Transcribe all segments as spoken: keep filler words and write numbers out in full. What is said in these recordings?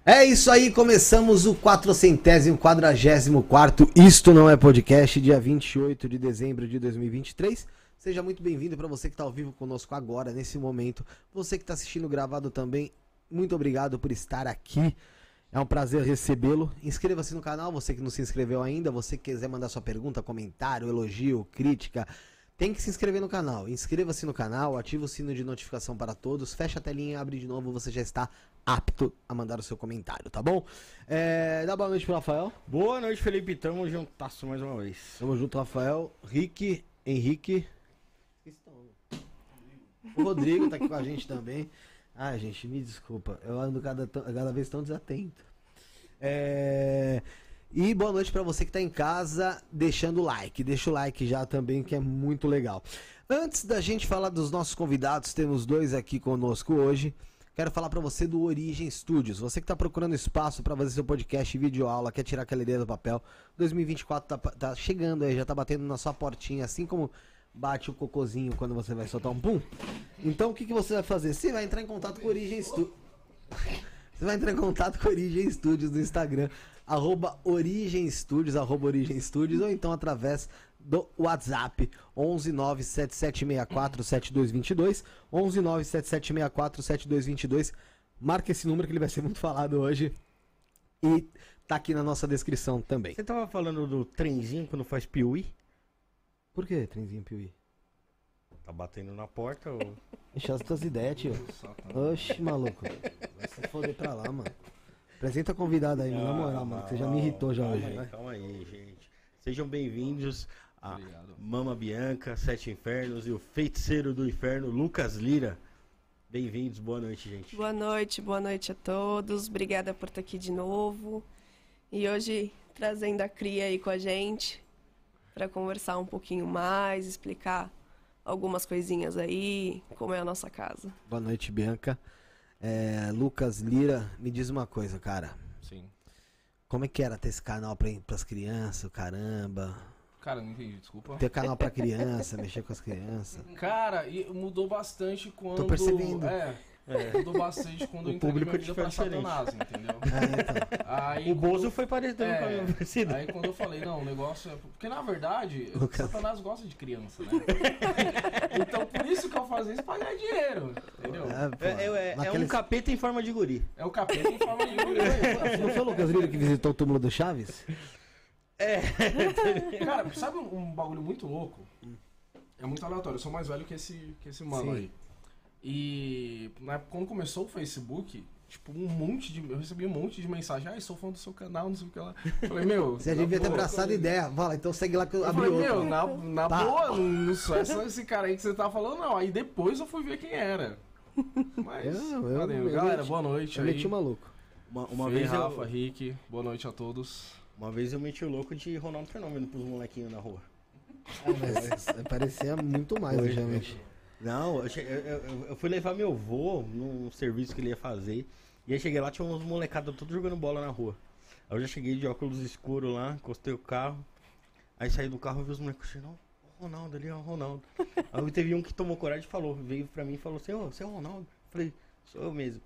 É isso aí, começamos o quatrocentésimo, quadragésimo quarto Isto Não É Podcast, dia vinte e oito de dezembro de dois mil e vinte e três. Seja muito bem-vindo para você que está ao vivo conosco agora, nesse momento. Você que está assistindo gravado também, muito obrigado por estar aqui. É um prazer recebê-lo. Inscreva-se no canal, você que não se inscreveu ainda. Você que quiser mandar sua pergunta, comentário, elogio, crítica, tem que se inscrever no canal. Inscreva-se no canal, ativa o sino de notificação para todos. Fecha a telinha, abre de novo, você já está apto a mandar o seu comentário, tá bom? É, dá boa noite pro Rafael. Boa noite, Felipe. Tamo juntasso mais uma vez. Tamo junto, Rafael. Rick, Henrique. O Rodrigo tá aqui com a gente também. Ai, gente, me desculpa. Eu ando cada, cada vez tão desatento. É... E boa noite pra você que tá em casa, deixando o like. Deixa o like já também, que é muito legal. Antes da gente falar dos nossos convidados, temos dois aqui conosco hoje. Quero falar pra você do Origem Studios. Você que tá procurando espaço pra fazer seu podcast e videoaula, quer tirar aquela ideia do papel. dois mil e vinte e quatro tá, tá chegando aí, já tá batendo na sua portinha, assim como bate o cocôzinho quando você vai soltar um pum. Então o que, que você vai fazer? Você vai entrar em contato com o Origem Studios. Você vai entrar em contato com o Origem Studios no Instagram, arroba Origem Studios, arroba Origem Studios, ou então através do WhatsApp, onze nove sete sete seis quatro sete dois dois dois, onze nove sete sete seis quatro sete dois dois dois. Marca esse número que ele vai ser muito falado hoje e tá aqui na nossa descrição também. Você tava falando do trenzinho quando faz piuí? Por que trenzinho piuí? Tá batendo na porta ou... Deixa as tuas ideias, tio. Oxi, maluco. Vai se foder pra lá, mano. Apresenta a convidada aí, na moral, mano, que você já me irritou já calma hoje, aí, né? Calma aí, gente. Sejam bem-vindos a Obrigado. Mama Bianca, Sete Infernos e o Feiticeiro do Inferno, Lucas Lira. Bem-vindos, boa noite, gente. Boa noite, boa noite a todos. Obrigada por estar aqui de novo. E hoje trazendo a cria aí com a gente para conversar um pouquinho mais, explicar algumas coisinhas aí, como é a nossa casa. Boa noite, Bianca. É, Lucas Lira, me diz uma coisa, cara. Sim. Como é que era ter esse canal pra, pras crianças, caramba? Cara, não entendi, desculpa. Ter canal pra criança, mexer com as crianças. Cara, e mudou bastante quando... Tô percebendo. É, é. Mudou bastante quando O eu entreguei público minha vida pra diferente. Satanás, entendeu? É, então. Aí, O Bozo foi parecido é, com a minha parecida. Aí quando eu falei, não, o negócio é... Porque na verdade, Lucas. Satanás gosta de criança, né? Então por isso que eu faço isso pra ganhar dinheiro, entendeu? É, pô, É, é, é naqueles- um capeta em forma de guri. É o capeta em forma de Não foi o Lucas Lira que visitou o túmulo do Chaves? Cara, sabe um, um bagulho muito louco? É muito aleatório, eu sou mais velho que esse, que esse mano Sim. aí. E na época, quando começou o Facebook, tipo, um monte de. Eu recebi um monte de mensagem, ah, sou fã do seu canal, não sei o que lá. Eu falei, meu. Você na devia ter boa, abraçado a ideia. Fala, então segue lá que eu Eu abri falei, outro. meu, na, na Tá. boa, não, não sou essa- esse cara aí que você tá falando, não. Aí depois eu fui ver quem era. Mas. Eu- eu- valeu. eu Galera, meti- boa noite Eu aí. meti o maluco. Uma, uma, Fê, vez Rafa, eu, Rick, boa noite a todos. uma vez eu meti o louco de Ronaldo Fenômeno pros molequinhos na rua. Ah, mas parecia muito mais, Foi, realmente. Não, eu, che- eu- eu- eu fui levar meu vô num serviço que ele ia fazer. E aí cheguei lá, tinha uns molecados todos jogando bola na rua. Aí eu já cheguei de óculos escuros lá, encostei o carro. Aí saí do carro e vi os moleques assim, não, o Ronaldo ali, ó, o Ronaldo. Aí teve um que tomou coragem e falou, veio pra mim e falou assim, ô, você é o Ronaldo? Eu falei, sou eu mesmo.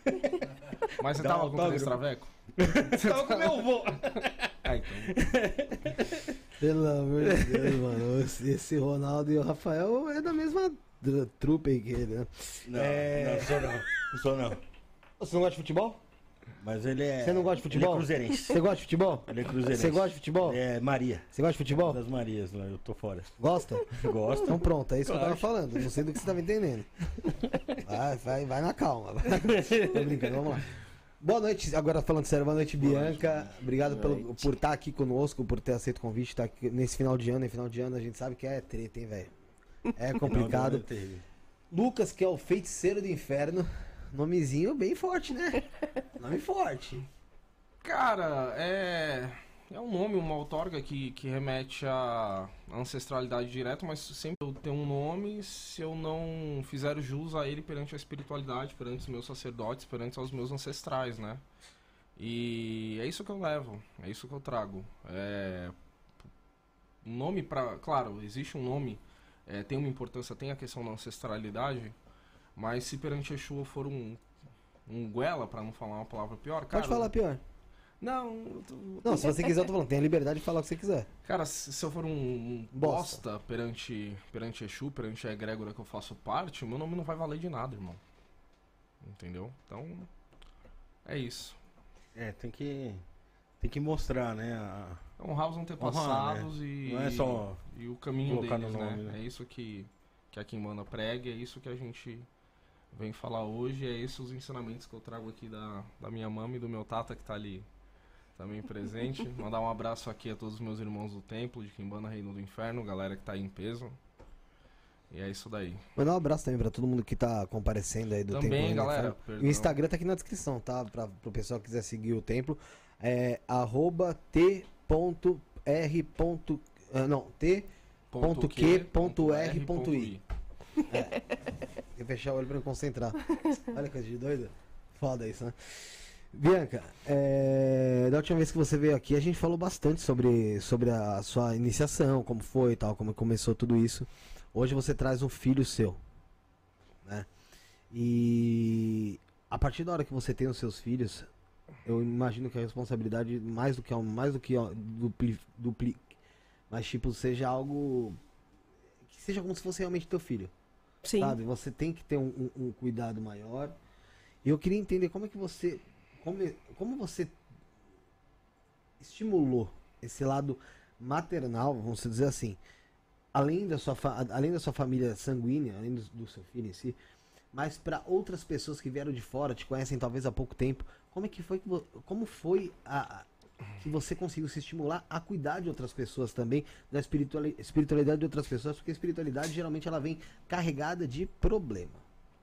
Mas você Dá tava um com autógrafo. três traveco? Você tava com meu vô. Ah, então. Pelo amor de Deus, mano. Esse, esse Ronaldo e o Rafael é da mesma tr- trupe aí que ele, né? Não, É. não, sou não. Não sou não. Você não gosta de futebol? Mas ele é... Você não gosta de futebol? Ele é cruzeirense. Você gosta de futebol? Ele é cruzeirense. Você gosta de futebol? É Maria. Você gosta de futebol? Das Marias, né? Eu tô fora. Gosta? Gosto. Então pronto, é isso que eu tava Claro. falando. Não sei do que você tava entendendo. Vai, vai, vai na calma. Tô brincando, vamos lá. Boa noite, agora falando sério, boa noite, Bianca. Obrigado Boa pelo, noite. por estar aqui conosco, por ter aceito o convite, estar aqui nesse final de ano. E final de ano a gente sabe que é treta, hein, velho? É complicado. Não, não, é terrível. Lucas, que é o feiticeiro do inferno. Nomezinho bem forte, né? Nome forte. Cara, é. É um nome, uma outorga que, que remete à ancestralidade direta, mas sempre eu tenho um nome se eu não fizer jus a ele perante a espiritualidade, perante os meus sacerdotes, perante os meus ancestrais, né? E é isso que eu levo, é isso que eu trago. É... Um nome pra... Claro, existe um nome, é, tem uma importância, tem a questão da ancestralidade, mas se perante Exu eu for um um goela, pra não falar uma palavra pior, cara. Pode falar pior. Não, eu tô- Não, se você quiser, eu tô falando. Tem a liberdade de falar o que você quiser. cara, se se eu for um Bosta. bosta perante, perante Exu, perante a egrégora que eu faço parte, o meu nome não vai valer de nada, irmão. Entendeu? Então, é isso. É, tem que. Tem que mostrar, né? a- Honrar os antepassados Honrar, e, Não é só e o caminho colocar deles, no né? nome, né? É isso que, que a Quimbanda prega, é isso que a gente vem falar hoje, é esses os ensinamentos que eu trago aqui da, da minha mama e do meu tata que tá ali também presente. Mandar um abraço aqui a todos os meus irmãos do templo de Quimbanda Reino do Inferno, galera que tá aí em peso. E é isso daí. Mandar um abraço também pra todo mundo que tá comparecendo aí do Também, Templo Reino do galera, Inferno. E perdão. o Instagram tá aqui na descrição, tá? Pra, pro pessoal que quiser seguir o templo. É arroba t ponto r. ah, Não, t. Ponto Q, ponto R, ponto I. Tem que fechar o olho pra me concentrar. Olha que coisa de doida. Foda isso, né? Bianca, é, da última vez que você veio aqui, a gente falou bastante sobre, sobre a sua iniciação, como foi e tal, como começou tudo isso. Hoje você traz um filho seu, né? E a partir da hora que você tem os seus filhos, eu imagino que a responsabilidade, mais do que mais do que ó, dupli, dupli, mas tipo, seja algo que seja como se fosse realmente teu filho. Sim. Sabe? Você tem que ter um, um- um cuidado maior. E eu queria entender como é que você. Como, como você estimulou esse lado maternal, vamos dizer assim, além da sua, fa- além da sua família sanguínea, além do, do seu filho em si, mas para outras pessoas que vieram de fora, te conhecem talvez há pouco tempo, como é que foi que vo- como foi a, a- que você conseguiu se estimular a cuidar de outras pessoas também, da espirituali- espiritualidade de outras pessoas, porque a espiritualidade geralmente ela vem carregada de problema,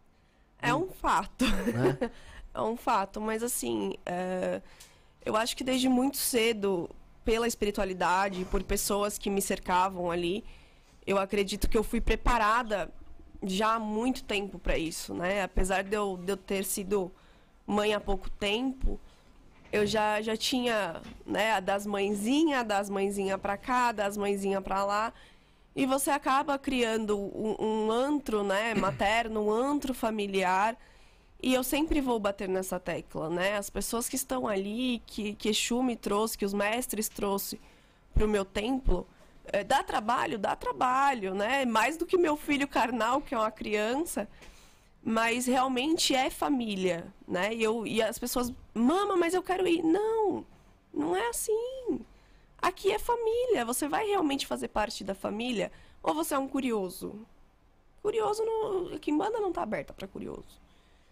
É um fato. né? É um fato, mas assim, é, eu acho que desde muito cedo, pela espiritualidade, por pessoas que me cercavam ali, eu acredito que eu fui preparada já há muito tempo para isso, né? Apesar de eu, de eu ter sido mãe há pouco tempo, eu já, já tinha, né, das mãezinhas, das mãezinhas para cá, das mãezinhas para lá, e você acaba criando um, um antro, né, materno, um antro familiar. E eu sempre vou bater nessa tecla, né? As pessoas que estão ali, que, que Exu me trouxe, que os mestres trouxe para o meu templo, é, dá trabalho? Dá trabalho, né? Mais do que meu filho carnal, que é uma criança, mas realmente é família, né? E, eu, e as pessoas, mama, mas eu quero ir. Não, não é assim. Aqui é família. Você vai realmente fazer parte da família ou você é um curioso? Curioso, não, a Quimbanda não está aberta para curioso.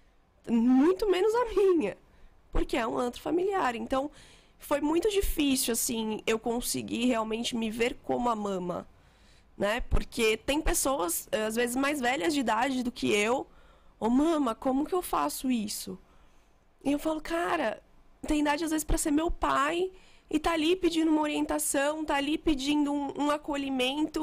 Muito menos a minha, porque é um antro familiar. Então, foi muito difícil, assim, eu conseguir realmente me ver como a mama, né? Porque tem pessoas, às vezes, mais velhas de idade do que eu. Ô, mama, como que eu faço isso? E eu falo, cara, tem idade, às vezes, para ser meu pai e tá ali pedindo uma orientação, tá ali pedindo um, um acolhimento.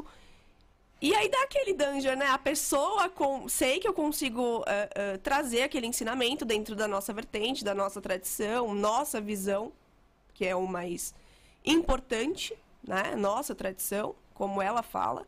E aí dá aquele danger, né? A pessoa, com... sei que eu consigo uh, uh, trazer aquele ensinamento dentro da nossa vertente, da nossa tradição, nossa visão, que é o mais importante, né? Nossa tradição, como ela fala.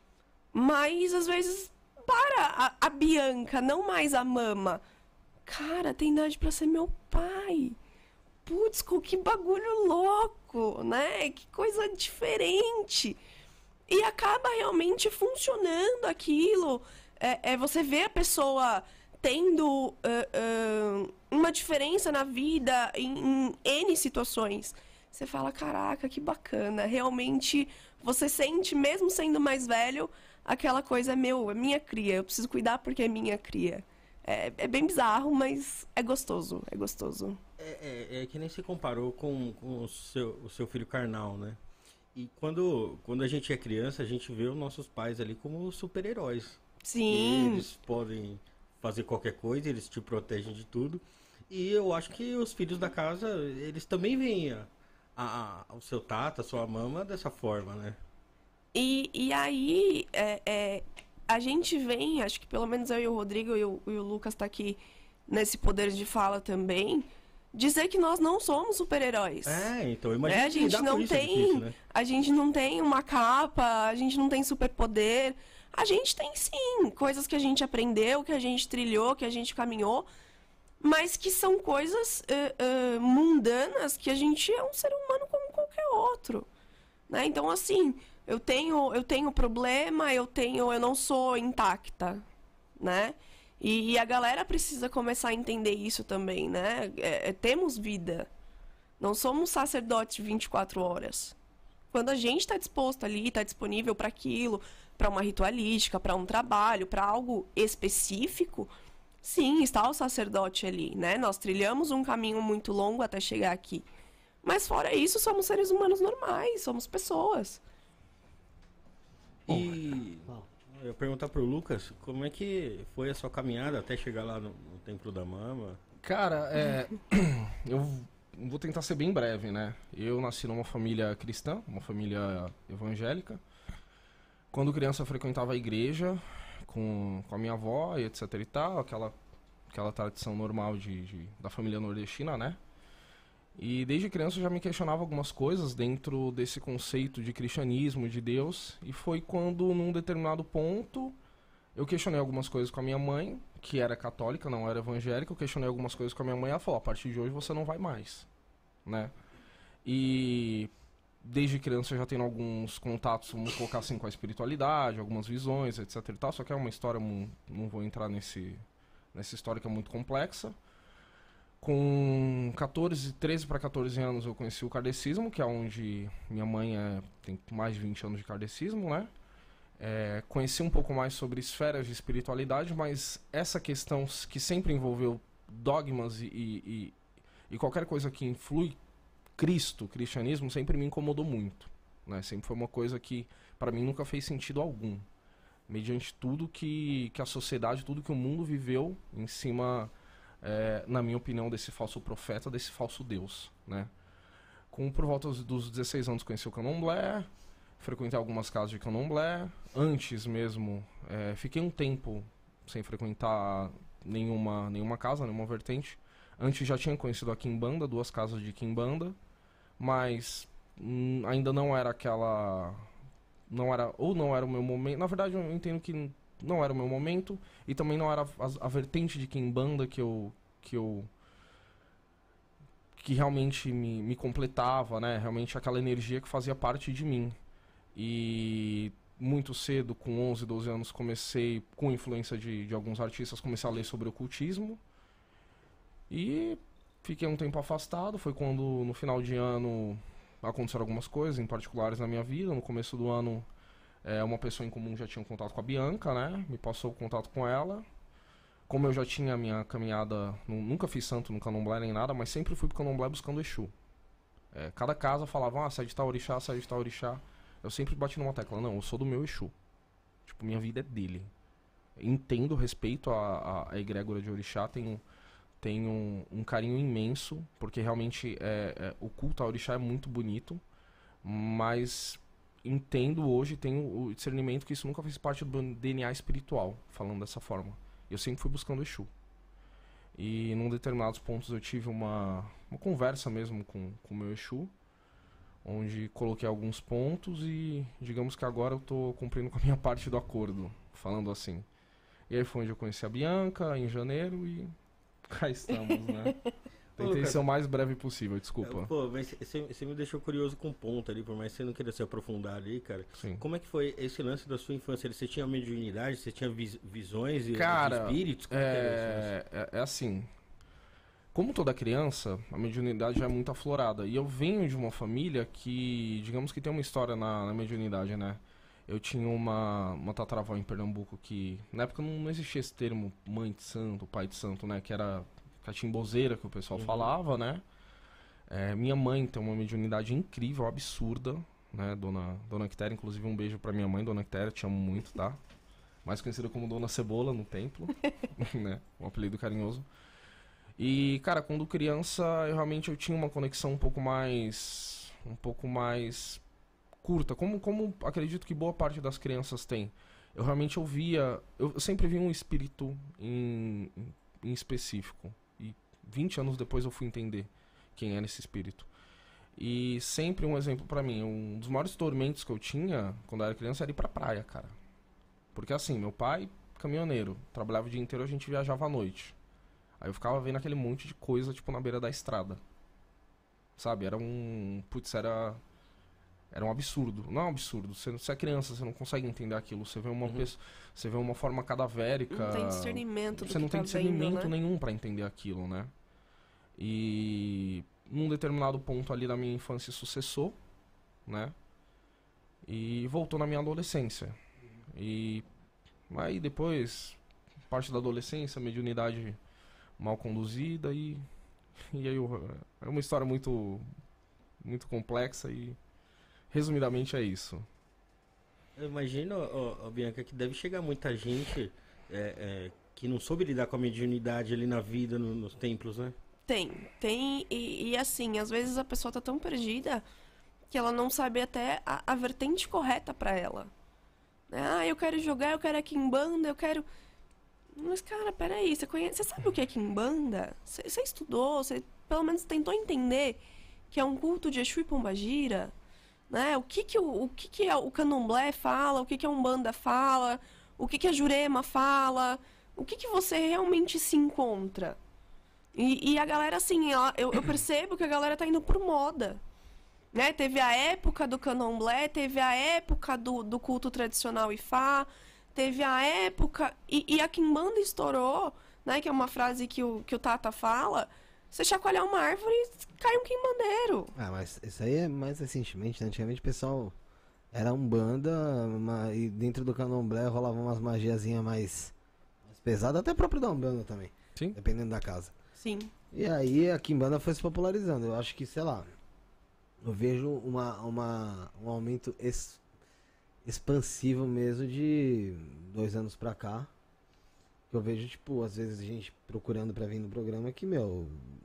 Mas, às vezes, para a, a Bianca, não mais a mama. Cara, tem idade pra ser meu pai. Putz, que bagulho louco, né? Que coisa diferente. E acaba realmente funcionando aquilo. É, é você vê a pessoa tendo uh, uh, uma diferença na vida em, em N situações. Você fala, caraca, que bacana. Realmente você sente, mesmo sendo mais velho, aquela coisa, meu, é minha cria. Eu preciso cuidar porque é minha cria. É, é bem bizarro, mas é gostoso. É gostoso. É, é, é que nem se comparou com, com o, seu, o seu filho carnal, né? E quando, quando a gente é criança, a gente vê os nossos pais ali como super-heróis. Sim. Eles podem fazer qualquer coisa, eles te protegem de tudo. E eu acho que os filhos da casa, eles também veem a, a, a, o seu tata, a sua mama dessa forma, né? E, e aí, é, é, a gente vem, acho que pelo menos eu e o Rodrigo e o, e o Lucas tá aqui nesse poder de fala também, dizer que nós não somos super-heróis. É, então imagina É, a que gente lidar não com isso é tem, difícil, né? a gente não tem uma capa, a gente não tem superpoder. A gente tem sim coisas que a gente aprendeu, que a gente trilhou, que a gente caminhou. mas que são coisas uh, uh, mundanas que a gente é um ser humano como qualquer outro, né? Então, assim, eu tenho, eu tenho problema, eu tenho, eu não sou intacta, né? E, e a galera precisa começar a entender isso também, né? É, é, temos vida, não somos sacerdotes vinte e quatro horas. Quando a gente está disposto ali, está disponível para aquilo, para uma ritualística, para um trabalho, para algo específico, sim, está o sacerdote ali, né? Nós trilhamos um caminho muito longo até chegar aqui. Mas fora isso, somos seres humanos normais, somos pessoas. E eu ia perguntar pro Lucas, como é que foi a sua caminhada até chegar lá no, no Templo da Mama? Cara, é... eu vou tentar ser bem breve, né? Eu nasci numa família cristã, uma família evangélica. Quando criança eu frequentava a igreja com, com a minha avó e etc e tal, aquela, aquela tradição normal de, de, da família nordestina, né? E desde criança eu já me questionava algumas coisas dentro desse conceito de cristianismo, de Deus. E foi quando, num determinado ponto, eu questionei algumas coisas com a minha mãe, que era católica, não era evangélica. Eu questionei algumas coisas com a minha mãe e ela falou, a partir de hoje você não vai mais, né? E desde criança eu já tenho alguns contatos, vamos colocar assim, com a espiritualidade, algumas visões, etc e tal. Só que é uma história, não, não vou entrar nesse, nessa história que é muito complexa. Com catorze, treze para catorze anos eu conheci o kardecismo, que é onde minha mãe é, tem mais de vinte anos de kardecismo, né? É, conheci um pouco mais sobre esferas de espiritualidade, mas essa questão que sempre envolveu dogmas e, e, e qualquer coisa que influi Cristo, cristianismo, sempre me incomodou muito, né? Sempre foi uma coisa que para mim nunca fez sentido algum, mediante tudo que, que a sociedade, tudo que o mundo viveu em cima... É, na minha opinião, desse falso profeta, desse falso Deus, né? Com, por volta dos dezesseis anos conheci o candomblé, frequentei algumas casas de candomblé. Antes mesmo, é, fiquei um tempo sem frequentar nenhuma, nenhuma casa, nenhuma vertente. Antes já tinha conhecido a quimbanda, duas casas de quimbanda, mas hum, ainda não era aquela... não era, ou não era o meu momento. Na verdade, eu entendo que não era o meu momento e também não era a, a vertente de quimbanda que eu que eu que realmente me, me completava, né? Realmente aquela energia que fazia parte de mim. E muito cedo, com onze, doze anos, comecei, com influência de, de alguns artistas, comecei a ler sobre ocultismo e fiquei um tempo afastado. Foi quando no final de ano aconteceram algumas coisas em particulares na minha vida. No começo do ano, É, uma pessoa em comum já tinha um contato com a Bianca, né? Me passou o contato com ela. Como eu já tinha a minha caminhada... Nunca fiz santo no candomblé nem nada, mas sempre fui pro candomblé buscando Exu. É, cada casa falava, ah, sai de tal orixá, sai de tal orixá. Eu sempre bati numa tecla, não, eu sou do meu Exu. Tipo, minha vida é dele. Entendo, respeito a, a, a egrégora de orixá, tenho, tenho um, um carinho imenso, porque realmente é, é, o culto a orixá é muito bonito, mas... entendo hoje, tenho o discernimento que isso nunca fez parte do D N A espiritual, falando dessa forma. Eu sempre fui buscando Exu. E num determinados pontos eu tive uma, uma conversa mesmo com o meu Exu, onde coloquei alguns pontos e digamos que agora eu tô cumprindo com a minha parte do acordo, falando assim. E aí foi onde eu conheci a Bianca, em janeiro, e cá estamos, né? Tentei ser o mais breve possível, desculpa. Pô, mas você me deixou curioso com um ponto ali, por mais que você não queira se aprofundar ali, cara. Sim. Como é que foi esse lance da sua infância? Você tinha mediunidade, você tinha vis visões e cara, espíritos? Como é... É, é assim, como toda criança, a mediunidade já é muito aflorada. E eu venho de uma família que, digamos que tem uma história na, na mediunidade, né? Eu tinha uma, uma tataravó em Pernambuco que, na época não, não existia esse termo mãe de santo, pai de santo, né? Que era... catimbozeira, que o pessoal uhum. falava, né? É, minha mãe tem uma mediunidade incrível, absurda, né? Dona, Dona Quitéria, inclusive um beijo pra minha mãe, Dona Quitéria, te amo muito, tá? Mais conhecida como Dona Cebola no templo, né? Um apelido carinhoso. E, cara, quando criança, eu realmente eu tinha uma conexão um pouco mais... um pouco mais curta, como, como acredito que boa parte das crianças tem. Eu realmente ouvia... Eu sempre vi um espírito em, em específico. vinte anos depois eu fui entender quem era esse espírito. E sempre um exemplo pra mim, um dos maiores tormentos que eu tinha quando eu era criança era ir pra praia, cara. Porque assim, meu pai, caminhoneiro, trabalhava o dia inteiro, a gente viajava à noite. Aí eu ficava vendo aquele monte de coisa, tipo, na beira da estrada. Sabe? Era um... Putz, era... Era um absurdo. Não é um absurdo. Você, você é criança, você não consegue entender aquilo. Você vê uma, uhum. pessoa, você vê uma forma cadavérica. Não tem discernimento do Você não que tem tá discernimento vendo, né? nenhum pra entender aquilo, né? E... Num determinado ponto ali da minha infância isso cessou, né? E voltou na minha adolescência. E... Aí depois... Parte da adolescência, mediunidade mal conduzida e... E aí eu, é uma história muito... Muito complexa e... Resumidamente é isso. Eu imagino, ó, ó, Bianca, que deve chegar muita gente é, é, que não soube lidar com a mediunidade ali na vida, no, nos templos, né? Tem, tem. E, e assim, às vezes a pessoa tá tão perdida que ela não sabe até a, a vertente correta pra ela. Ah, eu quero jogar, eu quero a Kimbanda, eu quero... Mas, cara, peraí, você conhece... Você sabe o que é Kimbanda? Você, você estudou, você pelo menos tentou entender que é um culto de Exu e Pombagira? Né? O que que o, o, que que é o Candomblé fala, o que que a Umbanda fala, o que que a Jurema fala, o que que você realmente se encontra. E, e a galera, assim, ela, eu, eu percebo que a galera tá indo por moda. Né? Teve a época do Candomblé, teve a época do, do culto tradicional Ifá, teve a época... E, e a Kimbanda estourou, né? Que é uma frase que o, que o Tata fala... Você chacoalhar uma árvore e cai um quimbandeiro. Ah, mas isso aí é mais recentemente, né? Antigamente o pessoal era umbanda uma, e dentro do candomblé rolavam umas magiazinhas mais, mais pesadas, até próprio da umbanda também. Sim. Dependendo da casa. Sim. E aí a quimbanda foi se popularizando. Eu acho que, sei lá, eu vejo uma, uma, um aumento ex, expansivo mesmo de dois anos pra cá. Que eu vejo, tipo, às vezes a gente procurando pra vir no programa que, meu...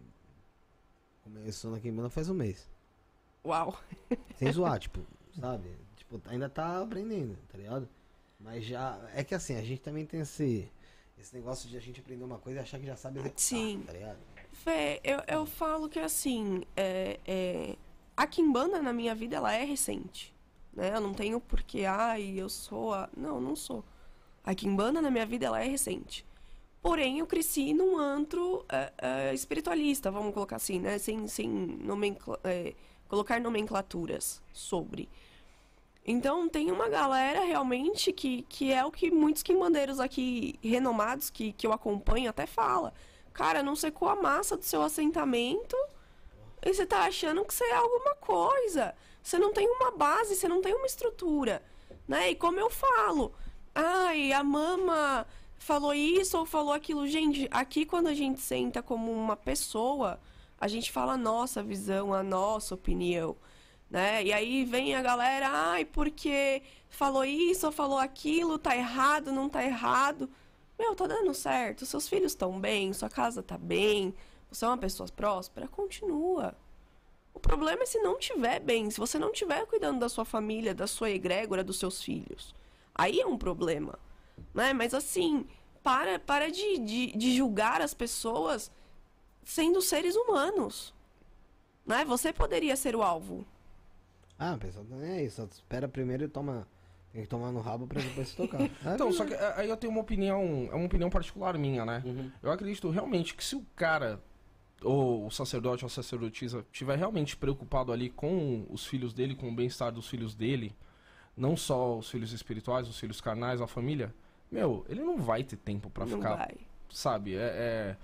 Começou na Kimbanda faz um mês. Uau. Sem zoar, tipo, sabe? Tipo, ainda tá aprendendo, tá ligado? Mas já... É que assim, a gente também tem esse... Esse negócio de a gente aprender uma coisa e achar que já sabe executar, Sim. tá ligado? Fê, eu, eu falo que assim... É, é, a Kimbanda na minha vida, ela é recente. Né? Eu não tenho porque, ai, eu sou a... Não, não sou. A Kimbanda na minha vida, ela é recente. Porém, eu cresci num antro é, é, espiritualista, vamos colocar assim, né? Sem, sem nomencla é, colocar nomenclaturas sobre. Então, tem uma galera realmente que, que é o que muitos quimbandeiros aqui renomados que, que eu acompanho até fala. Cara, não secou a massa do seu assentamento e você tá achando que você é alguma coisa. Você não tem uma base, você não tem uma estrutura. Né? E como eu falo, ai, a mama... falou isso ou falou aquilo. Gente, aqui quando a gente senta como uma pessoa, a gente fala a nossa visão, a nossa opinião, né? E aí vem a galera, ai, porque falou isso ou falou aquilo, tá errado, não tá errado. Meu, tá dando certo, seus filhos estão bem, sua casa tá bem, você é uma pessoa próspera, continua. O problema é se não tiver bem, se você não estiver cuidando da sua família, da sua egrégora, dos seus filhos. Aí é um problema. Né? Mas assim, para, para de, de, de julgar as pessoas sendo seres humanos. Né? Você poderia ser o alvo. Ah, o pessoal também é isso. Só espera primeiro e toma. Tem que tomar no rabo pra depois se tocar. É, Então, só que aí eu tenho uma opinião, é uma opinião particular minha, né? Uhum. Eu acredito realmente que se o cara, ou o sacerdote ou a sacerdotisa, estiver realmente preocupado ali com os filhos dele, com o bem-estar dos filhos dele, não só os filhos espirituais, os filhos carnais, a família, meu, ele não vai ter tempo pra Não ficar, vai. sabe? É, é...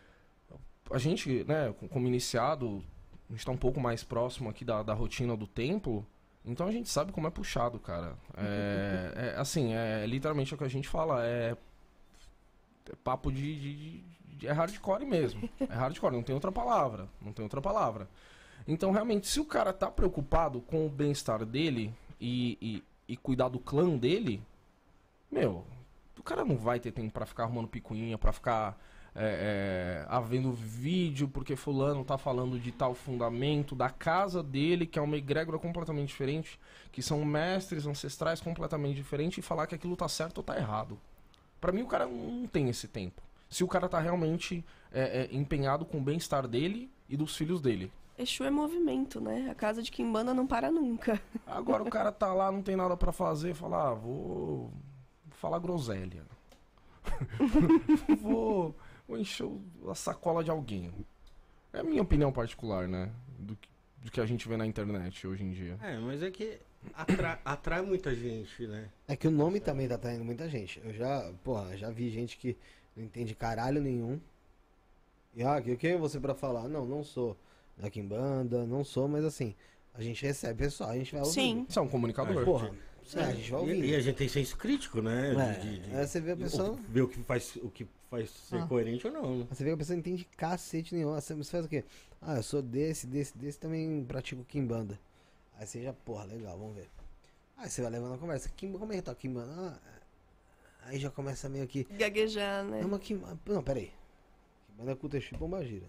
A gente, né, como iniciado, a gente tá um pouco mais próximo aqui da, da rotina do templo, então a gente sabe como é puxado, cara. É, é assim, é literalmente o que a gente fala, é, é papo de, de, de... É hardcore mesmo. É hardcore, não tem outra palavra. Não tem outra palavra. Então, realmente, se o cara tá preocupado com o bem-estar dele e, e, e cuidar do clã dele, meu, o cara não vai ter tempo pra ficar arrumando picuinha, pra ficar é, é, havendo vídeo porque fulano tá falando de tal fundamento da casa dele, que é uma egrégora completamente diferente, que são mestres ancestrais completamente diferentes, e falar que aquilo tá certo ou tá errado. Pra mim, o cara não tem esse tempo. Se o cara tá realmente é, é, empenhado com o bem-estar dele e dos filhos dele. Exu é movimento, né? A casa de Kimbanda não para nunca. Agora o cara tá lá, não tem nada pra fazer, falar, ah, vou falar groselha. vou, vou encher o- a sacola de alguém. É a minha opinião particular, né? Do que, do que a gente vê na internet hoje em dia. É, mas é que atrai, atrai muita gente, né? É que o nome também tá atraindo muita gente. Eu já, porra, já vi gente que não entende caralho nenhum. E ah, que- quem é você pra falar? Não, não sou da Kimbanda, não sou, mas assim, a gente recebe pessoal, a gente vai ouvir. Sim. Você é um comunicador. Porra, é, a gente vai ouvir. E, e a gente tem senso crítico, né? É, de, de- de- aí você vê a pessoa. o- ver o que faz, o que faz ser Ah. coerente ou não. né? Você vê que a pessoa não entende cacete nenhum. Você você faz o quê? Ah, eu sou desse, desse, desse, também pratico Kimbanda. Aí você já, porra, legal, vamos ver. Aí você vai levando a conversa. Kim- Como é que tá o Kimbanda? Ah, aí já começa meio que. Gaguejar, né? Não, mas Kimbanda. Não, peraí. Kimbanda é culto Exu e Pombagira.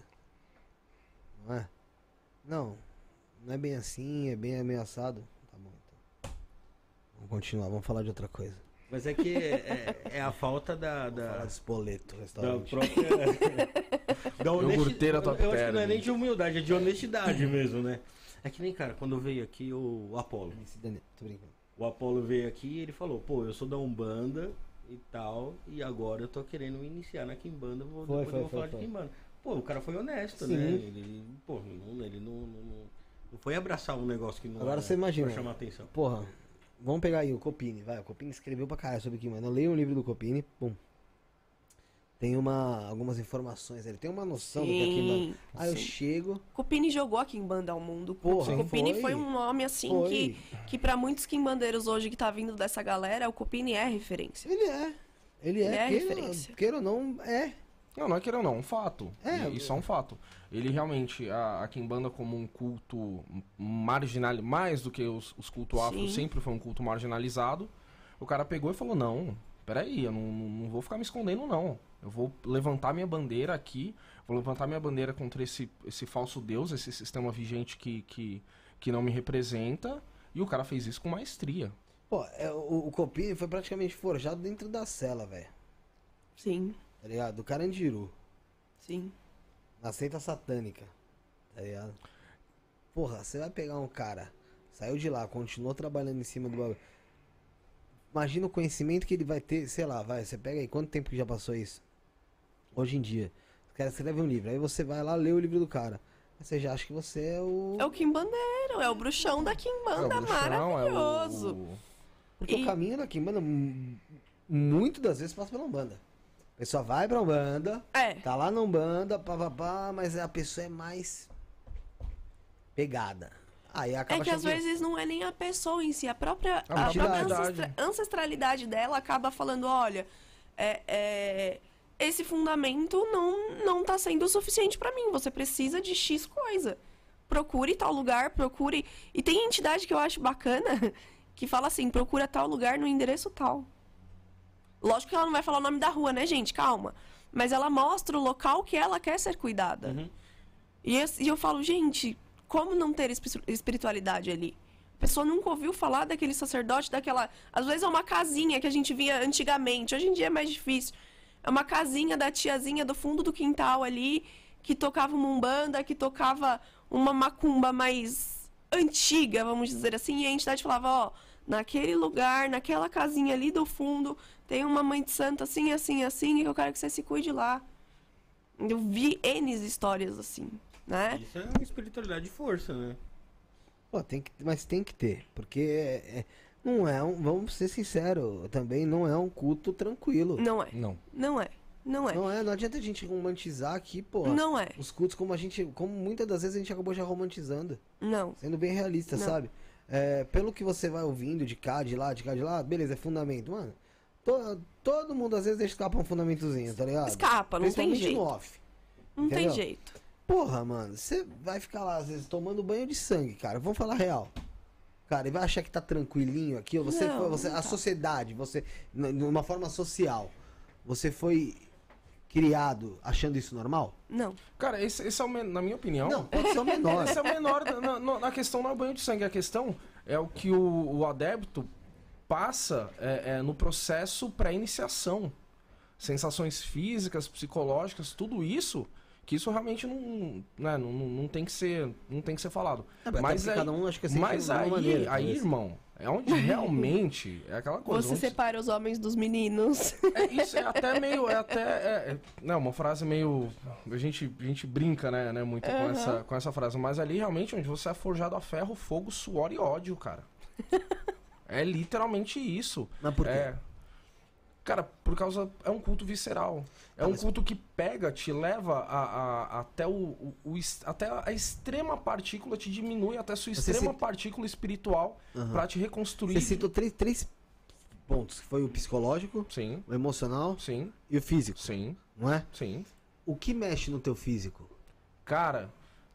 Não é? Não. Não é bem assim, é bem ameaçado. Tá bom, então. Vamos continuar, vamos falar de outra coisa. Mas é que é, é a falta da, Vamos falar da, de espoleto, da restaurante. própria. da Iogurteira top Eu acho que não é term. nem de humildade, é de honestidade mesmo, né? É que nem, cara, quando veio aqui o Apolo. Esse Daniel, tô brincando. O Apolo veio aqui e ele falou, pô, eu sou da Umbanda e tal, e agora eu tô querendo me iniciar na Kimbanda, vou, Foi, depois foi, eu vou foi, falar foi. de Kimbanda. Pô, o cara foi honesto, Sim. né? Ele, pô, não, ele não, não, não foi abraçar um negócio que não Agora era você imagina. pra chamar atenção. Porra, vamos pegar aí o Copini, vai. O Copini escreveu pra caralho sobre Kimbanda. Eu leio um livro do Copini, pum. Tem uma, algumas informações, ele tem uma noção do que é Kimbanda. Aí eu sim. chego, Cupini jogou a Kimbanda ao mundo. Porra, Cupini foi. foi um nome assim Foi. que, que para muitos quimbandeiros hoje que tá vindo dessa galera, o Cupini é referência. ele é. Ele é, Ele é queira, referência. queira ou não, é. Não, não é querer ou não, é um fato. É, E- Isso é um fato. Ele realmente, a, a Kimbanda como um culto marginal, mais do que os, os cultos afro, Sim. sempre foi um culto marginalizado. O cara pegou e falou, não, peraí, eu não, não vou ficar me escondendo não. Eu vou levantar minha bandeira aqui, vou levantar minha bandeira contra esse, esse falso deus, esse sistema vigente que, que, que não me representa. E o cara fez isso com maestria. Pô, é, o, o Copini foi praticamente forjado dentro da cela, velho. Sim, Tá ligado? Do Carandiru. sim. Na seita satânica. Tá ligado? Porra, você vai pegar um cara, saiu de lá, continuou trabalhando em cima do bagulho. Imagina o conhecimento que ele vai ter, sei lá, vai, você pega aí, quanto tempo que já passou isso? Hoje em dia. O cara escreve um livro, aí você vai lá ler o livro do cara. Aí você já acha que você é o. É o Kimbandeiro, é o bruxão da É o Kimbanda, bruxão, é maravilhoso. o- Porque E- o caminho da Kimbanda, mu- muito das vezes, passa pela Umbanda. A pessoa vai pra Umbanda, É, tá lá na Umbanda, pá, pá, pá, mas a pessoa é mais pegada. Aí acaba é que às achando vezes não é nem a pessoa em si, a própria, A a própria entidade. ancestra- ancestralidade dela acaba falando, olha, é, é, esse fundamento não, não tá sendo o suficiente pra mim, você precisa de X coisa. Procure tal lugar, procure... E tem entidade que eu acho bacana, que fala assim, procura tal lugar no endereço tal. Lógico que ela não vai falar o nome da rua, né, gente? Calma. Mas ela mostra o local que ela quer ser cuidada. Uhum. E, eu, e eu falo, gente, como não ter espi- espiritualidade ali? A pessoa nunca ouviu falar daquele sacerdote, daquela... Às vezes é uma casinha que a gente via antigamente. Hoje em dia é mais difícil. É uma casinha da tiazinha do fundo do quintal ali, que tocava uma umbanda, que tocava uma macumba mais antiga, vamos dizer assim. E a entidade falava, ó, naquele lugar, naquela casinha ali do fundo, tem uma mãe de santo assim, assim, assim, e eu quero que você se cuide lá. Eu vi N histórias assim, né? Isso é uma espiritualidade de força, né? Pô, tem que, mas tem que ter, porque é- é- não é um, vamos ser sinceros, também não é um culto tranquilo. Não é, Não. não é, não é, Não é, não adianta a gente romantizar aqui, pô. não é, Os cultos como a gente, como muitas das vezes a gente acabou já romantizando, não. sendo bem realista, Não. sabe? É, pelo que você vai ouvindo de cá, de lá, de cá, de lá, beleza, é fundamento, mano. To- todo mundo às vezes deixa escapar um fundamentozinho, tá ligado? Escapa, não tem Principalmente jeito. no off. Não tem Entendeu? jeito. Porra, mano, você vai ficar lá, às vezes, tomando banho de sangue, cara. Vamos falar real. Cara, e vai achar que tá tranquilinho aqui? Ou você Não, foi, você, não a tá. sociedade, você, n- numa forma social, você foi criado achando isso normal? Não. Cara, esse, esse é o, men- na minha opinião... Não, pode ser o menor. Esse é o menor. da- na, na- na questão não é o banho de sangue. A questão é o que o, o adepto passa é, é, no processo pré-iniciação. Sensações físicas, psicológicas, tudo isso, que isso realmente não, né, não, não, não tem que ser, não tem que ser falado. É, até mas porque aí, cada um acho que é sente mas de uma aí, maneira, aí talvez. irmão, É onde realmente é aquela coisa. Você onde... separa os homens dos meninos. É, isso é até meio. É até. É, é, não, uma frase meio. A gente, a gente brinca, né, né muito Uhum. com, essa, com essa frase. Mas ali realmente onde você é forjado a ferro, fogo, suor e ódio, cara. É literalmente isso. Mas por quê? É, cara, por causa. É um culto visceral. É Ah, um mas- culto que pega, te leva a, a- até, o, o- o es- até a extrema partícula, te diminui até a sua Você extrema cita- partícula espiritual Aham. pra te reconstruir. Você citou três, três pontos, que foi o psicológico, Sim, o emocional sim, e o físico, sim, não é? sim. O que mexe no teu físico? Cara,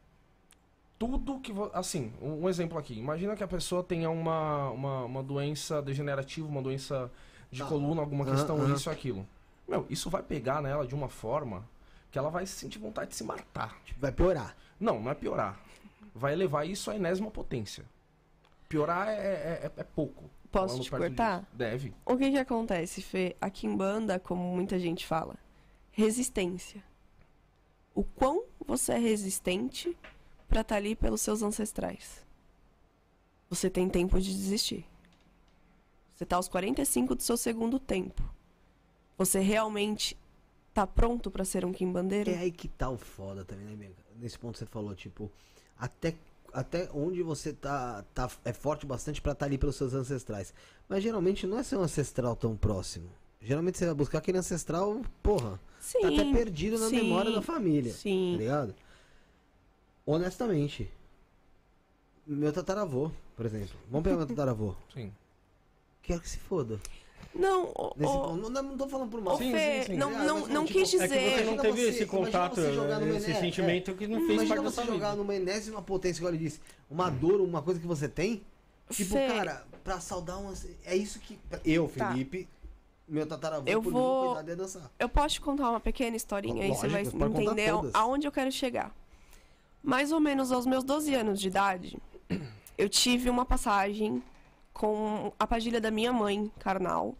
tudo que... vo- Assim, um um exemplo aqui. Imagina que a pessoa tenha uma, uma, uma doença degenerativa, uma doença de Tá. coluna, alguma Aham, questão, aham. isso ou aquilo. Meu, isso vai pegar nela de uma forma que ela vai sentir vontade de se matar. Tipo, vai piorar. Não, não é piorar. Vai elevar isso à enésima potência. Piorar é, é, é- é pouco. Posso Falando te perto cortar? disso. Deve. O que que acontece, Fê? Aqui em banda, como muita gente fala, resistência. O quão você é resistente pra estar ali pelos seus ancestrais. Você tem tempo de desistir. Você tá aos quarenta e cinco do seu segundo tempo. Você realmente tá pronto pra ser um quimbandeiro? É aí que tá o foda também, né, Bianca? Nesse ponto você falou, tipo, até, até onde você tá, tá é forte bastante pra estar ali pelos seus ancestrais. Mas geralmente não é ser um ancestral tão próximo. Geralmente você vai buscar aquele ancestral, porra, Sim. tá até perdido na sim, memória da família. Tá Sim. ligado? Honestamente, meu tataravô, por exemplo. Vamos pegar meu tataravô. Sim. Quero que se foda. Não, o- Nesse, o- não, não tô falando por mal. Ô, Sim, Fê, sim, sim. não, Ah, não, mas, não tipo, quis é É que você dizer. não Imagina teve você- esse imagina contato, você jogar numa esse ené- sentimento que não fez Imagina parte da você sua jogar vida. numa enésima potência, igual ele disse. Uma dor, uma coisa que você tem. Tipo, Fê. cara, pra saudar uma. É isso que. Eu, Tá. Felipe, meu tataravô, Eu por vou- mim, cuidado de dançar. Eu posso te contar uma pequena historinha aí, você vai Lógico, pode contar entender todas. aonde eu quero chegar. Mais ou menos aos meus doze anos de idade, eu tive uma passagem com a padilha da minha mãe, carnal,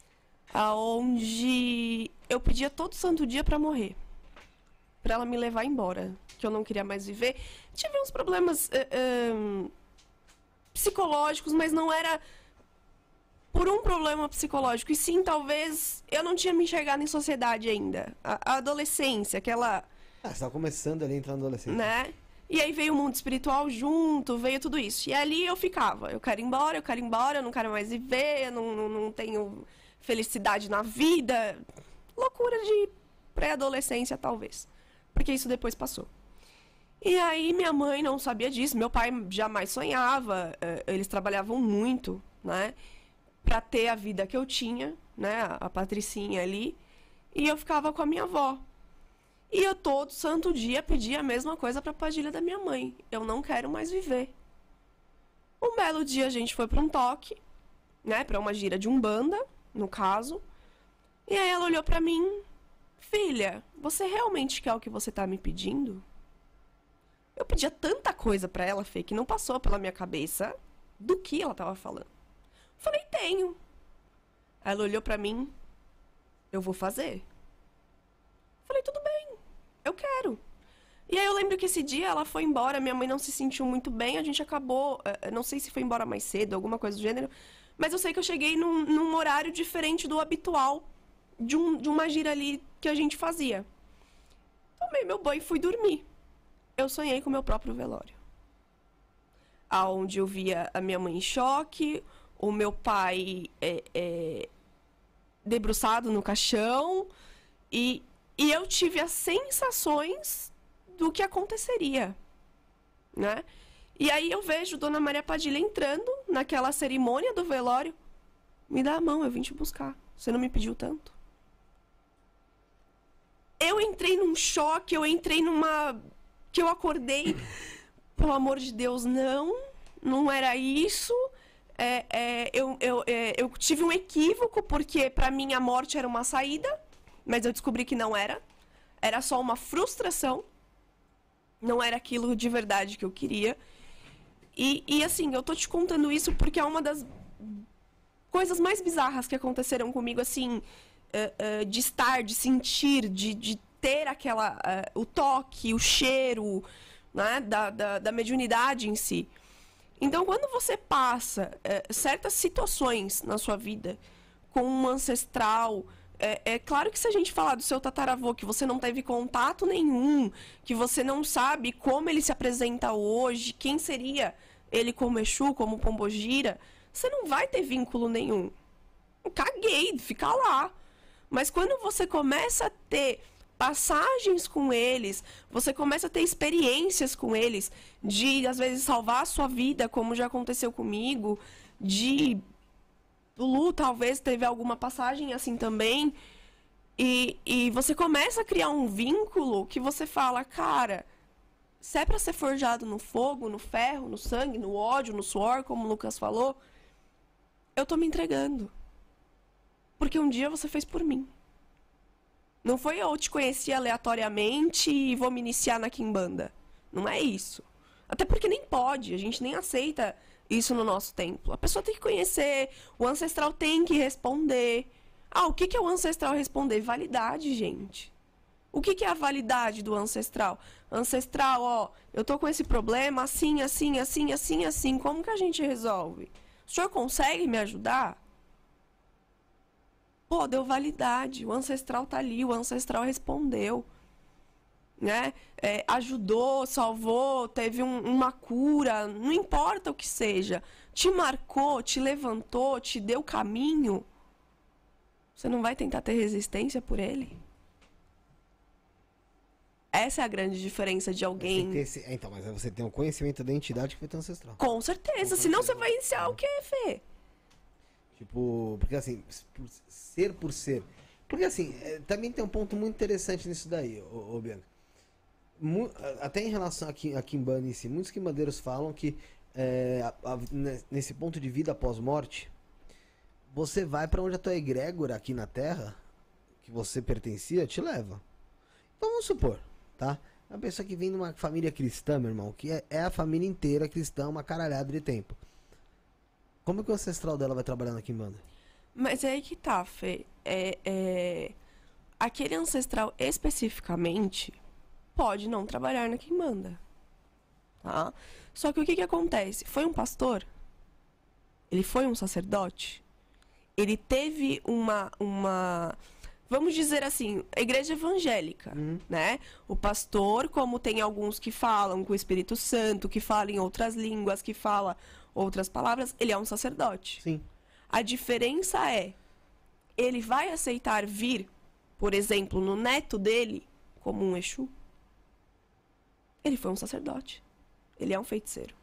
aonde eu pedia todo santo dia pra morrer. Pra ela me levar embora, que eu não queria mais viver. Tive uns problemas eh, eh, psicológicos, mas não era por um problema psicológico. E sim, talvez eu não tinha me enxergado em sociedade ainda. A, a adolescência, aquela, Ah, você tava começando ali, entrando na adolescência. né? E aí veio o mundo espiritual junto, veio tudo isso. E ali eu ficava. Eu quero ir embora, eu quero ir embora, eu não quero mais viver, eu não, não, não tenho felicidade na vida. Loucura de pré-adolescência, talvez. Porque isso depois passou. E aí minha mãe não sabia disso, meu pai jamais sonhava, eh, eles trabalhavam muito, né? Pra ter a vida que eu tinha, né? A a Patricinha ali. E eu ficava com a minha avó. E eu todo santo dia pedia a mesma coisa pra padilha da minha mãe. Eu não quero mais viver. Um belo dia a gente foi pra um toque, né? Pra uma gira de umbanda, no caso. E aí ela olhou pra mim. Filha, você realmente quer o que você tá me pedindo? Eu pedia tanta coisa pra ela, Fê, que não passou pela minha cabeça do que ela tava falando. Falei, tenho. Aí ela olhou pra mim. Eu vou fazer. Falei, tudo bem. Eu quero. E aí eu lembro que esse dia ela foi embora, minha mãe não se sentiu muito bem, a gente acabou, eh, não sei se foi embora mais cedo, alguma coisa do gênero, mas eu sei que eu cheguei num, num horário diferente do habitual de, um, de uma gira ali que a gente fazia. Tomei meu banho e fui dormir. Eu sonhei com o meu próprio velório. Aonde eu via a minha mãe em choque, o meu pai é, é, debruçado no caixão, e, e eu tive as sensações do que aconteceria, né? E aí eu vejo Dona Maria Padilha entrando naquela cerimônia do velório. Me dá a mão, eu vim te buscar. Você não me pediu tanto. Eu entrei num choque, eu entrei numa... que eu acordei... Pelo amor de Deus, não. Não era isso. É, é, eu, eu, é, eu tive um equívoco, porque pra mim a morte era uma saída. Mas eu descobri que não era. Era só uma frustração. Não era aquilo de verdade que eu queria. E, e assim, eu tô te contando isso porque é uma das coisas mais bizarras que aconteceram comigo, assim, uh, uh, de estar, de sentir, de, de ter aquela, uh, o toque, o cheiro, né, da, da, da mediunidade em si. Então, quando você passa é, certas situações na sua vida com um ancestral, é, é claro que se a gente falar do seu tataravô, que você não teve contato nenhum, que você não sabe como ele se apresenta hoje, quem seria ele como Exu, como Pombogira, você não vai ter vínculo nenhum. Caguei, fica lá. Mas quando você começa a ter passagens com eles, você começa a ter experiências com eles, de, às vezes, salvar a sua vida, como já aconteceu comigo, de... O Lu, talvez, teve alguma passagem assim também, e, e você começa a criar um vínculo que você fala, cara, se é pra ser forjado no fogo, no ferro, no sangue, no ódio, no suor, como o Lucas falou, eu tô me entregando. Porque um dia você fez por mim. Não foi eu te conheci aleatoriamente e vou me iniciar na quimbanda. Não é isso. Até porque nem pode, a gente nem aceita isso no nosso templo. A pessoa tem que conhecer, o ancestral tem que responder. Ah, o que que é o ancestral responder? Validade, gente. O que que é a validade do ancestral? Ancestral, ó, eu tô com esse problema, assim, assim, assim, assim, assim, como que a gente resolve? O senhor consegue me ajudar? Pô, deu validade, o ancestral tá ali, o ancestral respondeu, né? É, ajudou, salvou, teve um, uma cura, não importa o que seja, te marcou, te levantou, te deu caminho, você não vai tentar ter resistência por ele? Essa é a grande diferença de alguém... Você esse... Então, mas você tem um conhecimento da entidade que foi teu ancestral. Com certeza, senão você vai iniciar o quê, Fê? Tipo, porque assim, por ser por ser. Porque assim, é, também tem um ponto muito interessante nisso daí, ô, ô Bianca. Mu até em relação a Kimbanda em si, muitos quimbandeiros falam que é, a, a, nesse ponto de vida após morte, você vai pra onde a tua egrégora aqui na Terra, que você pertencia, te leva. Então vamos supor, tá? Uma pessoa que vem de uma família cristã, meu irmão, que é, é a família inteira cristã, uma caralhada de tempo. Como é que o ancestral dela vai trabalhar na Kimbanda? Mas é aí que tá, Fê. É, é... Aquele ancestral especificamente pode não trabalhar na Kimbanda. Tá? Só que o que que acontece? Foi um pastor? Ele foi um sacerdote? Ele teve uma... uma... Vamos dizer assim, a igreja evangélica, uhum. né? O pastor, como tem alguns que falam com o Espírito Santo, que falam em outras línguas, que fala outras palavras, ele é um sacerdote. Sim. A diferença é, ele vai aceitar vir, por exemplo, no neto dele, como um Exu? Ele foi um sacerdote. Ele é um feiticeiro.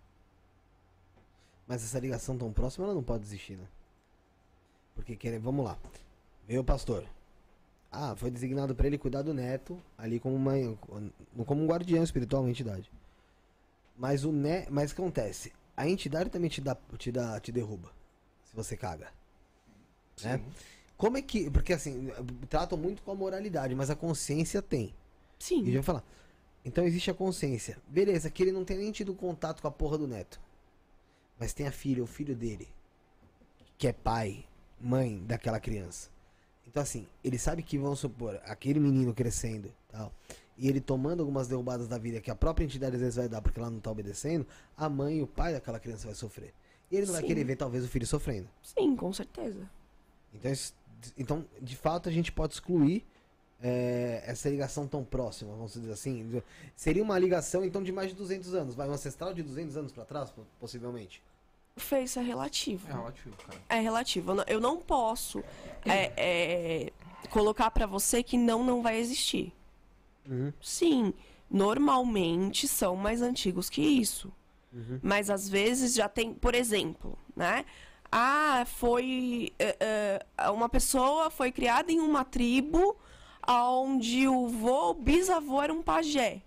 Mas essa ligação tão próxima, ela não pode existir, né? Porque, vamos lá. Veio o pastor. Ah, foi designado para ele cuidar do neto, ali como, uma, como um guardião espiritual, uma entidade. Mas o ne... Mas o que acontece? A entidade também te dá, te dá, te derruba. Se você caga. Né? Como é que... Porque assim, tratam muito com a moralidade, mas a consciência tem. Sim. E eu vou falar. Então existe a consciência. Beleza, que ele não tem nem tido contato com a porra do neto. Mas tem a filha, o filho dele. Que é pai, mãe daquela criança. Então assim, ele sabe que, vamos supor, aquele menino crescendo, tal, e ele tomando algumas derrubadas da vida que a própria entidade às vezes vai dar porque ela não tá obedecendo, a mãe e o pai daquela criança vai sofrer. E ele não Sim. vai querer ver talvez o filho sofrendo. Sim, com certeza. Então, então de fato a gente pode excluir é, essa ligação tão próxima, vamos dizer assim. Seria uma ligação então de mais de duzentos anos, vai um ancestral de duzentos anos para trás, possivelmente. Fê, isso é relativo. É relativo, cara. É relativo. Eu não, eu não posso é, é, colocar pra você que não, não vai existir. Uhum. Sim, normalmente são mais antigos que isso. Uhum. Mas às vezes já tem, por exemplo, né? Ah, foi... Uh, uh, uma pessoa foi criada em uma tribo onde o vô, o bisavô era um pajé.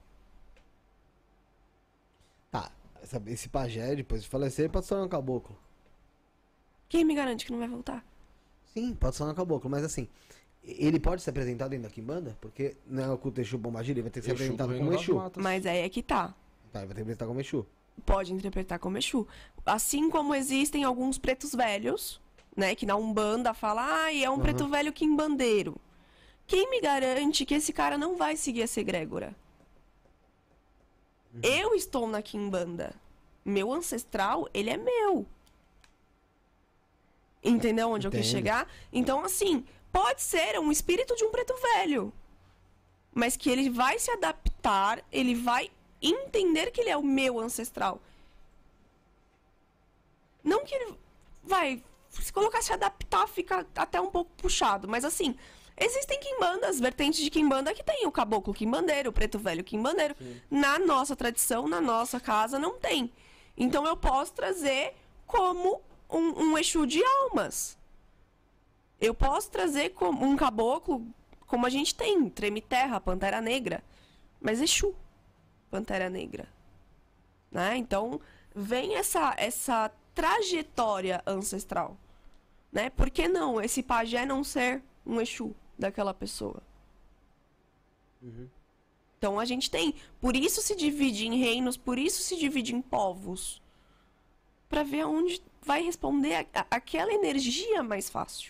Tá, esse pajé, depois de falecer, pode se tornar um caboclo. Quem me garante que não vai voltar? Sim, pode se tornar um caboclo, mas assim, ele pode se apresentar dentro da Kimbanda? Porque não é o culto Exu Pombagira, ele vai ter que ser Exu apresentado do como Reino Exu. das Matas. Mas aí é que tá. Tá, ele vai ter que apresentar como Exu. Pode interpretar como Exu. Assim como existem alguns pretos velhos, né? Que na Umbanda fala, ah, é um Uhum. preto velho quimbandeiro. Quem me garante que esse cara não vai seguir essa egrégora? Uhum. Eu estou na Kimbanda. Meu ancestral, ele é meu. Entendeu onde Entendo. eu quis chegar? Então, assim, pode ser um espírito de um preto velho. Mas que ele vai se adaptar, ele vai entender que ele é o meu ancestral. Não que ele vai se colocar se adaptar, fica até um pouco puxado. Mas assim, existem quimbandas, vertentes de quimbanda que tem o caboclo quimbandeiro, o preto velho quimbandeiro. Sim. Na nossa tradição, na nossa casa, não tem. Então eu posso trazer como um, um exu de almas. Eu posso trazer como um caboclo, como a gente tem, Treme Terra, Pantera Negra. Mas exu, Pantera Negra. Né? Então, vem essa, essa trajetória ancestral. Né? Por que não esse pajé não ser um exu daquela pessoa? Uhum. Então a gente tem, por isso se divide em reinos, por isso se divide em povos, para ver aonde vai responder a, a, aquela energia mais fácil.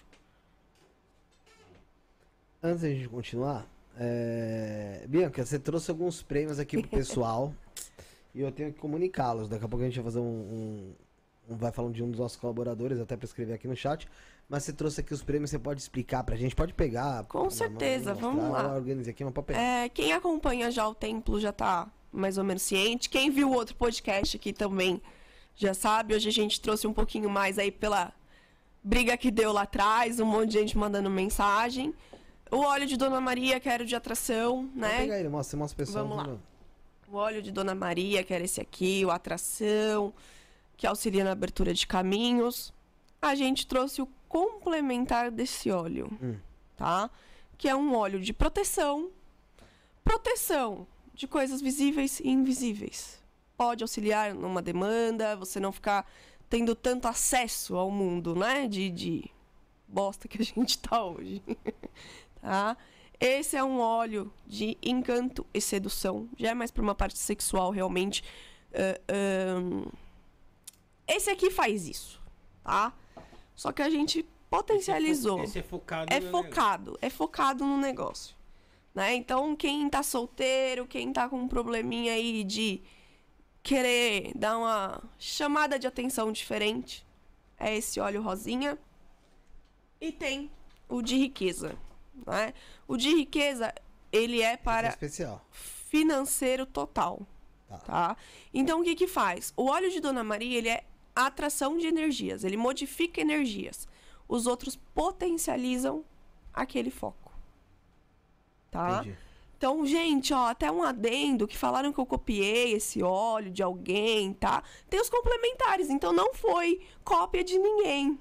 Antes da gente continuar, é... Bianca, você trouxe alguns prêmios aqui pro pessoal e eu tenho que comunicá-los. Daqui a pouco a gente vai fazer um, um, um vai falando de um dos nossos colaboradores, até para escrever aqui no chat. Mas você trouxe aqui os prêmios, você pode explicar pra gente? Pode pegar? Com certeza, vamos lá. Eu organizei aqui, mas pode pegar. É, quem acompanha já o templo já tá mais ou menos ciente. Quem viu o outro podcast aqui também já sabe. Hoje a gente trouxe um pouquinho mais aí pela briga que deu lá atrás, um monte de gente mandando mensagem. O óleo de Dona Maria, que era o de atração, Pode né? pegar ele, mostra, você mostra o pessoal. Vamos lá. Não. O óleo de Dona Maria, que era esse aqui, o atração, que auxilia na abertura de caminhos. A gente trouxe o complementar desse óleo, Hum. tá? Que é um óleo de proteção. Proteção de coisas visíveis e invisíveis. Pode auxiliar numa demanda, você não ficar tendo tanto acesso ao mundo, né? De, de bosta que a gente tá hoje. Tá? Esse é um óleo de encanto e sedução. Já é mais para uma parte sexual, realmente. Uh, um... Esse aqui faz isso, tá? Só que a gente potencializou. Esse é focado. É no focado, é focado no negócio. Né? Então, quem tá solteiro, quem tá com um probleminha aí de querer dar uma chamada de atenção diferente, é esse óleo rosinha. E tem o de riqueza. Né? O de riqueza, ele é para Esse é especial. financeiro total. Tá. Tá? Então, o que que faz? O óleo de Dona Maria, ele é atração de energias. Ele modifica energias. Os outros potencializam aquele foco. Tá? Entendi. Então, gente, ó, até um adendo que falaram que eu copiei esse óleo de alguém, tá? Tem os complementares, então não foi cópia de ninguém.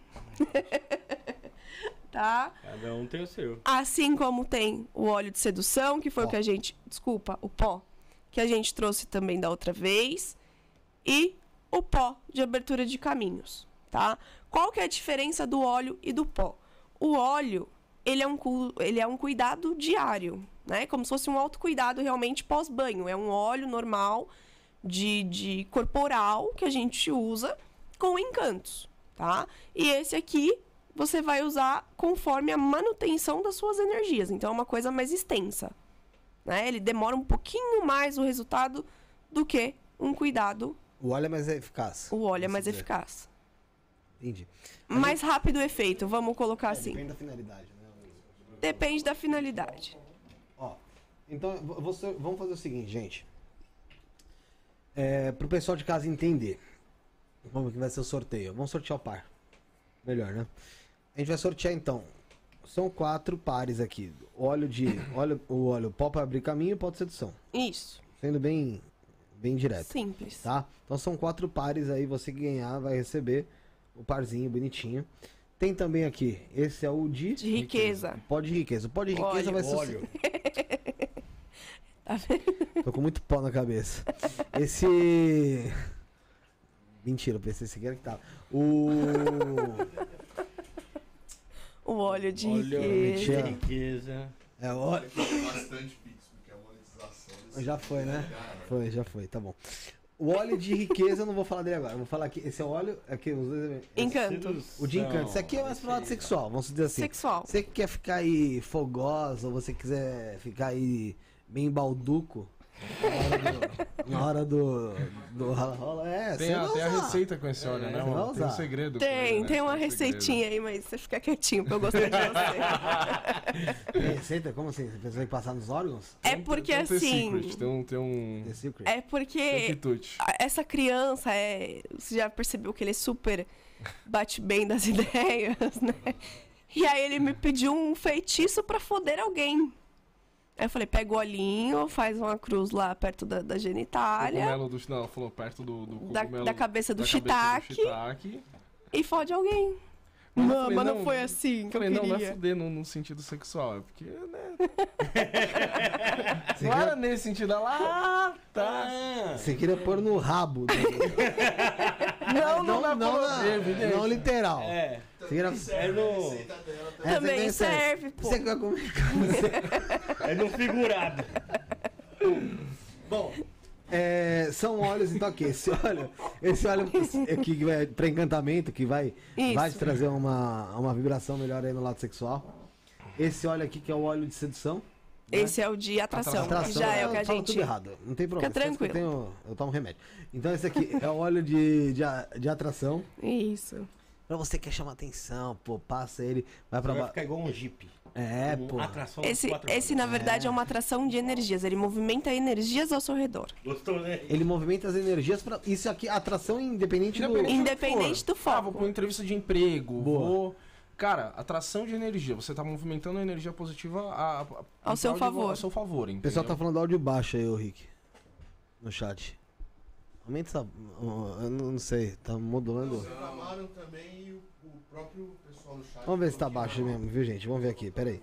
Tá? Cada um tem o seu. Assim como tem o óleo de sedução, que foi Pó. o que a gente... Desculpa, o pó. Que a gente trouxe também da outra vez. E o pó de abertura de caminhos, tá? Qual que é a diferença do óleo e do pó? O óleo, ele é um, cu- ele é um cuidado diário, né? Como se fosse um autocuidado realmente pós-banho. É um óleo normal de, de corporal que a gente usa com encantos, tá? E esse aqui você vai usar conforme a manutenção das suas energias. Então, é uma coisa mais extensa, né? Ele demora um pouquinho mais o resultado do que um cuidado. O óleo é mais eficaz. O óleo é vamos mais dizer. eficaz. Entendi. Mais rápido o efeito, vamos colocar assim. Depende da finalidade, né? Depende da finalidade. Ó, então eu vou ser- vamos fazer o seguinte, gente. É, pro pessoal de casa entender. Como que vai ser o sorteio? Vamos sortear o par. Melhor, né? A gente vai sortear então. São quatro pares aqui. Óleo de. Óleo, o óleo pó para abrir caminho e pó de sedução. Isso. Sendo bem, bem direto. Simples. Tá? Então são quatro pares aí. Você que ganhar vai receber o parzinho bonitinho. Tem também aqui. Esse é o de. De riqueza. Pó de riqueza. O pó de riqueza Óleo. vai ser. Óleo. Tá vendo? Tô com muito pó na cabeça. Esse. Mentira, eu pensei esse aqui era que tava. O. O óleo de Olha, riqueza. riqueza. riqueza. É o óleo. Bastante pix, porque a monetização desse Já foi, né? Já, né? Foi, já foi, tá bom. O óleo de riqueza eu não vou falar dele agora. Eu vou falar aqui. Esse é o óleo. Aqui, os dois. Encanto. O de encanto. Esse aqui é mais pro lado sexual, vamos dizer assim. Sexual. Você que quer ficar aí fogosa, ou você quiser ficar aí bem balduco, Na hora do. do rola, rola, é, Tem, você a, vai tem a usar. receita com esse óleo, É, né? você vai Tem um usar. segredo. com Tem, ele, né? tem uma um segredo. receitinha aí, mas você fica quietinho, porque eu gostei de você. Tem receita? Como assim? Você pensou em passar nos órgãos? É porque Tem um The assim. Secret, Tem um... Tem um... The Secret? É Tem um porque quitute. a- essa criança é. Você já percebeu que ele é super bate bem das ideias, né? E aí ele me pediu um feitiço pra foder alguém. Aí eu falei, pega o olhinho, faz uma cruz lá perto da, da genitália Cogumelo do... Não, falou perto do, do Da- cogumelo... da cabeça do da shiitake. shiitake. e fode alguém. Mas eu Não, falei, mas não não, foi assim que eu Falei, não, não é queria. fuder no, no sentido sexual, é porque, né? Você Não queria, era nesse sentido, ela... Ah, tá. Ah, você queria pôr no rabo. Do... Não, não, não, não, não, evidente. não literal. é. Você queria... É no, Receita dela É, Também você- serve, pô. Você quer comer? é no figurado. Bom, é, são óleos, então aqui, esse óleo, esse óleo aqui que vai para encantamento, que vai, Isso. vai te trazer uma, uma vibração melhor aí no lado sexual. Esse óleo aqui que é o óleo de sedução. né? Esse é o de atração. Atração, Já é eu o que a falo gente. tudo errado, não tem problema. Fica Você pensa que tranquilo. Eu, tenho, eu tomo remédio. Então esse aqui é o óleo de, de, a- de atração. Isso. Pra você que quer chamar atenção, pô, passa ele, vai pra Vai baixo. ficar igual um Jeep. É, Um pô. Atração dos Esse, quatro esse, na verdade, é uma atração de energias. Ele movimenta energias ao seu redor. lados. Gostou, né? Ele movimenta as energias pra. Isso aqui, atração independente, Independente do. Independente do Ah, vou foco. pra uma entrevista de emprego, Boa. vou... Cara, atração de energia. Você tá movimentando a energia positiva a, a, Ao seu favor. Ao seu favor, O pessoal tá entendeu? falando áudio baixo aí, ô Rick. No chat. Aumenta essa. Eu não não sei, tá modulando. reclamaram também e o, o próprio pessoal do chat. Vamos ver se tá falou que baixo não. mesmo, viu, gente? Vamos ver aqui, peraí.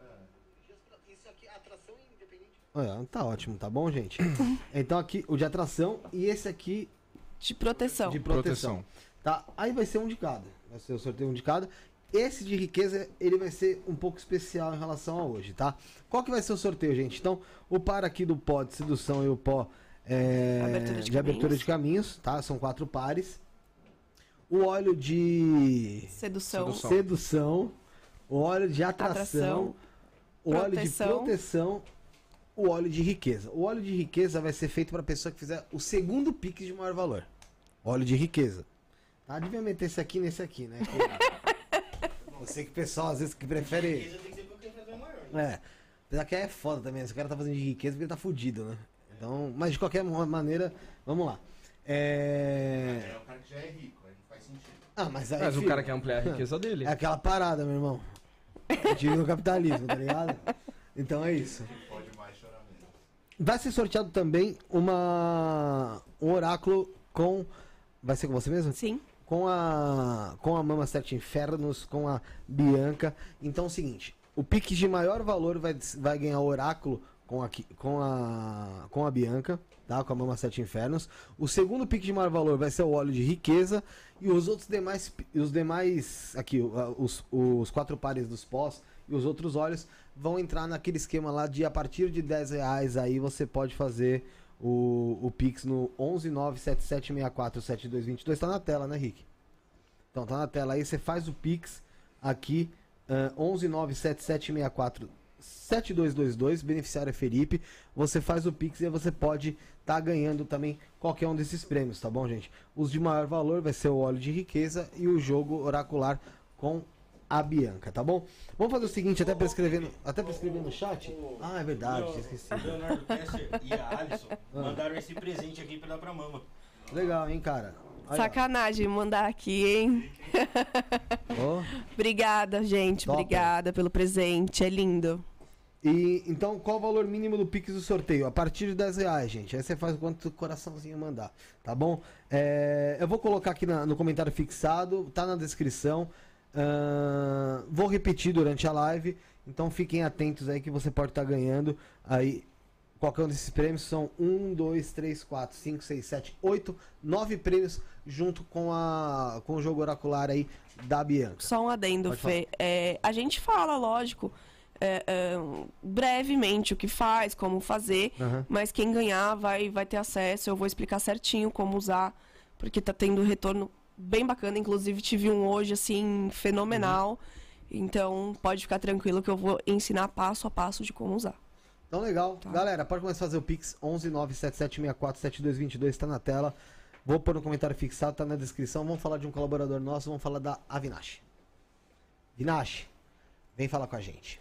É. Isso aqui, atração independente. Olha, tá ótimo, tá bom, gente? Então aqui, o de atração e esse aqui De proteção. de proteção. Tá? Aí vai ser um de cada. Vai ser o sorteio um de cada. Esse de riqueza, ele vai ser um pouco especial em relação a hoje, tá? Qual que vai ser o sorteio, gente? Então, o par aqui do pó de sedução e o pó é, Abertura de de abertura caminhos. de caminhos, tá? São quatro pares. O óleo de Sedução. Sedução. sedução, o óleo de atração, Atração, o óleo de proteção. proteção, o óleo de riqueza. O óleo de riqueza vai ser feito para a pessoa que fizer o segundo Pix de maior valor. Óleo de riqueza. Tá? Devia meter esse aqui nesse aqui, né? Eu sei que o pessoal às vezes que prefere. Tem que ser pra quem fazer o maior, né? É. Apesar que é foda também. Esse cara tá fazendo de riqueza porque ele tá fudido, né? Então, mas de qualquer maneira, vamos lá. É. É o cara que já é rico, aí não faz sentido. Ah, mas aí. Mas o filho, cara quer ampliar a riqueza dele. É aquela parada, meu irmão. Eu tive no capitalismo, tá ligado? Então é isso. Pode mais chorar menos. Vai ser sorteado também uma um oráculo com. Vai ser com você mesmo? Sim. Com a com a Mama Sete Infernos, com a Bianca. Então é o seguinte, o Pix de maior valor vai, vai ganhar o oráculo com a, com a com a Bianca, tá? Com a Mama Sete Infernos. O segundo Pix de maior valor vai ser o óleo de riqueza e os outros demais os demais aqui os, os quatro pares dos pós e os outros óleos vão entrar naquele esquema lá de a partir de dez reais aí você pode fazer o, o Pix no onze nove sete sete seis quatro sete dois dois dois. Tá na tela, né, Rick? Então tá na tela aí, você faz o Pix aqui, uh, onze nove sete sete seis quatro sete dois dois dois, beneficiário é Felipe. Você faz o Pix e aí você pode estar tá ganhando também qualquer um desses prêmios, tá bom, gente? Os de maior valor vai ser o óleo de riqueza e o jogo oracular com a Bianca, tá bom? Vamos fazer o seguinte, até pra escrever no, até pra escrever no chat. Ah, é verdade, tinha esquecido. O Leonardo Kessler e a Alisson mandaram esse presente aqui pra dar pra mama. Legal, hein, cara? Aí, ó. Sacanagem mandar aqui, hein? Ó. Obrigada, gente. Top. Obrigada pelo presente. É lindo. E então, qual o valor mínimo do Pix do sorteio? A partir de dez reais, gente. Aí você faz o quanto o coraçãozinho mandar, tá bom? É, eu vou colocar aqui na- no comentário fixado, tá na descrição. Ahn, vou repetir durante a live, então fiquem atentos aí que você pode estar ganhando aí. Qualquer um desses prêmios são um, dois, três, quatro, cinco, seis, sete, oito, nove prêmios junto com, a, com o jogo oracular aí da Bianca. Só um adendo, Pode Fê. É, a gente fala, lógico, é, é, brevemente o que faz, como fazer, Aham. mas quem ganhar vai, vai ter acesso. Eu vou explicar certinho como usar, porque tá tendo retorno bem bacana. Inclusive, tive um hoje, assim, fenomenal. Então, pode ficar tranquilo que eu vou ensinar passo a passo de como usar. Então, legal. Tá. Galera, pode começar a fazer o Pix. onze nove sete sete seis quatro sete dois dois dois, tá na tela. Vou pôr no comentário fixado, tá na descrição. Vamos falar de um colaborador nosso, vamos falar da Avinash. Vinash, vem falar com a gente.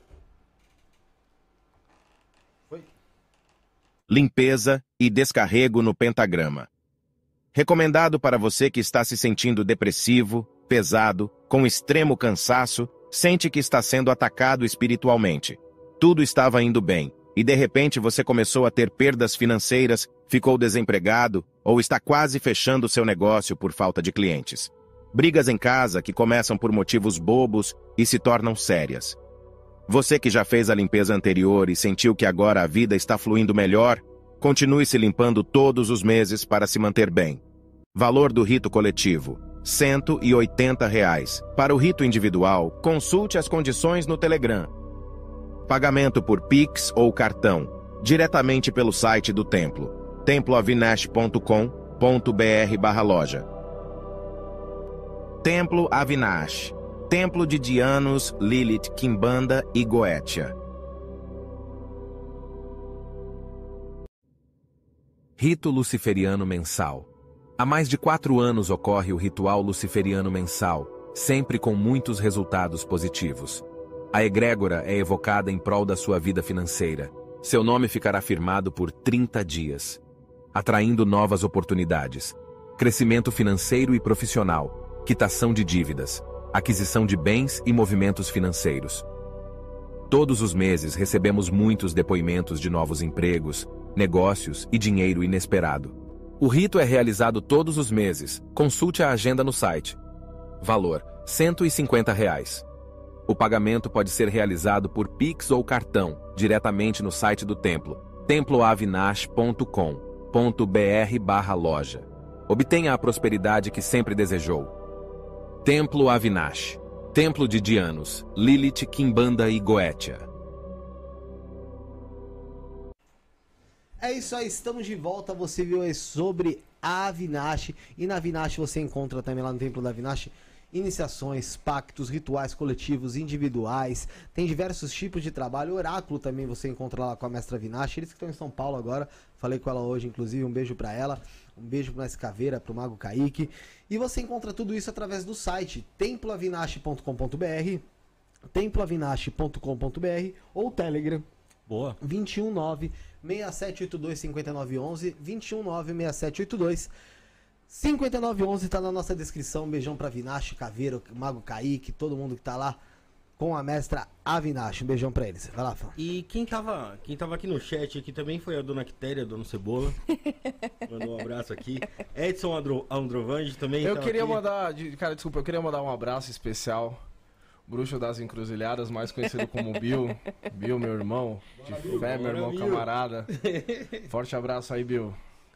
Foi? Limpeza e descarrego no pentagrama. Recomendado para você que está se sentindo depressivo, pesado, com extremo cansaço, sente que está sendo atacado espiritualmente. Tudo estava indo bem, e de repente você começou a ter perdas financeiras, ficou desempregado, ou está quase fechando seu negócio por falta de clientes. Brigas em casa que começam por motivos bobos e se tornam sérias. Você que já fez a limpeza anterior e sentiu que agora a vida está fluindo melhor, continue se limpando todos os meses para se manter bem. Valor do rito coletivo, cento e oitenta reais. Para o rito individual, consulte as condições no Telegram. Pagamento por Pix ou cartão, diretamente pelo site do templo, templo avinash ponto com ponto br barra loja. Templo Avinash, templo de Dianos, Lilith, Quimbanda e Goetia. Rito Luciferiano Mensal. Há mais de quatro anos ocorre o ritual luciferiano mensal, sempre com muitos resultados positivos. A egrégora é evocada em prol da sua vida financeira. Seu nome ficará firmado por trinta dias, atraindo novas oportunidades, crescimento financeiro e profissional, quitação de dívidas, aquisição de bens e movimentos financeiros. Todos os meses recebemos muitos depoimentos de novos empregos, negócios e dinheiro inesperado. O rito é realizado todos os meses. Consulte a agenda no site. Valor: cento e cinquenta reais. O pagamento pode ser realizado por Pix ou cartão, diretamente no site do templo, templo avinash ponto com ponto br barra loja. Obtenha a prosperidade que sempre desejou. Templo Avinash, templo de Dianos, Lilith, Quimbanda e Goetia. É isso aí, estamos de volta. Você viu aí sobre a Avinash. E na Avinash você encontra também lá no Templo da Avinash iniciações, pactos, rituais coletivos, individuais. Tem diversos tipos de trabalho. Oráculo também você encontra lá com a mestra Avinash. Eles que estão em São Paulo agora. Falei com ela hoje, inclusive. Um beijo pra ela. Um beijo pra Escaveira, pro Mago Kaique. E você encontra tudo isso através do site templo avinash ponto com ponto br, templo avinash ponto com ponto br ou Telegram. Boa. dois um nove, seis sete oito dois, cinco nove um um, dois um nove, seis sete oito dois, cinco nove um um, tá na nossa descrição. Um beijão pra Avinash, Caveiro, Mago Kaique, todo mundo que tá lá com a mestra Avinash. Um beijão pra eles. Vai lá, Fã. E quem tava, quem tava aqui no chat aqui também foi a dona Quitéria, a dona Cebola. Mandou um abraço aqui. Edson Andro, Androvandi também. Eu queria aqui. mandar, de- cara, desculpa, eu queria mandar um abraço especial. Bruxo das Encruzilhadas, mais conhecido como Bill. Bill, meu irmão. De fé, meu irmão, Bill. camarada. Forte abraço aí, Bill.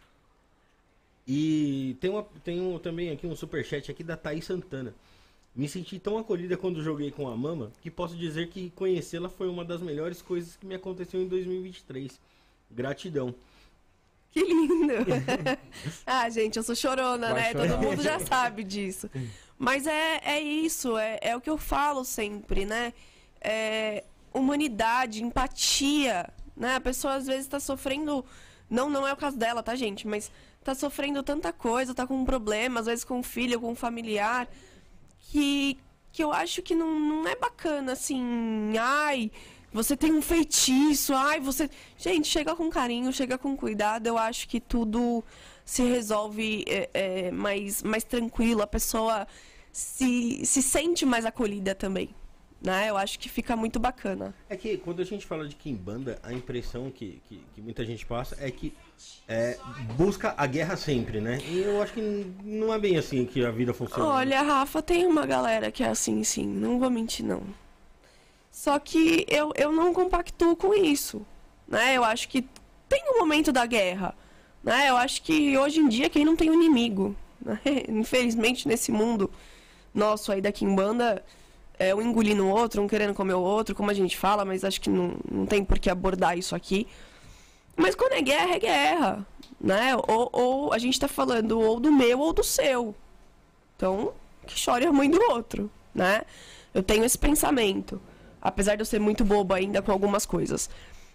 E tem, uma, tem um, também aqui um superchat aqui da Thaís Santana. Me senti tão acolhida quando joguei com a Mama que posso dizer que conhecê-la foi uma das melhores coisas que me aconteceu em dois mil e vinte e três. Gratidão. Que lindo! Ah, gente, eu sou chorona, Vai né? chorar. Todo mundo já sabe disso. Mas é, é isso, é, é o que eu falo sempre, né? É humanidade, empatia, né? A pessoa às vezes tá sofrendo... Não, não é o caso dela, tá, gente? Mas tá sofrendo tanta coisa, tá com um problema, às vezes com um filho, com um familiar, que, que eu acho que não, não é bacana, assim... Ai... Você tem um feitiço, ai, você... Gente, chega com carinho, chega com cuidado, eu acho que tudo se resolve é, é, mais, mais tranquilo, a pessoa se, se sente mais acolhida também, né? Eu acho que fica muito bacana. É que quando a gente fala de Quimbanda, a impressão que, que, que muita gente passa é que é, busca a guerra sempre, né? E eu acho que não é bem assim que a vida funciona. Olha, Rafa, tem uma galera que é assim, sim, não vou mentir, não. Só que eu, eu não compactuo com isso, né? Eu acho que tem um momento da guerra, né? Eu acho que hoje em dia quem não tem um inimigo, né? Infelizmente nesse mundo nosso aí da Quimbanda, é um engolindo o outro, um querendo comer o outro, como a gente fala, mas acho que não, não tem por que abordar isso aqui. Mas quando é guerra, é guerra, né? Ou, ou a gente tá falando ou do meu ou do seu. Então, que chore a mãe do outro, né? Eu tenho esse pensamento. Apesar de eu ser muito boba ainda com algumas coisas.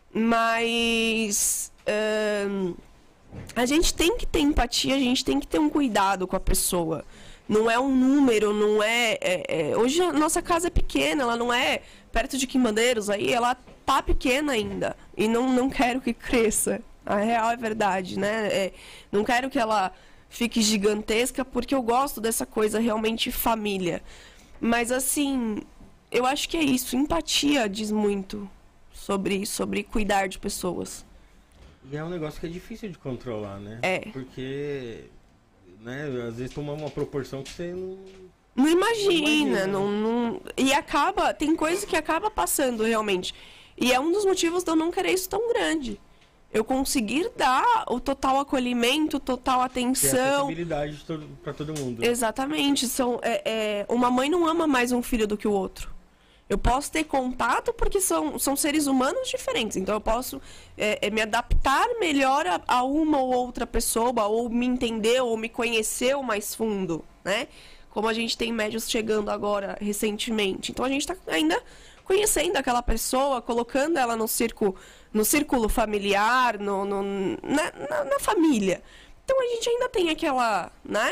Mas ahn, a gente tem que ter empatia, a gente tem que ter um cuidado com a pessoa. Não é um número, não é, é, é... Hoje a nossa casa é pequena, ela não é perto de Quimbandeiros, aí ela tá pequena ainda. E não, não quero que cresça. A real é verdade, né? É, não quero que ela fique gigantesca, porque eu gosto dessa coisa realmente família. Mas assim, eu acho que é isso. Empatia diz muito sobre, sobre cuidar de pessoas. E é um negócio que é difícil de controlar, né? É. Porque, né, às vezes toma uma proporção que você não... Não imagina, Não não, não... E acaba, tem coisa que acaba passando realmente. E é um dos motivos de eu não querer isso tão grande. Eu conseguir dar o total acolhimento, total Ter atenção. acessibilidade to- pra todo mundo. Exatamente. São, é, é, uma mãe não ama mais um filho do que o outro. Eu posso ter contato porque são, são seres humanos diferentes. Então eu posso é, é, me adaptar melhor a, a uma ou outra pessoa, ou me entender, ou me conhecer mais fundo, né? Como a gente tem médios chegando agora recentemente. Então a gente está ainda conhecendo aquela pessoa, colocando ela no círculo, no círculo familiar, no, no, na, na, na família. Então a gente ainda tem aquela, né?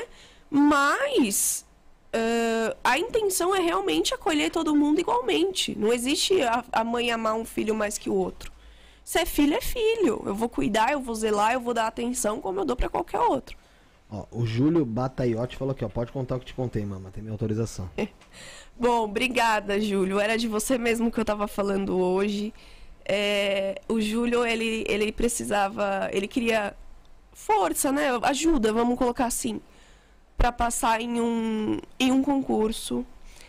Mas uh, a intenção é realmente acolher todo mundo igualmente. Não existe a, a mãe amar um filho mais que o outro. Se é filho, é filho. Eu vou cuidar, eu vou zelar, eu vou dar atenção como eu dou para qualquer outro. Ó, o Júlio Bataiotti falou aqui, ó. Pode contar o que te contei, mama. Tem minha autorização. Bom, obrigada, Júlio. Era de você mesmo que eu estava falando hoje. É, o Júlio, ele, ele precisava... Ele queria força, né? Ajuda, vamos colocar assim. Para passar em um, em um concurso.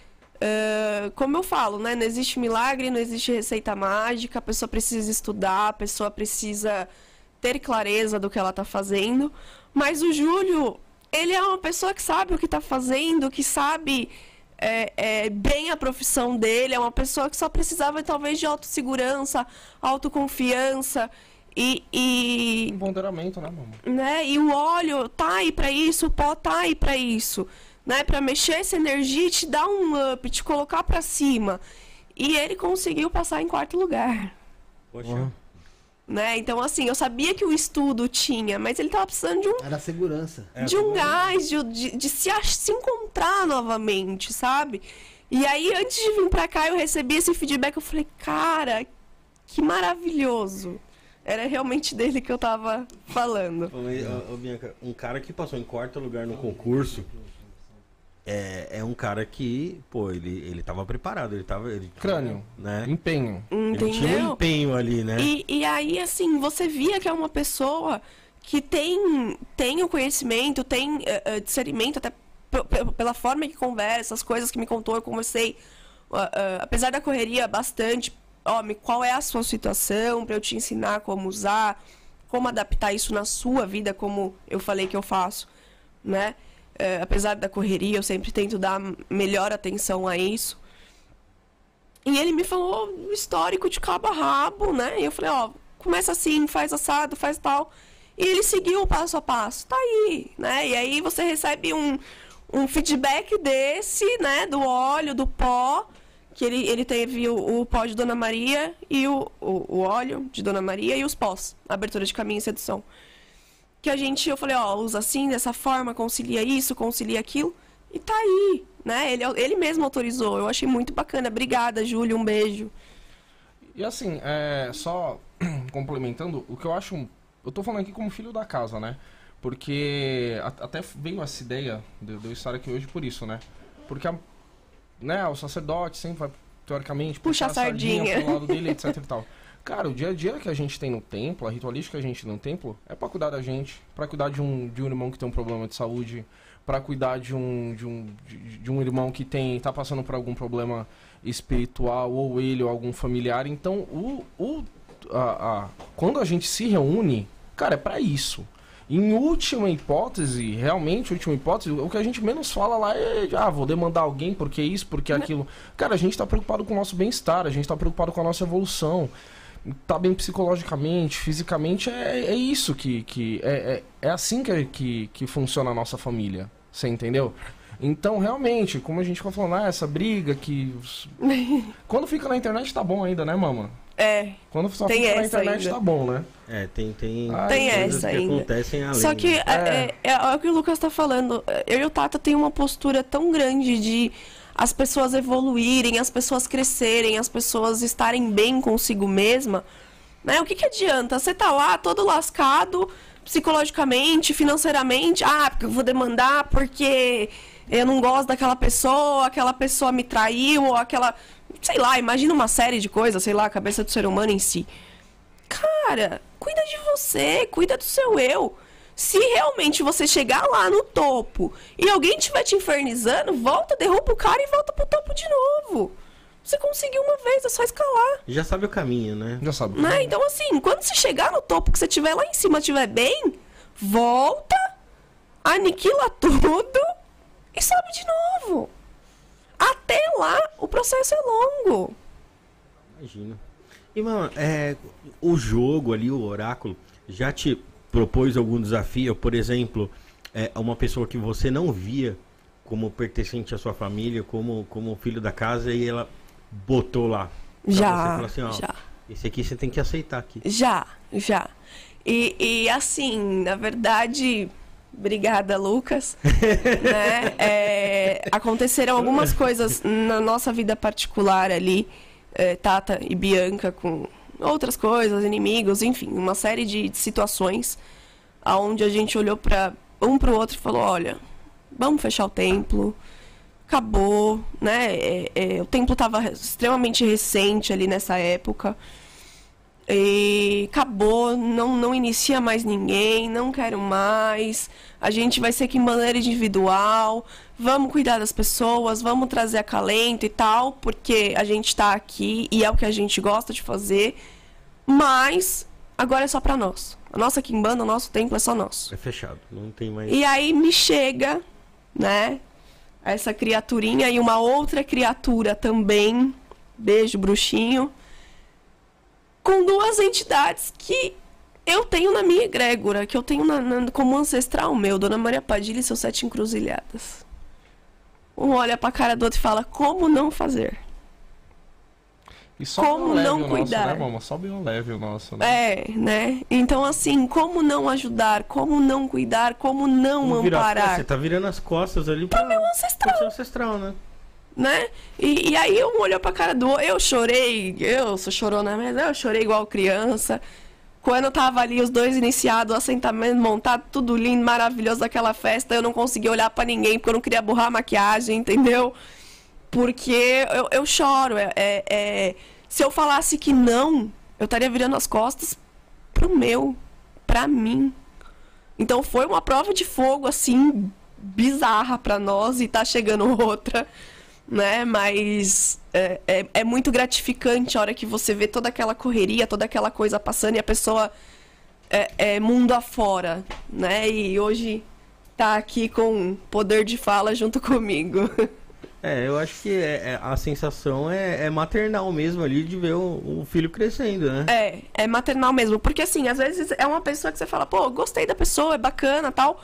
Uh, como eu falo, né? Não existe milagre, não existe receita mágica. A pessoa precisa estudar, a pessoa precisa ter clareza do que ela está fazendo. Mas o Júlio, ele é uma pessoa que sabe o que está fazendo, que sabe... É, é, bem a profissão dele, é uma pessoa que só precisava talvez de autossegurança, autoconfiança e, e, Empoderamento, né, mamãe? né, e o óleo tá aí pra isso, o pó tá aí pra isso, né, pra mexer essa energia e te dar um up, te colocar pra cima. E ele conseguiu passar em quarto lugar. Poxa. Uhum. Né? Então, assim, eu sabia que o estudo tinha, mas ele tava precisando de um Era segurança. É, de um tudo bem. gás, de, de, de se, ach- se encontrar novamente, sabe? E aí, antes de vir pra cá, eu recebi esse feedback, eu falei, cara, que maravilhoso. Era realmente dele que eu tava falando. Ô, mas, ô, ô, Bianca, um cara que passou em quarto lugar no concurso é, é um cara que, pô, ele, ele tava preparado, ele tava... Ele, Crânio. Né? Empenho. Ele tinha um Entendeu? empenho ali, né? E, e aí, assim, você via que é uma pessoa que tem, tem o conhecimento, tem eh, eh, discernimento, até p- p- pela forma que conversa, as coisas que me contou, eu conversei, ah, ah, apesar da correria, bastante, ó, me- qual é a sua situação, para eu te ensinar como usar, como adaptar isso na sua vida, como eu falei que eu faço, né? Eh, apesar da correria, eu sempre tento dar melhor atenção a isso. E ele me falou o histórico de cabo a rabo, né? E eu falei, ó, começa assim, faz assado, faz tal. E ele seguiu o passo a passo. Tá aí, né? E aí você recebe um, um feedback desse, né? Do óleo, do pó. Que ele, ele teve o, o pó de Dona Maria e o, o, o óleo de Dona Maria e os pós. Abertura de caminho e sedução. Que a gente, eu falei, ó, usa assim, dessa forma, concilia isso, concilia aquilo. E tá aí, né? Ele, ele mesmo autorizou. Eu achei muito bacana. Obrigada, Júlio. Um beijo. E assim, é, só complementando, o que eu acho... um- Eu tô falando aqui como filho da casa, né? Porque a- até veio essa ideia de, de eu estar aqui hoje por isso, né? Porque a, né, o sacerdote sempre vai, teoricamente, Puxa puxar a sardinha. pro lado dele, etc e tal. Cara, o dia a dia que a gente tem no templo, a ritualística que a gente tem no templo, é pra cuidar da gente, pra cuidar de um, de um irmão que tem um problema de saúde, pra cuidar de um, de um, de, de um irmão que tem, tá passando por algum problema espiritual, ou ele, ou algum familiar. Então, o, o, a, a, quando a gente se reúne, cara, é pra isso. Em última hipótese, realmente, última hipótese, o que a gente menos fala lá é, ah, vou demandar alguém porque isso, porque aquilo. Cara, a gente tá preocupado com o nosso bem-estar, a gente tá preocupado com a nossa evolução. Tá bem psicologicamente, fisicamente, é, é isso que... que é, é, é assim que, que, que funciona a nossa família, você entendeu? Então, realmente, como a gente ficou falando, ah, essa briga que... Quando fica na internet tá bom ainda, né, mama? É, Quando só Tem fica na essa internet ainda. tá bom, né? É, tem, tem, Ah, Tem coisas essa que ainda. acontecem além. só que né? é, é, é o que o Lucas tá falando. Eu e o Tata tem uma postura tão grande de as pessoas evoluírem, as pessoas crescerem, as pessoas estarem bem consigo mesma. Né? O que, que adianta? Você tá lá todo lascado psicologicamente, financeiramente. Ah, porque eu vou demandar porque eu não gosto daquela pessoa, aquela pessoa me traiu, ou aquela... Sei lá, imagina uma série de coisas, sei lá, a cabeça do ser humano em si. Cara, cuida de você, cuida do seu eu. Se realmente você chegar lá no topo e alguém estiver te infernizando, volta, derruba o cara e volta pro topo de novo. Você conseguiu uma vez, é só escalar. Já sabe o caminho, né? Já sabe. Né? Então, assim, quando você chegar no topo, que você estiver lá em cima, estiver bem, volta, aniquila tudo e sobe de novo. Até lá, o processo é longo. Imagino. E, mano, é, o jogo ali, o oráculo, já te propôs algum desafio? Por exemplo, é, uma pessoa que você não via como pertencente à sua família, como, como filho da casa, e ela botou lá. Pra você, Já, falou assim, ó, já. esse aqui você tem que aceitar aqui. Já, já. E, e assim, na verdade, obrigada, Lucas. né? É, aconteceram algumas coisas na nossa vida particular ali, é, Tata e Bianca, com outras coisas, inimigos, enfim, uma série de, de situações onde a gente olhou para um para o outro e falou: olha, vamos fechar o templo. Acabou, né? É, é, o templo estava extremamente recente ali nessa época. E acabou, não, não inicia mais ninguém, não quero mais. A gente vai ser aqui em maneira individual. Vamos cuidar das pessoas, vamos trazer acalento e tal, porque a gente está aqui e é o que a gente gosta de fazer. Mas agora é só para nós. A nossa quimbanda, o nosso templo é só nosso. É fechado, não tem mais... E aí me chega, né, essa criaturinha e uma outra criatura também, beijo, bruxinho, com duas entidades que eu tenho na minha egrégora, que eu tenho na, na, como ancestral meu, Dona Maria Padilha e seus sete encruzilhadas. Um olha pra cara do outro e fala: como não fazer? E sobe Como um leve não o nosso, cuidar? né, mama? Sobe um leve o nosso, né? É, né? Então, assim, como não ajudar, como não cuidar, como não Vamos virar- amparar? Você tá virando as costas ali pra, meu ancestral. pro seu ancestral, né? Né? E, e aí um olhou pra cara do outro, eu chorei, eu sou chorona mesmo, eu chorei igual criança. Quando tava ali os dois iniciados, o assentamento montado, tudo lindo, maravilhoso daquela festa, eu não conseguia olhar pra ninguém, porque eu não queria borrar a maquiagem, entendeu? Porque eu, eu choro, é, é, é... se eu falasse que não, eu estaria virando as costas pro meu, pra mim. Então foi uma prova de fogo, assim, bizarra pra nós, e tá chegando outra, né? Mas é, é, é muito gratificante a hora que você vê toda aquela correria, toda aquela coisa passando e a pessoa é, é mundo afora, né? E hoje tá aqui com poder de fala junto comigo. É, eu acho que é, é- a sensação é, é maternal mesmo ali de ver o, o filho crescendo, né? É, é maternal mesmo. Porque, assim, às vezes é uma pessoa que você fala, pô, gostei da pessoa, é bacana tal.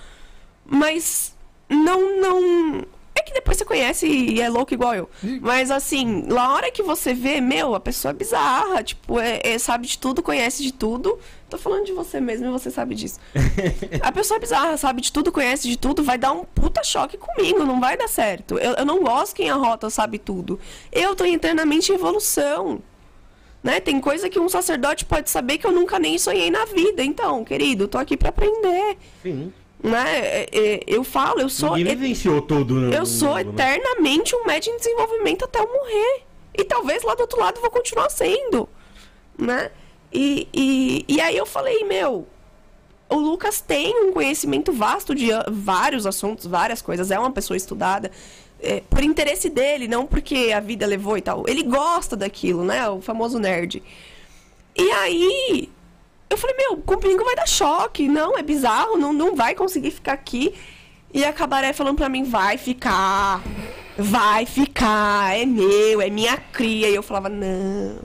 Mas não, não... É que depois você conhece e é louco igual eu. Mas, assim, na hora que você vê, meu, a pessoa é bizarra. Tipo, é, é- sabe de tudo, conhece de tudo. Tô falando de você mesmo e você sabe disso. A pessoa é bizarra, sabe de tudo, conhece de tudo. Vai dar um puta choque comigo, não vai dar certo. Eu, eu não gosto quem arrota sabe tudo. Eu tô internamente em evolução. Né? Tem coisa que um sacerdote pode saber que eu nunca nem sonhei na vida. Então, querido, tô aqui pra aprender. Sim. Né? É, é, eu falo, eu sou... Ninguém e- vivenciou todo, né? eu sou eternamente um médium em desenvolvimento até eu morrer. E talvez lá do outro lado eu vou continuar sendo. Né? E, e, e aí eu falei, meu... O Lucas tem um conhecimento vasto de a- vários assuntos, várias coisas. É uma pessoa estudada. É, por interesse dele, não porque a vida levou e tal. Ele gosta daquilo, né? O famoso nerd. E aí... Eu falei, meu, comigo vai dar choque. Não, é bizarro, não, não vai conseguir ficar aqui. E a Cabaré falando pra mim, vai ficar. Vai ficar, é meu, é minha cria. E eu falava, não.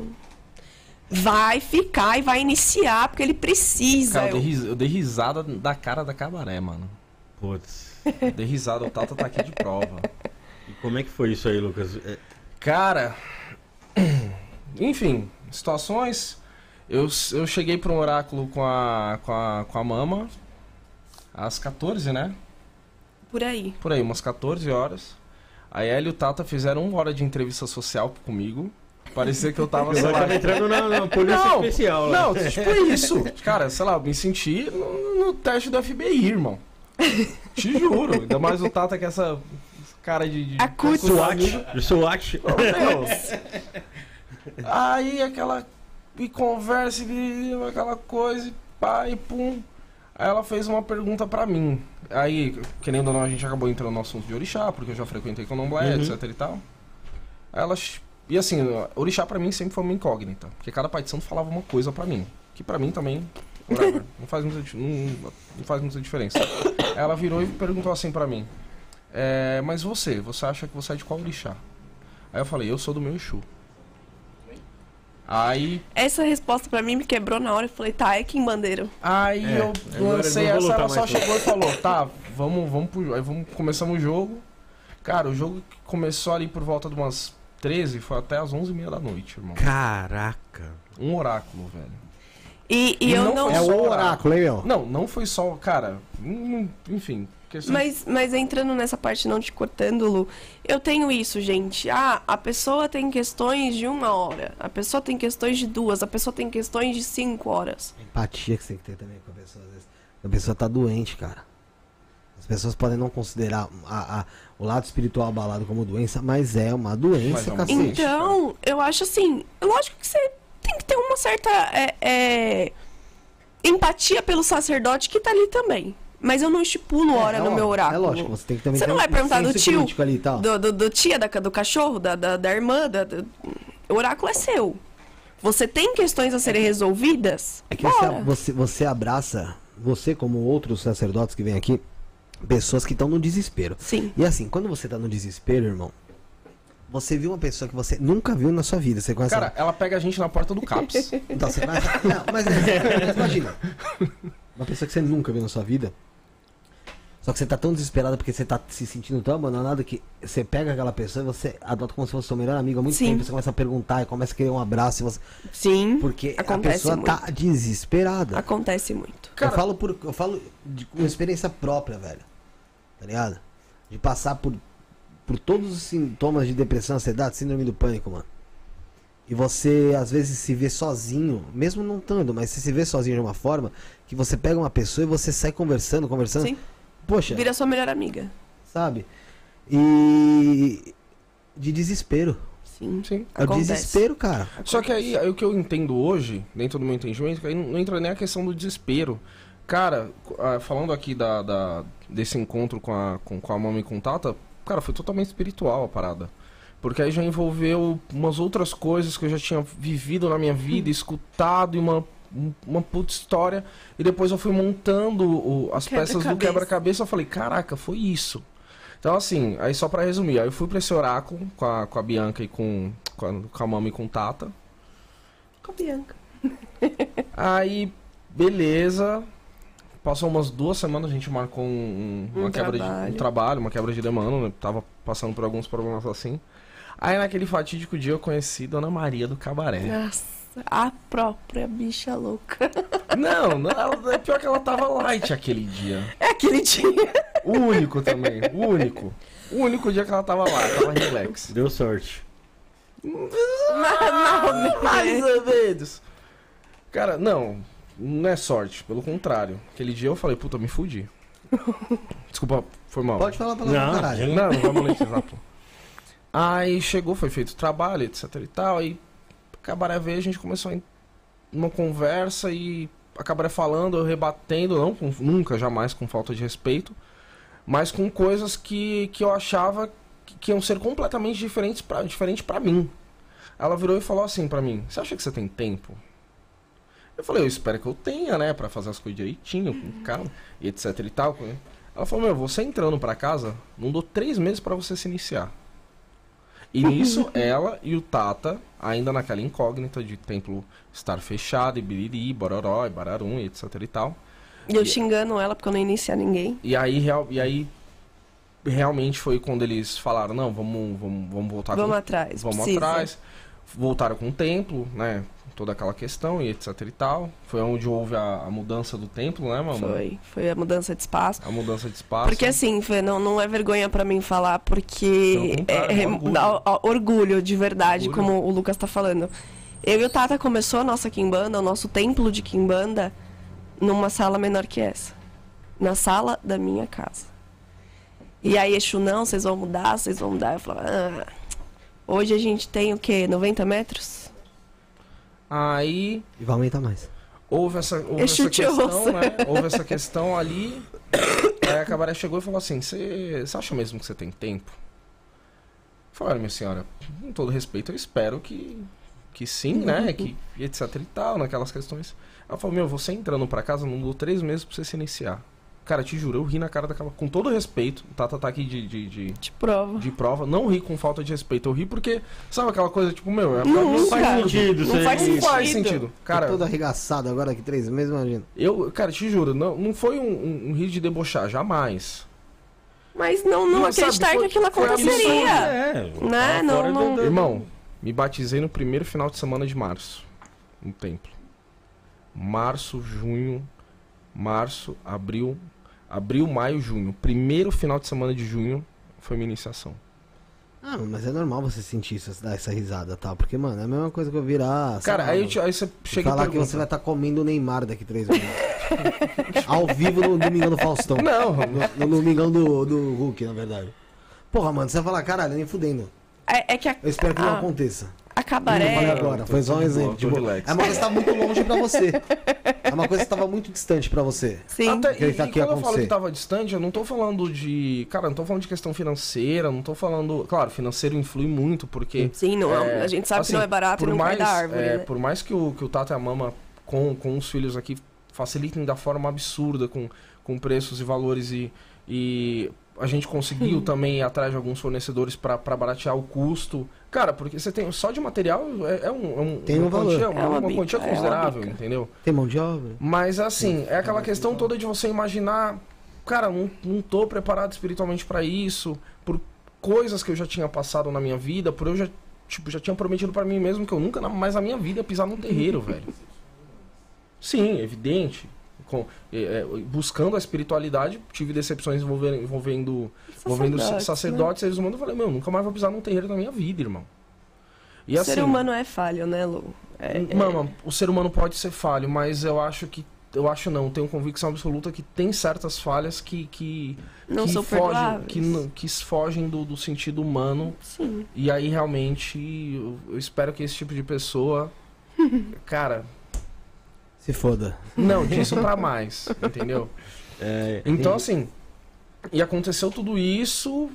Vai ficar e vai iniciar, porque ele precisa. Cara, eu Eu- dei, ris- eu dei risada da cara da Cabaré, mano. Putz. Eu dei risada, o Tata tá aqui de prova. E como é que foi isso aí, Lucas? É, Cara, enfim, situações. Eu, eu cheguei para um oráculo com a, com, a, com a mama às quatorze, né? Por aí. Por aí, umas quatorze horas. A ela e o Tata fizeram uma hora de entrevista social comigo. Parecia que eu tava, sei Eu lá... tava entrando na, na polícia não, especial lá. Não, tipo isso. Cara, sei lá, eu me senti no, no teste do F B I, irmão. Te juro. Ainda mais o Tata com essa cara de... de A cutis. SWAT. SWAT. Oh, meu. Aí aquela... E conversa, e aquela coisa, e pá, e pum. Aí ela fez uma pergunta pra mim. Aí, querendo ou não, a gente acabou entrando no assunto de orixá, porque eu já frequentei candomblé, Uhum. etc e tal. Aí ela... E assim, orixá pra mim sempre foi uma incógnita. Porque cada pai de santo falava uma coisa pra mim. Que pra mim também, whatever, não, faz muita, di- não, não faz muita diferença. Aí ela virou e perguntou assim pra mim. É, mas você, você acha que você é de qual orixá? Aí eu falei, eu sou do meu Exu. Aí, Essa resposta pra mim me quebrou na hora. Eu falei, tá, é Quimbandeiro. aí É, eu agora lancei não vou essa, lutar ela só mais chegou e falou, tá, vamos, vamos pro jogo. Aí vamos, começamos o jogo. Cara, o jogo que começou ali por volta de umas treze, foi até as onze e meia da noite, irmão. Caraca. Um oráculo, velho. E, e E eu não não. foi É só o oráculo, hein, meu? Não, não foi só, cara, hum, enfim. Questão... Mas, mas entrando nessa parte, não te cortando, Lu, eu tenho isso, gente. Ah, a pessoa tem questões de uma hora, a pessoa tem questões de duas, a pessoa tem questões de cinco horas. Empatia que você tem que ter também com a pessoa. Às vezes. A pessoa tá doente, cara. As pessoas podem não considerar a, a- o lado espiritual abalado como doença, mas é uma Mas doença, é uma cacete. doença. Então, eu acho assim, lógico que você tem que ter uma certa é, é, empatia pelo sacerdote que tá ali também. Mas eu não estipulo hora É, no ó, meu oráculo. É lógico, você tem que também Você ter não um vai perguntar do senso tio, crítico ali e tal. Do, do, do tia, da, do cachorro, da, da, da irmã, da, da- o oráculo é seu. Você tem questões a serem resolvidas? É que você, Bora. você, você abraça, você como outros sacerdotes que vêm aqui, pessoas que estão no desespero. Sim. E assim, quando você tá no desespero, irmão, você viu uma pessoa que você nunca viu na sua vida. Você conhece Cara, ela pega a gente na porta do CAPS. Então, você vai... Não, mas, é, mas imagina. Uma pessoa que você nunca viu na sua vida. Só que você tá tão desesperada porque você tá se sentindo tão abandonado que você pega aquela pessoa e você adota como se fosse seu melhor amigo há muito Sim. tempo. Você começa a perguntar e começa a querer um abraço. E você... Sim. Porque a Acontece pessoa muito. tá desesperada. Acontece muito. Cara- eu falo por. Eu falo de, com experiência própria, velho. Tá ligado? De passar por, por todos os sintomas de depressão, ansiedade, síndrome do pânico, mano. E você, às vezes, se vê sozinho, mesmo não estando, mas você se vê sozinho de uma forma que você pega uma pessoa e você sai conversando, conversando. Sim. Poxa, Vira sua melhor amiga. sabe? E. De desespero. Sim. Sim. É o Acontece. desespero, cara. Só que aí, aí o que eu entendo hoje, dentro do meu entendimento, que aí não não entra nem a questão do desespero. Cara, ah, falando aqui da, da- desse encontro com a, com, com a mama e com o Tata, cara, foi totalmente espiritual a parada. Porque aí já envolveu umas outras coisas que eu já tinha vivido na minha vida, escutado e uma, um- uma puta história. E depois eu fui montando o- as peças do Quebra-cabeça. quebra-cabeça. Eu falei, caraca, foi isso. Então, assim, aí só pra resumir, aí eu fui pra esse oráculo com a, com a Bianca e com, com, a, com a mama e com o Tata. Com a Bianca. Aí, beleza. Passou umas duas semanas, a gente marcou um, um- uma Um quebra de trabalho. um trabalho, uma quebra de demanda, né? Tava passando por alguns problemas assim. Aí naquele fatídico dia eu conheci Dona Maria do Cabaré. Nossa, a própria bicha louca. Não, não, ela- é pior que ela tava light aquele dia. É aquele dia. O único também, o único. O único dia que ela tava lá, tava relax. Deu sorte. Mais ou menos. Cara, não, não é sorte, pelo contrário. Aquele dia eu falei, puta, me fudi. Desculpa, foi mal. Pode falar pra Não, lá, caralho. Não, não vai monetizar, pô. Aí chegou, foi feito o trabalho, etc e tal. Aí a Cabaré veio, a gente começou em uma conversa e a Cabaré falando, eu rebatendo, não, com- nunca, jamais com falta de respeito, mas com coisas que, que eu achava que, que iam ser completamente diferentes pra, diferente pra mim. Ela virou e falou assim pra mim, você acha que você tem tempo? Eu falei, eu espero que eu tenha, né, pra fazer as coisas direitinho, com calma, e etc e tal. Ela falou, meu, você entrando pra casa, não dou três meses pra você se iniciar. E nisso, ela e o Tata, ainda naquela incógnita de templo estar fechado, e biriri, bororó, e bararum, e etc e tal. E eu xingando ela porque eu não ia iniciar ninguém. E aí, real, e aí realmente foi quando eles falaram, não, vamos, vamos, vamos voltar Vamos com- atrás, Vamos precisa. atrás. voltaram com o templo, né? Toda aquela questão e etc e tal. Foi onde houve a, a mudança do templo, né, mano? Foi, foi a mudança de espaço. A mudança de espaço. Porque assim, Fê, não, não é vergonha pra mim falar, porque Pelo contrário, é, é, orgulho. dá- ó, orgulho de verdade, Orgulho. como o Lucas tá falando. Eu e o Tata começou a nossa Kimbanda, o nosso templo de Kimbanda, numa sala menor que essa. Na sala da minha casa. E aí, Exu, não, vocês vão mudar, vocês vão mudar. Eu falava, ah, hoje a gente tem o quê? noventa metros? Aí E vai aumentar mais. houve essa, houve Exu essa te questão, ouça. né? Houve essa questão ali. Aí a Cabaré chegou e falou assim: Você acha mesmo que você tem tempo? Eu falei, olha, minha senhora, com todo respeito, eu espero que, que sim, né? Que, e etc e tal, naquelas questões. Ela falou, meu, você entrando pra casa, não dou três meses pra você se iniciar. Cara, te juro, eu ri na cara daquela. Com todo respeito, o Tata tá aqui de, de, de, De prova. de prova. Não ri com falta de respeito, eu ri porque, sabe aquela coisa, tipo, meu, é pra Não, mim faz cara, sentido isso não aí. faz não sentido. faz sentido. Cara, Cara, todo arregaçado agora que três meses, imagina. eu, cara, te juro, não, não foi um, um, um rir de debochar, jamais. Mas não, não Mas, sabe, acreditar foi- que aquilo foi aconteceria. É, Né? tá Não, fora não- do- do- Irmão, me batizei no primeiro final de semana de março, no templo. Março, junho, março, abril, abril, maio, junho. Primeiro final de semana de junho foi minha iniciação. Ah, mas é normal você sentir isso, dar essa risada e tal. Porque, mano, é a mesma coisa que eu virar. sei Cara, lá, aí, eu mano, te- aí você e chega e falar que pergunta. você vai estar comendo o Neymar daqui três meses. Ao vivo no Domingão do Faustão. Não, No, no Domingão do, do Hulk, na verdade. Porra, mano, você vai falar, caralho, nem fudendo. É, é que a, Eu espero que não a, aconteça. a Eu falei cabaré. agora, tô foi só um de boa, exemplo. tô Tipo, relax. é uma coisa que tá muito longe pra você. É uma coisa que tava muito distante pra você. Sim. Até, Que e, ele tá e aqui quando eu falo acontecer. que tava distante, eu não tô falando de... Cara, não tô falando de questão financeira, não tô falando... Claro, financeiro influi muito, porque... Sim, não, É, a gente sabe assim, que não é barato e por não mais, cai da árvore, é, né? Por mais que o, que o Tata e a Mama, com, com os filhos aqui, facilitem da forma absurda, com, com preços e valores, e, e a gente conseguiu também ir atrás de alguns fornecedores pra pra baratear o custo. Cara, porque você tem só de material, é, é um, é um, Tem uma um valor. quantia, É uma uma bica, quantia é uma considerável, bica. entendeu? Tem mão de obra? Mas assim, é aquela questão toda de você imaginar, cara, não, não tô preparado espiritualmente pra isso, por coisas que eu já tinha passado na minha vida, por eu já, tipo, já tinha prometido pra mim mesmo que eu nunca na- mais na minha vida ia pisar num terreiro, velho. Sim, evidente. Com, é, é, buscando a espiritualidade, tive decepções envolvendo, envolvendo, envolvendo Sacerdotes, sacerdotes, seres humanos. Eu falei, meu, nunca mais vou pisar num terreiro na minha vida, irmão. E O assim, ser humano é falho, né, Lu? É, é- Mama, o ser humano pode ser falho, mas eu acho que. Eu acho não, tenho convicção absoluta que tem certas falhas que. que Não que são fogem, perdoáveis. que, não- que fogem do, do sentido humano. Sim. E aí realmente eu, eu espero que esse tipo de pessoa. Cara, Se foda. não, disso pra mais, entendeu? É, Então assim. E aconteceu tudo isso.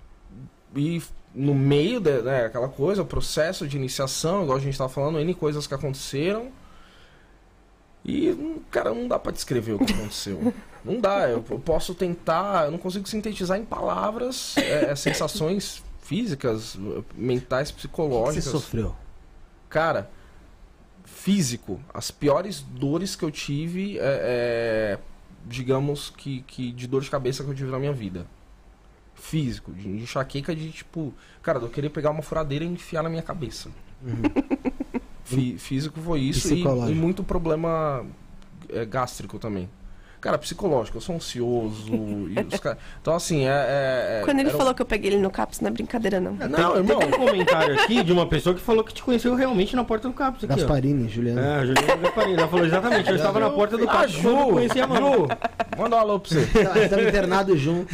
E no meio da, né, aquela coisa, o processo de iniciação, igual a gente tava falando, N coisas que aconteceram. E, hum, cara, não dá pra descrever o que aconteceu. Não dá, eu, eu posso tentar, eu não consigo sintetizar em palavras é, sensações físicas, mentais, O que psicológicas. você sofreu? Cara, físico, as piores dores que eu tive, é, é, digamos que, que de dor de cabeça que eu tive na minha vida. Físico, de enxaqueca de tipo, cara, eu queria pegar uma furadeira e enfiar na minha cabeça. Fí- físico foi isso e, Psicológico. e muito problema é, gástrico também. Cara, psicológico, eu sou ansioso. e os cara- Então, assim, é. é- é- Quando ele era um- falou que eu peguei ele no CAPS, não é brincadeira, não. Não, tem, irmão. tem um comentário aqui de uma pessoa que falou que te conheceu realmente na porta do Capes aqui, ó. Gasparini, Juliano. É, a Juliana Gasparini. Ela falou exatamente, eu estava na porta do Ah, Capes quando eu Ju, conheci a Manu. Ju, manda um alô pra você. Estamos internados juntos.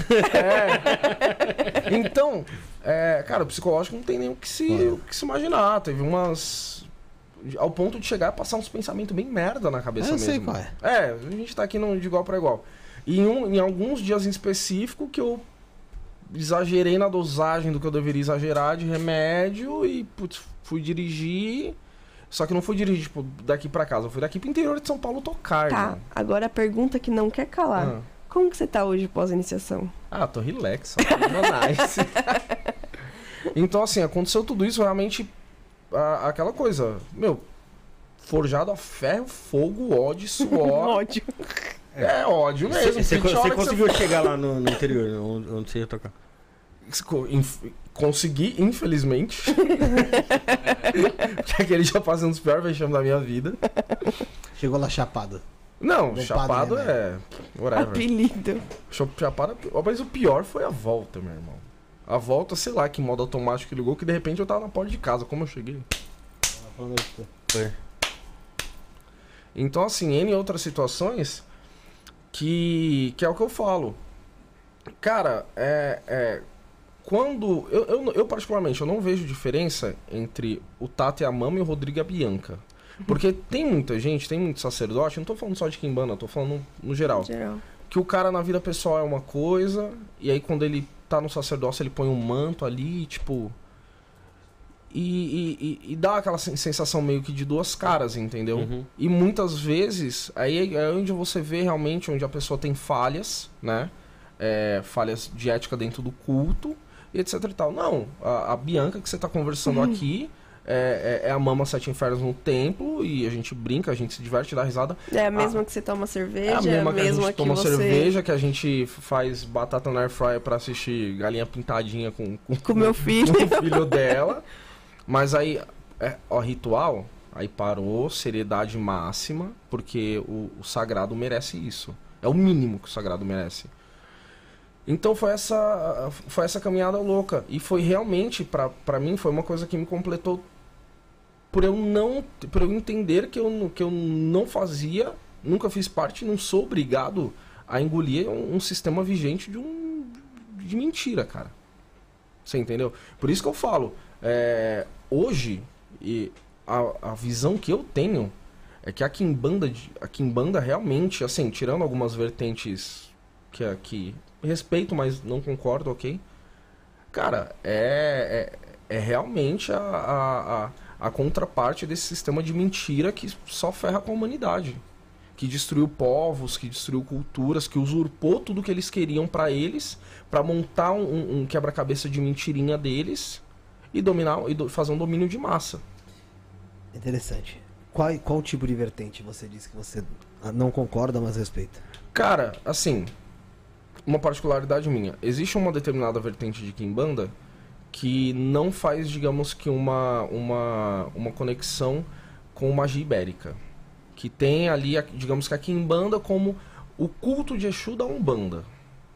É. Então, é, cara, o psicológico não tem nem o que se, o que se imaginar. Teve umas. Ao ponto de chegar a passar uns pensamentos bem merda na cabeça Eu mesmo. sei qual é. É, a gente tá aqui no, de igual pra igual. E em, um- em alguns dias em específico que eu exagerei na dosagem do que eu deveria exagerar de remédio e, putz, fui dirigir. Só que não fui dirigir, tipo, daqui pra casa. Eu fui daqui pro interior de São Paulo tocar, Tá, irmão. agora a pergunta que não quer calar. Ah. Como que você tá hoje pós-iniciação? Ah, tô relax, ó, tô nice. Então, assim, aconteceu tudo isso, realmente, a- aquela coisa, meu, forjado a ferro, fogo, ódio, suor. Ódio. É ódio mesmo. Você, porque tinha você hora que conseguiu chegar lá no, no interior, onde, onde você ia tocar? Inf- Consegui, infelizmente. Porque aquele já passou um dos piores vexames da minha vida. Chegou lá chapado. Não, Do chapado padre, é. Whatever. Apelido. Chapado, mas o pior foi a volta, meu irmão. A volta, sei lá, que modo automático ligou, que de repente eu tava na porta de casa, como eu cheguei. Foi. Então, assim, N outras situações que, que é o que eu falo. Cara, é. é quando. Eu, eu, eu, particularmente, eu não vejo diferença entre o Tato e a Mama e o Rodrigo e a Bianca. Porque tem muita gente, tem muito sacerdote, não tô falando só de Quimbanda, tô falando no, no geral. Geral. Que o cara na vida pessoal é uma coisa, e aí quando ele tá no sacerdócio ele põe um manto ali, tipo. E, e, e, e dá aquela sensação meio que de duas caras, entendeu? Uhum. E muitas vezes, aí é onde você vê realmente onde a pessoa tem falhas, né? É, falhas de ética dentro do culto, e etc e tal. Não, a, a Bianca que você tá conversando Uhum. aqui é, é, é a Mama Sete Infernos no templo, e a gente brinca, a gente se diverte, dá risada. É a mesma Ah, que você toma cerveja, É a mesma que a gente que toma você cerveja, que a gente faz batata na air fryer pra assistir Galinha Pintadinha com, com, com meu filho. com o filho dela. Mas aí, é, ó, ritual, aí parou, seriedade máxima, porque o, o sagrado merece isso. É o mínimo que o sagrado merece. Então foi essa, foi essa caminhada louca. E foi realmente, pra, pra mim, foi uma coisa que me completou por eu não, por eu entender que eu, que eu não fazia, nunca fiz parte, não sou obrigado a engolir um, um sistema vigente de, um, de mentira, cara. Você entendeu? Por isso que eu falo, é, hoje, e a, a visão que eu tenho é que a Quimbanda, a Quimbanda realmente, assim, tirando algumas vertentes que aqui respeito, mas não concordo, ok? Cara, é, é, é realmente a, a, a, a contraparte desse sistema de mentira que só ferra com a humanidade. Que destruiu povos, que destruiu culturas, que usurpou tudo que eles queriam pra eles, pra montar um, um quebra-cabeça de mentirinha deles e dominar e do, fazer um domínio de massa. Interessante. Qual, qual tipo de vertente você disse que você não concorda, mas respeita? Cara, assim, uma particularidade minha. Existe uma determinada vertente de Quimbanda que não faz, digamos que uma, uma, uma conexão com magia ibérica. Que tem ali, digamos que a Quimbanda como o culto de Exu da Umbanda.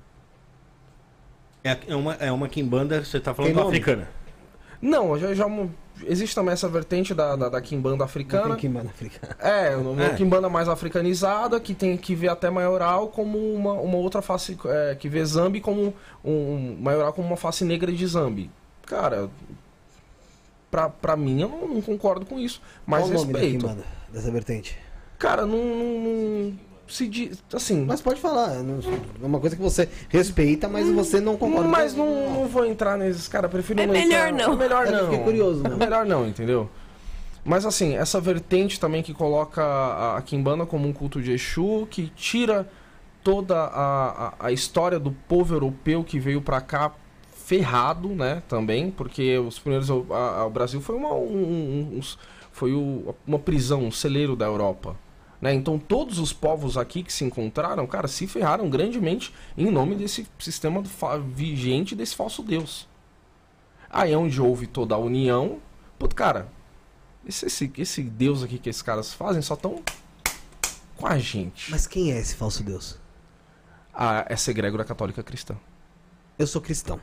É, é uma, é uma Quimbanda, você tá falando Tem nome? africana. Não, já, já existe também essa vertente da, da, da Quimbanda Não africana. tem Quimbanda africana. É, uma É. Quimbanda mais africanizada, que tem que ver até maioral como uma, uma outra face, é, que vê Zambi como um, um maioral como uma face negra de Zambi. Cara, pra, pra mim eu não, não concordo com isso, mas Qual o nome da respeito. Quimbanda, dessa vertente? Cara, não, não, não se diz, assim, Mas pode falar. não- É uma coisa que você respeita, mas você não concorda. mas não, não vou entrar nesses, cara, prefiro É não melhor entrar. não. É melhor É, eu não. fiquei curioso, É não. melhor não, entendeu? Mas assim, essa vertente também que coloca a, a Quimbanda como um culto de Exu, que tira toda a, a, a história do povo europeu que veio pra cá ferrado, né, também, porque os primeiros, a- a- o Brasil foi uma, um, um- uns- foi o- uma prisão, um celeiro da Europa, né, então todos os povos aqui que se encontraram, cara, se ferraram grandemente em nome desse sistema fa- vigente desse falso Deus. Aí é onde houve toda a união, puto, cara, esse, esse, esse Deus aqui que esses caras fazem só tão com a gente. Mas quem é esse falso Deus? A, essa egrégora católica cristã. Eu sou cristão.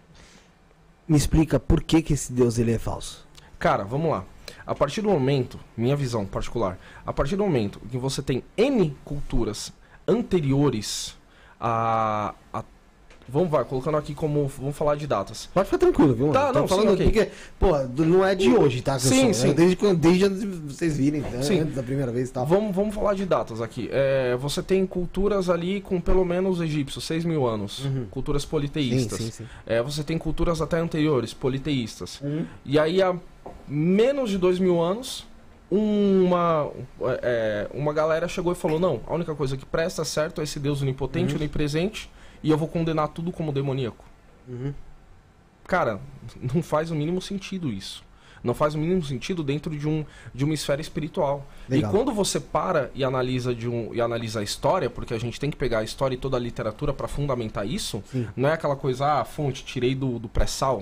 Me explica por que, que esse Deus ele é falso. Cara, vamos lá. A partir do momento, minha visão particular, a partir do momento que você tem N culturas anteriores a. a vamos vai, colocando aqui como. Vamos falar de datas. Pode ficar tranquilo, viu? Tá, Tô não, falando sim, aqui ok. porque, pô, não é de hoje, tá? que eu Sim, sou, sim. é Desde, quando- desde antes de vocês virem, né? Sim. Antes da primeira vez e tal. Vamos, vamos falar de datas aqui. É, você tem culturas ali com pelo menos egípcios, seis mil anos. Uhum. Culturas Sim, politeístas. sim, sim. É, você tem culturas até anteriores, politeístas. Uhum. E aí, há menos de dois mil anos, uma, é, uma galera chegou e falou: não, a única coisa que presta certo é esse Deus onipotente, Uhum. onipresente, e eu vou condenar tudo como demoníaco. Uhum. Cara, não faz o mínimo sentido isso. Não faz o mínimo sentido dentro de, um, de uma esfera espiritual. Legal. E quando você para e analisa, de um, e analisa a história, porque a gente tem que pegar a história e toda a literatura para fundamentar isso, Sim. não é aquela coisa, ah, fonte, tirei do, do pré-sal.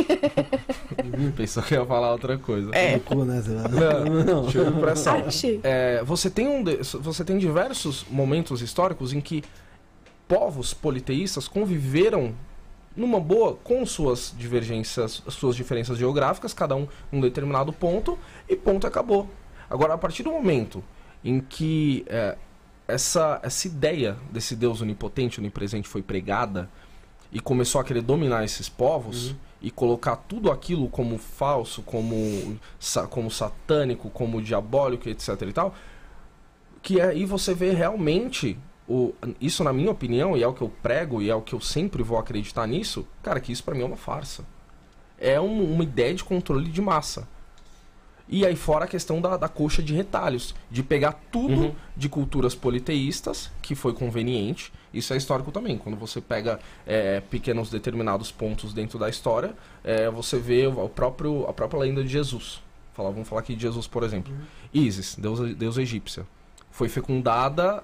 Pensou que ia falar outra coisa. É. No cu, né? Você vai- Não, Não. tirei do pré-sal. Achei. É, você, tem um de- você tem diversos momentos históricos em que povos politeístas conviveram numa boa com suas divergências, suas diferenças geográficas, cada um em um determinado ponto, e ponto, acabou. Agora, a partir do momento em que é, essa, essa ideia desse Deus onipotente, onipresente foi pregada e começou a querer dominar esses povos, e colocar tudo aquilo como falso, como, sa- como satânico, como diabólico, etc e tal, que aí você vê realmente, o, isso na minha opinião, e é o que eu prego, e é o que eu sempre vou acreditar nisso, cara, que isso pra mim é uma farsa. É um- uma ideia de controle de massa. E aí fora a questão da, da coxa de retalhos, de pegar tudo Uhum. de culturas politeístas, que foi conveniente. Isso é histórico também. Quando você pega é, pequenos determinados pontos dentro da história, é, você vê o o próprio, a própria lenda de Jesus. Fala, vamos falar aqui de Jesus, por exemplo. Ísis, deus, deus egípcia, foi fecundada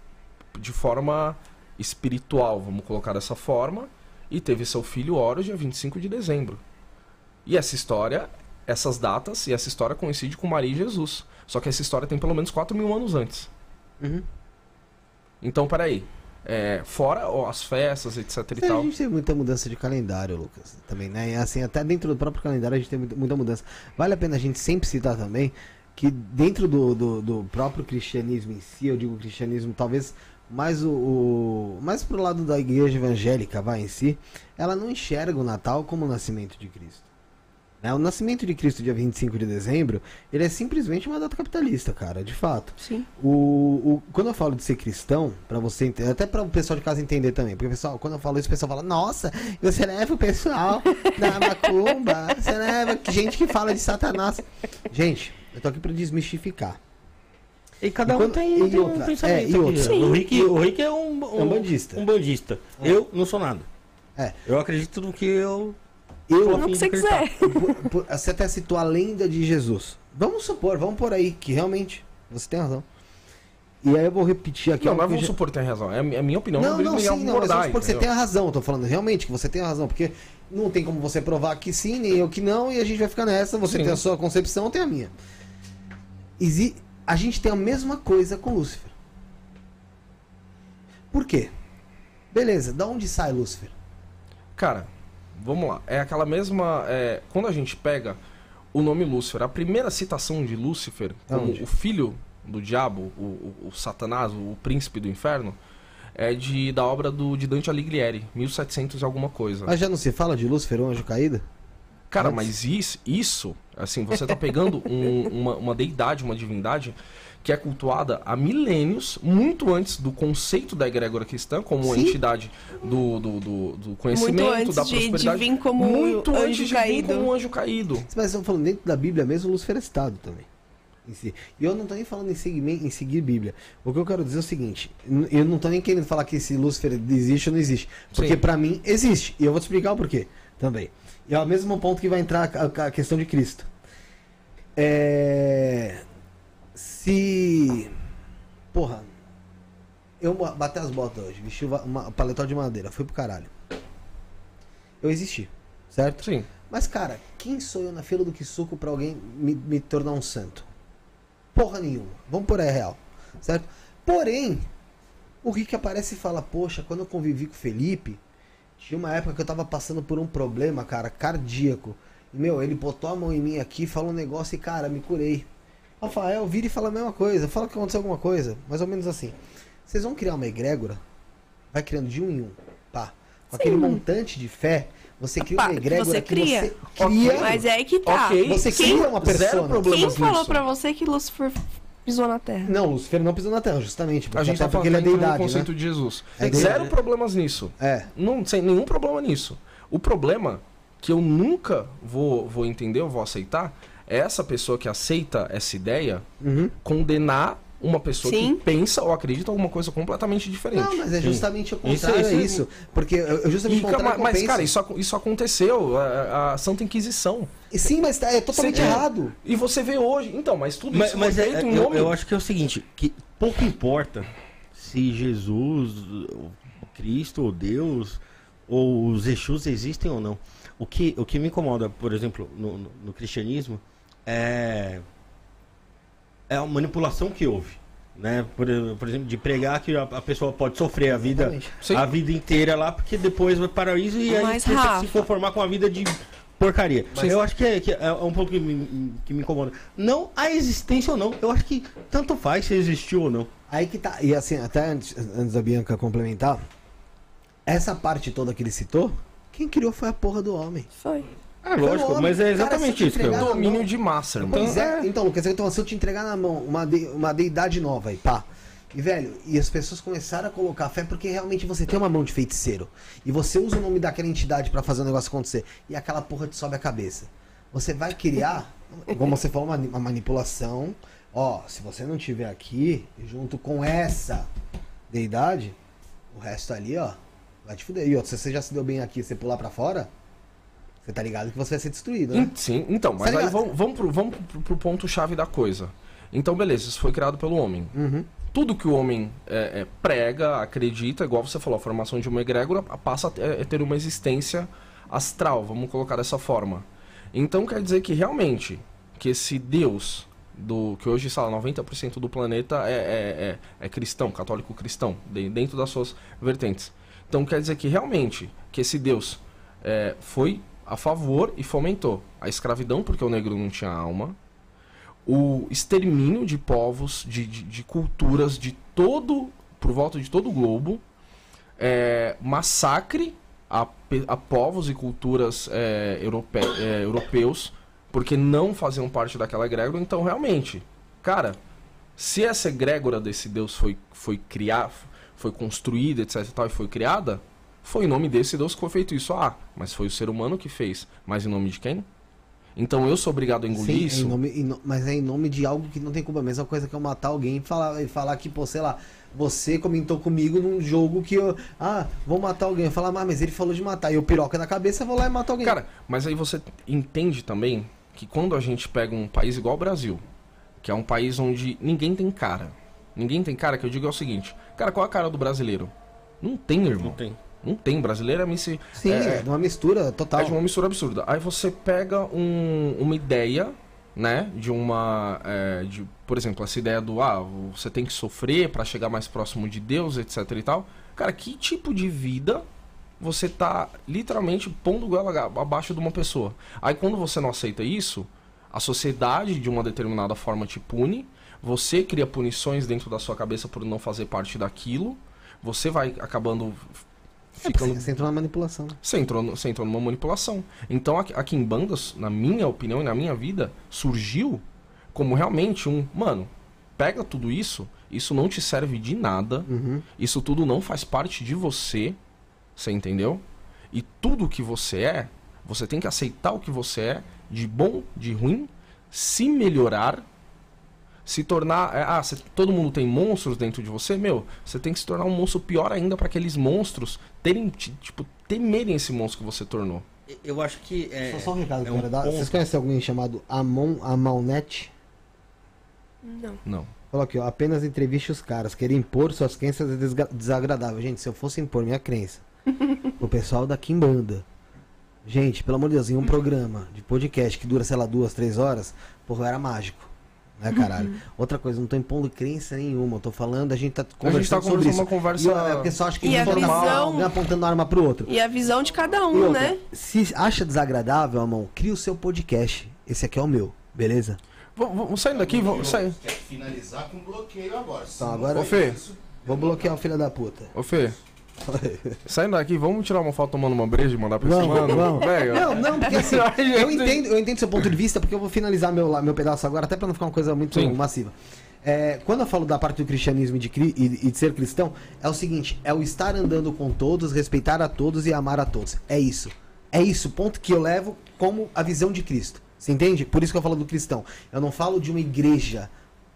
de forma espiritual, vamos colocar dessa forma, e teve seu filho Horus dia vinte e cinco de dezembro. E essa história, essas datas, e essa história coincide com Maria e Jesus. Só que essa história tem pelo menos quatro mil anos antes. Uhum. Então, peraí. É, fora ó, as festas, etc e A tal. gente tem muita mudança de calendário, Lucas, também, né? E assim, até dentro do próprio calendário a gente tem muita, muita mudança. Vale a pena a gente sempre citar também que dentro do, do, do próprio cristianismo em si, eu digo cristianismo talvez mais o, o mais pro lado da igreja evangélica, vai, em si, ela não enxerga o Natal como o nascimento de Cristo. Né? O nascimento de Cristo, dia vinte e cinco de dezembro, ele é simplesmente uma data capitalista, cara, de fato. Sim. O, o, quando eu falo de ser cristão, pra você entender, até para o pessoal de casa entender também, porque pessoal, quando eu falo isso, o pessoal fala, nossa, você leva o pessoal da macumba, você leva gente que fala de Satanás. Gente, eu tô aqui pra desmistificar. E cada E um quando- tem, e tem um outra, pensamento. é, e aqui. outra. O Rick, o Rick é um, É um bandista. Um bandista. Eu não sou nada. É. Eu acredito no que eu. Eu, No que você acreditar. quiser. por- por- você até citou a lenda de Jesus. Vamos supor, vamos por aí, que realmente você tem razão. E aí eu vou repetir aqui Não, algo mas que eu vamos já- supor que tem razão. É a mi- é a minha opinião. Não, brigo não, em sim, não, mas abordar, vamos supor que você entendeu? tem a razão. Eu tô falando realmente que você tem a razão, porque não tem como você provar que sim, nem eu que não, e a gente vai ficar nessa. Você Sim. tem a sua concepção, eu tenho a minha. Exi- a gente tem a mesma coisa com Lúcifer. Por quê? Beleza, da onde sai Lúcifer? Cara, vamos lá. É aquela mesma. é, quando a gente pega o nome Lúcifer, a primeira citação de Lúcifer como Aonde? o filho do diabo, o, o, o Satanás, o príncipe do inferno, é de, da obra do, de Dante Alighieri, mil e setecentos e alguma coisa. Mas já não se fala de Lúcifer, o anjo caído? Cara, Antes. mas isso, isso, assim, você tá pegando um- uma, uma deidade, uma divindade que é cultuada há milênios, muito antes do conceito da egrégora cristã, como uma Sim. entidade do, do, do, do conhecimento, Muito antes da de, de prosperidade. vir como muito anjo antes de caído. vir como um anjo caído. Mas estamos falando dentro da Bíblia mesmo, Lúcifer é citado também. Em si. E eu não tô nem falando em, segui- em seguir Bíblia. O que eu quero dizer é o seguinte: n- eu não tô nem querendo falar que esse Lúcifer existe ou não existe. Porque Sim. pra mim existe. E eu vou te explicar o porquê também. E é o mesmo ponto que vai entrar a, a questão de Cristo. É. Se. Porra. Eu ba- bati as botas hoje, vesti uma, uma paletó de madeira, fui pro caralho. Eu existi, certo? Sim. Mas, cara, quem sou eu na fila do Kisuko pra alguém me, me tornar um santo? Porra nenhuma. Vamos por aí, real. Certo? Porém, o Rick aparece e fala, poxa, quando eu convivi com o Felipe, tinha uma época que eu tava passando por um problema, cara, cardíaco. E, meu, ele botou a mão em mim aqui, falou um negócio e, cara, me curei. Rafael vira e fala a mesma coisa. Fala que aconteceu alguma coisa. Mais ou menos assim. Vocês vão criar uma egrégora, vai criando de um em um. Pá. Com aquele montante de fé, você cria Pá, uma egrégora você que cria. você cria. Mas é aí que tá. Ok. Você Quem- cria uma zero persona. problemas Quem falou nisso. pra você que Lúcifer pisou na Terra? Não, Lucifer não pisou na Terra, justamente. A gente até tá porque falando ele é dentro do deidade, conceito né? de Jesus. É Zero deidade. problemas nisso. É. Não, sem nenhum problema nisso. O problema que eu nunca vou, vou entender, eu vou aceitar, é essa pessoa que aceita essa ideia Uhum. condenar uma pessoa Sim. que pensa ou acredita alguma coisa completamente diferente. Não, mas é justamente o Isso- contrário, isso- é isso. Porque eu justamente E, o contrário mas, mas, compensa. cara, isso, ac- isso aconteceu, a, a Santa Inquisição. E sim, mas tá- é totalmente Sim, é. errado. E você vê hoje. Então, mas tudo Mas, isso mas foi é- feito em eu, nome. eu acho que é o seguinte, que pouco importa se Jesus, o Cristo, ou Deus, ou os Exus existem ou não. O que, o que me incomoda, por exemplo, no, no- no cristianismo, é, é a manipulação que houve. Né? Por, por exemplo, de pregar que a, a pessoa pode sofrer a vida, Exatamente. Sim. a vida inteira lá, porque depois vai para o paraíso e aí Mas, tem que Rafa- se conformar com a vida de porcaria. Mas- eu acho que é, que é um ponto que me, que me incomoda. Não a existência ou não. Eu acho que tanto faz se existiu ou não. Aí que tá. E assim, até antes, antes da Bianca complementar, essa parte toda que ele citou, quem criou foi a porra do homem. Foi. É Foi lógico, o homem. mas é Cara, exatamente se eu te isso que eu... entregar- Domínio não. de massa, irmão. Pois é, então, Lucas, então, se eu te entregar na mão uma, de- uma deidade nova aí, pá. E, velho, e as pessoas começaram a colocar fé porque realmente você tem uma mão de feiticeiro. E você usa o nome daquela entidade pra fazer o negócio acontecer. E aquela porra te sobe a cabeça. Você vai criar, como você falou, uma, uma manipulação. Ó, se você não tiver aqui, junto com essa deidade, o resto ali, ó, vai te fuder. E ó, se você já se deu bem aqui e você pular pra fora, você tá ligado que você vai ser destruído, né? Em- Sim, então, mas Tá aí ligado? vamos, vamos, pro, vamos pro, pro ponto-chave da coisa. Então, beleza, isso foi criado pelo homem. Uhum. Tudo que o homem é, é, prega, acredita, igual você falou, a formação de uma egrégora passa a ter, a ter uma existência astral, vamos colocar dessa forma. Então quer dizer que realmente, que esse Deus, do que hoje, sei lá, noventa por cento do planeta é, é, é, é cristão, católico cristão, de- dentro das suas vertentes. Então quer dizer que realmente, que esse Deus é, foi a favor e fomentou a escravidão, porque o negro não tinha alma, o extermínio de povos, de, de, de culturas de todo, por volta de todo o globo, é, massacre a, pe- a povos e culturas é, europe, é, europeus, porque não faziam parte daquela egrégora. Então, realmente, cara, se essa egrégora desse Deus foi, foi criar, foi construída, etc e tal, e foi criada, foi em nome desse Deus que foi feito isso. Ah, mas foi o ser humano que fez. Mas em nome de quem? Então eu sou obrigado a engolir Sim, isso? em nome- em no- mas é em nome de algo que não tem culpa. A mesma coisa que eu matar alguém e falar, e falar que, pô, sei lá, você comentou comigo num jogo que eu. Ah, vou matar alguém. Eu falar, ah, mas ele falou de matar. E eu piroca na cabeça, eu vou lá e mato alguém. Cara, mas aí você entende também que quando a gente pega um país igual o Brasil, que é um país onde ninguém tem cara. Ninguém tem cara, que eu digo é o seguinte. Cara, qual é a cara do brasileiro? Não tem, irmão. Não tem. Não tem. Brasileiro é missi- Sim, é, é uma mistura total. é de uma mistura absurda. Aí você pega um- uma ideia, né, de uma, é, de, por exemplo, essa ideia do, ah, você tem que sofrer pra chegar mais próximo de Deus, etc e tal. Cara, que tipo de vida você tá literalmente pondo goela aba- abaixo de uma pessoa? Aí quando você não aceita isso, a sociedade de uma determinada forma te pune, você cria punições dentro da sua cabeça por não fazer parte daquilo, você vai acabando É, ficando você entrou na manipulação. você entrou, no- você entrou numa manipulação. Então, aqui, aqui em Bandas, na minha opinião e na minha vida, surgiu como realmente um... Mano, pega tudo isso, isso não te serve de nada, Uhum. isso tudo não faz parte de você, você entendeu? E tudo que você é, você tem que aceitar o que você é, de bom, de ruim, se melhorar, se tornar... é, ah, cê- todo mundo tem monstros dentro de você? Meu, você tem que se tornar um monstro pior ainda para aqueles monstros terem, ti- tipo, temerem esse monstro que você tornou. Eu acho que é. Só, só um recado é que eu um quero dar. ponto- Vocês conhecem alguém chamado Amon Amalnet? Não. Não. Falou aqui, ó, apenas entreviste os caras. Querer impor suas crenças é desga- desagradável. Gente, se eu fosse impor minha crença o pessoal da Kimbanda, gente, pelo amor de Deus, em um programa de podcast que dura, sei lá, duas, três horas, porra, eu era mágico. Né, caralho? Outra coisa, não tô impondo crença nenhuma. Eu tô falando, a gente tá A gente tá conversando sobre conversando isso. uma conversa... E eu, é porque só acho que E a não tá visão- um apontando arma pro outro. E a visão de cada E um, outra, né? se acha desagradável, amão, cria o seu podcast. Esse aqui é o meu, beleza? Vamos, vamos saindo daqui, vamos sair. Quer finalizar com bloqueio agora. Se Então, não agora- for Ô, Fê. isso, Vou bloquear o filho da puta. Ô Fê, saindo daqui, vamos tirar uma foto tomando uma breja e mandar pra esse Vamos, mano? vamos. Velho, Não, não, porque assim, A gente- eu entendo, eu entendo seu ponto de vista, porque eu vou finalizar meu, la- meu pedaço agora, até pra não ficar uma coisa muito Sim. massiva. É, quando eu falo da parte do cristianismo e de, cri- e, e de ser cristão, é o seguinte, é o estar andando com todos, respeitar a todos e amar a todos. É isso. É isso, ponto que eu levo como a visão de Cristo. Você entende? Por isso que eu falo do cristão. Eu não falo de uma igreja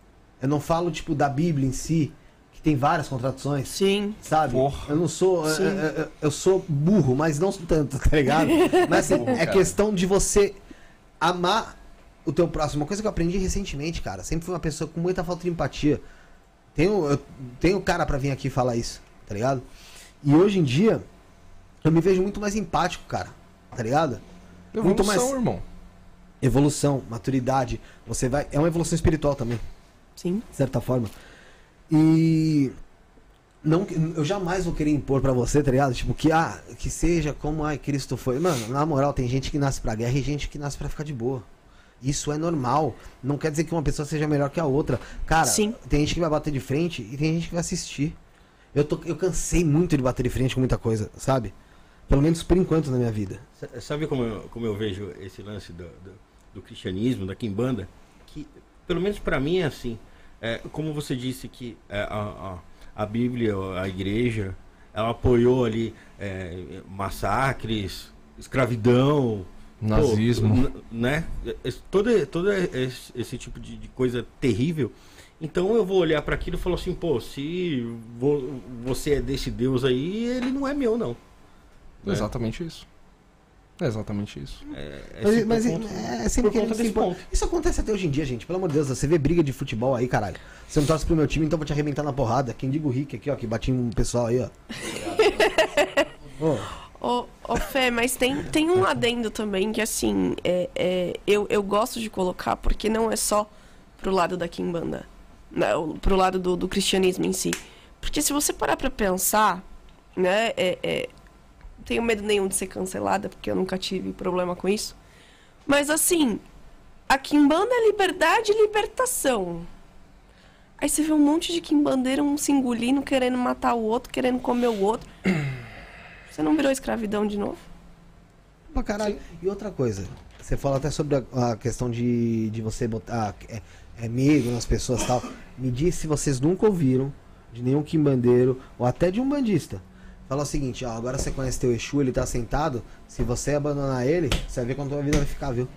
Eu não falo, tipo, da Bíblia em si, que tem várias contradições. Sim. Sabe? Porra. Eu não sou. Eu, Sim. eu- eu- eu sou burro, mas não tanto, tá ligado? Mas assim, Burro, é cara. questão de você amar o teu próximo. Uma coisa que eu aprendi recentemente, cara. Sempre fui uma pessoa com muita falta de empatia. Tenho, eu tenho cara pra vir aqui falar isso, tá ligado? E hoje em dia, eu me vejo muito mais empático, cara. Tá ligado? Muito Evolução, mais- irmão. Evolução, maturidade. Você vai. É uma evolução espiritual também, Sim. de certa forma. E não, eu jamais vou querer impor pra você, tá ligado? Tipo, que, ah, que seja como ai, Cristo foi. Mano, na moral, tem gente que nasce pra guerra e gente que nasce pra ficar de boa. Isso é normal. Não quer dizer que uma pessoa seja melhor que a outra. Cara, Sim. tem gente que vai bater de frente e tem gente que vai assistir. Eu, tô, eu cansei muito de bater de frente com muita coisa, sabe? Pelo menos por enquanto na minha vida. Sa- Sabe como eu, como eu vejo esse lance do, do, do cristianismo, da quimbanda? Que, pelo menos pra mim, é assim. É, como você disse que é, a, a, a Bíblia, a igreja, ela apoiou ali é, massacres, escravidão, Nazismo. pô, n- né? Esse- Todo, todo esse, esse tipo de, de coisa terrível. Então eu vou olhar pra aquilo e falar assim, pô, se vo- você é desse Deus aí, ele não é meu, não. É exatamente isso. É exatamente isso. É, é Mas, sempre mas por conta- é, é sempre por que a conta gente se desse impõe. ponto. Isso acontece até hoje em dia, gente. Pelo amor de Deus, você vê briga de futebol aí, caralho. Você não torce pro meu time, então eu vou te arrebentar na porrada. Quem diga o Rick aqui, ó, que bati um pessoal aí, ó. Ô, Ô, ô Fê, mas tem, tem um adendo também que, assim, é, é, eu, eu gosto de colocar porque não é só pro lado da Quimbanda, né, o- pro lado do, do cristianismo em si. Porque se você parar pra pensar, né, é, é, não tenho medo nenhum de ser cancelada, porque eu nunca tive problema com isso. Mas, assim, a Quimbanda é liberdade e libertação. Aí você vê um monte de quimbandeiro, um se engolindo, querendo matar o outro, querendo comer o outro. Você não virou escravidão de novo? pra caralho. E outra coisa, você fala até sobre a, a questão de, de você botar é, é medo nas pessoas e tal. Me diz se vocês nunca ouviram de nenhum quimbandeiro ou até de um bandista. Fala o seguinte, ó, agora você conhece teu Exu, ele tá sentado, se você abandonar ele, você vai ver quanto a vida vai ficar, viu?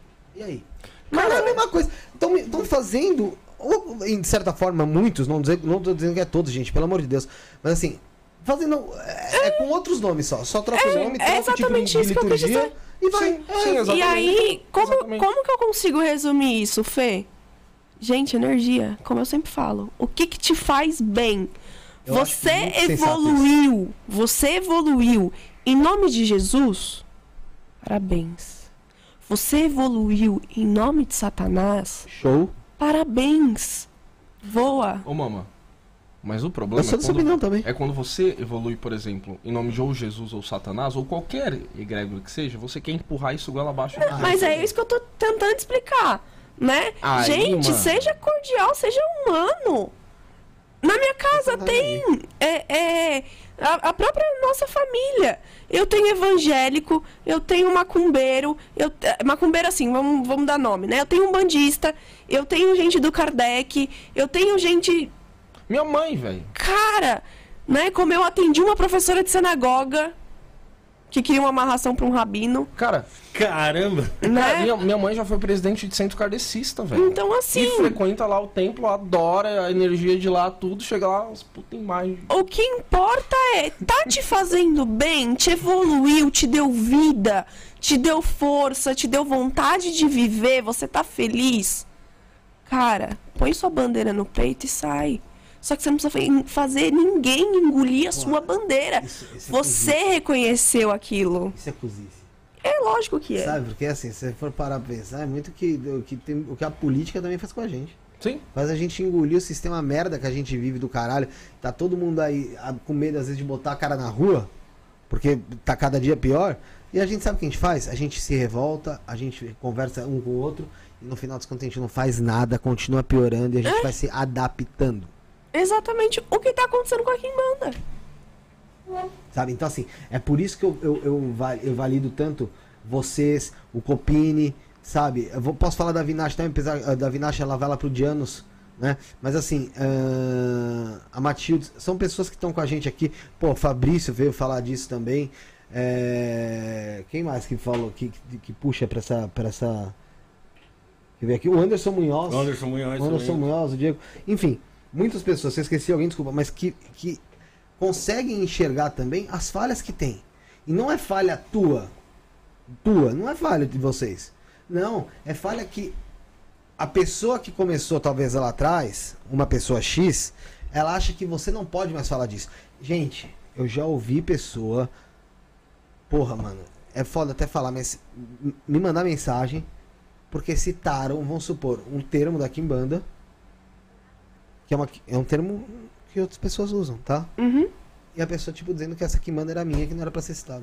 E aí? Cara, é a mesma coisa. Estão fazendo, ou, em certa forma, muitos, não, dizer, não tô dizendo que é todos, gente, pelo amor de Deus. Mas assim, fazendo. É, é com outros nomes só. Só troca o nome, é troca o tipo de, exatamente de isso que eu quis liturgia dizer. e vai. Sim, É, sim, E exatamente. aí, como, Exatamente. como que eu consigo resumir isso, Fê? Gente, energia, como eu sempre falo. O que que te faz bem? Eu acho Você muito sensato evoluiu. Você evoluiu. Em nome de Jesus, parabéns. Você evoluiu em nome de Satanás, Show. parabéns. Voa. Ô, mama, mas o problema Eu sou é dessa quando, opinião também. é quando você evolui, por exemplo, em nome de ou Jesus ou Satanás, ou qualquer egrégora que seja, você quer empurrar isso goela abaixo. de Mas Deus. é isso que eu tô tentando explicar, né? Aí, Gente, mano. seja cordial, seja humano. Na minha casa tem é, é, a, a própria nossa família. Eu tenho evangélico, eu tenho macumbeiro, eu, é, macumbeiro assim, vamos, vamos dar nome, né? Eu tenho um bandista, eu tenho gente do Kardec, eu tenho gente... Minha mãe, velho. Cara, né? Como eu atendi uma professora de sinagoga que queria uma amarração pra um rabino, Cara, Caramba! cara, né? minha, minha mãe já foi presidente de centro kardecista, velho. Então, assim... E frequenta lá o templo, adora a energia de lá, tudo. Chega lá, umas puta imagem. O que importa é, tá te fazendo bem, te evoluiu, te deu vida, te deu força, te deu vontade de viver, você tá feliz? Cara, põe sua bandeira no peito e sai. Só que você não precisa fa- fazer ninguém engolir a sua bandeira. Isso, isso é Você cozice. reconheceu aquilo. Isso é cozice. É lógico que é. Sabe? Porque assim, se você for parar pra pensar, é muito que, o, que tem, o que a política também faz com a gente. Sim. Faz a gente engolir o sistema merda que a gente vive do caralho. Tá todo mundo aí a- com medo, às vezes, de botar a cara na rua, porque tá cada dia pior. E a gente sabe o que a gente faz? A gente se revolta, a gente conversa um com o outro, e no final dos contos a gente não faz nada, continua piorando e a gente vai se adaptando. Exatamente o que tá acontecendo com a Quimbanda. Sabe? Então, assim, é por isso que eu, eu, eu, va- eu valido tanto vocês, o Copini, sabe? Eu vou- posso falar da Vinache também, apesar da Vinache ela vai lá pro Dianos, né? Mas assim, ah, a Matilde, são pessoas que estão com a gente aqui. Pô, Fabrício veio falar disso também. É, quem mais que falou, que, que, que puxa pra essa, pra essa. Quer ver aqui? O Anderson Munhoz. O Anderson Munhoz. O Anderson Munhoz, o Diego. Enfim, muitas pessoas, se eu esqueci alguém, desculpa, mas que, que conseguem enxergar também as falhas que tem. E não é falha tua. Tua, não é falha de vocês. Não, é falha que a pessoa que começou talvez lá atrás, uma pessoa X, ela acha que você não pode mais falar disso. Gente, eu já ouvi pessoa... Porra, mano, é foda até falar, mas me mandar mensagem porque citaram, vamos supor, um termo da Kimbanda, que é, uma, é um termo que outras pessoas usam, tá? Uhum. E a pessoa, tipo, dizendo que essa Kimbanda era minha, que não era pra ser citada.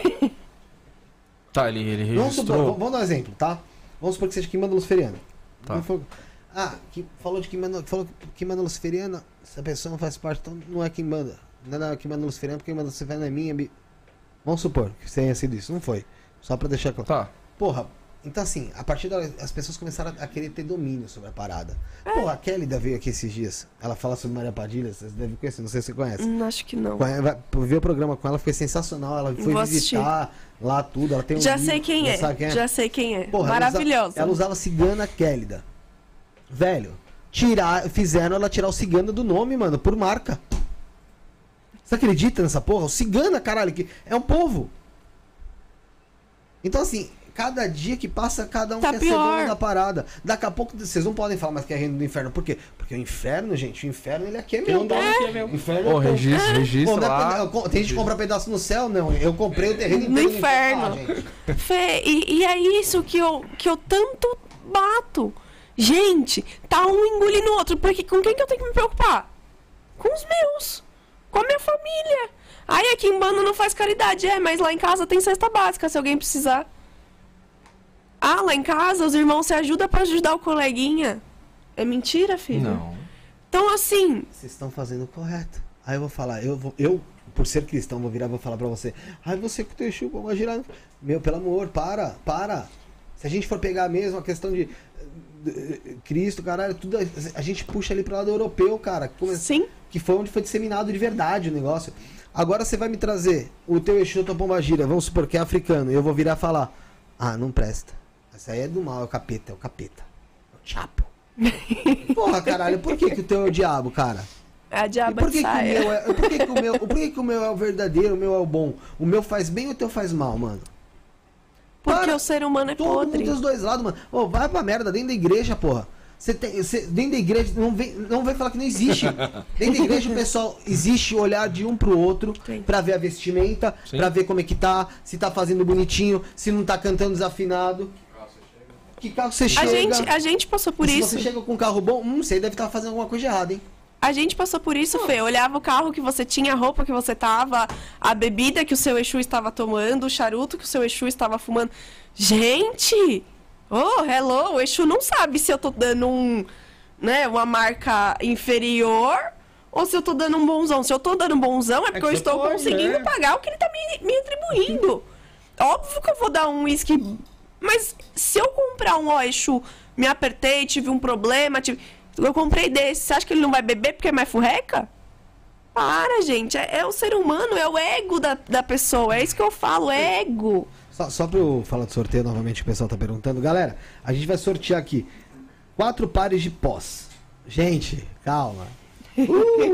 Tá, ele, ele Vamos supor, registrou. vamos dar um exemplo, tá? Vamos supor que seja Kimbanda Luciferiana. Tá. Ah, que falou de Kimbanda, falou Kimbanda Luciferiana, essa pessoa não faz parte, então não é Kimbanda. Não é Kimbanda Luciferiana, porque Kimbanda Luciferiana é minha. Bi... Vamos supor que tenha sido isso, não foi. Só pra deixar claro. Tá. Porra, então assim, a partir da as pessoas começaram a querer ter domínio sobre a parada. Porra, a Kelly veio aqui esses dias. Ela fala sobre Maria Padilha, vocês devem conhecer, não sei se você conhece. Hum, acho que não. Ver o programa com ela foi sensacional. Ela foi Vou visitar assistir. lá tudo. Ela tem um Já livro, sei quem é. sabe quem é. Já sei quem é. Porra, Maravilhosa. Ela usava, ela usava cigana Kélida. Velho, tirar, fizeram ela tirar o cigana do nome, mano, por marca. Você acredita nessa porra? O cigana, caralho, que é um povo. Então, assim, cada dia que passa, cada um Tá quer pior. ser dono da parada. Daqui a pouco, vocês não podem falar mais que é reino do inferno. Por quê? Porque o inferno, gente, o inferno, ele aqui é meu. um dono aqui é meu. O inferno Ô, é registra, Pô, registra não é lá. pra- eu co- tem gente que compra pedaço no céu? Não, eu comprei o terreno No inteiro inferno. Ah, gente. Fê, e, e é isso que eu, que eu tanto bato. Gente, tá um engolindo o outro. Porque com quem que eu tenho que me preocupar? Com os meus. Com a minha família. Aí aqui em bando não faz caridade. É, mas lá em casa tem cesta básica, se alguém precisar. Ah, lá em casa os irmãos se ajudam pra ajudar o coleguinha. É mentira, filho? Não. Então, assim, Vocês estão fazendo o correto. Aí eu vou falar, eu, vou, eu por ser cristão, vou virar e vou falar pra você. Ai, você que tem chupa, vai girar. Meu, pelo amor, para, para. Se a gente for pegar mesmo a questão de eh, Cristo, caralho, tudo, a gente puxa ali pro lado europeu, cara. que come- sim. Que foi onde foi disseminado de verdade o negócio. Agora você vai me trazer o teu Exu, tua pombagira, vamos supor que é africano, e eu vou virar e falar, ah, não presta. Essa aí é do mal, é o capeta, é o capeta. É o chapo. Porra, caralho, por que que o teu é o diabo, cara? É a E diaba por de que, que o saia. meu é, por que, que o meu, por que, que o meu é o verdadeiro, o meu é o bom? O meu faz bem ou o teu faz mal, mano? Porque Para, o ser humano é todo mundo podre. dos dois lados, mano. Ô, vai pra merda dentro da igreja, porra. Você tem, você, dentro da igreja, não vem, não vem falar que não existe. Dentro da igreja, o pessoal, existe o olhar de um pro outro Tem. pra ver a vestimenta, Sim. pra ver como é que tá, se tá fazendo bonitinho, se não tá cantando desafinado. Que carro você A chega? gente, a gente passou por se isso. você chega com um carro bom, hum, você deve estar fazendo alguma coisa errada, hein? A gente passou por isso, Fê. Olhava o carro que você tinha, a roupa que você tava, a bebida que o seu Exu estava tomando, o charuto que o seu Exu estava fumando. Gente! Oh, hello! O Exu não sabe se eu tô dando um, né, uma marca inferior ou se eu tô dando um bonzão. Se eu tô dando um bonzão é porque que eu você estou pode, conseguindo né? pagar o que ele tá me, me atribuindo. Óbvio que eu vou dar um uísque. Mas se eu comprar um ó, Exu, me apertei, tive um problema, tive... eu comprei desse, você acha que ele não vai beber porque é mais furreca? Para, gente, é, é o ser humano, é o ego da, da pessoa, é isso que eu falo, é ego. Só, só pra eu falar de sorteio novamente, que o pessoal tá perguntando. Galera, a gente vai sortear aqui quatro pares de pós. Gente, calma. Uh,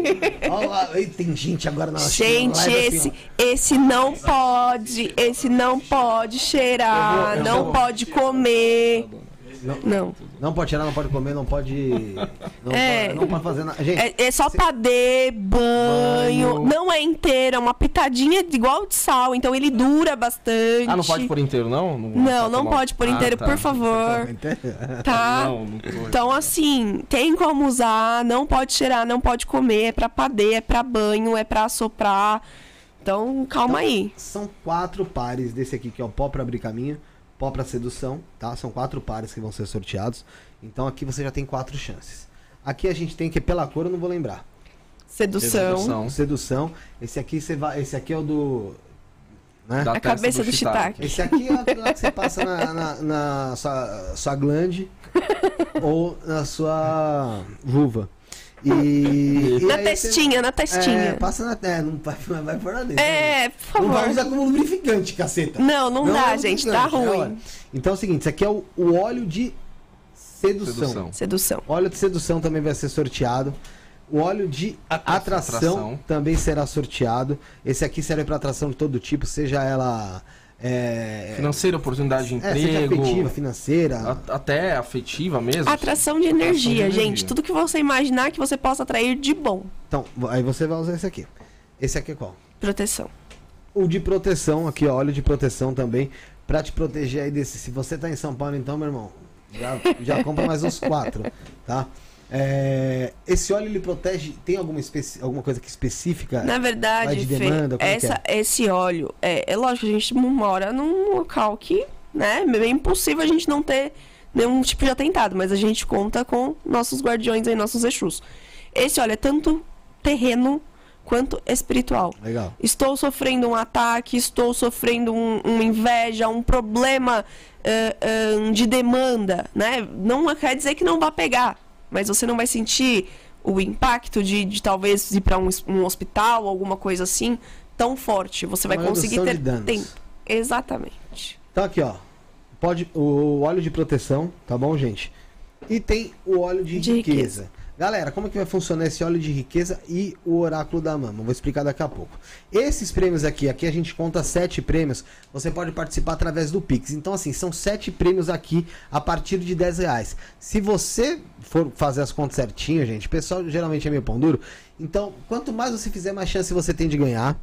ó lá, ei, tem gente agora na Gente, live assim, esse, ó. esse não pode, esse não pode cheirar, Eu vou- eu não vou- pode comer. Não. Não pode tirar, não pode comer, não pode. Não, É. pode, não pode fazer nada. Gente, É, é só padê, banho, Banho. não é inteiro, é uma pitadinha de- igual de sal, então ele dura bastante. Ah, não pode pôr inteiro, não? Não, não tomar- pode pôr Ah, inteiro, tá. por favor. Tá? Não, não tô. Então, assim, tem como usar, não pode cheirar, não pode comer, é pra padê, é pra banho, é pra assoprar. Então, calma aí. São quatro pares desse aqui, que é o pó pra abrir caminho, pó pra sedução, tá? São quatro pares que vão ser sorteados. Então aqui você já tem quatro chances. Aqui a gente tem que, pela cor eu não vou lembrar. Sedução. Sedução. Sedução. Esse aqui você vai. Esse aqui é o do. Né? Da A testa cabeça do shiitake. Esse aqui é aquele lá que você passa na, na, na sua, sua glande ou na sua vulva. E, e Na aí testinha, na Você, testinha. é, passa na. É, não vai, não vai pôr na dentro. É, por Não vai favor. usar como lubrificante, caceta. Não, não, dá, é gente, lubrificante, tá é, ruim. olha. Então é o seguinte, isso aqui é o, o óleo de sedução. Sedução. Sedução. O óleo de sedução também vai ser sorteado. O óleo de atração, Atração. também será sorteado. Esse aqui serve para atração de todo tipo, seja ela é, Financeira, oportunidade de é, seja emprego. afetiva, financeira. a- Até afetiva mesmo. Atração de energia, Atração de gente. energia. Tudo que você imaginar que você possa atrair de bom. Então, aí você vai usar esse aqui. Esse aqui é qual? Proteção. O de proteção, aqui ó, óleo de proteção também, pra te proteger aí desse. Se você tá em São Paulo, então, meu irmão, já, já compra mais uns quatro, tá? É, esse óleo ele protege, tem alguma, especi, alguma coisa que específica? Na Vai verdade, de Fê, demanda, como que essa, esse óleo, é, é lógico, a gente mora num local que, né, é impossível a gente não ter nenhum tipo de atentado, mas a gente conta com nossos guardiões aí, nossos Exus. Esse óleo é tanto terreno quanto espiritual. Legal. Estou sofrendo um ataque, estou sofrendo um, uma inveja, um problema eh, eh, de demanda, né? Não quer dizer que não vá pegar, mas você não vai sentir o impacto de, de talvez ir para um, um hospital, alguma coisa assim, tão forte. Você vai Uma conseguir redução ter de danos. tempo. Exatamente. Então aqui ó, pode, o óleo de proteção, tá bom, gente? E tem o óleo de, De riqueza. riqueza. Galera, como é que vai funcionar esse óleo de riqueza e o oráculo da mama? Vou explicar daqui a pouco. Esses prêmios aqui, aqui a gente conta sete prêmios. Você pode participar através do Pix. Então, assim, são sete prêmios aqui a partir de dez reais. Se você for fazer as contas certinho, gente, o pessoal geralmente é meio pão duro. Então, quanto mais você fizer, mais chance você tem de ganhar.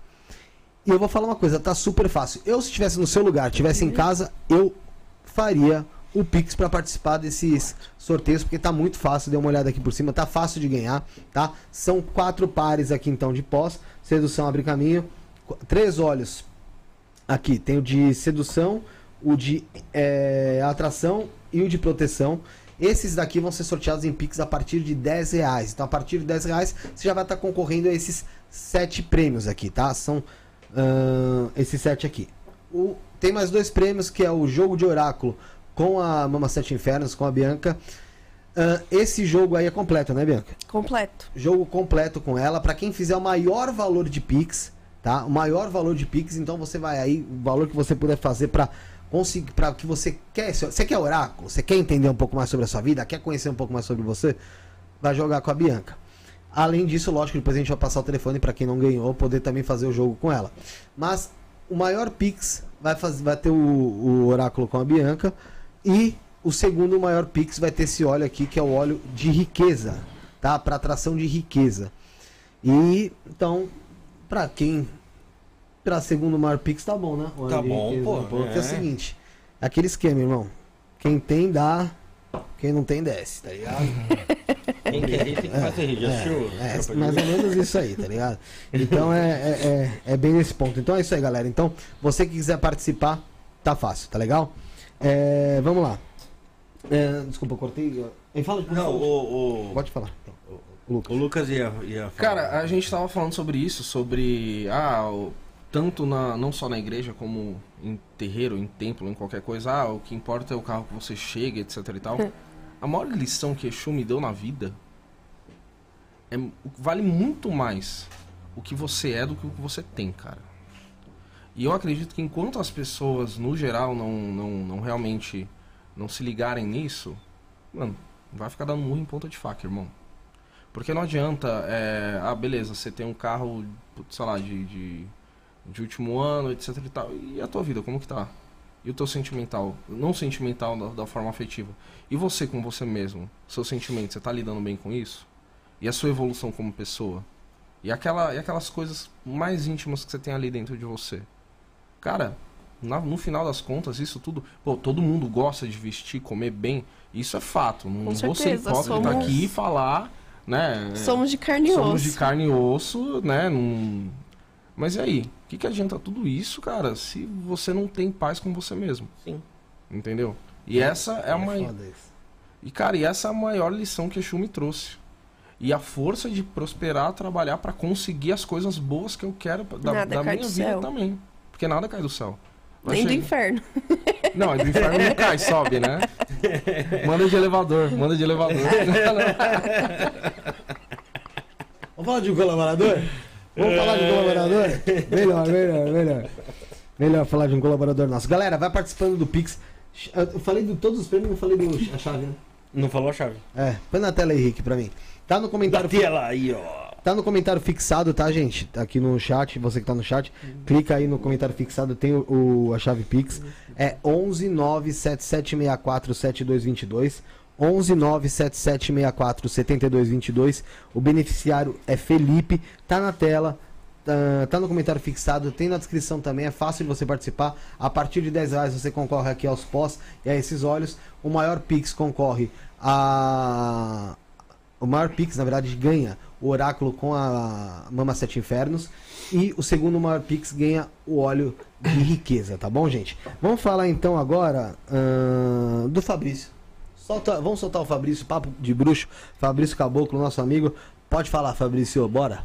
E eu vou falar uma coisa, tá super fácil. Eu, se estivesse no seu lugar, estivesse em casa, eu faria o Pix para participar desses sorteios, porque tá muito fácil, dê uma olhada aqui por cima, tá fácil de ganhar, tá? São quatro pares aqui então de pós, sedução abre caminho, qu- três olhos aqui, tem o de sedução, o de é, atração e o de proteção. Esses daqui vão ser sorteados em Pix a partir de dez reais, então a partir de dez reais você já vai estar concorrendo a esses sete prêmios aqui, tá? São ahn, esses sete aqui. O, tem mais dois prêmios, que é o jogo de oráculo com a Mama Sete Infernos, com a Bianca. Ah, esse jogo aí é completo, né, Bianca? Completo. Jogo completo com ela, para quem fizer o maior valor de Pix, tá? O maior valor de Pix, então você vai aí, o valor que você puder fazer para conseguir, para que você quer, você quer oráculo, você quer entender um pouco mais sobre a sua vida, quer conhecer um pouco mais sobre você, vai jogar com a Bianca. Além disso, lógico, depois a gente vai passar o telefone para quem não ganhou, poder também fazer o jogo com ela. Mas o maior Pix vai, fazer, vai ter o, o oráculo com a Bianca. E o segundo maior Pix vai ter esse óleo aqui, que é o óleo de riqueza, tá? Para atração de riqueza. E, então, para quem... Para segundo maior Pix tá bom, né? O óleo Tá de bom, riqueza, pô, né? Porque é. é. o seguinte, é aquele esquema, irmão. Quem tem, dá. Quem não tem, desce, tá ligado? Quem quer rir tem que fazer rir, já assistiu? É, Tropa de mais ou Elite? menos isso aí, tá ligado? Então é, é, é, é bem nesse ponto. Então é isso aí, galera. Então, você que quiser participar, tá fácil, tá legal? É, vamos lá. É, desculpa, eu cortei. Ele fala de Não, o, o, Pode falar. Então, o Lucas. o Lucas ia, ia falar. Cara, a gente tava falando sobre isso, sobre. Ah, o- tanto na, não só na igreja, como em terreiro, em templo, em qualquer coisa. Ah, o que importa é o carro que você chega, etc e tal. A maior lição que Exu me deu na vida é, vale muito mais o que você é do que o que você tem, cara. E eu acredito que enquanto as pessoas, no geral, não, não, não realmente não se ligarem nisso, mano, vai ficar dando murro em ponta de faca, irmão. Porque não adianta, é, ah, beleza, você tem um carro, sei lá, de, de, de último ano, etc e tal. E a tua vida, como que tá? E o teu sentimental? Não sentimental da, da forma afetiva. E você com você mesmo? Seu sentimento, você tá lidando bem com isso? E a sua evolução como pessoa? E, aquela, e aquelas coisas mais íntimas que você tem ali dentro de você? Cara, na- no final das contas, isso tudo... Pô, todo mundo gosta de vestir, comer bem. Isso é fato. Não Com vou ser certeza, hipócrita somos- aqui e falar, né? Somos de carne e Somos osso. de carne e osso, né? Não... Mas e aí? O que, que adianta tudo isso, cara, se você não tem paz com você mesmo? Sim. Entendeu? E essa é a maior... foda isso. E, cara, e essa é a maior lição que Exu me trouxe. E a força de prosperar, trabalhar pra conseguir as coisas boas que eu quero da, Nada da cai minha do vida céu. também. Porque nada cai do céu. Vai Nem do chegar- inferno. Não, do inferno não cai, sobe, né? Manda de elevador, manda de elevador. Vamos falar de um colaborador? Vamos falar de um colaborador? Melhor, melhor, melhor. Melhor falar de um colaborador nosso. Galera, vai participando do Pix. Eu falei de todos os prêmios, não falei da chave, né? Não falou a chave. É, põe na tela aí, Rick, pra mim. Tá no comentário... Da tela aí, ó. Tá no comentário fixado, tá, gente? Tá aqui no chat, você que tá no chat, clica aí no comentário fixado, tem o, o- a chave Pix. É onze nove sete sete seis quatro sete dois dois dois. onze nove sete sete seis quatro sete dois dois dois. O beneficiário é Felipe, tá na tela, tá, tá no comentário fixado, tem na descrição também, é fácil de você participar. A partir de dez reais você concorre aqui aos pós e a esses olhos. O maior Pix concorre a... O maior Pix, na verdade, ganha o oráculo com a Mama Sete Infernos. E o segundo maior Pix ganha o óleo de riqueza, tá bom, gente? Vamos falar então agora ahn, do Fabrício. Solta, vamos soltar o Fabrício, papo de bruxo. Fabrício Caboclo, nosso amigo. Pode falar, Fabrício, bora.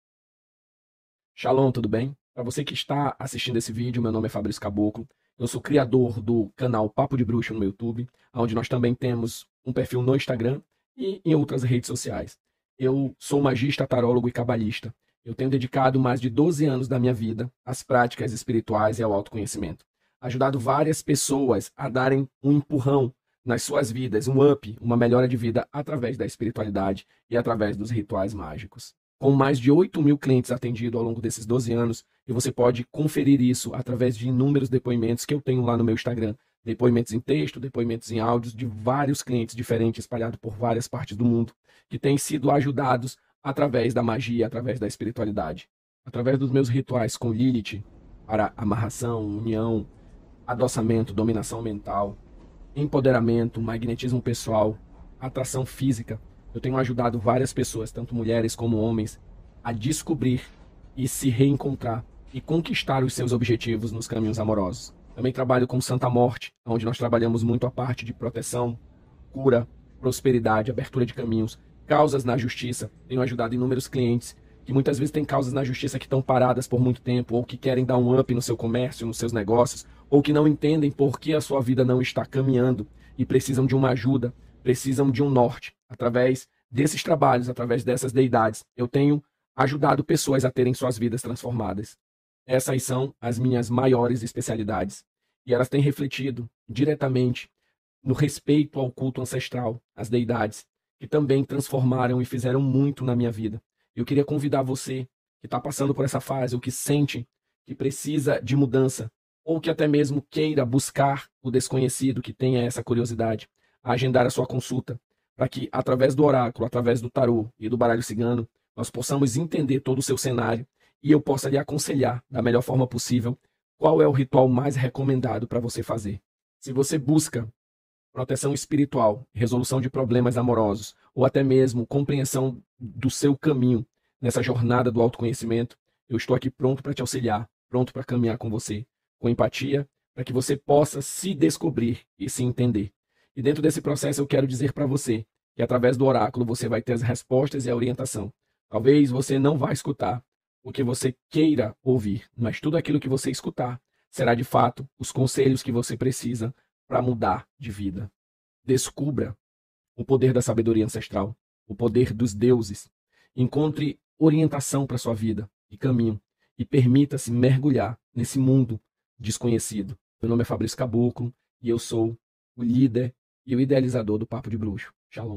Shalom, tudo bem? Para você que está assistindo esse vídeo, meu nome é Fabrício Caboclo. Eu sou criador do canal Papo de Bruxo no YouTube, onde nós também temos um perfil no Instagram e em outras redes sociais. Eu sou magista, tarólogo e cabalista. Eu tenho dedicado mais de doze anos da minha vida às práticas espirituais e ao autoconhecimento. Ajudado várias pessoas a darem um empurrão nas suas vidas, um up, uma melhora de vida através da espiritualidade e através dos rituais mágicos. Com mais de oito mil clientes atendidos ao longo desses doze anos, e você pode conferir isso através de inúmeros depoimentos que eu tenho lá no meu Instagram. Depoimentos em texto, depoimentos em áudios de vários clientes diferentes espalhados por várias partes do mundo, que têm sido ajudados através da magia, através da espiritualidade. Através dos meus rituais com Lilith, para amarração, união, adoçamento, dominação mental, empoderamento, magnetismo pessoal, atração física, eu tenho ajudado várias pessoas, tanto mulheres como homens, a descobrir e se reencontrar e conquistar os seus objetivos nos caminhos amorosos. Também trabalho com Santa Morte, onde nós trabalhamos muito a parte de proteção, cura, prosperidade, abertura de caminhos, causas na justiça. Tenho ajudado inúmeros clientes que muitas vezes têm causas na justiça que estão paradas por muito tempo, ou que querem dar um up no seu comércio, nos seus negócios, ou que não entendem por que a sua vida não está caminhando e precisam de uma ajuda, precisam de um norte. Através desses trabalhos, através dessas deidades, eu tenho ajudado pessoas a terem suas vidas transformadas. Essas são as minhas maiores especialidades. E elas têm refletido diretamente no respeito ao culto ancestral, às deidades, que também transformaram e fizeram muito na minha vida. Eu queria convidar você que está passando por essa fase, ou que sente que precisa de mudança, ou que até mesmo queira buscar o desconhecido, que tenha essa curiosidade, a agendar a sua consulta, para que, através do oráculo, através do tarô e do baralho cigano, nós possamos entender todo o seu cenário e eu possa lhe aconselhar da melhor forma possível qual é o ritual mais recomendado para você fazer. Se você busca proteção espiritual, resolução de problemas amorosos, ou até mesmo compreensão do seu caminho nessa jornada do autoconhecimento, eu estou aqui pronto para te auxiliar, pronto para caminhar com você, com empatia, para que você possa se descobrir e se entender. E dentro desse processo eu quero dizer para você que através do oráculo você vai ter as respostas e a orientação. Talvez você não vá escutar o que você queira ouvir, mas tudo aquilo que você escutar será de fato os conselhos que você precisa para mudar de vida. Descubra o poder da sabedoria ancestral, o poder dos deuses. Encontre orientação para sua vida e caminho e permita-se mergulhar nesse mundo desconhecido. Meu nome é Fabrício Caboclo e eu sou o líder e o idealizador do Papo de Bruxo. Shalom.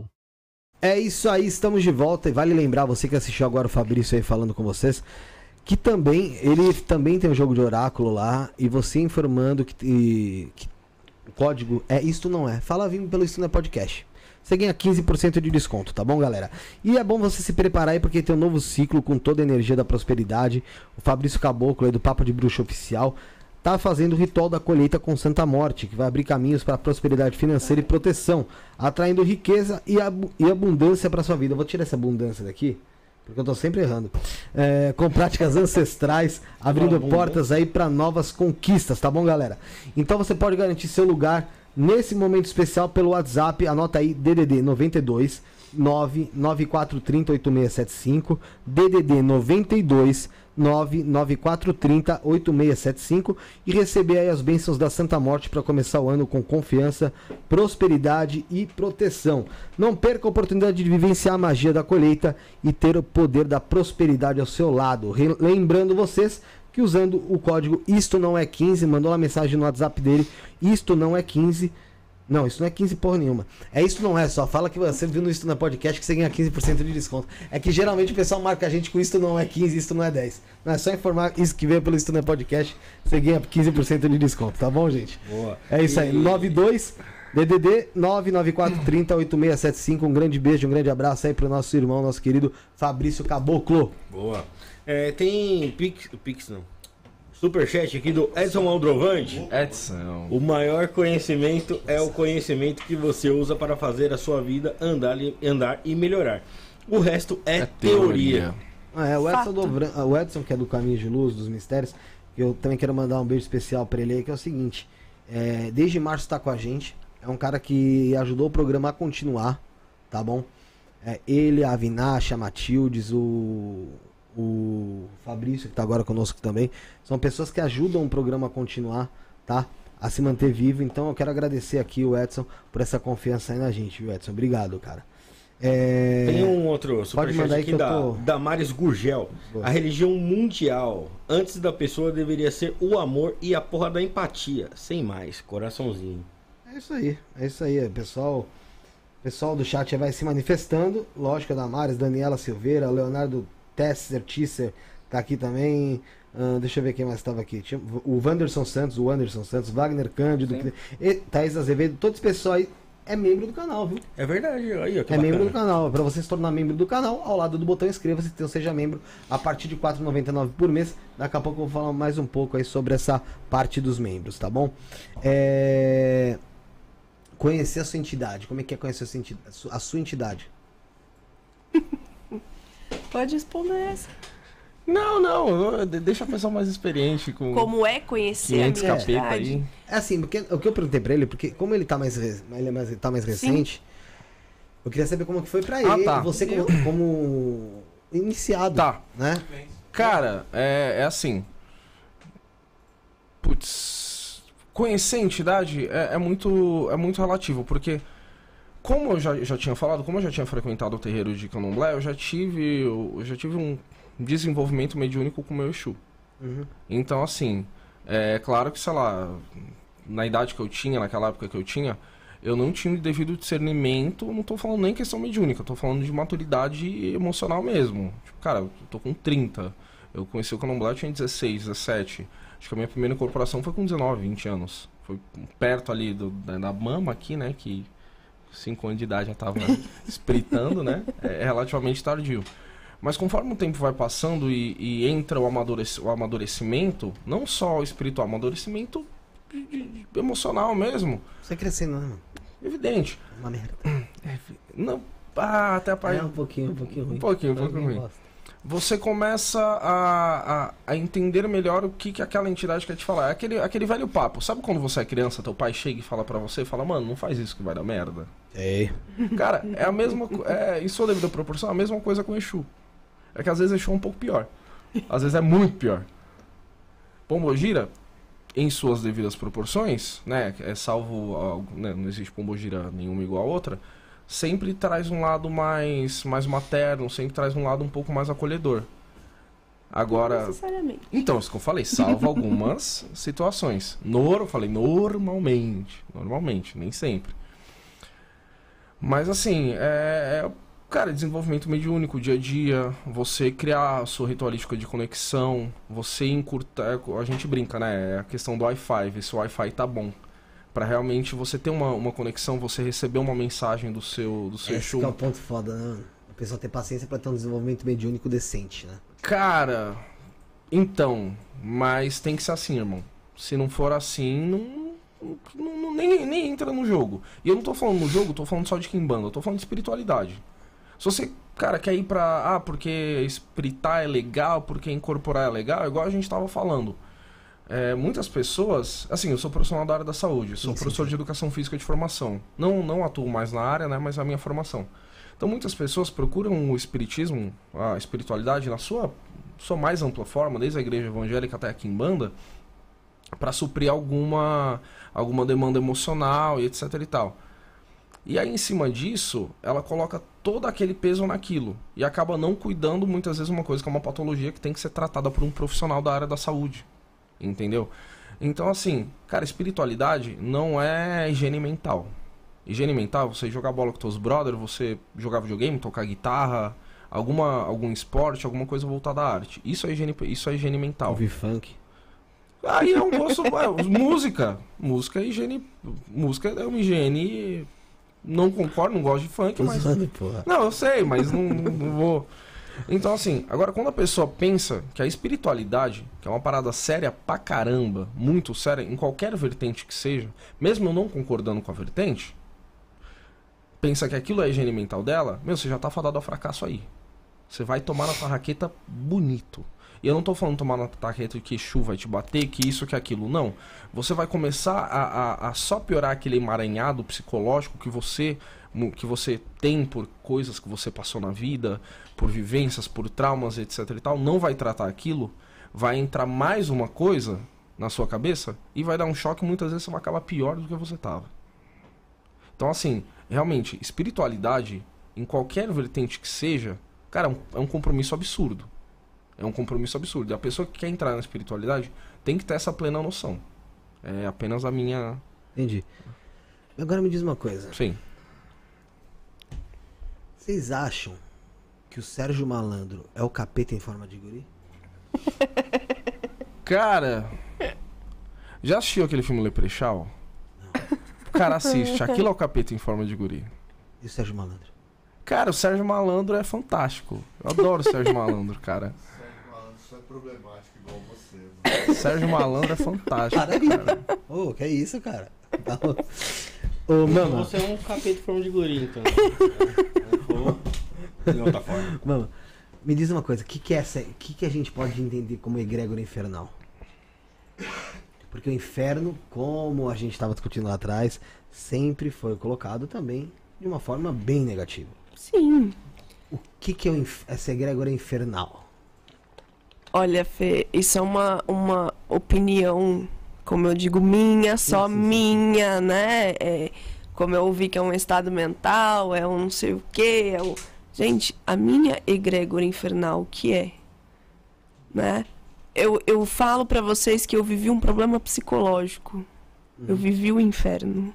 É isso aí, estamos de volta. E vale lembrar, você que assistiu agora o Fabrício aí falando com vocês, que também, ele também tem um jogo de oráculo lá, e você informando que, e, que o código é Isto Não É. Fala vindo pelo Isto Não É Podcast. Você ganha quinze por cento de desconto, tá bom, galera? E é bom você se preparar aí, porque tem um novo ciclo com toda a energia da prosperidade. O Fabrício Caboclo aí do Papo de Bruxo Oficial tá fazendo o ritual da colheita com Santa Morte, que vai abrir caminhos para prosperidade financeira e proteção, atraindo riqueza e, ab e abundância para sua vida. Eu vou tirar essa abundância daqui, porque eu tô sempre errando. É, com práticas ancestrais, abrindo portas aí para novas conquistas, tá bom, galera? Então você pode garantir seu lugar nesse momento especial pelo WhatsApp. Anota aí, D D D noventa e dois, nove nove quatro três zero, oito seis sete cinco, D D D noventa e dois, nove nove quatro três zero, oito seis sete cinco, e receber aí as bênçãos da Santa Morte para começar o ano com confiança, prosperidade e proteção. Não perca a oportunidade de vivenciar a magia da colheita e ter o poder da prosperidade ao seu lado. Re lembrando vocês que usando o código Isto Não É quinze, mandou uma mensagem no WhatsApp dele, Isto Não É quinze, Não, isso não é quinze porra nenhuma. É isso não é, só fala que você viu no Isto Não é Podcast que você ganha quinze por cento de desconto. É que geralmente o pessoal marca a gente com Isto Não é quinze, Isto Não é dez. Não é só informar isso que veio pelo Isto Não é Podcast, você ganha quinze por cento de desconto, tá bom, gente? Boa. É isso aí, nove dois D D D nove nove quatro três zero oito seis sete cinco. Um grande beijo, um grande abraço aí pro nosso irmão, nosso querido Fabrício Caboclo. Boa. É, tem Pix, Pix não. Superchat aqui do Edson Aldrovante. Edson. O maior conhecimento é o conhecimento que você usa para fazer a sua vida andar, andar e melhorar. O resto é, É teoria. teoria. Ah, é, o Edson, Fato. Dovran- ah, o Edson, que é do Caminho de Luz, dos Mistérios, que eu também quero mandar um beijo especial pra ele aí, que é o seguinte, é, desde março tá com a gente, é um cara que ajudou o programa a continuar, tá bom? É, ele, a Avinash, a Matildes, o, o Fabrício, que tá agora conosco também, são pessoas que ajudam o programa a continuar, tá? A se manter vivo, então eu quero agradecer aqui o Edson por essa confiança aí na gente, viu, Edson? Obrigado, cara. É... Tem um outro Pode superchat mandar aí aqui que eu da tô- Damares Gurgel. Boa. A religião mundial, antes da pessoa, deveria ser o amor e a porra da empatia. Sem mais, coraçãozinho. É isso aí, é isso aí, pessoal. Pessoal do chat já vai se manifestando. Lógico, a Damares, Daniela Silveira, Leonardo Tesser, Tisser tá aqui também. Ah, deixa eu ver quem mais estava aqui. Tinha o Wanderson Santos, o Wanderson Santos, Wagner Cândido, e Thaís Azevedo, todo esse pessoal aí é membro do canal, viu? É verdade, aí, ó, que É bacana. membro do canal. Para você se tornar membro do canal, ao lado do botão inscreva-se, então seja membro a partir de quatro reais e noventa e nove centavos por mês. Daqui a pouco eu vou falar mais um pouco aí sobre essa parte dos membros, tá bom? É... Conhecer a sua entidade. Como é que é conhecer a sua entidade? A sua- a sua entidade? Pode responder essa. Não, não, eu- de- deixa a pessoa mais experiente com Como é conhecer quinhentos a minha capeta entidade? aí. É assim, porque o que eu perguntei pra ele, porque como ele tá mais, re- ele é mais, tá mais recente, eu queria saber como que foi pra Ah, ele, tá. você como, como iniciado, Tá. né? Cara, é, é assim. Putz. Conhecer a entidade é, é muito, é muito relativo, porque, como eu já, já tinha falado, como eu já tinha frequentado o terreiro de Candomblé, eu já tive, eu já tive um desenvolvimento mediúnico com o meu Exu. Uhum. Então, assim, é claro que, sei lá, na idade que eu tinha, naquela época que eu tinha, eu não tinha o devido discernimento, não tô falando nem questão mediúnica, eu tô falando de maturidade emocional mesmo. Tipo, cara, eu tô com trinta, eu conheci o Candomblé, eu tinha dezesseis, dezessete. Acho que a minha primeira incorporação foi com dezenove, vinte anos. Foi perto ali do, da, da mama aqui, né, que cinco anos de idade já tava espritando, né, é, é relativamente tardio. Mas conforme o tempo vai passando e, e entra o, amadurec o amadurecimento, não só o espiritual, o amadurecimento de, de, de emocional mesmo, Você crescendo, né, mano? evidente. Uma merda. Não, ah, até a parte... É um pouquinho, um pouquinho ruim. Um pouquinho, um Pra pouquinho quem ruim. gosta. Você começa a, a, a entender melhor o que, que aquela entidade quer te falar. É aquele, aquele velho papo. Sabe quando você é criança, teu pai chega e fala pra você, e fala, mano, não faz isso que vai dar merda. É. Cara, é a mesma co- é, em sua devida proporção, é a mesma coisa com o Exu. É que às vezes Exu é um pouco pior. Às vezes é muito pior. Pombogira, em suas devidas proporções, né? É salvo. algo- né, não existe pombogira nenhuma igual a outra. Sempre traz um lado mais, mais materno, sempre traz um lado um pouco mais acolhedor. Não Agora. necessariamente. Então, isso que eu falei, salva algumas situações. Nor, eu falei normalmente. Normalmente, nem sempre. Mas assim, é, é, cara, desenvolvimento mediúnico, dia a dia, você criar a sua ritualística de conexão, você encurtar. A gente brinca, né? É a questão do Wi-Fi, ver se o Wi-Fi tá bom. Pra realmente você ter uma, uma conexão, você receber uma mensagem do seu, do seu Esse Exu. que é o ponto foda, né, mano? A pessoa ter paciência pra ter um desenvolvimento mediúnico decente, né? Cara, então, mas tem que ser assim, irmão. Se não for assim, não, não- não- nem, nem entra no jogo. E eu não tô falando no jogo, tô falando só de Kimbanda, eu tô falando de espiritualidade. Se você, cara, quer ir pra. Ah, porque espiritar é legal, porque incorporar é legal, igual a gente tava falando. É, muitas pessoas, assim, eu sou profissional da área da saúde, sou Sim, sim, professor sim. de educação física de formação. Não, não atuo mais na área, né, mas é a minha formação. Então muitas pessoas procuram o espiritismo, a espiritualidade na sua, sua mais ampla forma, desde a igreja evangélica até a Kimbanda, para suprir alguma, alguma demanda emocional e etc e tal. E aí em cima disso, ela coloca todo aquele peso naquilo e acaba não cuidando muitas vezes uma coisa que é uma patologia que tem que ser tratada por um profissional da área da saúde. Entendeu? Então, assim, cara, espiritualidade não é higiene mental. Higiene mental, você jogar bola com seus brothers, você jogar videogame, tocar guitarra, alguma, algum esporte, alguma coisa voltada à arte. Isso é higiene, isso é higiene mental. Ouvir funk. Aí é um gosto... é, música. Música é higiene... Música é uma higiene... Não concordo, não gosto de funk, Tô mas... zoando, porra. Não, eu sei, mas não, não vou... Então, assim, agora quando a pessoa pensa que a espiritualidade, que é uma parada séria pra caramba, muito séria, em qualquer vertente que seja, mesmo eu não concordando com a vertente, pensa que aquilo é a higiene mental dela, meu, você já tá fadado ao fracasso aí. Você vai tomar na tarraqueta bonito. E eu não tô falando tomar na tarraqueta que Exu vai te bater, que isso, que aquilo, não. Você vai começar a, a, a só piorar aquele emaranhado psicológico que você, que você tem por coisas que você passou na vida, por vivências, por traumas, etc e tal. Não vai tratar aquilo, vai entrar mais uma coisa na sua cabeça e vai dar um choque e muitas vezes você vai acabar pior do que você tava. Então, assim, realmente, espiritualidade, em qualquer vertente que seja, cara, é um, é um compromisso absurdo. É um compromisso absurdo. E a pessoa que quer entrar na espiritualidade tem que ter essa plena noção. É apenas a minha... Entendi. Agora me diz uma coisa. Sim. Vocês acham que o Sérgio Malandro é o capeta em forma de guri? Cara... Já assistiu aquele filme Leprechaun? Não. Cara, assiste. Aquilo é o capeta em forma de guri. E o Sérgio Malandro? Cara, o Sérgio Malandro é fantástico. Eu adoro o Sérgio Malandro, cara. Isso é problemático igual você, mano. Sérgio Malandro é fantástico, cara. Ô, oh, que é isso, cara? Tá... Ô, mama. Você é um capeta de forma de guri, então. De outra forma. Mama, me diz uma coisa. O que, que, é essa... que, que a gente pode entender como egrégora infernal? Porque o inferno, como a gente estava discutindo lá atrás, sempre foi colocado também de uma forma bem negativa. Sim. O que, que é o inf... essa egrégora infernal? Olha, Fê, isso é uma, uma opinião, como eu digo, minha, só sim, sim, sim. minha, né? É, como eu ouvi que é um estado mental, é um não sei o quê. É um... Gente, a minha egrégora infernal, o que é? Né? Eu, eu falo pra vocês que eu vivi um problema psicológico. Uhum. Eu vivi o inferno.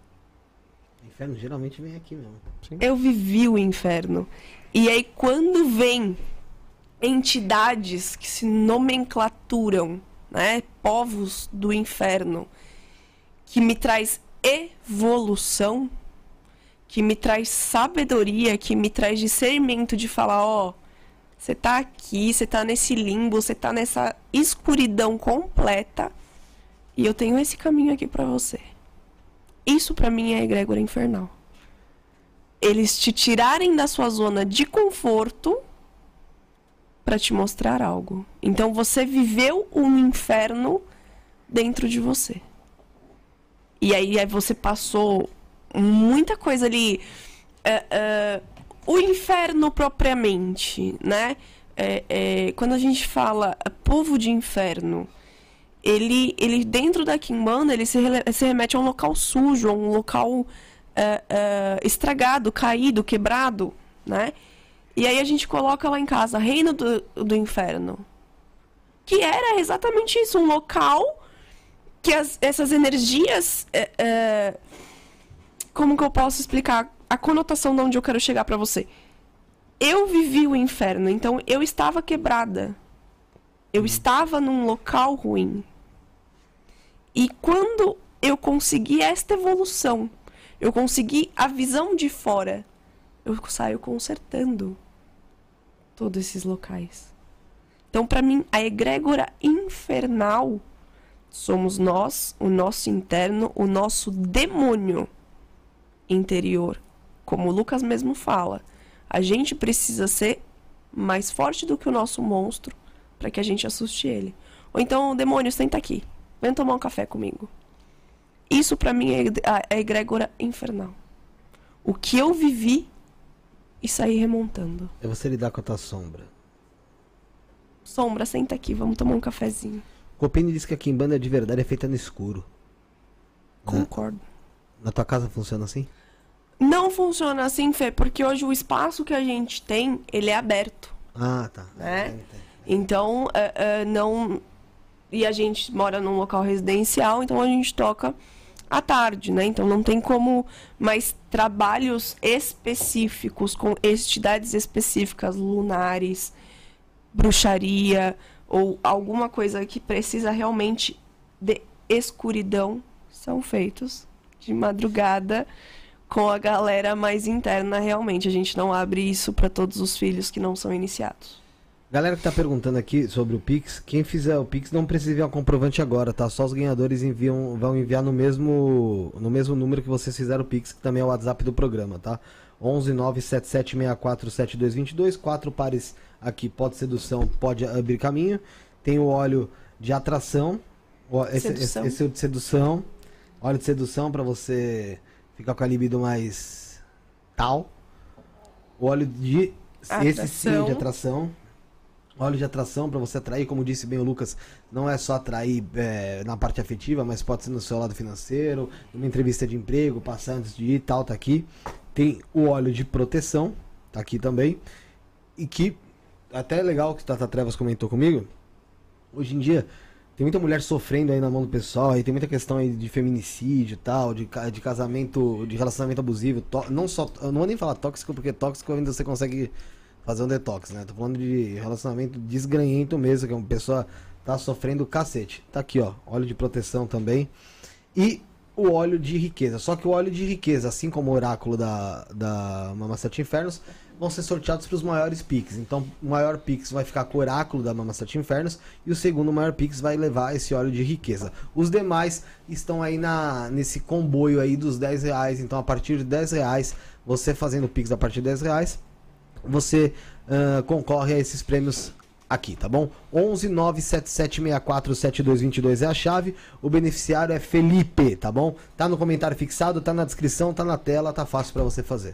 O inferno geralmente vem aqui mesmo. Sim. Eu vivi o inferno. E aí, quando vem entidades que se nomenclaturam, né, povos do inferno, que me traz evolução, que me traz sabedoria, que me traz discernimento de falar, ó, você tá aqui, você tá nesse limbo, você tá nessa escuridão completa, e eu tenho esse caminho aqui pra você. Isso pra mim é egrégora infernal. Eles te tirarem da sua zona de conforto para te mostrar algo. Então você viveu um inferno dentro de você. E aí, aí você passou muita coisa ali. Uh, uh, o inferno propriamente, né? É, é, quando a gente fala povo de inferno, ele, ele dentro da Quimbanda, ele se, se remete a um local sujo, a um local... Uh, uh, estragado, caído, quebrado, né? E aí a gente coloca lá em casa Reino do, do Inferno, que era exatamente isso, um local que as, essas energias uh, uh, como que eu posso explicar a conotação de onde eu quero chegar pra você? Eu vivi o inferno, então eu estava quebrada, eu estava num local ruim, e quando eu consegui esta evolução, eu consegui a visão de fora, eu saio consertando todos esses locais. Então, para mim, a egrégora infernal somos nós, o nosso interno, o nosso demônio interior. Como o Lucas mesmo fala, a gente precisa ser mais forte do que o nosso monstro para que a gente assuste ele. Ou então, demônio, senta aqui, vem tomar um café comigo. Isso pra mim é a egrégora infernal. O que eu vivi e saí remontando. É você lidar com a tua sombra. Sombra, senta aqui, vamos tomar um cafezinho. Copini diz que a Quimbanda de verdade é feita no escuro. Concordo. Na, na tua casa funciona assim? Não funciona assim, Fê, porque hoje o espaço que a gente tem, ele é aberto. Ah, tá. Né? É, é, é. Então, uh, uh, não... e a gente mora num local residencial, então a gente toca à tarde, né? Então não tem como mais trabalhos específicos, com entidades específicas, lunares, bruxaria, ou alguma coisa que precisa realmente de escuridão, são feitos de madrugada com a galera mais interna realmente. A gente não abre isso para todos os filhos que não são iniciados. Galera que tá perguntando aqui sobre o Pix, quem fizer o Pix não precisa enviar um comprovante agora, tá? Só os ganhadores enviam, vão enviar no mesmo, no mesmo número que vocês fizeram o Pix, que também é o WhatsApp do programa, tá? onze nove sete sete seis quatro sete dois dois dois, quatro pares aqui, pode sedução, pode abrir caminho. Tem o óleo de atração, esse, esse, esse é o de sedução, óleo de sedução para você ficar com a libido mais tal. O óleo de, atração. Esse sim, de atração. Óleo de atração para você atrair, como disse bem o Lucas, não é só atrair é, na parte afetiva, mas pode ser no seu lado financeiro, numa entrevista de emprego, passar antes de ir e tal, tá aqui. Tem o óleo de proteção, tá aqui também. E que, até é legal que o Tata Trevas comentou comigo, hoje em dia tem muita mulher sofrendo aí na mão do pessoal, aí tem muita questão aí de feminicídio e tal, de, de casamento, de relacionamento abusivo, to, não só, eu não vou nem falar tóxico, porque tóxico ainda você consegue fazer um detox, né? Tô falando de relacionamento desgranhento mesmo, que uma pessoa tá sofrendo cacete. Tá aqui, ó, óleo de proteção também. E o óleo de riqueza. Só que o óleo de riqueza, assim como o oráculo da, da Mama Sete Infernos, vão ser sorteados para os maiores Pix. Então, o maior Pix vai ficar com o oráculo da Mama Sete Infernos e o segundo maior Pix vai levar esse óleo de riqueza. Os demais estão aí na, nesse comboio aí dos dez reais. Então, a partir de dez reais, você fazendo Pix a partir de dez reais, você uh, concorre a esses prêmios aqui, tá bom? onze nove sete sete seis quatro sete dois dois dois é a chave. O beneficiário é Felipe, tá bom? Tá no comentário fixado, tá na descrição, tá na tela, tá fácil pra você fazer.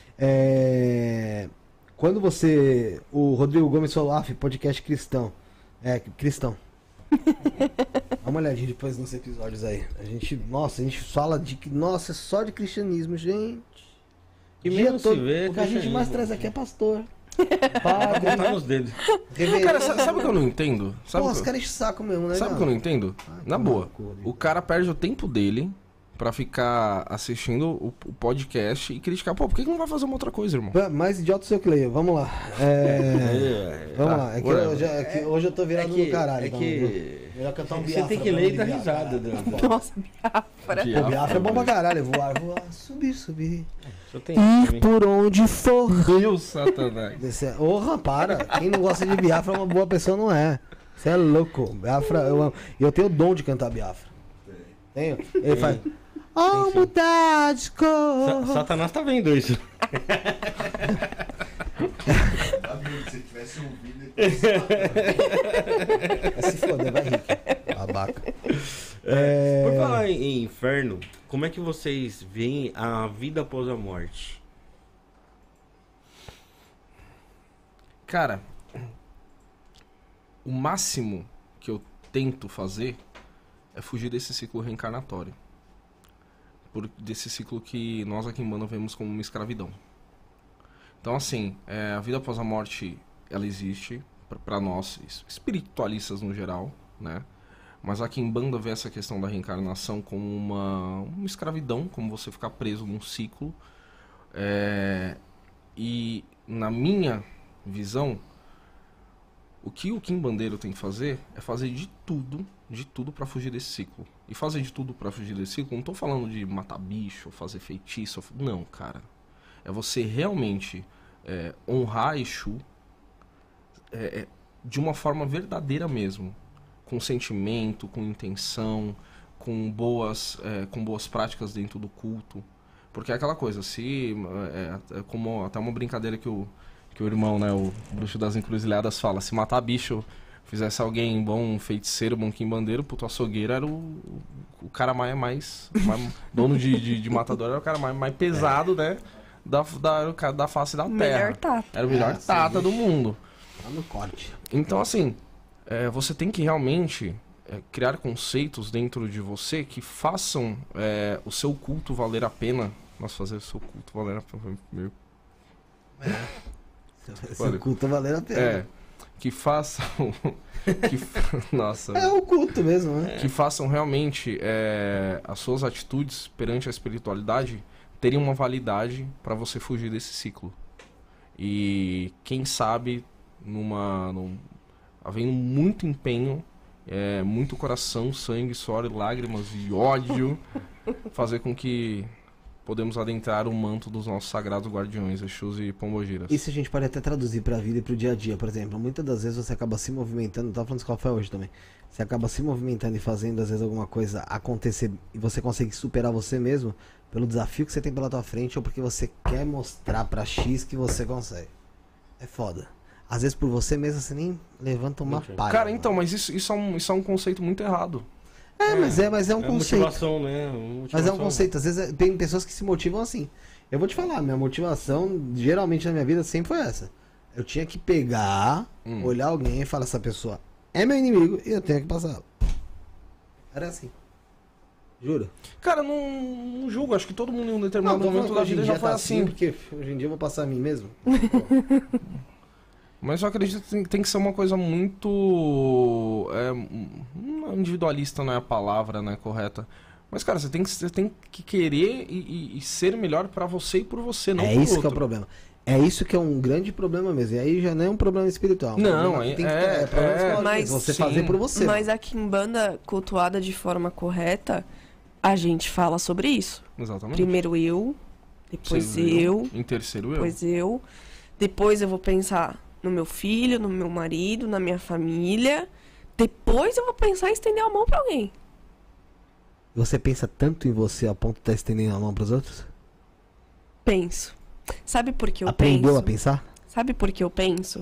É... Quando você... O Rodrigo Gomes falou, ah, podcast cristão. É, cristão. Dá uma olhadinha depois nos episódios aí. A gente, nossa, a gente fala de... Nossa, é só de cristianismo, gente. Que Dia mesmo todo, se vê, o que a gente mais traz aqui é pastor. Padre, Contar nos dedos. Cara, sa- sabe o que eu não entendo? Sabe Pô, o os que... caras enchem o saco mesmo, né? Sabe o que eu não entendo? Ai, Na toma boa, no cu, o cara perde o tempo dele pra ficar assistindo o, o podcast e criticar. Pô, por que que não vai fazer uma outra coisa, irmão? Mais idiota o seu Cleio, vamos lá. É... vamos Tá, lá. É que, whatever. hoje, é que hoje eu tô virado É que- no caralho. é então, que- viu? Melhor cantar um Você Biafra. tem que pra ler e não dar aliviar, risada. caralho. Dan. Nossa, Biafra. Biafra. Pô, Biafra é bom pra caralho. Voar, voar, subir, subir. Só tem Ir por onde for. Deus, Satanás. Descer. Porra, para. Quem não gosta de Biafra é uma boa pessoa, não é. Você é louco. Biafra, eu amo. E eu tenho o dom de cantar Biafra. Tenho. Ele faz. Oh, mudar de cor. Sa- Satanás tá vendo isso. Amigo, se tivesse ouvido, Vai se foder, vai Rick. Babaca. É... Por falar em, em inferno, como é que vocês veem a vida após a morte? Cara, o máximo que eu tento fazer é fugir desse ciclo reencarnatório. Por, desse ciclo que nós aqui em Banda vemos como uma escravidão. Então, assim, é, a vida após a morte, ela existe para nós, espiritualistas no geral, né? Mas aqui em Banda vê essa questão da reencarnação como uma, uma escravidão, como você ficar preso num ciclo. É, e, na minha visão, o que o quimbandeiro tem que fazer é fazer de tudo, de tudo para fugir desse ciclo. E fazer de tudo para fugir desse ciclo, não tô falando de matar bicho, fazer feitiço, não, cara. É você realmente é, honrar Exu é, é, de uma forma verdadeira mesmo. Com sentimento, com intenção, com boas, é, com boas práticas dentro do culto. Porque é aquela coisa, se... É, é como até uma brincadeira que o, que o irmão, né, o bruxo das encruzilhadas fala, se matar bicho fizesse alguém bom, um feiticeiro, bom quimbandeiro, puto açougueiro era o, o cara mais, mais, mais dono de, de, de matador, era o cara mais, mais pesado, né, da, da, da face da terra. Melhor tata. Era o melhor É, tata do mundo. Tá no corte. Então, assim, é, você tem que realmente é, criar conceitos dentro de você que façam é, o seu culto valer a pena. Nossa, fazer o seu culto valer a pena. Meu... Seu culto valendo a pena. É, que façam... que, nossa... É o culto mesmo, né? Que façam realmente é, as suas atitudes perante a espiritualidade terem uma validade para você fugir desse ciclo. E quem sabe, numa, num, havendo muito empenho, é, muito coração, sangue, suor, lágrimas e ódio, fazer com que podemos adentrar o manto dos nossos sagrados guardiões, Exus e Pombogiras. Isso a gente pode até traduzir pra vida e pro dia a dia. Por exemplo, muitas das vezes você acaba se movimentando, eu tava falando isso com o Rafael hoje também. Você acaba se movimentando e fazendo, às vezes, alguma coisa acontecer e você consegue superar você mesmo pelo desafio que você tem pela tua frente ou porque você quer mostrar pra X que você consegue. É foda. Às vezes por você mesmo você nem levanta uma palha. Cara, então, mas isso, isso, é um, isso é um conceito muito errado. É, mas é, mas é um É conceito. motivação, né? Motivação. Mas é um conceito. Às vezes é- tem pessoas que se motivam assim. Eu vou te falar, minha motivação, geralmente na minha vida, sempre foi essa. Eu tinha que pegar, Hum. olhar alguém e falar, essa pessoa é meu inimigo e eu tenho que passar ela. Era assim. Juro. Cara, não, não julgo, acho que todo mundo em um determinado tô momento falando da que hoje em vida já dia foi tá assim. Porque hoje em dia eu vou passar a mim mesmo. Mas eu acredito que tem, tem que ser uma coisa muito... É, hum, individualista não é a palavra, né, correta. Mas, cara, você tem que, você tem que querer e, e- e ser melhor pra você e por você, não É pro isso outro. que é o problema. É isso que é um grande problema mesmo. E aí já não é um problema espiritual. é um Não, problema que é- tem que ter- é- problema é- psicológico Mas mesmo, você sim. fazer por você. Mas a Kimbanda cultuada de forma correta, a gente fala sobre isso. Exatamente. Primeiro eu, depois Segundo eu, Em terceiro eu. depois eu. Depois eu vou pensar no meu filho, no meu marido, na minha família. Depois eu vou pensar em estender a mão pra alguém. Você pensa tanto em você a ponto de estar estendendo a mão pros outros? Penso. Sabe por que eu Aprendeu penso? a pensar? Sabe por que eu penso?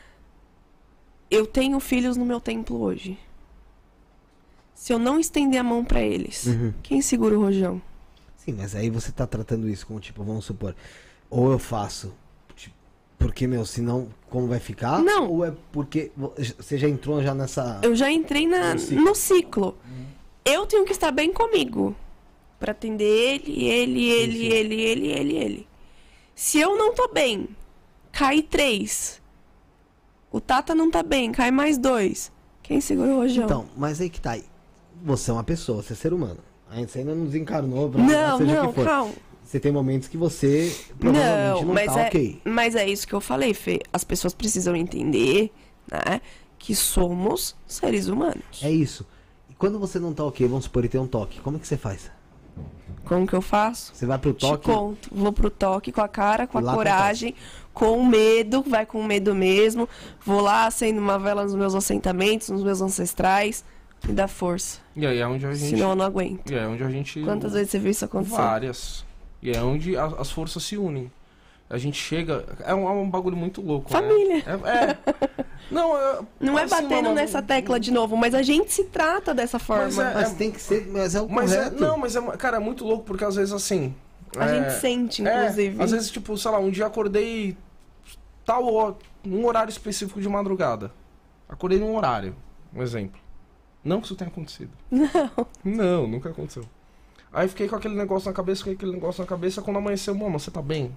Eu tenho filhos no meu templo hoje. Se eu não estender a mão pra eles, Uhum. quem segura o rojão? Sim, mas aí você tá tratando isso como, tipo, vamos supor, ou eu faço, tipo, porque, meu, senão, como vai ficar? Não. Ou é porque vo- você já entrou já nessa... Eu já entrei na, No ciclo. no ciclo. Eu tenho que estar bem comigo. Pra atender ele, ele, ele, sim. ele, ele, ele, ele. Se eu não tô bem, cai três. O Tata não tá bem, cai mais dois. Quem segura o rojão? Então, mas aí que tá. Você é uma pessoa, você é ser humano. Ainda você ainda não desencarnou, pra não, seja o não, que for. calma. Você tem momentos que você provavelmente Não, não, mas, tá é, ok. mas é isso que eu falei, Fê. As pessoas precisam entender, né, que somos seres humanos. É isso. E quando você não tá ok, vamos supor, e tem um toque, como é que você faz? Como que eu faço? Você vai pro Te toque... conto. Vou pro toque com a cara, com E a lá coragem, com o medo, vai com medo mesmo. Vou lá, acendo uma vela nos meus assentamentos, nos meus ancestrais. Me dá força. E aí é onde a gente... Senão eu não aguento. E aí é onde a gente... Quantas vezes você viu isso acontecer? Várias. E é onde a- as forças se unem. A gente chega... É um, é um bagulho muito louco, né? Família. É, é. Não, é... Não é assim, batendo mano, nessa tecla de novo, mas a gente se trata dessa forma. Mas é- Mas tem que ser, mas é o Mas é, correto. não, mas é, cara, é muito louco porque às vezes assim... A é, gente sente, é, inclusive. às vezes, tipo, sei lá, um dia acordei tal hora, num horário específico de madrugada. Acordei num horário, um exemplo. Não que isso tenha acontecido. Não. Não, nunca aconteceu. Aí fiquei com aquele negócio na cabeça, com aquele negócio na cabeça, quando amanheceu, mano, você tá bem?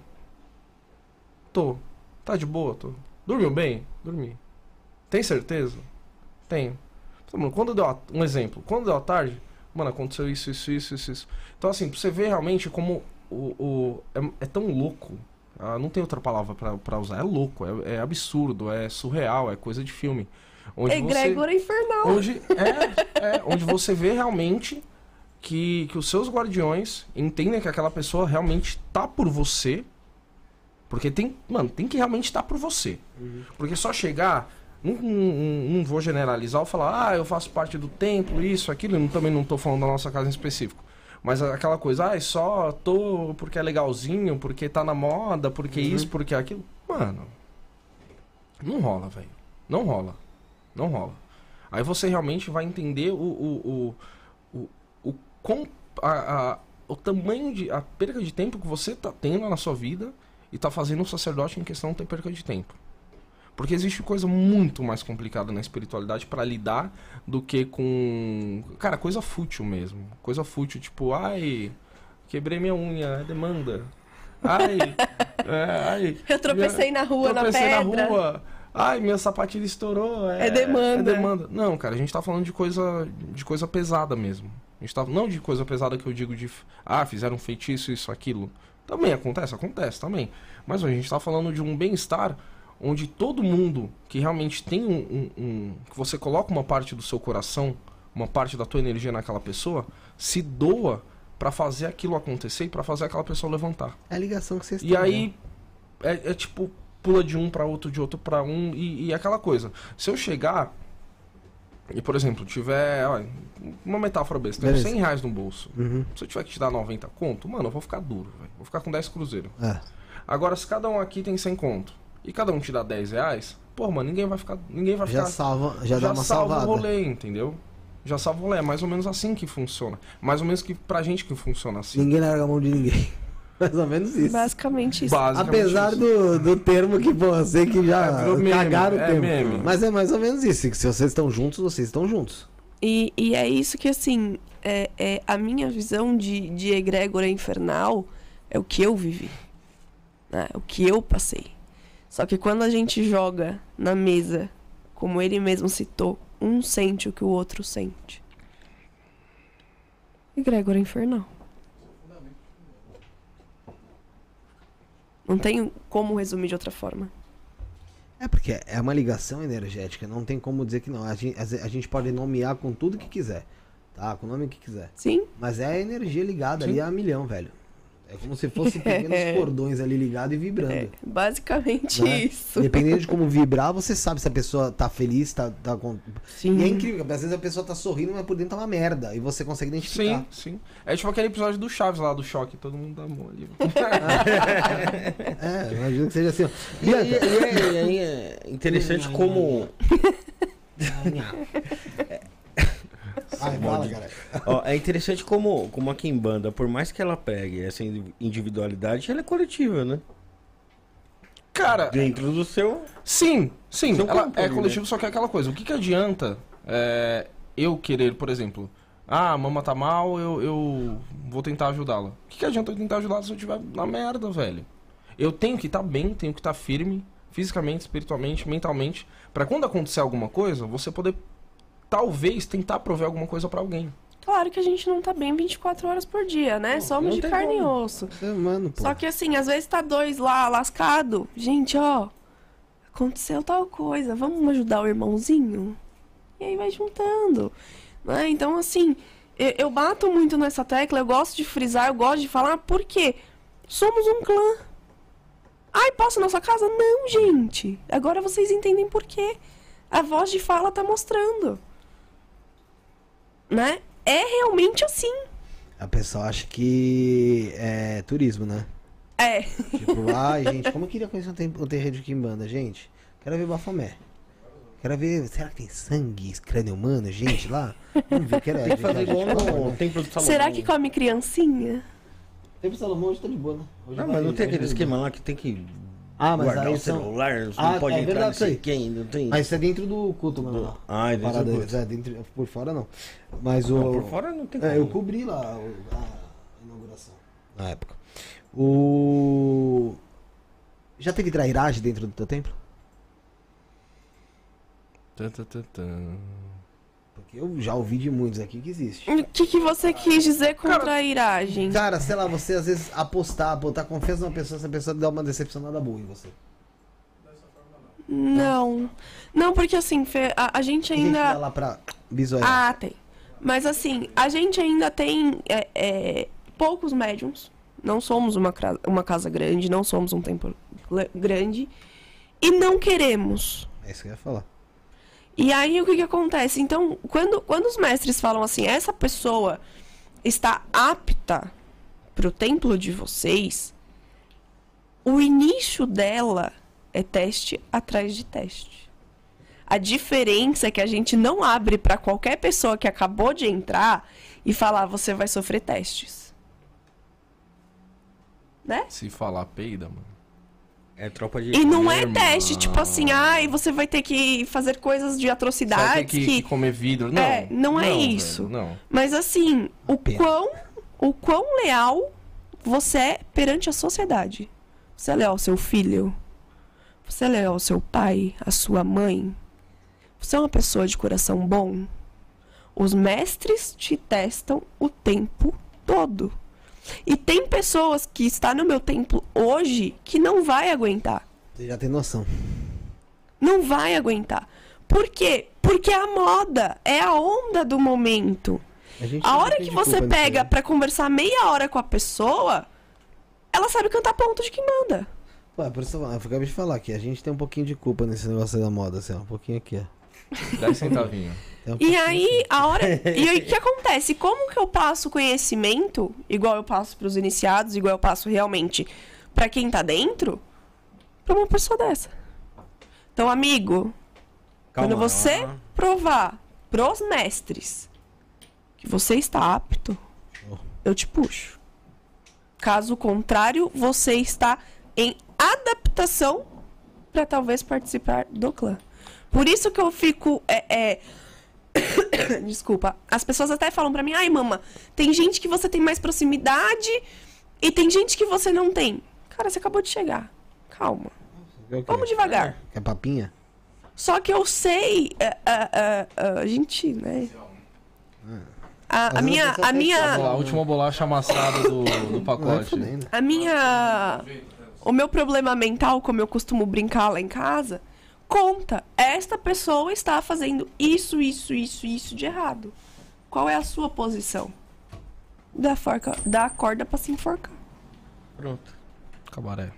Tô. Tá de boa? Tô. Dormiu bem? Dormi. Tem certeza? Tenho. Então, mano, quando deu a, um exemplo, quando deu a tarde, mano, aconteceu isso, isso, isso, isso, isso. Então, assim, pra você ver realmente como o, o é, é tão louco, ah, não tem outra palavra pra, pra usar, é louco, é, é absurdo, é surreal, é coisa de filme. Onde Egrégora infernal. Onde, é, é, onde você vê realmente que, que os seus guardiões entendem que aquela pessoa realmente tá por você. Porque tem, mano, tem que realmente estar por você. Porque só chegar, não, não, não vou generalizar ou falar, ah, eu faço parte do templo, isso, aquilo, eu também não tô falando da nossa casa em específico. Mas aquela coisa, ah, só tô porque é legalzinho, porque tá na moda, porque isso, porque aquilo. Mano, não rola, velho. Não rola. Não rola. Aí você realmente vai entender o, o, o, o, o, com, a, a, o tamanho de. A perca de tempo que você tá tendo na sua vida e tá fazendo um sacerdote em questão de ter perca de tempo. Porque existe coisa muito mais complicada na espiritualidade pra lidar do que com. Cara, coisa fútil mesmo. Coisa fútil, tipo, ai, quebrei minha unha, é demanda. Ai, é, ai. Eu tropecei na rua, na tropecei pedra. na rua. Ai, minha sapatilha estourou. É, É demanda. É demanda. Não, cara, a gente tá falando de coisa, de coisa pesada mesmo. A gente tá, não de coisa pesada que eu digo de... Ah, fizeram um feitiço, isso, aquilo. Também acontece, acontece também. Mas a gente tá falando de um bem-estar onde todo mundo que realmente tem um, um, um... que você coloca uma parte do seu coração, uma parte da tua energia naquela pessoa, se doa pra fazer aquilo acontecer e pra fazer aquela pessoa levantar. É a ligação que vocês têm. E aí, é, é tipo, pula de um pra outro, de outro pra um, e, e aquela coisa. Se eu chegar e, por exemplo, tiver, ó, uma metáfora besta, tenho Beleza. cem reais no bolso. Uhum. Se eu tiver que te dar noventa conto, mano, eu vou ficar duro, velho. Vou ficar com dez cruzeiros. É. Agora, se cada um aqui tem cem conto, e cada um te dá dez reais, pô, mano, ninguém vai ficar, ninguém vai Já ficar... salva, já, dá uma salva salvada. o rolê, entendeu? Já salva o rolê. É mais ou menos assim que funciona. Mais ou menos que pra gente que funciona assim. Ninguém larga a mão de ninguém. Mais ou menos isso. Basicamente isso. Basicamente Apesar isso. do, do termo que, pô, eu sei que já É, virou meme, cagaram o é termo. meme. Mas é mais ou menos isso. Que se vocês estão juntos, vocês estão juntos. E, e é isso que, assim, é, é a minha visão de, de egrégora infernal é o que eu vivi. Né? É o que eu passei. Só que quando a gente joga na mesa, como ele mesmo citou, um sente o que o outro sente. Egrégora infernal. Não tenho como resumir de outra forma. É porque é uma ligação energética, não tem como dizer que não. A gente, a gente pode nomear com tudo que quiser, tá? Com o nome que quiser. Sim? Mas é a energia ligada Sim. ali a milhão, velho. É como se fossem pequenos cordões ali ligados e vibrando. É, basicamente né? isso. Dependendo de como vibrar, você sabe se a pessoa tá feliz, tá, tá com... Sim. E é incrível, porque às vezes a pessoa tá sorrindo, mas por dentro tá uma merda. E você consegue identificar. Sim, sim. É tipo aquele episódio do Chaves lá, do choque, todo mundo dá mão ali. É, imagino que seja assim, ó. E aí, Bianca, e aí- e aí é interessante como. Ai, fala, cara. Ó, é interessante como, como a Kimbanda, por mais que ela pegue essa individualidade, ela é coletiva, né? Cara, Dentro do seu. sim, sim, Seu ela campo é ali, coletivo, né? só que é aquela coisa. O que, que adianta é, eu querer, por exemplo, ah, a mama tá mal, eu, eu vou tentar ajudá-la. O que, que adianta eu tentar ajudá-la se eu estiver na merda, velho? Eu tenho que estar bem, tenho que estar firme, fisicamente, espiritualmente, mentalmente, pra quando acontecer alguma coisa, você poder, talvez, tentar prover alguma coisa pra alguém. Claro que a gente não tá bem vinte e quatro horas por dia, né? Somos não de tem carne e como. osso. Mano, pô. Só que assim, às vezes tá dois lá, lascado. Gente, ó, aconteceu tal coisa, vamos ajudar o irmãozinho? E aí vai juntando, né? Então, assim, eu, eu bato muito nessa tecla, eu gosto de frisar, eu gosto de falar, por quê? Somos um clã. Ai, posso ir na sua casa? Não, gente. Agora vocês entendem por quê. A voz de fala tá mostrando. Né? É realmente assim. A pessoa acha que é turismo, né? É. Tipo, ai, gente, como eu queria conhecer um, tem- um terreiro de Kimbanda, gente. Quero ver Bafomé. Quero ver, será que tem sangue, crânio humano, gente, lá? Vamos ver, quero Tem que fazer igual no Templo do Salomão. Será que come criancinha? Templo Salomão hoje tá de boa, né? Hoje Não, vai- mas não tem hoje aquele vai- esquema lá que tem que Ah, mas guardar aí o são... celular, você Ah, não pode é entrar verdade não sei isso aí. quem, não tem. Mas isso é dentro do culto, mano. Ah, é dentro Parada do deles, culto. é, dentro, por fora não. Mas o... Não, por fora não tem como. É, eu cobri lá o- a inauguração. Na época. O... Já teve trairagem dentro do teu templo? Tan, tan, tan, tan. Porque eu já ouvi de muitos aqui que existe. O que, que você quis dizer com trairagem? Cara, sei lá, você às vezes apostar, botar confiança numa pessoa, essa pessoa dá uma decepcionada boa em você. Não. Não, porque assim, Fê, a, a gente Tem gente que vai ainda. lá pra bisoiar. Ah, tem. Mas assim, a gente ainda tem é, é, poucos médiums. Não somos uma, cra- uma casa grande, não somos um templo gle- grande. E não queremos. É isso que eu ia falar. E aí o que, que acontece? Então, quando, quando os mestres falam assim, essa pessoa está apta pro templo de vocês, o início dela é teste atrás de teste. A diferença é que a gente não abre para qualquer pessoa que acabou de entrar e falar, você vai sofrer testes. Né? Se falar peida, mano. É tropa de. E não é Irmão. teste, tipo assim, ai, você vai ter que fazer coisas de Você vai ter atrocidades que, que comer vidro. Não, É, não é velho, isso. não. Mas assim, o pena. quão, o quão leal você é perante a sociedade. Você é leal ao seu filho? Você é leal ao seu pai, à sua mãe? Você é uma pessoa de coração bom? Os mestres te testam o tempo todo. E tem pessoas que estão no meu templo hoje que não vai aguentar. Você já tem noção. Não vai aguentar. Por quê? Porque é a moda, é a onda do momento. A, gente A não hora tem que culpa você nisso pega aí. pra conversar meia hora com a pessoa, ela sabe cantar ponto de quem manda. Pô, é por isso eu acabei de falar aqui. A gente tem um pouquinho de culpa nesse negócio da moda, assim, ó. Um pouquinho aqui, ó. dez centavinhos. Tem um E pouquinho aí, a hora. E aí, o que acontece? Como que eu passo conhecimento, igual eu passo pros iniciados, igual eu passo realmente pra quem tá dentro, pra uma pessoa dessa? Então, amigo, Calma quando você lá. provar pros mestres que você está apto, eu te puxo. Caso contrário, você está em adaptação pra talvez participar do clã. Por isso que eu fico. É, é... Desculpa. As pessoas até falam pra mim: ai, mama, tem gente que você tem mais proximidade e tem gente que você não tem. Cara, você acabou de chegar. Calma. Quer o quê? Vamos devagar. Quer papinha? Só que eu sei. é, é, é, é, a gente, né? A, a vezes minha. a pessoa A até minha. A última bolacha amassada do, do Não é pacote. fudendo. A minha. O meu problema mental, como eu costumo brincar lá em casa, conta. Esta pessoa está fazendo isso, isso, isso, isso de errado. Qual é a sua posição? Da, forca, da corda pra se enforcar. Pronto. Cabaré.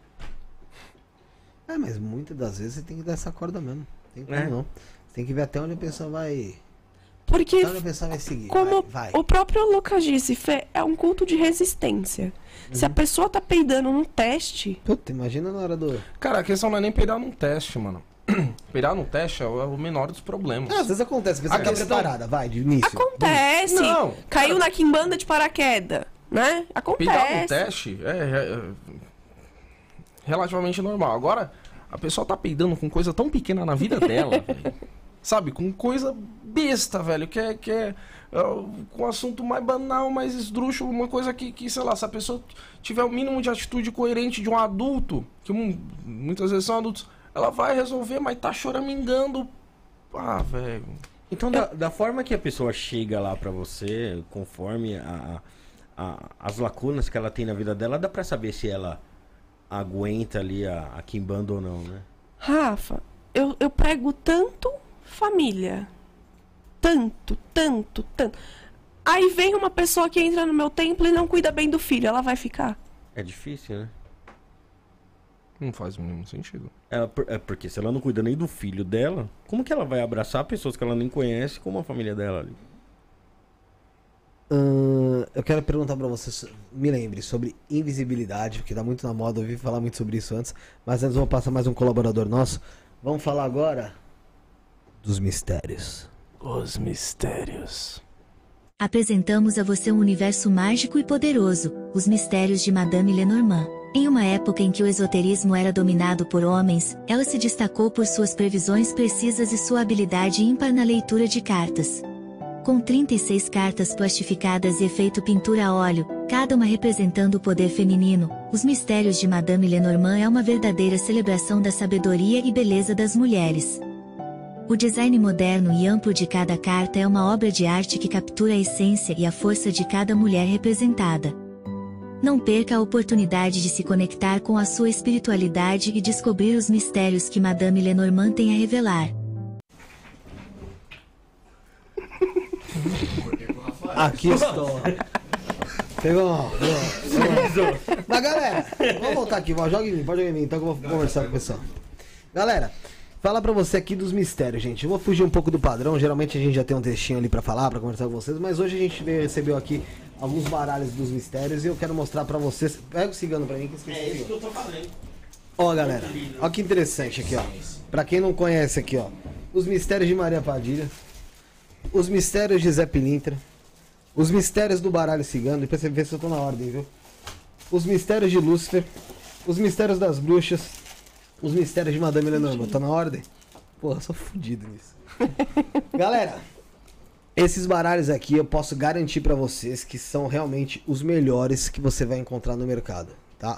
É, mas muitas das vezes você tem que dar essa corda mesmo. Tem como É. não. Você tem que ver até onde a pessoa vai. Porque, Até onde a pessoa vai seguir. como vai, vai. o próprio Lucas disse, Fê, é um culto de resistência. Se a pessoa tá peidando no teste, Puta, imagina na hora do. Cara, a questão não é nem peidar num teste, mano. Peidar num teste é o é o menor dos problemas. Ah, às vezes acontece, a pessoa A tá questão- preparada, vai, de início. acontece. Não, Caiu na quimbanda de paraquedas, né? Peidar num Acontece. teste é, é- é relativamente normal. Agora, a pessoa tá peidando com coisa tão pequena na vida dela, velho. Sabe? Com coisa besta, velho. Que é, que é, é, com assunto mais banal, mais esdrúxulo. Uma coisa que, que, sei lá, se a pessoa tiver o mínimo de atitude coerente de um adulto, que mu- muitas vezes são adultos, ela vai resolver, mas tá choramingando. Ah, velho. Então, da, da forma que a pessoa chega lá pra você, conforme a, a- as lacunas que ela tem na vida dela, dá pra saber se ela aguenta ali a, a quimbanda ou não, né? Rafa, eu, eu prego tanto família. Tanto, tanto, tanto. Aí vem uma pessoa que entra no meu templo e não cuida bem do filho. Ela vai ficar? É difícil, né? Não faz o mínimo sentido. Ela, por- é porque se ela não cuida nem do filho dela, como que ela vai abraçar pessoas que ela nem conhece como a família dela ali? Ahn, eu quero perguntar pra você, so- me lembre, sobre invisibilidade, porque tá muito na moda, eu ouvi falar muito sobre isso antes, mas antes eu vou passar mais um colaborador nosso. Vamos falar agora dos mistérios. Os mistérios. Apresentamos a você um universo mágico e poderoso, os mistérios de Madame Lenormand. Em uma época em que o esoterismo era dominado por homens, ela se destacou por suas previsões precisas e sua habilidade ímpar na leitura de cartas. Com trinta e seis cartas plastificadas e efeito pintura a óleo, cada uma representando o poder feminino, os mistérios de Madame Lenormand é uma verdadeira celebração da sabedoria e beleza das mulheres. O design moderno e amplo de cada carta é uma obra de arte que captura a essência e a força de cada mulher representada. Não perca a oportunidade de se conectar com a sua espiritualidade e descobrir os mistérios que Madame Lenormand tem a revelar. Aqui estou. Pegou, pegou. Mas galera, vamos voltar aqui, vó, joga em mim, pode jogar em mim, então que eu vou conversar com o pessoal. Galera, fala pra você aqui dos mistérios, gente. Eu vou fugir um pouco do padrão, geralmente a gente já tem um textinho ali pra falar, pra conversar com vocês, mas hoje a gente veio- recebeu aqui alguns baralhos dos mistérios e eu quero mostrar pra vocês. Pega o cigano pra mim que eu esqueci. que eu tô fazendo. Ó, galera, ó que interessante aqui, ó. Pra quem não conhece aqui, ó. Os mistérios de Maria Padilha. Os mistérios de Zé Pilintra. Os mistérios do baralho cigano. E pra você ver se eu tô na ordem, viu? Os mistérios de Lúcifer. Os mistérios das bruxas. Os mistérios de Madame Lenormand. Tá na ordem? Porra, sou fudido nisso. Galera, esses baralhos aqui eu posso garantir pra vocês que são realmente os melhores que você vai encontrar no mercado, tá? Ó,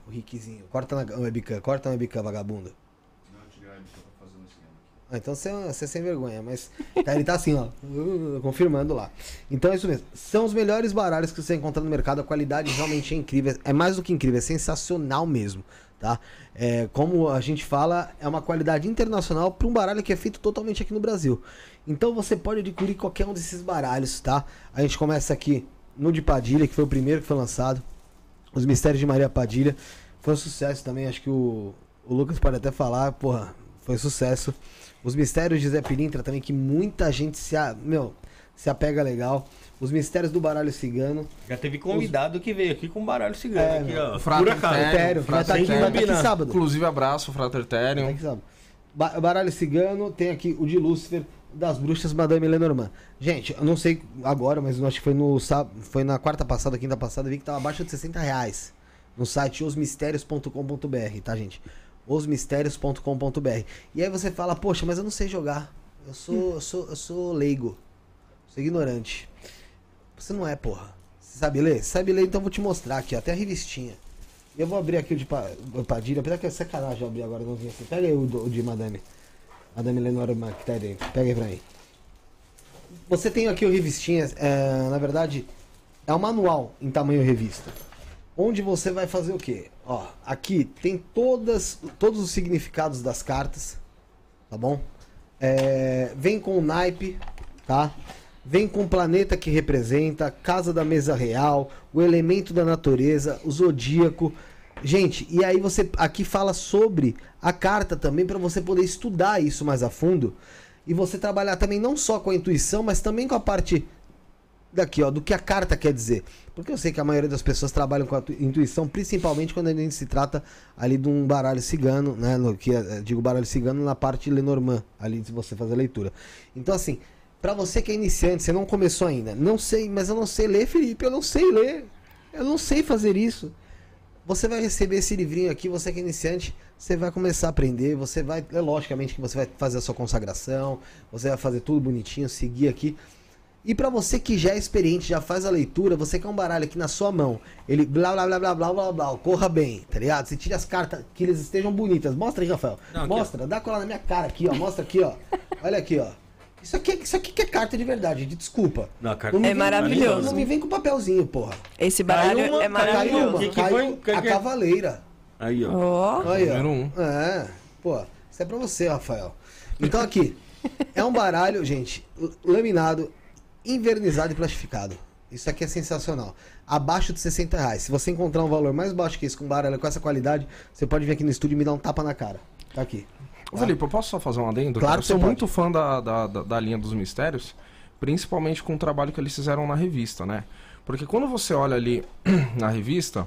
o Rickzinho. Corta na webcam, corta na webcam, vagabunda. Não, eu tirei a webcam pra fazer um esquema aqui. Ah, então você, você é sem vergonha, mas tá, ele tá assim, ó, uh, confirmando lá. Então é isso mesmo. São os melhores baralhos que você encontra no mercado. A qualidade realmente é incrível. É mais do que incrível, é sensacional mesmo, tá? É, como a gente fala, é uma qualidade internacional para um baralho que é feito totalmente aqui no Brasil. Então você pode adquirir qualquer um desses baralhos, tá? A gente começa aqui no de Padilha, que foi o primeiro que foi lançado. Os Mistérios de Maria Padilha. Foi um sucesso também, acho que o, o Lucas pode até falar, porra, foi um sucesso. Os Mistérios de Zé Pilintra também, que muita gente se, a, meu, se apega legal. Os Mistérios do Baralho Cigano. Já teve convidado Os... que veio aqui com o baralho cigano. É, aqui, ó. O Frater Tério, que vai estar aqui, vai estar aqui sábado. Inclusive, abraço, Frater Tério. Aqui sábado. Ba Baralho Cigano, tem aqui o de Lúcifer, das Bruxas, Madame Lenormand. Gente, eu não sei agora, mas eu acho que foi, no, foi na quarta passada, quinta passada, vi que tava abaixo de sessenta reais. No site os mistérios ponto com ponto br, tá, gente? os mistérios ponto com ponto br. E aí você fala, poxa, mas eu não sei jogar. Eu sou, eu sou, eu sou leigo. Sou ignorante. Você não é, porra. Você sabe ler? Você sabe ler, então eu vou te mostrar aqui, ó. Até a revistinha. E eu vou abrir aqui o de Padilha. Apesar que é sacanagem eu abrir agora, não vim aqui. Pega aí o, o de Madame. Madame Lenormand que tá aí dentro. Pega aí pra mim. Você tem aqui o revistinha. É, na verdade, é um manual em tamanho revista. Onde você vai fazer o quê? Ó, aqui tem todas, todos os significados das cartas, tá bom? É, vem com o naipe, tá? Vem com o planeta que representa, casa da mesa real, o elemento da natureza, o zodíaco. Gente, e aí você aqui fala sobre a carta também para você poder estudar isso mais a fundo e você trabalhar também não só com a intuição, mas também com a parte daqui, ó, do que a carta quer dizer. Porque eu sei que a maioria das pessoas trabalham com a intuição, principalmente quando a gente se trata ali de um baralho cigano, né? No, que é, digo baralho cigano na parte Lenormand, ali de você fazer a leitura. Então, assim, pra você que é iniciante, você não começou ainda, não sei, mas eu não sei ler, Felipe, eu não sei ler. Eu não sei fazer isso. Você vai receber esse livrinho aqui, você que é iniciante, você vai começar a aprender, você vai, é logicamente que você vai fazer a sua consagração, você vai fazer tudo bonitinho, seguir aqui. E pra você que já é experiente, já faz a leitura, você quer um baralho aqui na sua mão, ele blá blá blá blá blá blá blá, corra bem, tá ligado? Você tira as cartas, que eles estejam bonitas. Mostra aí, Rafael. Não, mostra, dá cola na minha cara aqui, ó. Mostra aqui, ó. Olha aqui, ó. Isso aqui, isso aqui que é carta de verdade, de desculpa. Não, carta é maravilhoso. Não me vem com papelzinho, porra. Esse baralho uma, é maravilhoso. Caiu, que que caiu foi? Que a que... Cavaleira. Aí, ó. Oh. Aí, ó. Número um. É, pô, isso é pra você, Rafael. Então aqui, é um baralho, gente, laminado, invernizado e plastificado. Isso aqui é sensacional. Abaixo de sessenta reais. Se você encontrar um valor mais baixo que esse, com baralho com essa qualidade, você pode vir aqui no estúdio e me dar um tapa na cara. Tá aqui. Ô, Felipe, eu posso só fazer um adendo? Claro Eu que sou você muito pode. fã da, da, da, da linha dos mistérios, principalmente com o trabalho que eles fizeram na revista, né? Porque quando você olha ali na revista,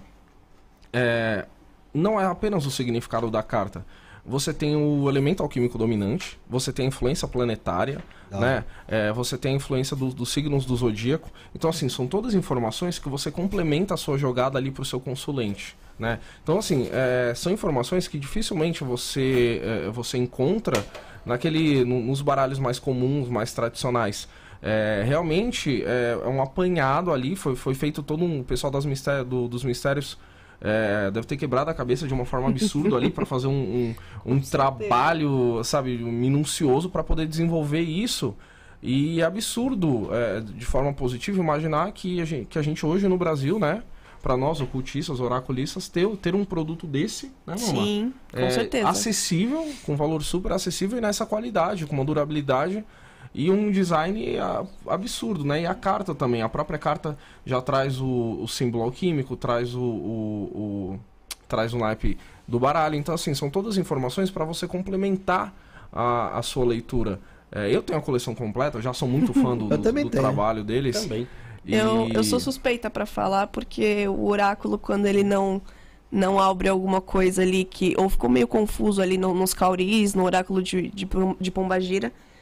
é, não é apenas o significado da carta. Você tem o elemento alquímico dominante, você tem a influência planetária, Não. né? É, você tem a influência do, dos signos do zodíaco. Então, assim, são todas informações que você complementa a sua jogada ali para o seu consulente, né? Então, assim, é, são informações que dificilmente você, é, você encontra naquele, no, nos baralhos mais comuns, mais tradicionais. É, realmente é, é um apanhado ali, foi, foi feito todo um... O pessoal das mistério, do, dos mistérios... É, deve ter quebrado a cabeça de uma forma absurda ali para fazer um, um, um trabalho, sabe, minucioso para poder desenvolver isso. E é absurdo, é, de forma positiva, imaginar que a gente, que a gente hoje no Brasil, né, para nós ocultistas, oraculistas, ter, ter um produto desse, né, mamãe? Sim, com é, certeza. Acessível, com valor super acessível e nessa qualidade, com uma durabilidade e um design absurdo, né? E a carta também, a própria carta já traz o, o símbolo alquímico, traz o, o, o traz o naipe do baralho. Então, assim, são todas informações para você complementar a, a sua leitura. É, eu tenho a coleção completa, eu já sou muito fã do, do, do trabalho deles. Também. E... Eu, eu sou suspeita para falar, porque o oráculo, quando ele não... não abre alguma coisa ali que... ou ficou meio confuso ali no, nos cauris, no oráculo de, de, de Pombagira,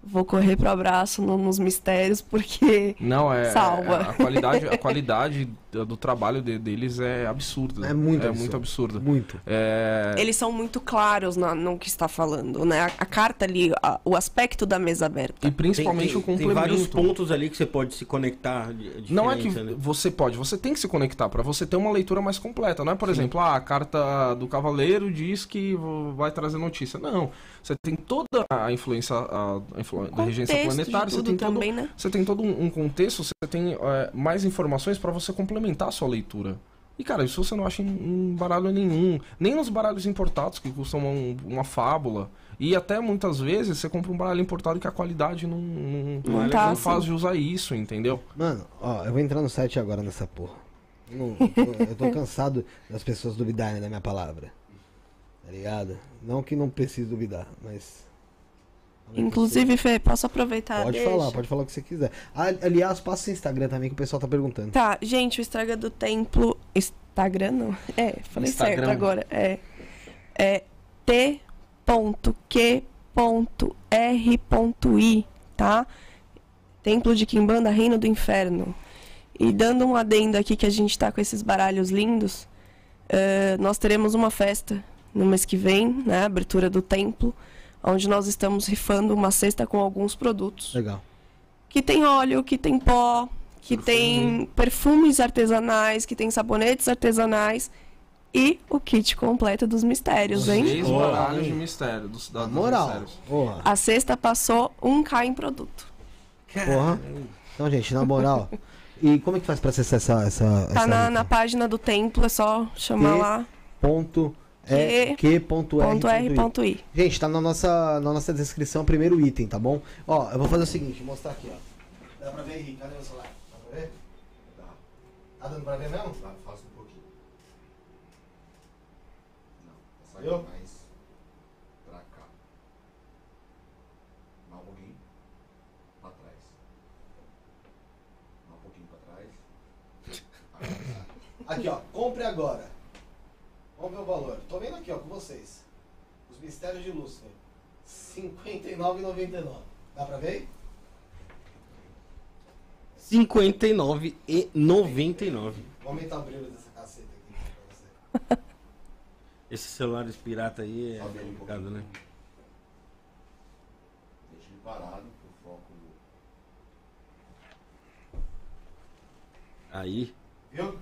vou correr pro abraço no, nos mistérios, porque Não, é, salva. é- a qualidade, a qualidade do trabalho de- deles é absurda. É muito é absurdo. muito absurda. Muito. É, Eles são muito claros na- no que está falando, né? A, a carta ali, a- o aspecto da mesa aberta. e principalmente tem, o tem, tem complemento. vários pontos ali que você pode se conectar. de- Não é que diferente, né? você pode, você tem que se conectar para você ter uma leitura mais completa. Não é, por exemplo, ah, a carta do Cavaleiro diz que vai trazer notícia. Não. Você tem toda a influência a, a influ- da regência Contexto de planetária, você tudo tem, todo, também, né? você tem todo um um contexto, você tem é, mais informações para você complementar a sua leitura. E, cara, isso você não acha em, em baralho nenhum. Nem nos baralhos importados, que custam um- uma fábula. E até muitas vezes você compra um baralho importado que a qualidade não, não, Não não tá faz assim. de usar isso, entendeu? Mano, ó, eu vou entrar no site agora nessa porra. Não, eu tô cansado das pessoas duvidarem da minha palavra. Tá ligado? Não que não precise duvidar, mas. Inclusive, Fê, posso aproveitar? Pode Deixa. falar, pode falar o que você quiser. Ah, aliás, passa o seu Instagram também que o pessoal tá perguntando. Tá, gente, o Instagram do Templo. Instagram não? É, falei Instagram. certo agora. É. É t ponto q ponto r ponto i, tá? Templo de Quimbanda, Reino do Inferno. E dando um adendo aqui que a gente tá com esses baralhos lindos, eh, nós teremos uma festa no mês que vem, né? Abertura do templo, onde nós estamos rifando uma cesta com alguns produtos. Legal. Que tem óleo, que tem pó, que tem perfumes artesanais, que tem sabonetes artesanais e o kit completo dos mistérios, hein? Seis Boa, baralhos hein? de mistério. Dos, da, Na dos moral. mistérios. Porra. A cesta passou um K em produto. Porra. Então, gente, na moral. E como é que faz pra acessar essa. essa Tá essa na, rifa? na página do templo, é só chamar Que- lá. Ponto. É, Que- que ponto R Ponto R ponto I. ponto I. Gente, tá na nossa, na nossa descrição o primeiro item, tá bom? Ó, eu vou fazer o seguinte, vou mostrar aqui, ó. Dá pra ver, Henrique? Cadê o celular? Dá pra ver? Dá. Tá dando pra ver mesmo? Dá, faça um pouquinho. Não, tá Saiu? saindo mais pra cá. Mais um pouquinho pra trás. Mais um pouquinho pra trás. Aqui, ó. Compre agora. Vamos ver o valor. Tô vendo aqui, ó, com vocês. Os mistérios de Lúcifer. cinquenta e nove reais e noventa e nove centavos. Dá pra ver? cinquenta e nove reais e noventa e nove centavos. Vou aumentar o brilho dessa caceta aqui pra você. Esses celulares pirata aí é Sobe aí um complicado, pouquinho. né? Deixa ele parado pro foco. Aí, Viu? Não,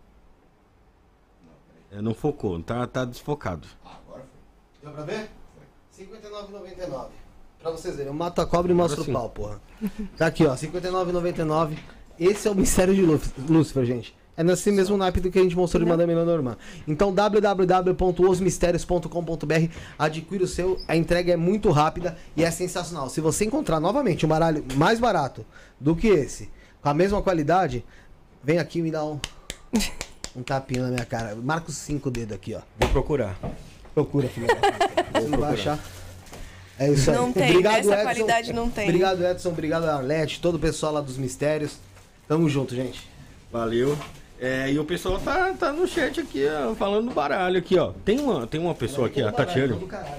peraí. é, não focou, tá, tá desfocado. Ah, agora foi. Deu pra ver? cinquenta e nove reais e noventa e nove centavos. Pra vocês verem, eu mato a cobra e mostro o sim. pau, porra. Tá aqui, ó, cinquenta e nove reais e noventa e nove centavos. Esse é o mistério de Lúf- Lúcifer, gente. É nesse mesmo naipe do que a gente mostrou de Madame Lenormand. Então, w w w ponto os mistérios ponto com ponto b r, adquire o seu, a entrega é muito rápida e é sensacional. Se você encontrar novamente um baralho mais barato do que esse, com a mesma qualidade, vem aqui e me dá um, um tapinha na minha cara. Marca os cinco dedos aqui, ó. Vou procurar. Procura, filho da puta. Você não vai achar. É isso aí. Não tem, essa qualidade não tem. Obrigado, Edson. Obrigado, Arlete. Todo o pessoal lá dos mistérios. Tamo junto, gente. Valeu. É, e o pessoal tá, tá no chat aqui, ó, falando do baralho aqui, ó. Tem uma, tem uma pessoa aqui, a Tatiane.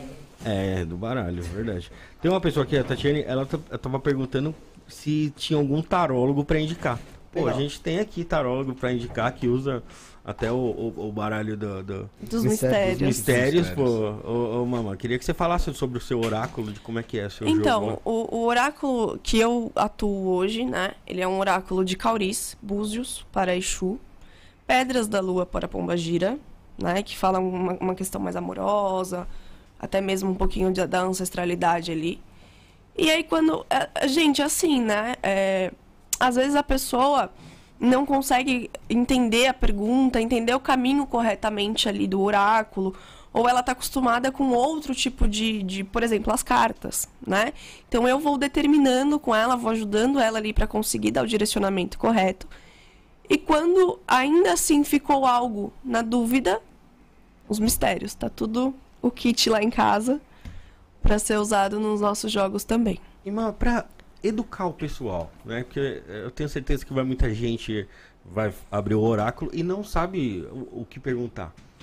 É, do baralho, verdade. Tem uma pessoa aqui, a Tatiane, ela t- ela tava perguntando se tinha algum tarólogo pra indicar. Pô, Legal. a gente tem aqui tarólogo pra indicar que usa até o, o, o baralho do, do- Dos Mistérios. mistérios. dos mistérios, Mistérios. pô. Ô, ô, mamãe, queria que você falasse sobre o seu oráculo, de como é que é o seu Então, jogo. o, o oráculo que eu atuo hoje, né? Ele é um oráculo de Cauris, Búzios, para Exu, Pedras da Lua para Pombagira, né? Que fala uma, uma questão mais amorosa, até mesmo um pouquinho de- da ancestralidade ali. E aí, quando... a- a gente, assim, né? é, às vezes a pessoa não consegue entender a pergunta, entender o caminho corretamente ali do oráculo, ou ela está acostumada com outro tipo de, de, por exemplo, as cartas, né? Então eu vou determinando com ela, vou ajudando ela ali para conseguir dar o direcionamento correto. E quando ainda assim ficou algo na dúvida, os mistérios, tá tudo o kit lá em casa para ser usado nos nossos jogos também. E, mano, pra educar o pessoal, né? Porque eu tenho certeza que vai muita gente vai abrir o oráculo e não sabe o, o que perguntar.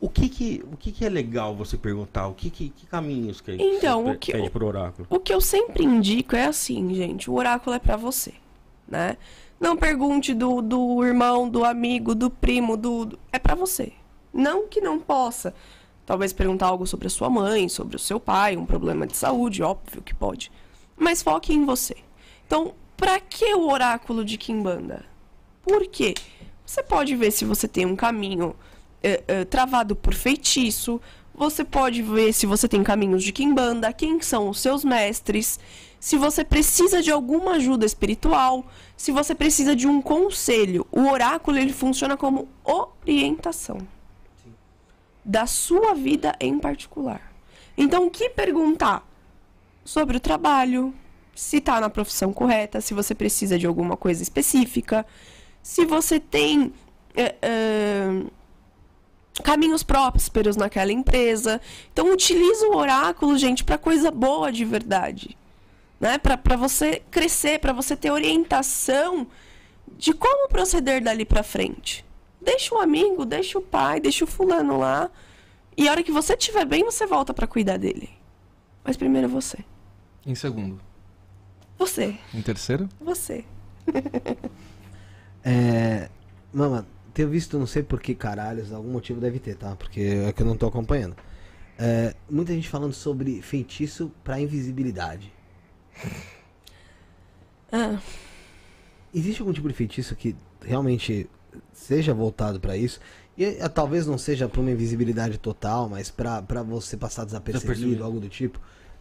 O que que, o que que é legal você perguntar? O que, que, que caminhos que Então, você o que pede eu- pro oráculo? O que eu sempre indico é assim, gente, o oráculo é pra você, né? Não pergunte do, do irmão, do amigo, do primo, do, do- é pra você. Não que não possa, talvez perguntar algo sobre a sua mãe, sobre o seu pai, um problema de saúde, óbvio que pode. Mas foque em você. Então, pra que o oráculo de Quimbanda? Por quê? Você pode ver se você tem um caminho eh, eh, travado por feitiço. Você pode ver se você tem caminhos de Quimbanda, quem são os seus mestres, se você precisa de alguma ajuda espiritual, se você precisa de um conselho. O oráculo ele funciona como orientação da sua vida em particular. Então, o que perguntar? Sobre o trabalho, se está na profissão correta, se você precisa de alguma coisa específica, se você tem é, é, caminhos prósperos naquela empresa. Então, utiliza o oráculo, gente, para coisa boa de verdade. Né? Para você crescer, para você ter orientação de como proceder dali para frente. Deixa o amigo, deixa o pai, deixa o fulano lá. E a hora que você estiver bem, você volta para cuidar dele. Mas primeiro você. Em segundo. Você. Em terceiro? Você. É. Mama, tenho visto, não sei por que caralhos, algum motivo deve ter, tá? Porque é que eu não tô acompanhando. É, muita gente falando sobre feitiço pra invisibilidade. Ah, Existe algum tipo de feitiço que realmente seja voltado pra isso? E eh, talvez não seja pra uma invisibilidade total, mas pra, pra você passar desapercebido, Desapercebido. algo do tipo.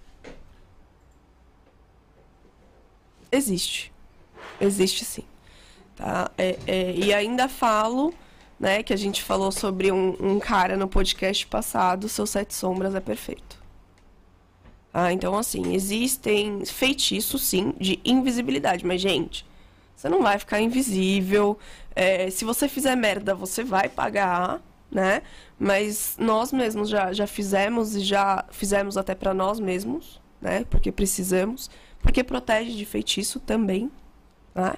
existe. Existe sim. Tá? É, é, e ainda falo, né, que a gente falou sobre um, um cara no podcast passado, Seus Sete Sombras é Perfeito. Ah, então, assim, existem feitiços, sim, de invisibilidade. Mas, gente, você não vai ficar invisível. É, se você fizer merda, você vai pagar, né? Mas nós mesmos já, já fizemos e já fizemos até pra nós mesmos, né? Porque precisamos. Porque protege de feitiço também, né?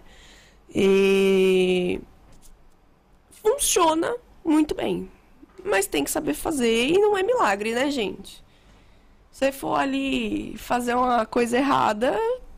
E funciona muito bem. Mas tem que saber fazer e não é milagre, né, gente? Se você for ali fazer uma coisa errada.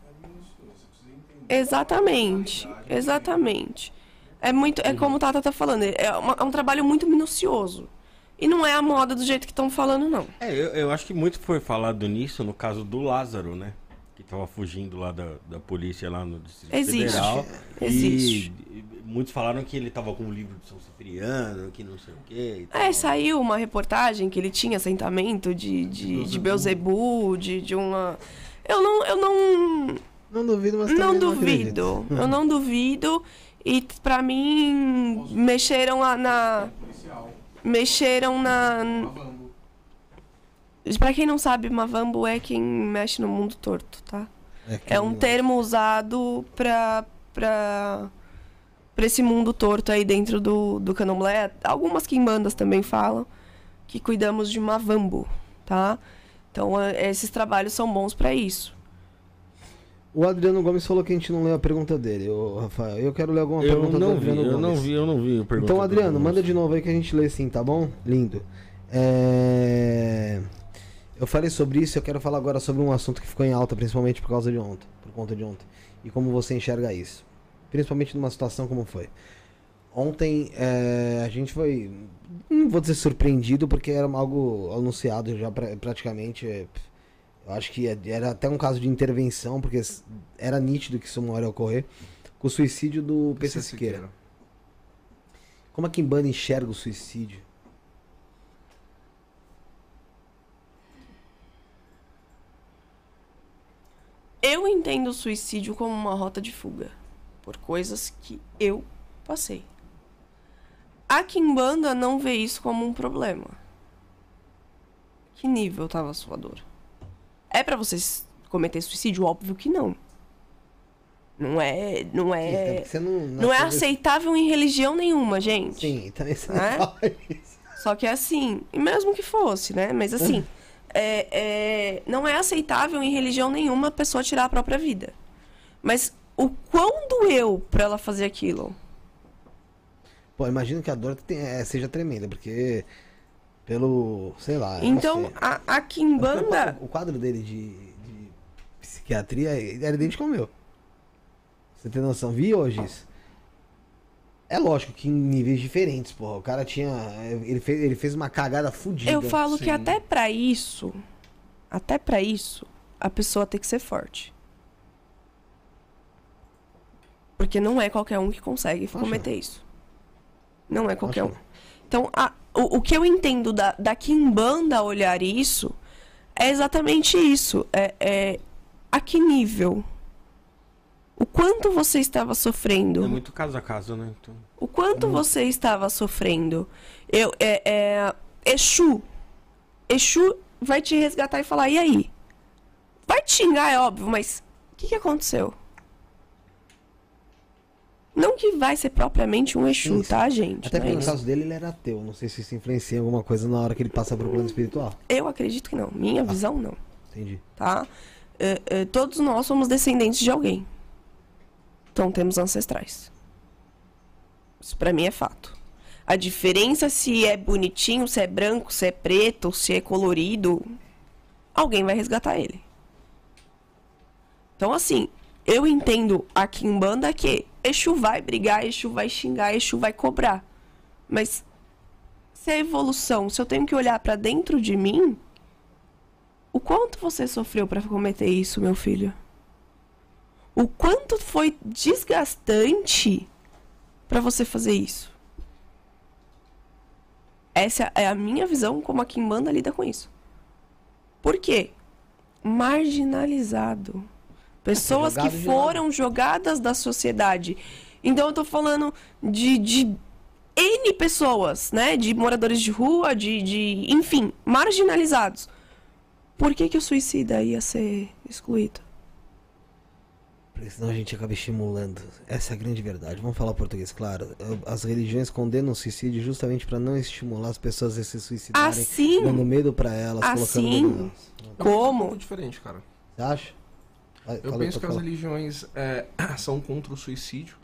Exatamente. Exatamente. É muito. É como o Tata tá falando. É, uma- é um trabalho muito minucioso. E não é a moda do jeito que estão falando, não. É, eu, eu acho que muito foi falado nisso no caso do Lázaro, né? Que tava fugindo lá da, da polícia lá no Distrito Existe. Federal. Existe. E, e muitos falaram que ele tava com um livro de São Cipriano, que não sei o quê. e tal. É, saiu uma reportagem que ele tinha assentamento de, de, de Beuzebu, de, de uma. Eu não. Eu não. Não duvido, mas Não também duvido. acredito. Eu não duvido. E pra mim, mexeram lá na. Mexeram na. Pra quem não sabe, Mavambo é quem mexe no mundo torto, tá? que É um não- termo usado pra. pra. pra esse mundo torto aí dentro do, do candomblé. Algumas quimbandas também falam que cuidamos de Mavambo, tá? Então, é- esses trabalhos são bons pra isso. O Adriano Gomes falou que a gente não leu a pergunta dele, ô Rafael. Eu quero ler alguma Eu pergunta do não vi, Adriano eu Gomes. não vi, eu não vi. a pergunta Então, do Adriano, manda Gomes. de novo aí que a gente lê sim, tá bom? Lindo. É... Eu falei sobre isso, eu quero falar agora sobre um assunto que ficou em alta, principalmente por causa de ontem, por conta de ontem. E como você enxerga isso. Principalmente numa situação como foi. Ontem é, a gente foi, não vou dizer surpreendido, porque era algo anunciado já pra, praticamente. é, Eu acho que era até um caso de intervenção, porque era nítido que isso uma hora ia ocorrer, com o suicídio do P C Siqueira. Como a Quimbanda enxerga o suicídio? Eu entendo o suicídio como uma rota de fuga, por coisas que eu passei. A Quimbanda não vê isso como um problema. Que nível tava a sua dor? É pra vocês cometer suicídio? Óbvio que não. Não é, não Até é, porque você não, não é aceitável em religião nenhuma, gente. Sim, também você É? não fala isso. Só que é assim, e mesmo que fosse, né? Mas assim, é, é, não é aceitável em religião nenhuma a pessoa tirar a própria vida. Mas o quão doeu pra ela fazer aquilo? Pô, imagino que a dor tem- é, seja tremenda, porque Pelo, sei lá. eu Então, não sei. a, a Kimbanda... O quadro dele de, de psiquiatria era idêntico ao meu. Você tem noção? Vi hoje isso. É lógico que em níveis diferentes, porra. O cara tinha... Ele fez, ele fez uma cagada fodida. Eu falo Sim. que até pra isso, até pra isso, a pessoa tem que ser forte. Porque não é qualquer um que consegue Acho. cometer isso. Não é qualquer Acho. um. Então, a- o, o que eu entendo da, da Kimbanda olhar isso é exatamente isso. É, é a que nível? O quanto você estava sofrendo? É muito caso a caso, né? Então... O quanto você estava sofrendo? Eu, é, é, Exu. Exu vai te resgatar e falar, e aí? Vai te xingar, é óbvio, mas o que, que aconteceu? Não que vai ser propriamente um Exu, Sim, sim. tá, gente? Até Não é porque no isso. caso dele ele era ateu. Não sei se isso influencia em alguma coisa na hora que ele passa pro plano espiritual. Eu acredito que não. Minha Ah. visão, não. Entendi. Tá? É, é, todos nós somos descendentes de alguém. Então temos ancestrais. Isso pra mim é fato. A diferença se é bonitinho, se é branco, se é preto, se é colorido, alguém vai resgatar ele. Então assim, eu entendo a Kimbanda que Exu vai brigar, Exu vai xingar, Exu vai cobrar. Mas se é evolução, se eu tenho que olhar pra dentro de mim, o quanto você sofreu pra cometer isso, meu filho? O quanto foi desgastante pra você fazer isso? Essa é a minha visão como a Kimbanda lida com isso. Por quê? Marginalizado. Pessoas que Jogado de foram jogadas da sociedade. Então eu tô falando de, de N pessoas, né? De moradores de rua, de, de... Enfim, marginalizados. Por que que o suicida ia ser excluído? Porque senão a gente acaba estimulando. Essa é a grande verdade. Vamos falar português, claro. As religiões condenam o suicídio justamente para não estimular as pessoas a se suicidarem, Assim, dando medo para elas, assim, colocando medo nelas. É um como? pouco diferente, cara. Você acha? Vai, Eu fala, penso pode que as falar. religiões é, são contra o suicídio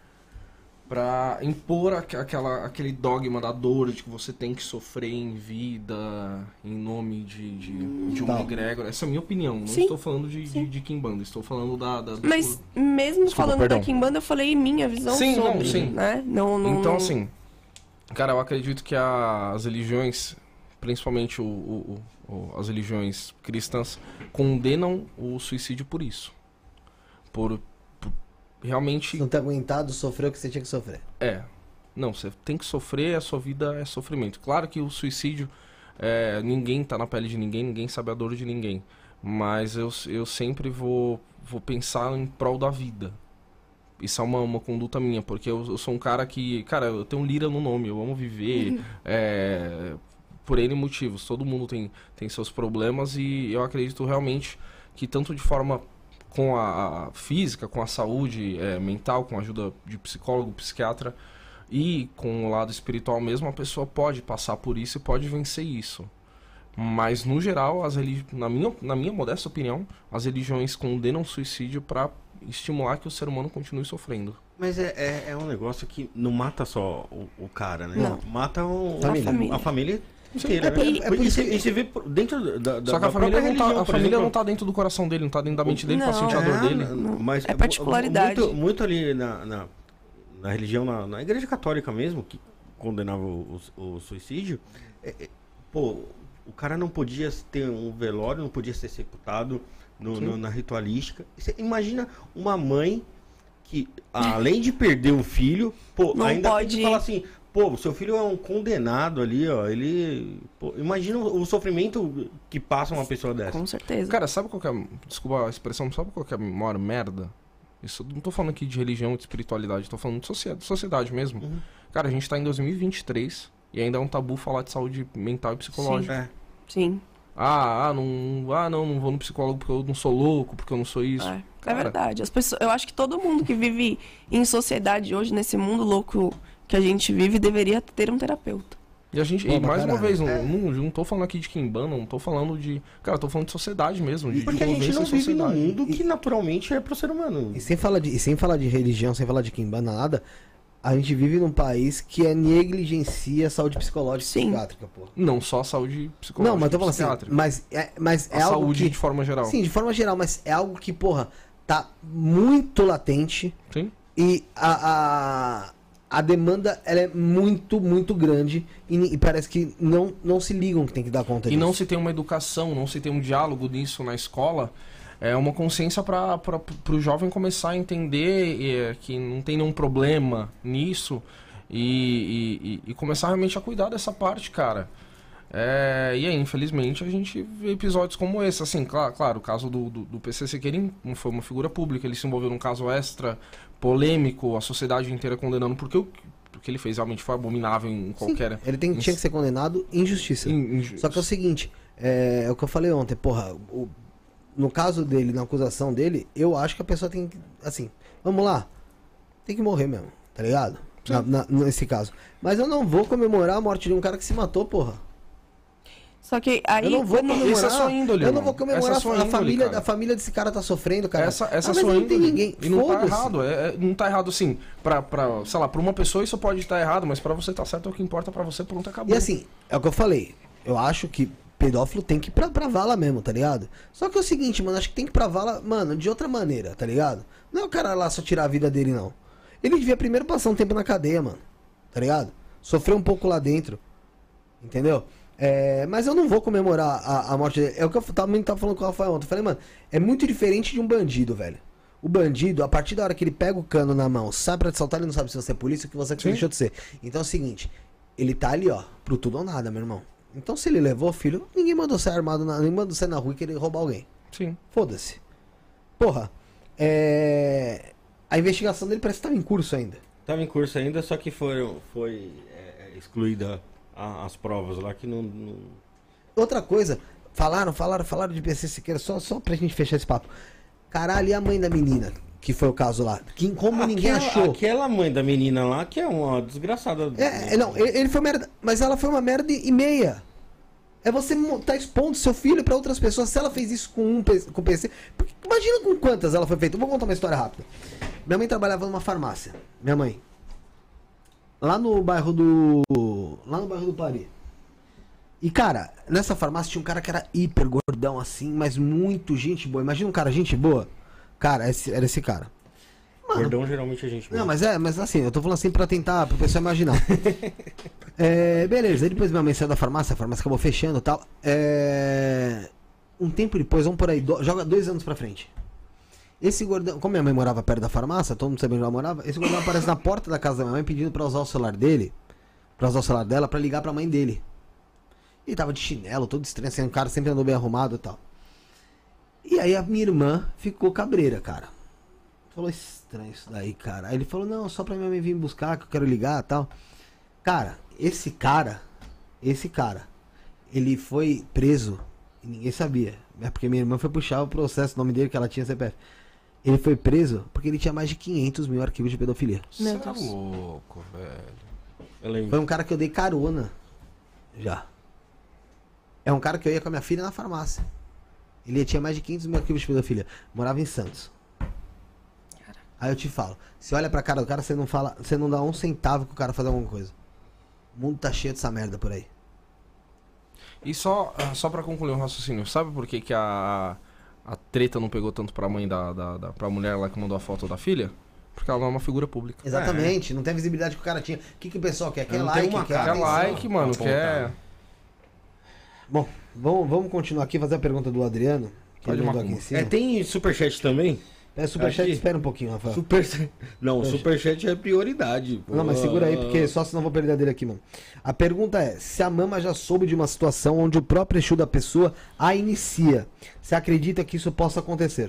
pra impor aqu- aquela, aquele dogma da dor de que você tem que sofrer em vida em nome de, de, de uma Tá. egrégora. Essa é a minha opinião. Não Sim, estou falando de, sim. de, de Kimbanda. Estou falando da... da do- Mas mesmo Desculpa, falando perdão. da Kimbanda, eu falei minha visão Sim, não, sobre, sim. né? Não, não, Então, não- assim, cara, eu acredito que a- as religiões, principalmente o, o- o- as religiões cristãs, condenam o suicídio por isso. Por, por realmente... Não ter aguentado, sofreu o que você tinha que sofrer. É. Não, você tem que sofrer, a sua vida é sofrimento. Claro que o suicídio, é, ninguém tá na pele de ninguém, ninguém sabe a dor de ninguém. Mas eu, eu sempre vou, vou pensar em prol da vida. Isso é uma, uma conduta minha, porque eu, eu sou um cara que... Cara, eu tenho lira no nome, eu amo viver, é, por N motivos. Todo mundo tem, tem seus problemas e eu acredito realmente que tanto de forma com a, a física, com a saúde é, mental, com a ajuda de psicólogo, psiquiatra e com o lado espiritual mesmo, a pessoa pode passar por isso e pode vencer isso. Mas, no geral, as religi... na, minha, na minha modesta opinião, as religiões condenam o suicídio para estimular que o ser humano continue sofrendo. Mas é, é, é um negócio que não mata só o, o cara, né? Não. Mata o, Família. a família, a família inteira, é por- né? é por e, isso você, que- e você vê por- dentro da, da Só que a da família, própria não tá, religião, a por família exemplo. não tá dentro do coração dele, não tá dentro da mente dele pra Não. sentir a dor É, dele. n- mas É particularidade. Muito, muito ali na, na, na religião, na, na igreja católica mesmo, que condenava o, o- o suicídio, é- é, pô, o cara não podia ter um velório, não podia ser sepultado no- no- na ritualística. Você imagina uma mãe que, além de perder um filho, pô, Não ainda tem pode- que falar assim, pô, o seu filho é um condenado ali, ó, ele... Pô, imagina o sofrimento que passa uma pessoa dessa. Com certeza. Cara, sabe qual que é, desculpa a expressão, sabe qual que é a maior merda? Isso, eu não tô falando aqui de religião, de espiritualidade, tô falando de sociedade, sociedade mesmo. Uhum. Cara, a gente tá em dois mil e vinte e três e ainda é um tabu falar de saúde mental e psicológica. É. Sim. Ah, ah, não, ah, não, não vou no psicólogo porque eu não sou louco, porque eu não sou isso. É, é Cara, verdade. As pessoas, eu acho que todo mundo que vive em sociedade hoje, nesse mundo louco que a gente vive, deveria ter um terapeuta. E a gente, Bom e pra mais uma caralho. vez, não, É. não, não tô falando aqui de Kimbanda, não tô falando de. Cara, eu tô falando de sociedade mesmo, de, de Porque a gente convivência não em vive num sociedade. mundo que naturalmente é pro ser humano. E sem falar de, e sem falar de religião, sem falar de Kimbanda, nada, a gente vive num país que é negligencia a saúde psicológica e psiquiátrica, pô. Não só a saúde psicológica. Não, mas tô falando assim, mas é, mas é a algo saúde que, de forma geral. Sim, de forma geral, mas é algo que, porra, tá muito latente. Sim. E a, a, a demanda, ela é muito, muito grande e, e parece que não, não se ligam que tem que dar conta E disso. não se tem uma educação, não se tem um diálogo nisso na escola. É uma consciência para o jovem começar a entender é, que não tem nenhum problema nisso e, e, e começar realmente a cuidar dessa parte, cara. É, e aí, infelizmente, a gente vê episódios como esse. Assim, claro, claro o caso do, do, do P C Siqueira não foi uma figura pública, ele se envolveu num caso extra polêmico, a sociedade inteira condenando, porque o que ele fez realmente foi abominável em qualquer... Sim, ele tem, tinha que ser condenado em justiça. Em, em, Só que é o seguinte, é, é o que eu falei ontem, porra, o, no caso dele, na acusação dele, eu acho que a pessoa tem que, assim, vamos lá, tem que morrer mesmo, tá ligado? Na, na, nesse caso. Mas eu não vou comemorar a morte de um cara que se matou, porra. Só que aí... Eu não vou comemorar. Essa é a sua índole, Eu não vou irmão. comemorar Essa é a sua a índole, família, cara. a família desse cara tá sofrendo, cara. Essa, essa ah, é mas sua não tem índole. ninguém. E não tá Foda-se. errado. É, é- não tá errado assim. Pra, pra, sei lá, pra uma pessoa isso pode estar errado, mas pra você tá certo, é o que importa pra você, pronto, acabou. E assim, é o que eu falei. Eu acho que pedófilo tem que ir pra, pra vala mesmo, tá ligado? Só que é o seguinte, mano, acho que tem que ir pra vala, mano, de outra maneira, tá ligado? Não é o cara lá só tirar a vida dele, não. Ele devia primeiro passar um tempo na cadeia, mano. Tá ligado? Sofrer um pouco lá dentro. Entendeu? É, mas eu não vou comemorar a, a morte dele. É o que eu também tava falando com o Rafael ontem. Eu falei, mano, é muito diferente de um bandido, velho. O bandido, a partir da hora que ele pega o cano na mão, sai pra te saltar, ele não sabe se você é polícia ou que você que você deixou de ser. Então é o seguinte, ele tá ali, ó, pro tudo ou nada, meu irmão. Então se ele levou, filho, ninguém mandou sair armado, na, ninguém mandou sair na rua e querer roubar alguém. Sim. Foda-se. Porra, é... a investigação dele parece que tava em curso ainda. Tava em curso ainda, só que foram, foi é, excluída a- as provas lá que não... não- Outra coisa, falaram, falaram, falaram de P C Siqueira, só, só pra gente fechar esse papo. Caralho, e a mãe da menina, que foi o caso lá? Que, como ninguém Aquela- achou. Aquela mãe da menina lá, que é uma desgraçada. É, é, não, ele ele foi merda, mas ela foi uma merda e meia. É você mo- tá expondo seu filho pra outras pessoas. Se ela fez isso com um P- com P C, porque imagina com quantas ela foi feita. Eu vou contar uma história rápida. Minha mãe trabalhava numa farmácia. Minha mãe. Lá no bairro do. Lá no bairro do Paris. E, cara, nessa farmácia tinha um cara que era hiper gordão assim, mas muito gente boa. Imagina um cara, gente boa. Cara, esse, era esse cara. Mano, Gordão geralmente a gente... não, mas é, mas assim, eu tô falando assim pra tentar, pro pessoal imaginar. É, beleza, aí depois minha mãe saiu da farmácia, a farmácia acabou fechando e tal. É, um tempo depois, vamos por aí, do- joga dois anos pra frente. Esse gordão, como minha mãe morava perto da farmácia, todo mundo sabia onde ela morava, esse gordão aparece na porta da casa da minha mãe pedindo pra usar o celular dele, pra usar o celular dela, pra ligar pra mãe dele. Ele tava de chinelo, todo estranho, assim, um cara sempre andou bem arrumado e tal. E aí a minha irmã ficou cabreira, cara. Falou, estranho isso daí, cara. Aí ele falou, não, só pra minha mãe vir me buscar, que eu quero ligar e tal. Cara, esse cara, esse cara, ele foi preso e ninguém sabia. É porque minha irmã foi puxar o processo, o nome dele, que ela tinha C P F. Ele foi preso porque ele tinha mais de quinhentos mil arquivos de pedofilia. Meu Meu Deus. Deus. louco, velho. Eu lembro. Foi um cara que eu dei carona. Já. É um cara que eu ia com a minha filha na farmácia. Ele tinha mais de quinhentos mil arquivos de pedofilia. Morava em Santos. Aí eu te falo, você olha pra cara do cara, você não fala, você não dá um centavo que o cara fazer alguma coisa. O mundo tá cheio dessa merda por aí. E só, ah, só pra concluir o raciocínio, sabe por que, que a, a treta não pegou tanto pra mãe da, da, da pra mulher lá que mandou a foto da filha? Porque ela não é uma figura pública. Exatamente, não tem a visibilidade que o cara tinha. O que, que o pessoal quer? Quer Não tem like, uma quer cara. Quer atenção. like, mano, apontar. quer... Bom, vamos, vamos continuar aqui, fazer a pergunta do Adriano. Que Pode ele mandou macumba. aqui em cima. É, tem superchat também? É superchat, aqui. espera um pouquinho, Rafael. Super... Não, Superchat. superchat é prioridade. pô. Não, mas segura aí, porque só senão eu vou perder a dele aqui, mano. A pergunta é, se a mama já soube de uma situação onde o próprio Exu da pessoa a inicia, você acredita que isso possa acontecer?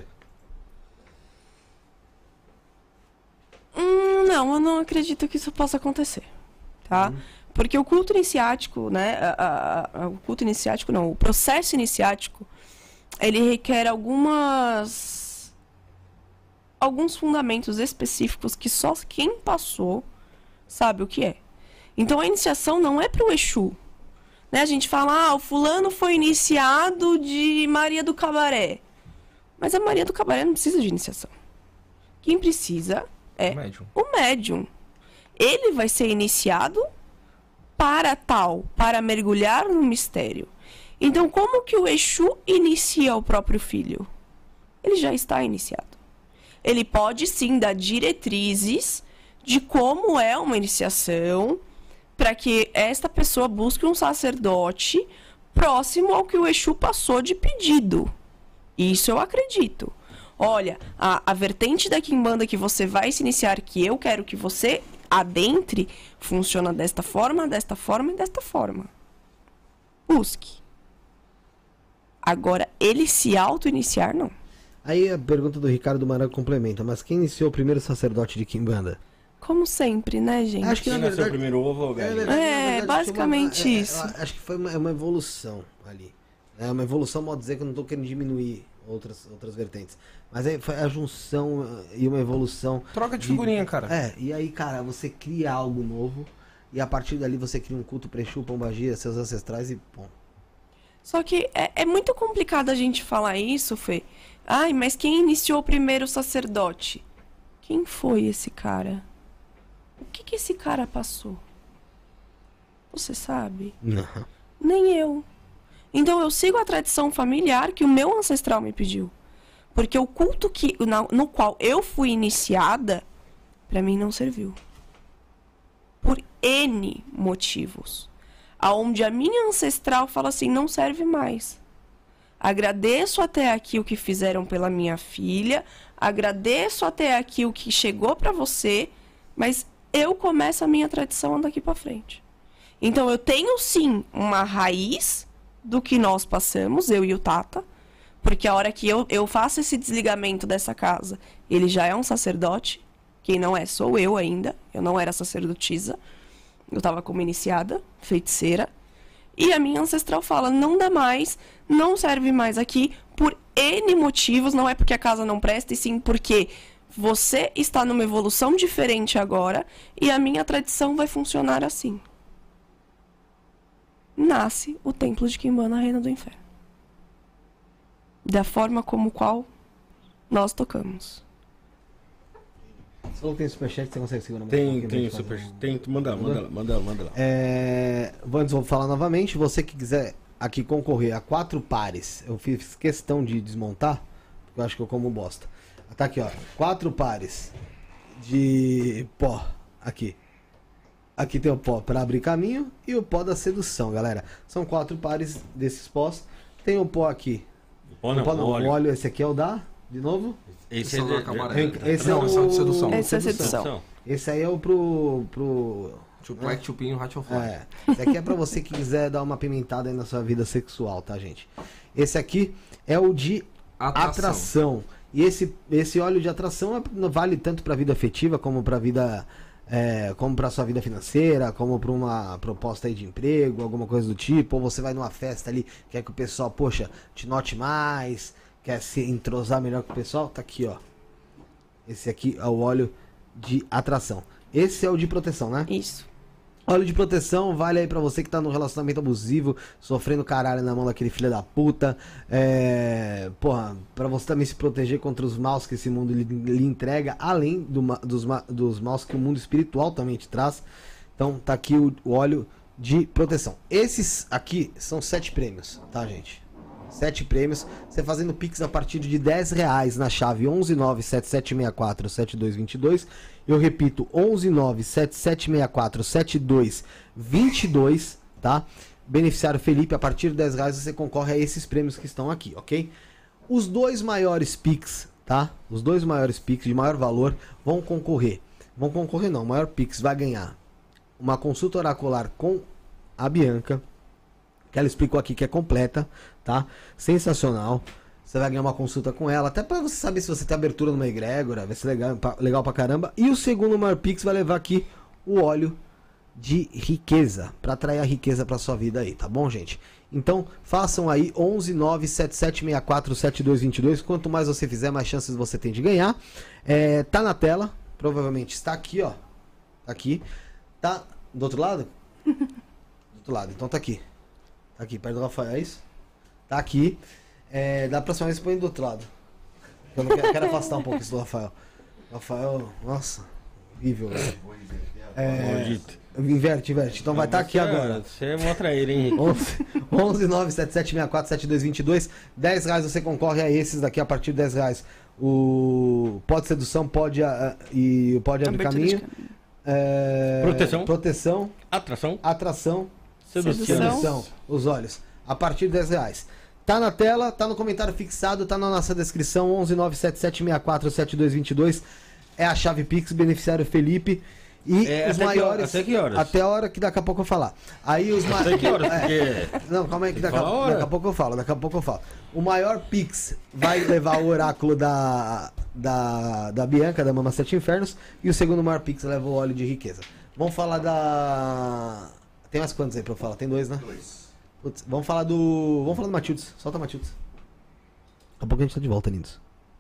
Hum, não, eu não acredito que isso possa acontecer, tá? Porque o culto iniciático, né, a- a- a- o culto iniciático não, o processo iniciático, ele requer algumas alguns fundamentos específicos que só quem passou sabe o que é. Então a iniciação não é para o Exu, né? A gente fala, ah, o fulano foi iniciado de Maria do Cabaré, mas a Maria do Cabaré não precisa de iniciação. Quem precisa é Médium. o médium. ele vai ser iniciado para tal, para mergulhar no mistério. Então, como que o Exu inicia o próprio filho? Ele já está iniciado. Ele pode sim dar diretrizes de como é uma iniciação para que esta pessoa busque um sacerdote próximo ao que o Exu passou de pedido. Isso eu acredito. Olha, a, a vertente da Quimbanda que você vai se iniciar, que eu quero que você adentre, funciona desta forma, desta forma e desta forma. Busque. Agora, ele se auto-iniciar, não. Aí a pergunta do Ricardo Maranhão complementa, mas quem iniciou o primeiro sacerdote de Quimbanda? Como sempre, né, gente? Acho que na Quem nasceu verdade... primeiro ovo ou galinha? na verdade, É, na verdade, basicamente foi uma- é, isso. é, acho que foi uma, é uma evolução ali. É uma evolução, modo dizer que eu não estou querendo diminuir outras, outras vertentes. Mas aí foi a junção eh, e uma evolução. Troca de figurinha, cara. É, e aí, cara, você cria algo novo. E a partir dali você cria um culto pra Exu, Pombagira, seus ancestrais e pô. Só que é, é muito complicado a gente falar isso, Fê. Ai, mas quem iniciou o primeiro sacerdote? Quem foi esse cara? O que que esse cara passou? Você sabe? Não. Nem eu. Então eu sigo a tradição familiar que o meu ancestral me pediu. Porque o culto que, na- no qual eu fui iniciada, pra mim não serviu. Por N motivos. Aonde a minha ancestral fala assim, não serve mais. Agradeço até aqui o que fizeram pela minha filha, agradeço até aqui o que chegou pra você, mas eu começo a minha tradição daqui pra frente. Então eu tenho sim uma raiz do que nós passamos, eu e o Tata, porque a hora que eu, eu faço esse desligamento dessa casa, ele já é um sacerdote, quem não é sou eu ainda, eu não era sacerdotisa, eu estava como iniciada, feiticeira, e a minha ancestral fala, não dá mais, não serve mais aqui, por N motivos, não é porque a casa não presta, e sim porque você está numa evolução diferente agora, e a minha tradição vai funcionar assim. Nasce o templo de Quimbanda, a Reina do Inferno. Da forma como qual nós tocamos. Você falou que tem superchat, você consegue segurar mais um Tem, pouquinho pra tem gente fazer super. um- Tem, manda lá, manda lá, manda lá, manda lá. É, antes vou falar novamente, você que quiser aqui concorrer a quatro pares, eu fiz questão de desmontar, porque eu acho que eu como bosta. Tá aqui, ó, quatro pares de pó, aqui. Aqui tem o pó para abrir caminho e o pó da sedução, galera. São quatro pares desses pós. Tem o pó aqui. Pó o não, pó não, óleo. o óleo, esse aqui é o da, de novo? Esse Esse é é de, da camarada. Esse Não, é o esse é o de sedução. Esse é sedução. Esse aí é o pro... pro Chuplec, chupinho, ratchofone. É, esse aqui é pra você que quiser dar uma pimentada aí na sua vida sexual, tá, gente? Esse aqui é o de Atração. atração. E esse, esse óleo de atração é- vale tanto pra vida afetiva como pra vida... É, como pra sua vida financeira, como pra uma proposta aí de emprego, alguma coisa do tipo. Ou você vai numa festa ali, quer que o pessoal, poxa, te note mais, quer se entrosar melhor com o pessoal, tá aqui, ó. Esse aqui é o óleo de atração. Esse é o de proteção, né? Isso. Óleo de proteção vale aí pra você que tá num relacionamento abusivo, sofrendo caralho na mão daquele filho da puta. É. Porra, pra você também se proteger contra os maus que esse mundo lhe, lhe entrega, além do, ma- dos, ma- dos maus que o mundo espiritual também te traz. Então tá aqui o, o óleo de proteção. Esses aqui são sete prêmios, tá, gente? Sete prêmios. Você fazendo Pix a partir de dez reais na chave onze nove sete sete seis quatro sete dois dois dois. Eu repito, onze nove sete sete seis quatro sete dois dois dois, tá? Beneficiário Felipe, a partir de dez reais você concorre a esses prêmios que estão aqui, ok? Os dois maiores Pix, tá? Os dois maiores Pix de maior valor vão concorrer. Vão concorrer não, o maior Pix vai ganhar uma consulta oracular com a Bianca, que ela explicou aqui que é completa, tá? Sensacional. Você vai ganhar uma consulta com ela, até pra você saber se você tem abertura numa egrégora, vai ser legal, pa- legal pra caramba. E o segundo maior Pix vai levar aqui o óleo de riqueza, pra atrair a riqueza pra sua vida aí, tá bom, gente? Então, façam aí onze nove sete sete seis quatro sete dois dois dois. Quanto mais você fizer, mais chances você tem de ganhar. É, tá na tela, provavelmente está aqui, ó. Tá aqui. Tá do outro lado? Do outro lado, então tá aqui. Tá aqui, perto do Rafael, é isso? Tá aqui. É, da próxima vez põe do outro lado. Eu não quero, quero afastar um pouco isso do Rafael. Rafael, nossa, Horrível, velho. É... Maldito. Inverte, inverte. Então vai estar aqui agora. Você mostra ele, hein, Henrique? onze nove sete sete seis quatro sete dois dois dois. dez reais você concorre a esses daqui a partir de dez reais. O Pode Sedução, Pode a, e Pode Abrir Caminho. É... Proteção. Proteção. Atração. Atração. Sedução. Sedução. Os olhos. A partir de dez reais. Tá na tela, tá no comentário fixado, tá na nossa descrição. onze nove sete sete seis quatro sete dois dois dois. É a chave Pix, beneficiário Felipe. E é, os até maiores. Que, até que horas? Até a hora que daqui a pouco eu falar. Aí os maiores. Até que horas? Porque... É. Não, calma aí que daqui a... daqui a pouco eu falo. Daqui a pouco eu falo. O maior Pix vai levar o oráculo da, da, da Bianca, da Mama Sete Infernos. E o segundo maior Pix leva o óleo de riqueza. Vamos falar da. Tem mais quantos aí pra eu falar? Tem dois, né? Dois. Putz, vamos falar do. Vamos falar do Matildes. Solta Matildes. Daqui a pouco a gente tá de volta, lindos.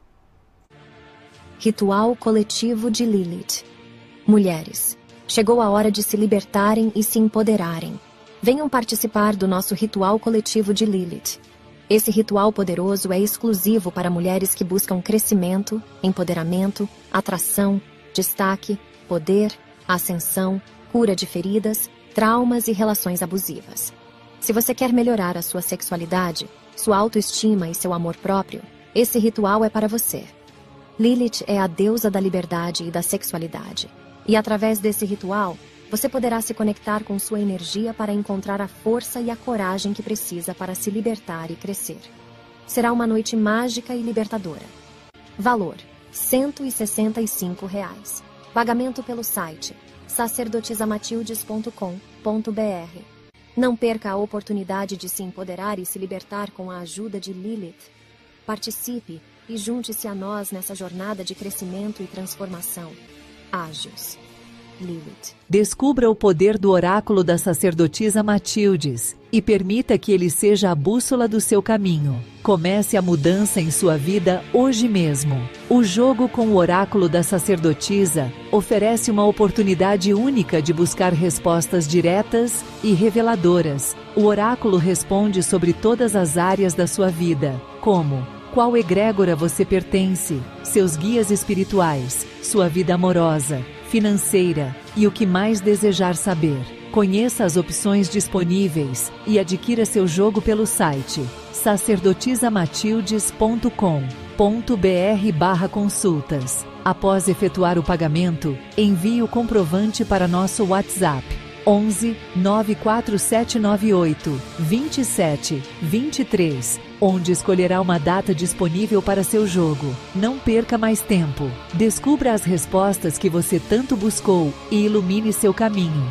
Ritual coletivo de Lilith. Mulheres, chegou a hora de se libertarem e se empoderarem. Venham participar do nosso ritual coletivo de Lilith. Esse ritual poderoso é exclusivo para mulheres que buscam crescimento, empoderamento, atração, destaque, poder, ascensão, cura de feridas, traumas e relações abusivas. Se você quer melhorar a sua sexualidade, sua autoestima e seu amor próprio, esse ritual é para você. Lilith é a deusa da liberdade e da sexualidade. E através desse ritual, você poderá se conectar com sua energia para encontrar a força e a coragem que precisa para se libertar e crescer. Será uma noite mágica e libertadora. Valor: cento e sessenta e cinco reais. Pagamento pelo site sacerdotisa matildes ponto com ponto br. Não perca a oportunidade de se empoderar e se libertar com a ajuda de Lilith. Participe e junte-se a nós nessa jornada de crescimento e transformação. Ágios. Lilith. Descubra o poder do oráculo da sacerdotisa Matildes e permita que ele seja a bússola do seu caminho. Comece a mudança em sua vida hoje mesmo. O jogo com o oráculo da sacerdotisa oferece uma oportunidade única de buscar respostas diretas e reveladoras. O oráculo responde sobre todas as áreas da sua vida, como: qual egrégora você pertence, seus guias espirituais, sua vida amorosa, financeira e o que mais desejar saber. Conheça as opções disponíveis e adquira seu jogo pelo site sacerdotisa matildes ponto com ponto br barra consultas. Após efetuar o pagamento, envie o comprovante para nosso WhatsApp onze nove quatro sete nove oito dois sete dois três, onde escolherá uma data disponível para seu jogo. Não perca mais tempo. Descubra as respostas que você tanto buscou e ilumine seu caminho.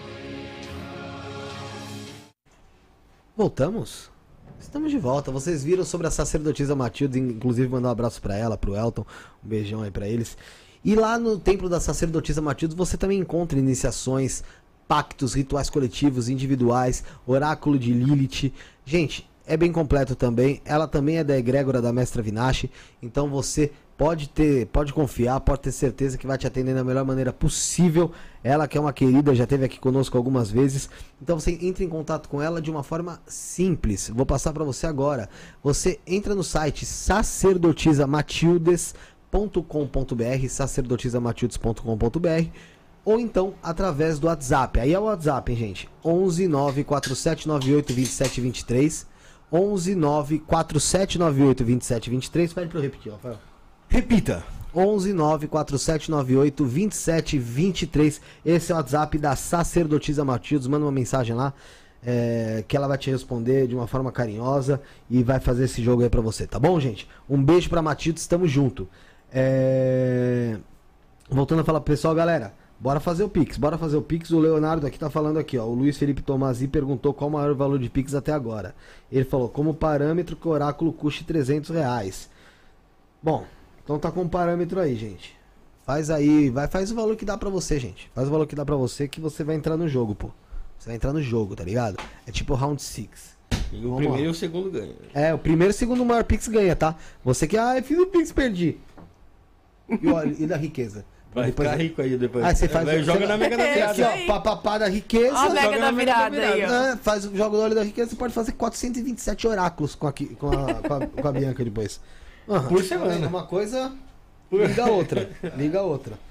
Voltamos? Estamos de volta. Vocês viram sobre a sacerdotisa Matilde, inclusive mandar um abraço para ela, pro Elton, um beijão aí para eles. E lá no templo da sacerdotisa Matilde você também encontra iniciações, pactos, rituais coletivos, individuais, oráculo de Lilith. Gente, é bem completo também. Ela também é da egrégora da Mestra Vinache, então você pode ter, pode confiar, pode ter certeza que vai te atender da melhor maneira possível. Ela que é uma querida, já esteve aqui conosco algumas vezes. Então você entra em contato com ela de uma forma simples. Vou passar para você agora. Você entra no site sacerdotisa matildes ponto com ponto br, sacerdotisa matildes ponto com ponto br, ou então através do WhatsApp. Aí é o WhatsApp, hein, gente? onze nove quatro sete nove oito dois sete dois três. onze nove quatro sete nove oito dois sete dois três. Pede para eu repetir, Rafael. Repita. onze nove quatro sete nove oito dois sete dois três. Esse é o WhatsApp da sacerdotisa Matildes. Manda uma mensagem lá, é, que ela vai te responder de uma forma carinhosa e vai fazer esse jogo aí pra você, tá bom, gente? Um beijo pra Matildes, tamo junto. É... Voltando a falar pro pessoal, galera, bora fazer o Pix, bora fazer o Pix. O Leonardo aqui tá falando aqui, ó. O Luiz Felipe Tomasi perguntou qual o maior valor de Pix até agora. Ele falou, como parâmetro que o oráculo custe trezentos reais. Bom, então tá com um parâmetro aí, gente. Faz aí, vai, faz o valor que dá pra você, gente. Faz o valor que dá pra você que você vai entrar no jogo, pô. Você vai entrar no jogo, tá ligado? É tipo round six. E o Vamos primeiro lá. E o segundo ganha. É, o primeiro e o segundo maior Pix ganha, tá? Você que, ah, eu fiz o Pix, perdi. E, ó, e da riqueza. Vai depois ficar rico aí depois. Ah, você faz, vai, você joga vai, na Mega da Virada. Aqui, ó, papapá da riqueza. Ó, a Mega da Virada aí, ó. É, faz o jogo do óleo da riqueza, você pode fazer quatrocentos e vinte e sete oráculos com a, com a, com a, com a Bianca depois. Uhum. Por semana. Uma coisa liga a outra. Liga a outra.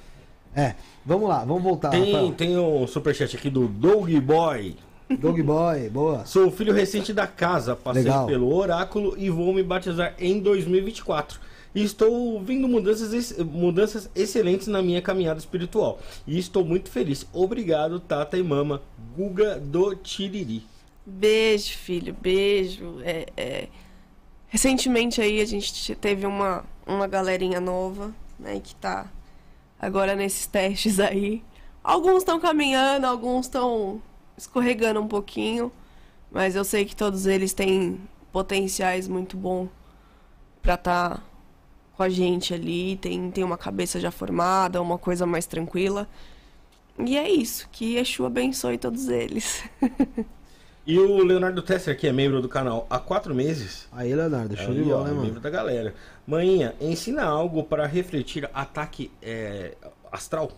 É, vamos lá, vamos voltar. Tem, tem um superchat aqui do Doug Boy. Doug Boy, boa. Sou o filho recente da casa, passei Legal. pelo oráculo e vou me batizar em dois mil e vinte e quatro. E estou vendo mudanças, ex- mudanças excelentes na minha caminhada espiritual. E estou muito feliz. Obrigado, Tata e Mama. Guga do Tiriri. Beijo, filho, beijo. É, é... Recentemente aí a gente teve uma, uma galerinha nova, né, que tá agora nesses testes aí. Alguns estão caminhando, alguns estão escorregando um pouquinho, mas eu sei que todos eles têm potenciais muito bons pra estar tá com a gente ali, tem, tem uma cabeça já formada, uma coisa mais tranquila. E é isso, que Exu abençoe todos eles. E o Leonardo Tesser, que é membro do canal há quatro meses. Aí, Leonardo, show de Aí, bola, ó, né, mano? membro da galera. Maninha, ensina algo para refletir ataque é, astral?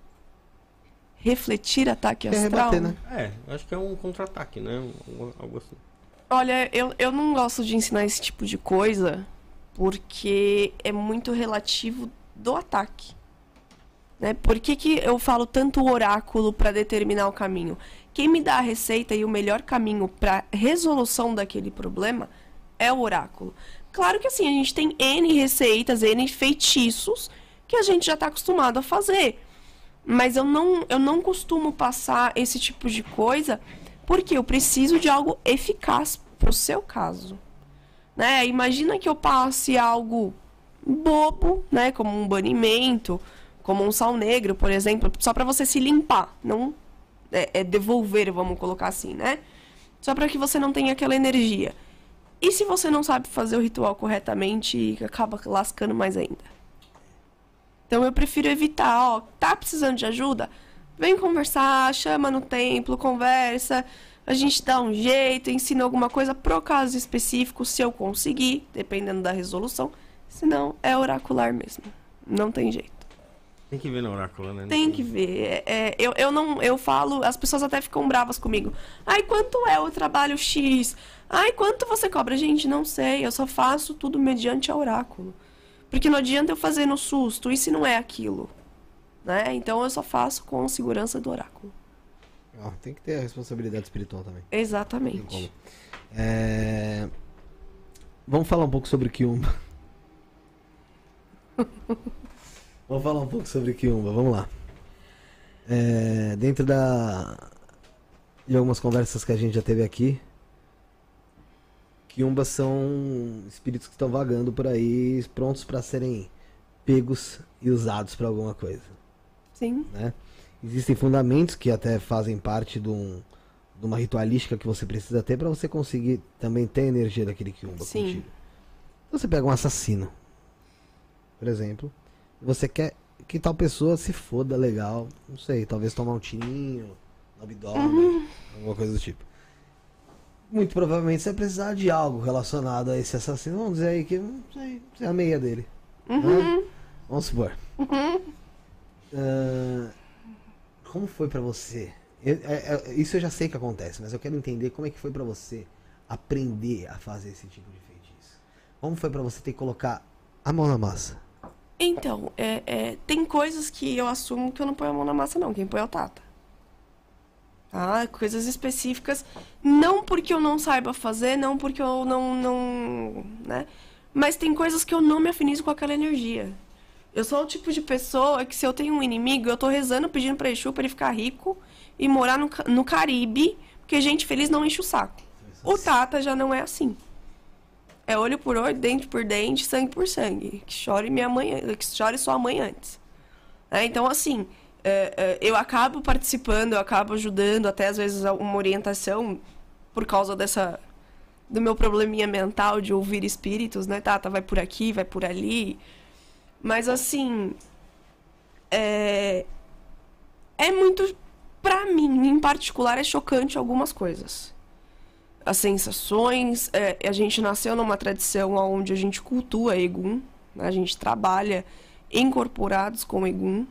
Refletir ataque Quer astral? rebater, né? É, acho que é um contra-ataque, né? Um- Algo assim. Olha, eu, eu não gosto de ensinar esse tipo de coisa porque é muito relativo do ataque. Né? Por que, que eu falo tanto oráculo para determinar o caminho? Quem me dá a receita e o melhor caminho para resolução daquele problema é o oráculo. Claro que assim, a gente tem N receitas, N feitiços que a gente já está acostumado a fazer. Mas eu não, eu não costumo passar esse tipo de coisa porque eu preciso de algo eficaz pro seu caso. Né? Imagina que eu passe algo bobo, né? Como um banimento, como um sal negro, por exemplo, só para você se limpar, não é, é devolver, vamos colocar assim, né? Só para que você não tenha aquela energia. E se você não sabe fazer o ritual corretamente, acaba lascando mais ainda. Então eu prefiro evitar, ó, tá precisando de ajuda? Vem conversar, chama no templo, conversa, a gente dá um jeito, ensina alguma coisa pro caso específico, se eu conseguir, dependendo da resolução. Senão, é oracular mesmo. Não tem jeito. Tem que ver no oráculo, né? Tem que ver. É, é, eu, eu não, eu falo, as pessoas até ficam bravas comigo. Ai, quanto é o trabalho X? Ai, quanto você cobra? Gente, não sei, eu só faço tudo mediante a oráculo. Porque não adianta eu fazer no susto, e se não é aquilo? Né? Então eu só faço com segurança do oráculo. Ó, tem que ter a responsabilidade espiritual também. Exatamente. É... Vamos falar um pouco sobre Quiumba. Vamos falar um pouco sobre Quiumba, vamos lá. É... Dentro da... de algumas conversas que a gente já teve aqui, Quiumbas são espíritos que estão vagando por aí, prontos para serem pegos e usados para alguma coisa. Sim. Né? Existem fundamentos que até fazem parte de, um, de uma ritualística que você precisa ter para você conseguir também ter a energia daquele Quiumba Sim. contigo. Você pega um assassino, por exemplo, e você quer que tal pessoa se foda legal, não sei, talvez tomar um tirinho no abdômen, Uhum. alguma coisa do tipo. Muito provavelmente você vai precisar de algo relacionado a esse assassino. Vamos dizer aí que, não sei, você é a meia dele. Uhum. Né? Vamos supor. Uhum. Ah, como foi pra você? Eu- é- é- isso eu já sei que acontece, mas eu quero entender como é que foi pra você aprender a fazer esse tipo de feitiço. Como foi pra você ter que colocar a mão na massa? Então, é, é, tem coisas que eu assumo que eu não ponho a mão na massa, não. Quem põe é o Tata. Tá? Coisas específicas. Não porque eu não saiba fazer, não porque eu não, não. Né? Mas tem coisas que eu não me afinizo com aquela energia. Eu sou o tipo de pessoa que se eu tenho um inimigo, eu tô rezando, pedindo pra Exu pra ele ficar rico e morar no, Ca- no Caribe, porque gente feliz não enche o saco. O Tata já não é assim. É olho por olho, dente por dente, sangue por sangue. Que chore minha mãe, que chore sua mãe antes. É, então, assim, é, é, eu acabo participando, eu acabo ajudando, até às vezes uma orientação por causa dessa do meu probleminha mental de ouvir espíritos, né? Tata, vai por aqui, vai por ali. Mas, assim, é, é muito, pra mim, em particular, é chocante algumas coisas. As sensações, é, a gente nasceu numa tradição onde a gente cultua Egum, né? A gente trabalha incorporados com Egum.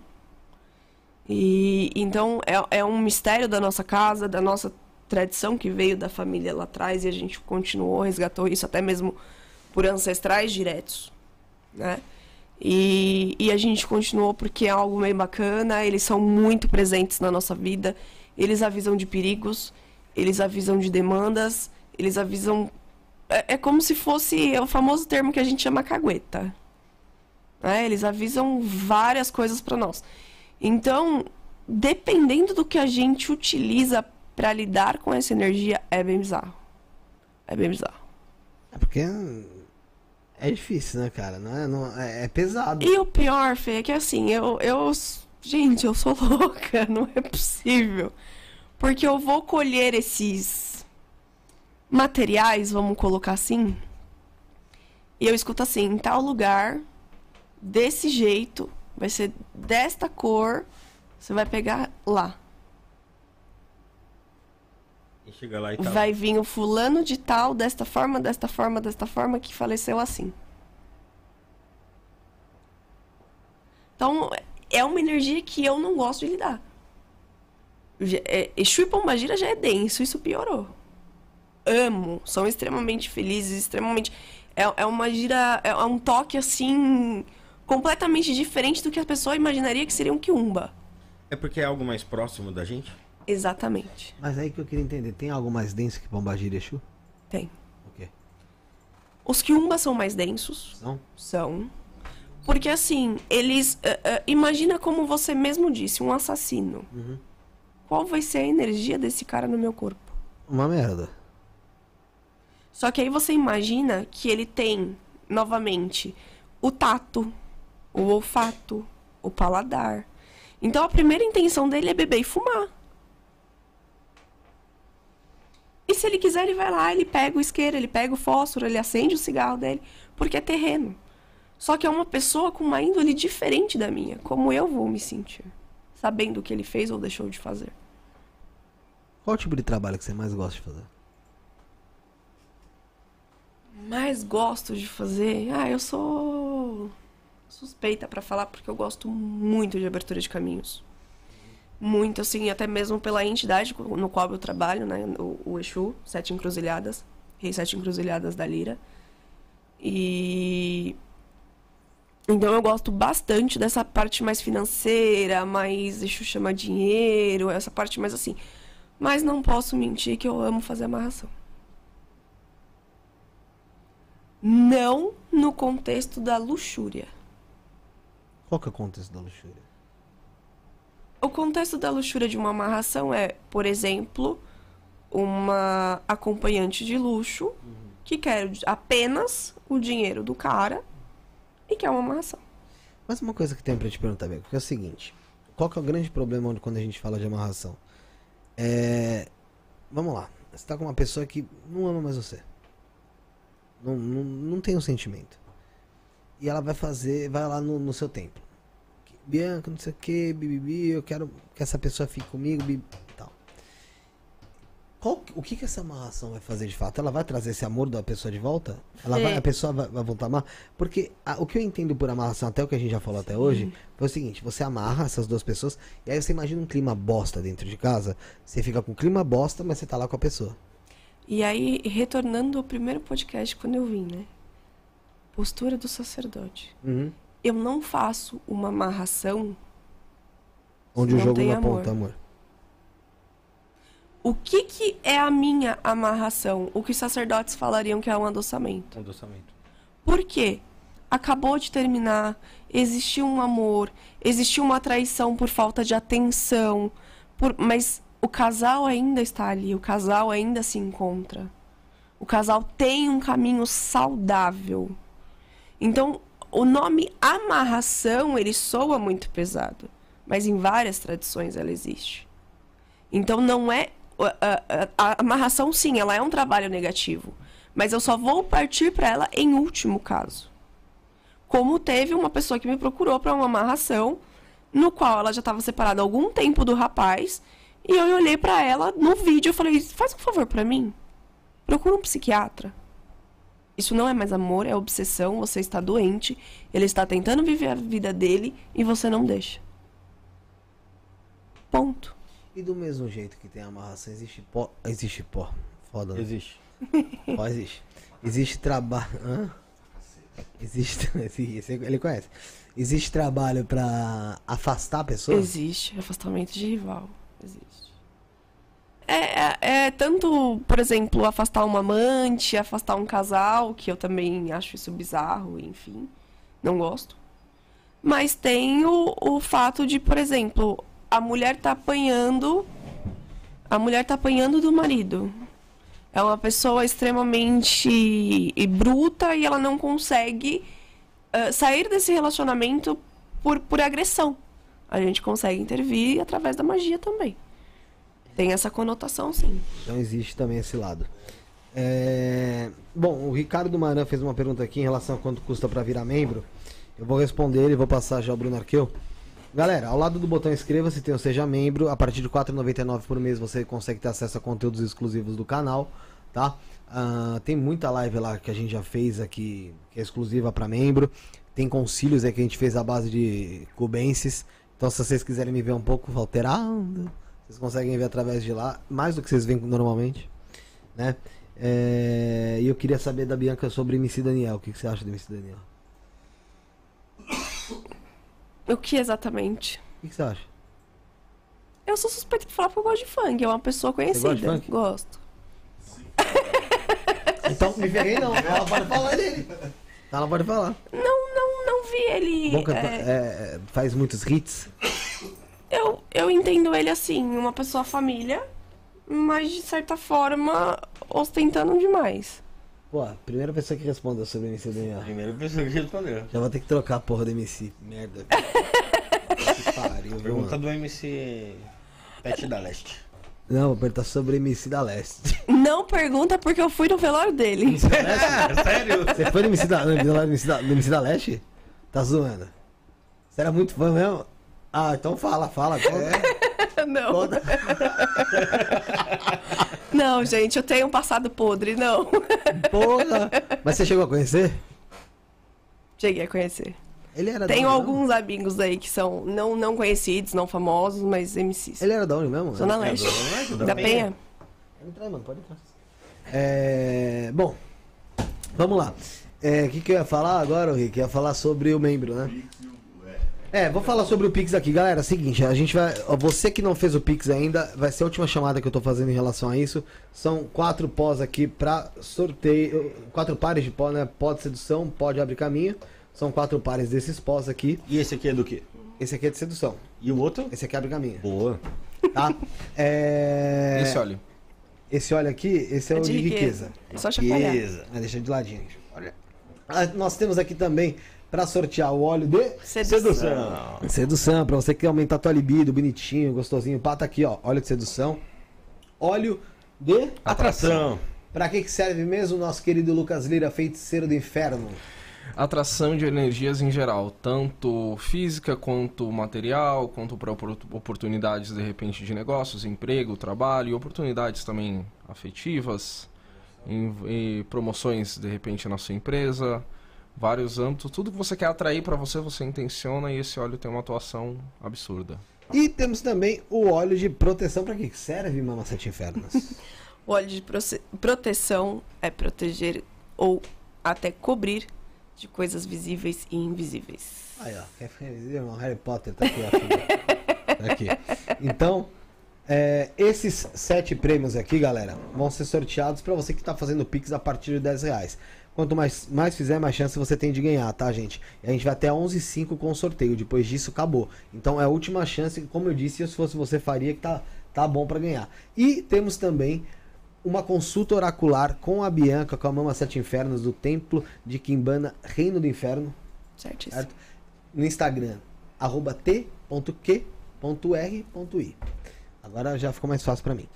E então é, é um mistério da nossa casa, da nossa tradição que veio da família lá atrás e a gente continuou, resgatou isso até mesmo por ancestrais diretos, né? E, e a gente continuou porque é algo meio bacana, eles são muito presentes na nossa vida, eles avisam de perigos, eles avisam de demandas, eles avisam... É, é como se fosse o famoso termo que a gente chama cagueta. É, eles avisam várias coisas para nós. Então, dependendo do que a gente utiliza para lidar com essa energia, é bem bizarro. É bem bizarro. É porque é difícil, né, cara? Não é, não, é, é pesado. E o pior, Fê, é que assim, eu, eu... Gente, eu sou louca, não é possível. Porque eu vou colher esses materiais, vamos colocar assim, e eu escuto assim, em tal lugar, desse jeito, vai ser desta cor, você vai pegar lá. E chega lá e tá. Vai vir o fulano de tal, desta forma, desta forma, desta forma, que faleceu assim. Então, é uma energia que eu não gosto de lidar. Exu e Pombagira já é denso, isso piorou. Amo, são extremamente felizes, extremamente... É, é uma gira, é um toque, assim, completamente diferente do que a pessoa imaginaria que seria um quiumba. É porque é algo mais próximo da gente? Exatamente. Mas aí que eu queria entender, tem algo mais denso que Pombagira e Exu? Tem. O quê? Os quiumbas são mais densos. São? São. Porque, assim, eles... Uh, uh, imagina como você mesmo disse, um assassino. Uhum. Qual vai ser a energia desse cara no meu corpo? Uma merda. Só que aí você imagina que ele tem, novamente, o tato, o olfato, o paladar. Então a primeira intenção dele é beber e fumar. E se ele quiser, ele vai lá, ele pega o isqueiro, ele pega o fósforo, ele acende o cigarro dele, porque é terreno. Só que é uma pessoa com uma índole diferente da minha. Como eu vou me sentir, sabendo o que ele fez ou deixou de fazer. Qual tipo de trabalho que você mais gosta de fazer? Mais gosto de fazer? Ah, eu sou suspeita pra falar porque eu gosto muito de abertura de caminhos. Muito, assim, até mesmo pela entidade no qual eu trabalho, né? O, o Exu, Sete Encruzilhadas, Rei Sete Encruzilhadas da Lira. E... Então eu gosto bastante dessa parte mais financeira, mais Exu chama dinheiro, essa parte mais assim. Mas não posso mentir que eu amo fazer amarração. Não no contexto da luxúria. Qual que é o contexto da luxúria? O contexto da luxúria de uma amarração é, por exemplo, uma acompanhante de luxo uhum. que quer apenas o dinheiro do cara e quer uma amarração. Mas uma coisa que tem pra te perguntar, Beco, que é o seguinte. Qual que é o grande problema quando a gente fala de amarração? É... Vamos lá. Você tá com uma pessoa que não ama mais você. Não, não, não tem um sentimento. E ela vai fazer, vai lá no, no seu templo. Bianca, não sei o que, bibibi, eu quero que essa pessoa fique comigo, bibi, tal. Qual, o que que essa amarração vai fazer de fato? Ela vai trazer esse amor da pessoa de volta? Ela vai, a pessoa vai, vai voltar a amar? Porque a, o que eu entendo por amarração, até o que a gente já falou Sim. até hoje, foi o seguinte, você amarra essas duas pessoas, e aí você imagina um clima bosta dentro de casa, você fica com clima bosta, mas você tá lá com a pessoa. E aí, retornando ao primeiro podcast, quando eu vim, né? Postura do sacerdote. Uhum. Eu não faço uma amarração onde o jogo não aponta amor. O que que é a minha amarração? O que os sacerdotes falariam que é um adoçamento. Adoçamento. Por quê? Acabou de terminar, existiu um amor, existiu uma traição por falta de atenção, por... mas... O casal ainda está ali, o casal ainda se encontra. O casal tem um caminho saudável. Então, o nome amarração, ele soa muito pesado. Mas em várias tradições ela existe. Então, não é... A, a, a amarração, sim, ela é um trabalho negativo. Mas eu só vou partir para ela em último caso. Como teve uma pessoa que me procurou para uma amarração, no qual ela já estava separada há algum tempo do rapaz... E eu olhei pra ela no vídeo e falei, faz um favor pra mim. Procura um psiquiatra. Isso não é mais amor, é obsessão. Você está doente. Ele está tentando viver a vida dele e você não deixa. Ponto. E do mesmo jeito que tem amarração, existe pó. Existe pó. Foda, né? Existe. Pó existe. Existe trabalho. Hã? Existe, esse, esse ele conhece. Existe trabalho pra afastar a pessoa? Existe, afastamento de rival. Existe. É, é, é tanto, por exemplo, afastar uma amante, afastar um casal, que eu também acho isso bizarro, enfim, não gosto. Mas tem o, o fato de, por exemplo, a mulher tá apanhando, a mulher tá apanhando do marido. É uma pessoa extremamente bruta e ela não consegue uh, sair desse relacionamento por, por agressão. A gente consegue intervir através da magia também. Tem essa conotação, sim. Então existe também esse lado. É... Bom, o Ricardo Maran fez uma pergunta aqui em relação a quanto custa para virar membro. Eu vou responder ele e vou passar já ao Bruno Arqueu. Galera, ao lado do botão inscreva-se tem o Seja Membro. A partir de quatro reais e noventa e nove centavos por mês você consegue ter acesso a conteúdos exclusivos do canal, tá? Uh, tem muita live lá que a gente já fez aqui, que é exclusiva para membro. Tem concílios aí que a gente fez à base de cubenses. Então se vocês quiserem me ver um pouco alterado, vocês conseguem ver através de lá, mais do que vocês veem normalmente, né? É... E eu queria saber da Bianca sobre M C Daniel. O que você acha do M C Daniel? O que exatamente? O que você acha? Eu sou suspeita de falar porque eu gosto de funk. É uma pessoa conhecida. Você gosta de funk? Gosto. Então me ferrei não. Ela pode falar dele. Ela pode falar. Não, não, não vi ele. Bom cantor, é... É, faz muitos hits. Eu, eu entendo ele assim, uma pessoa família, mas de certa forma ostentando demais. Pô, a primeira pessoa que respondeu sobre o M C Daniel. Primeira pessoa que respondeu. Já vou ter que trocar a porra do M C. Merda. Que pariu, Pergunta do M C Pet da Leste. Não, vou perguntar sobre o M C da Leste. Não pergunta porque eu fui no velório dele. M C da Leste? Sério? Você foi no M C da, no M C da, no M C da Leste? Tá zoando. Você era muito fã mesmo? Ah, então fala, fala. É. Não. Conta. Não, gente, eu tenho um passado podre, não. Porra! Mas você chegou a conhecer? Cheguei a conhecer. Ele era Tenho da onde, alguns não? amigos aí que são não, não conhecidos, não famosos, mas M Cs. Ele era da onde mesmo? Zona Leste. É, Da, da Penha. Pode entrar, mano, pode entrar. É... Bom, vamos lá. O é, que, que eu ia falar agora, Rick? Eu ia falar sobre o membro, né? É, vou falar sobre o Pix aqui, galera. Seguinte, a gente vai. Você que não fez o Pix ainda, vai ser a última chamada que eu tô fazendo em relação a isso. São quatro pós aqui pra sorteio. Quatro pares de pó, né? Pó de sedução, pó de abre caminho. São quatro pares desses pós aqui. E esse aqui é do quê? Esse aqui é de sedução. E o outro? Esse aqui abre caminho. Boa. Tá? É... Esse óleo. Esse óleo aqui, esse é, É o de de riqueza. riqueza. É só chacoalhar. Riqueza. Ah, deixa de ladinho. Olha. Ah, nós temos aqui também pra sortear o óleo de Sedução. Sedução, pra você que quer aumentar a tua libido, bonitinho, gostosinho. Pá, tá aqui, ó. Óleo de sedução. Óleo de Atração. Pra que que serve mesmo, nosso querido Lucas Lira, feiticeiro do inferno? Atração de energias em geral, tanto física quanto material, quanto para oportunidades de repente de negócios, emprego, trabalho e oportunidades também afetivas, em, e promoções de repente na sua empresa, vários âmbitos, tudo que você quer atrair para você, você intenciona e esse óleo tem uma atuação absurda. E temos também o óleo de proteção. Pra que que serve, Mama Sete Infernos? O óleo de proce- proteção é proteger ou até cobrir de coisas visíveis e invisíveis. Aí, ó. Quer ficar invisível? Harry Potter tá aqui, ó. Filho. Tá aqui. Então, é, esses sete prêmios aqui, galera, vão ser sorteados pra você que tá fazendo Pix a partir de dez reais. Quanto mais, mais fizer, mais chance você tem de ganhar, tá, gente? E a gente vai até onze e cinco com o sorteio. Depois disso, acabou. Então, é a última chance. Como eu disse, se fosse você, faria que tá, tá bom pra ganhar. E temos também uma consulta oracular com a Bianca, com a Mama Sete Infernos, do Templo de Quimbana, Reino do Inferno. Certíssimo. Certo? No Instagram, arroba t ponto q ponto r ponto i. Agora já ficou mais fácil pra mim.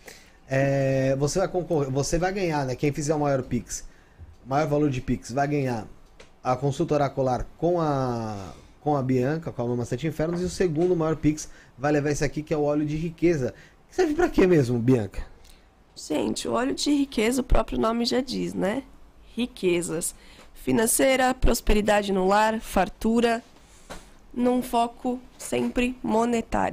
É, você vai concorrer, você vai ganhar, né? Quem fizer o maior Pix, maior valor de Pix, vai ganhar a consulta oracular com a, com a Bianca, com a Mama Sete Infernos, e o segundo maior Pix vai levar esse aqui, que é o óleo de riqueza. Serve pra quê mesmo, Bianca? Gente, o óleo de riqueza, o próprio nome já diz, né? Riquezas. Financeira, prosperidade no lar, fartura, num foco sempre monetário.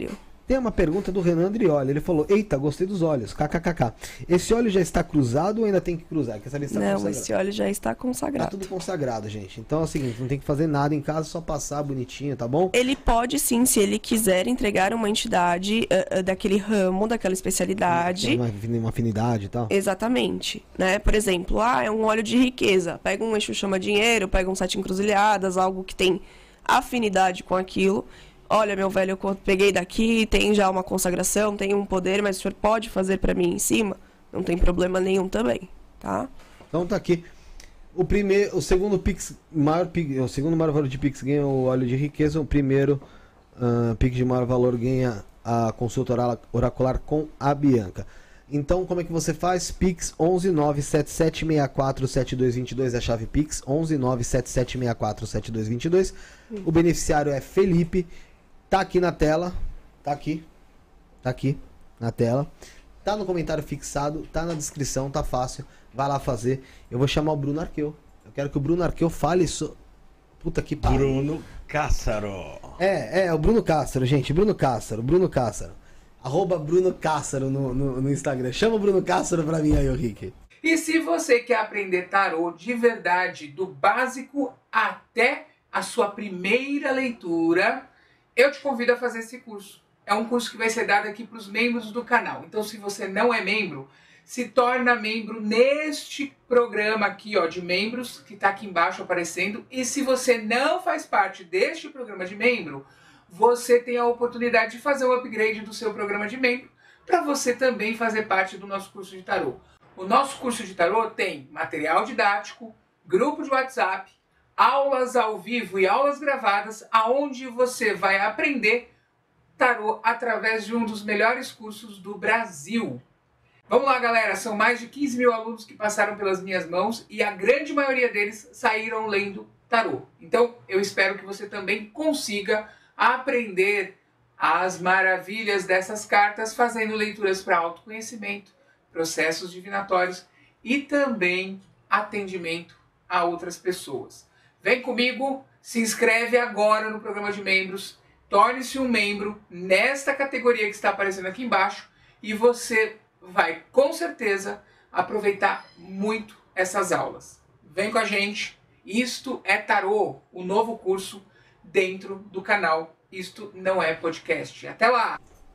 Tem uma pergunta do Renan Andrioli. Ele falou: eita, gostei dos óleos. KKKK. Esse óleo já está cruzado ou ainda tem que cruzar? Quer saber se está Não, consagrado? esse óleo já está Tá consagrado. tudo consagrado, gente. Então é o seguinte, não tem que fazer nada em casa, só passar bonitinho, tá bom? Ele pode sim, se ele quiser entregar uma entidade uh, uh, daquele ramo, daquela especialidade. Tem uma, uma afinidade e tal. Exatamente, né? Por exemplo, ah, é um óleo de riqueza. Pega um Exu chama dinheiro, pega um sete encruzilhadas, algo que tem afinidade com aquilo. Olha, meu velho, eu peguei daqui, tem já uma consagração, tem um poder, mas o senhor pode fazer pra mim em cima? Não tem problema nenhum também, tá? Então tá aqui. O primeiro, o segundo Pix, maior, o segundo maior valor de Pix ganha o óleo de riqueza. O primeiro uh, Pix de maior valor ganha a consulta oracular com a Bianca. Então, como é que você faz? Pix onze nove sete sete seis quatro sete dois dois dois é a chave Pix, onze nove sete sete seis quatro sete dois dois dois. O beneficiário é Felipe. Tá aqui na tela, tá aqui, tá aqui na tela, tá no comentário fixado, tá na descrição, tá fácil, vai lá fazer. Eu vou chamar o Bruno Arqueu, eu quero que o Bruno Arqueu fale isso. Puta que pariu. Bruno Cássaro. É, é, o Bruno Cássaro, gente, Bruno Cássaro, Bruno Cássaro. Arroba Bruno Cássaro no, no, no Instagram. Chama o Bruno Cássaro pra mim aí, ô Rick. E se você quer aprender tarô de verdade, do básico até a sua primeira leitura, eu te convido a fazer esse curso. É um curso que vai ser dado aqui para os membros do canal. Então, se você não é membro, se torna membro neste programa aqui, ó, de membros, que está aqui embaixo aparecendo. E se você não faz parte deste programa de membro, você tem a oportunidade de fazer o upgrade do seu programa de membro para você também fazer parte do nosso curso de tarô. O nosso curso de tarô tem material didático, grupo de WhatsApp, aulas ao vivo e aulas gravadas, aonde você vai aprender tarô através de um dos melhores cursos do Brasil. Vamos lá, galera, são mais de quinze mil alunos que passaram pelas minhas mãos e a grande maioria deles saíram lendo tarô. Então, eu espero que você também consiga aprender as maravilhas dessas cartas, fazendo leituras para autoconhecimento, processos divinatórios e também atendimento a outras pessoas. Vem comigo, se inscreve agora no programa de membros, torne-se um membro nesta categoria que está aparecendo aqui embaixo e você vai, com certeza, aproveitar muito essas aulas. Vem com a gente, Isto é Tarô, o novo curso dentro do canal Isto Não É Podcast. Até lá!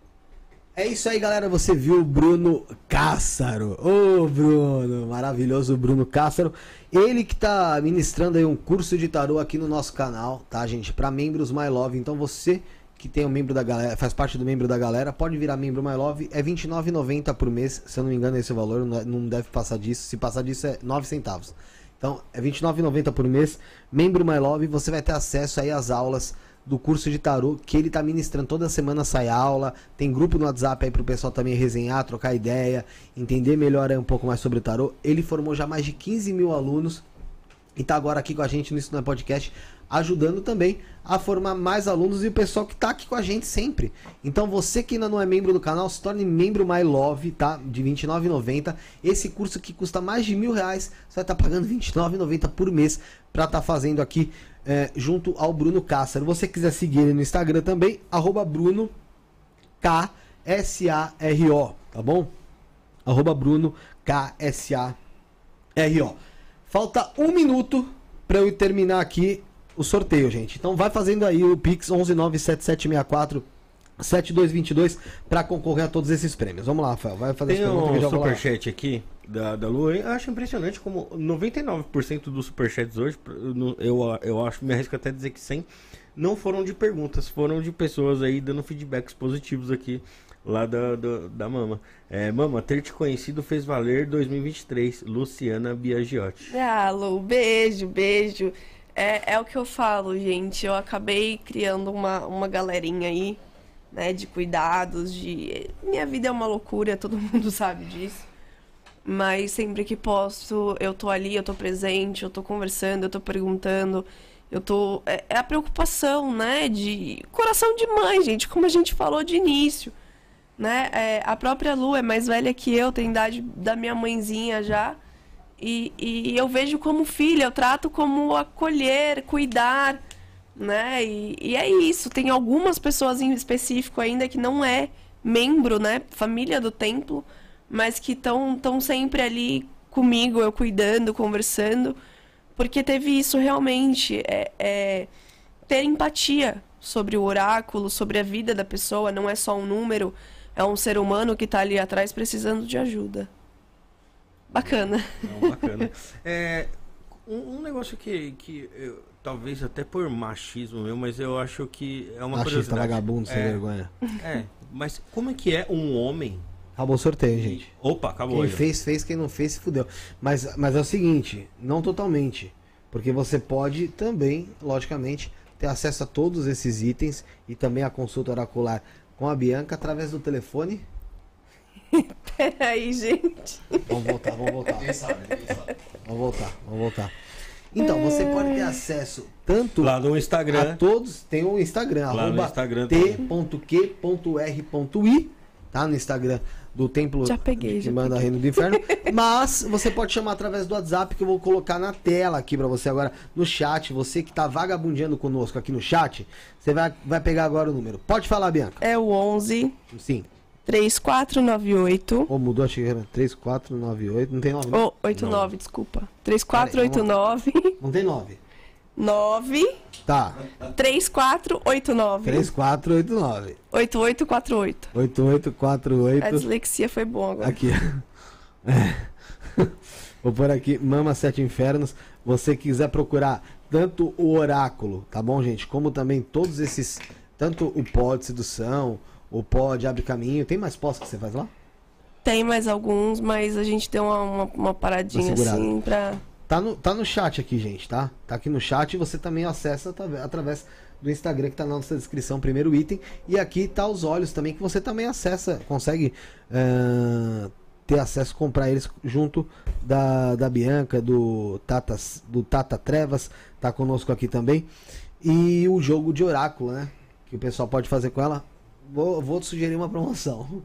É isso aí, galera. Você viu o Bruno Cássaro. Ô, Bruno, maravilhoso Bruno Cássaro. Ele que tá ministrando aí um curso de tarô aqui no nosso canal, tá, gente? Para membros My Love. Então você que tem um membro da galera, faz parte do membro da galera, pode virar membro My Love. É vinte e nove reais e noventa centavos por mês. Se eu não me engano, é esse o valor. Não deve passar disso. Se passar disso, é nove centavos. Então, é vinte e nove reais e noventa centavos por mês. Membro My Love, você vai ter acesso aí às aulas do curso de tarô que ele tá ministrando. Toda semana sai aula, tem grupo no WhatsApp aí pro pessoal também resenhar, trocar ideia, entender melhor aí um pouco mais sobre o tarô. Ele formou já mais de quinze mil alunos e tá agora aqui com a gente no Isso Não É Podcast, ajudando também a formar mais alunos e o pessoal que tá aqui com a gente sempre. Então você que ainda não é membro do canal, se torne membro My Love, tá? De vinte e nove reais e noventa centavos. Esse curso que custa mais de mil reais, você vai estar tá pagando vinte e nove reais e noventa centavos por mês pra estar tá fazendo aqui É, junto ao Bruno Cássaro. Se você quiser seguir ele no Instagram também, arroba Bruno K S A R O, tá bom? Arroba Bruno K S A R O. Falta um minuto para eu terminar aqui o sorteio, gente. Então vai fazendo aí o Pix onze nove sete sete seis quatro sete dois dois dois para concorrer a todos esses prêmios. Vamos lá, Rafael, vai fazer Tem as perguntas um que eu já vou lá. superchat aqui da, da Lu. Eu acho impressionante como noventa e nove por cento dos superchats hoje, eu, eu acho, me arrisco até dizer que cem, não foram de perguntas, foram de pessoas aí dando feedbacks positivos aqui lá da, da, da Mama. É, Mama, ter te conhecido fez valer dois mil e vinte e três, Luciana Biagiotti. Ah, Lu, beijo, beijo. É, é o que eu falo, gente. Eu acabei criando uma, uma galerinha aí, né, de cuidados, de... Minha vida é uma loucura, todo mundo sabe disso. Mas sempre que posso, eu tô ali, eu tô presente, eu tô conversando, eu tô perguntando, eu tô... É, é a preocupação, né, de... Coração de mãe, gente, como a gente falou de início, né? É, a própria Lu é mais velha que eu, tem idade da minha mãezinha já, e, e eu vejo como filha, eu trato como acolher, cuidar, né? E, e é isso. Tem algumas pessoas em específico ainda que não é membro, né? Família do templo, mas que estão tão sempre ali comigo, eu cuidando, conversando, porque teve isso realmente, é, é ter empatia sobre o oráculo, sobre a vida da pessoa, não é só um número, é um ser humano que está ali atrás precisando de ajuda. Bacana. Não, bacana. É, um, um negócio que, que eu, talvez até por machismo meu, mas eu acho que é uma Machista, curiosidade. vagabundo, sem é, vergonha. É, mas como é que é um homem... Acabou o sorteio, gente. Opa, acabou. Quem já. fez, fez. Quem não fez, se fudeu. Mas, mas é o seguinte, não totalmente. Porque você pode também, logicamente, ter acesso a todos esses itens e também a consulta oracular com a Bianca através do telefone. Peraí, gente. Vamos voltar, vamos voltar. Quem sabe, quem sabe. Vamos voltar, vamos voltar. Então, você pode ter acesso tanto lá no Instagram. A todos, tem o Instagram, lá arroba no Instagram t ponto q ponto r ponto i, tá? No Instagram do Templo já peguei, que já manda peguei. Reino do Inferno. Mas você pode chamar através do WhatsApp que eu vou colocar na tela aqui pra você agora, no chat. Você que tá vagabundeando conosco aqui no chat, você vai, vai pegar agora o número. Pode falar, Bianca. É o onze Sim. três quatro nove oito. Ou mudou, achei que era três quatro nove oito. Não tem nove. Ou oito nove, desculpa. três quatro oito nove. Não tem nove. nove. Tá. três quatro oito nove. três quatro oito nove. oito oito quatro oito. oito oito quatro oito. A dislexia foi bom agora. Aqui. É. Vou pôr aqui, Mama Sete Infernos. Você quiser procurar tanto o oráculo, tá bom, gente? Como também todos esses, tanto o pó de sedução, o pó de abre caminho. Tem mais pós que você faz lá? Tem mais alguns, mas a gente deu uma, uma, uma paradinha assim pra... Tá no, tá no chat aqui, gente, tá? Tá aqui no chat e você também acessa através, através do Instagram que tá na nossa descrição, primeiro item. E aqui tá os olhos também, que você também acessa, consegue uh, ter acesso, comprar eles junto da, da Bianca, do Tata, do Tata Trevas, tá conosco aqui também. E o jogo de oráculo, né? Que o pessoal pode fazer com ela. Vou, vou te sugerir uma promoção.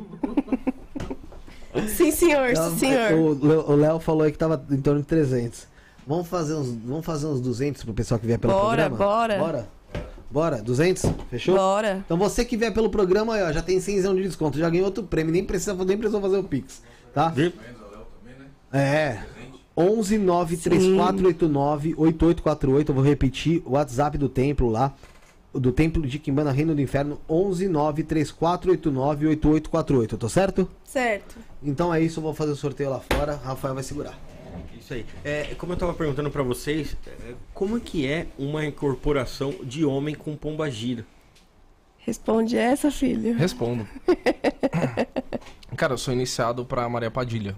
Sim, senhor, Então, sim, senhor. O Léo falou aí que tava em torno de trezentos. Vamos fazer uns, vamos fazer uns duzentos pro pessoal que vier pelo Bora, programa? bora. Bora? Bora? duzentos? Fechou? Bora. Então você que vier pelo programa aí, ó, já tem cem de desconto, já ganhou outro prêmio, nem precisa, nem precisou fazer o Pix, tá? É. onze nove três quatro oito nove oito oito quatro oito. Eu vou repetir o WhatsApp do templo lá, do Templo de Quimbanda, Reino do Inferno, onze nove três quatro oito nove oito oito quatro oito, tô certo? Certo. Então é isso, eu vou fazer o sorteio lá fora, Rafael vai segurar. Isso aí. É, como eu tava perguntando pra vocês, é, como é que é uma incorporação de homem com pombagira? Responde essa, filho. Respondo. Cara, eu sou iniciado pra Maria Padilha.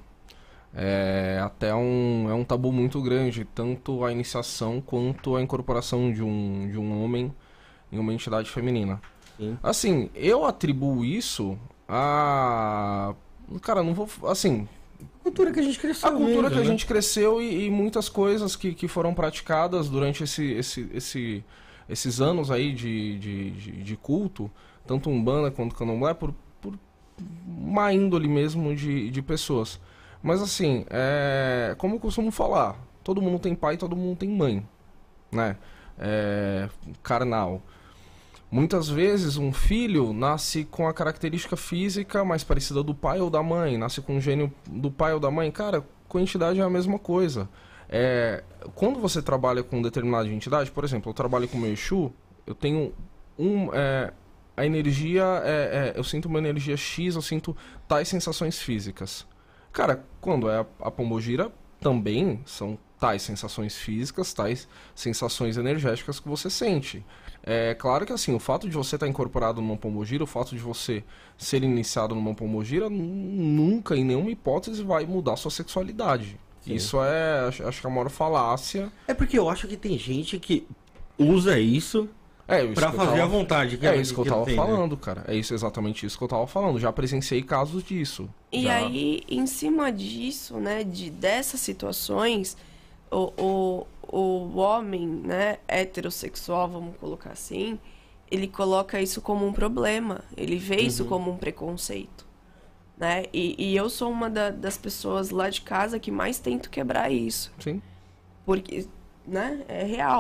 É até um, é um tabu muito grande, tanto a iniciação quanto a incorporação de um, de um homem em uma entidade feminina. Sim. Assim, eu atribuo isso a... Cara, não vou... Assim... cultura que a gente cresceu. A cultura mesmo, que a né? gente cresceu e, e muitas coisas que, que foram praticadas durante esse, esse, esse, esses anos aí de, de, de, de culto, tanto Umbanda quanto Candomblé, por, por má índole mesmo de, de pessoas. Mas assim, é, como eu costumo falar, todo mundo tem pai, todo mundo tem mãe, né? É, carnal. Muitas vezes um filho nasce com a característica física mais parecida do pai ou da mãe, nasce com o gênio do pai ou da mãe. Cara, com a entidade é a mesma coisa. É, quando você trabalha com determinada entidade, por exemplo, eu trabalho com o meu Exu, eu tenho um... É, a energia, é, é, eu sinto uma energia X, eu sinto tais sensações físicas. Cara, quando é a, a pombogira, também são tais sensações físicas, tais sensações energéticas que você sente. É claro que assim, o fato de você estar incorporado numa pombogira, o fato de você ser iniciado numa pombogira, nunca, em nenhuma hipótese, vai mudar sua sexualidade. Sim. Isso é, acho, acho que é a maior falácia. É porque eu acho que tem gente que usa isso... É, isso pra fazer tava... à vontade. Que é isso que, que eu tava tem, falando, né? cara. É isso, exatamente isso que eu tava falando. Já presenciei casos disso. E Já... aí, em cima disso, né, de, dessas situações, o, o, o homem, né, heterossexual, vamos colocar assim, ele coloca isso como um problema. Ele vê uhum. isso como um preconceito, né? E, e eu sou uma da, das pessoas lá de casa que mais tento quebrar isso. Sim. Porque, né, é real.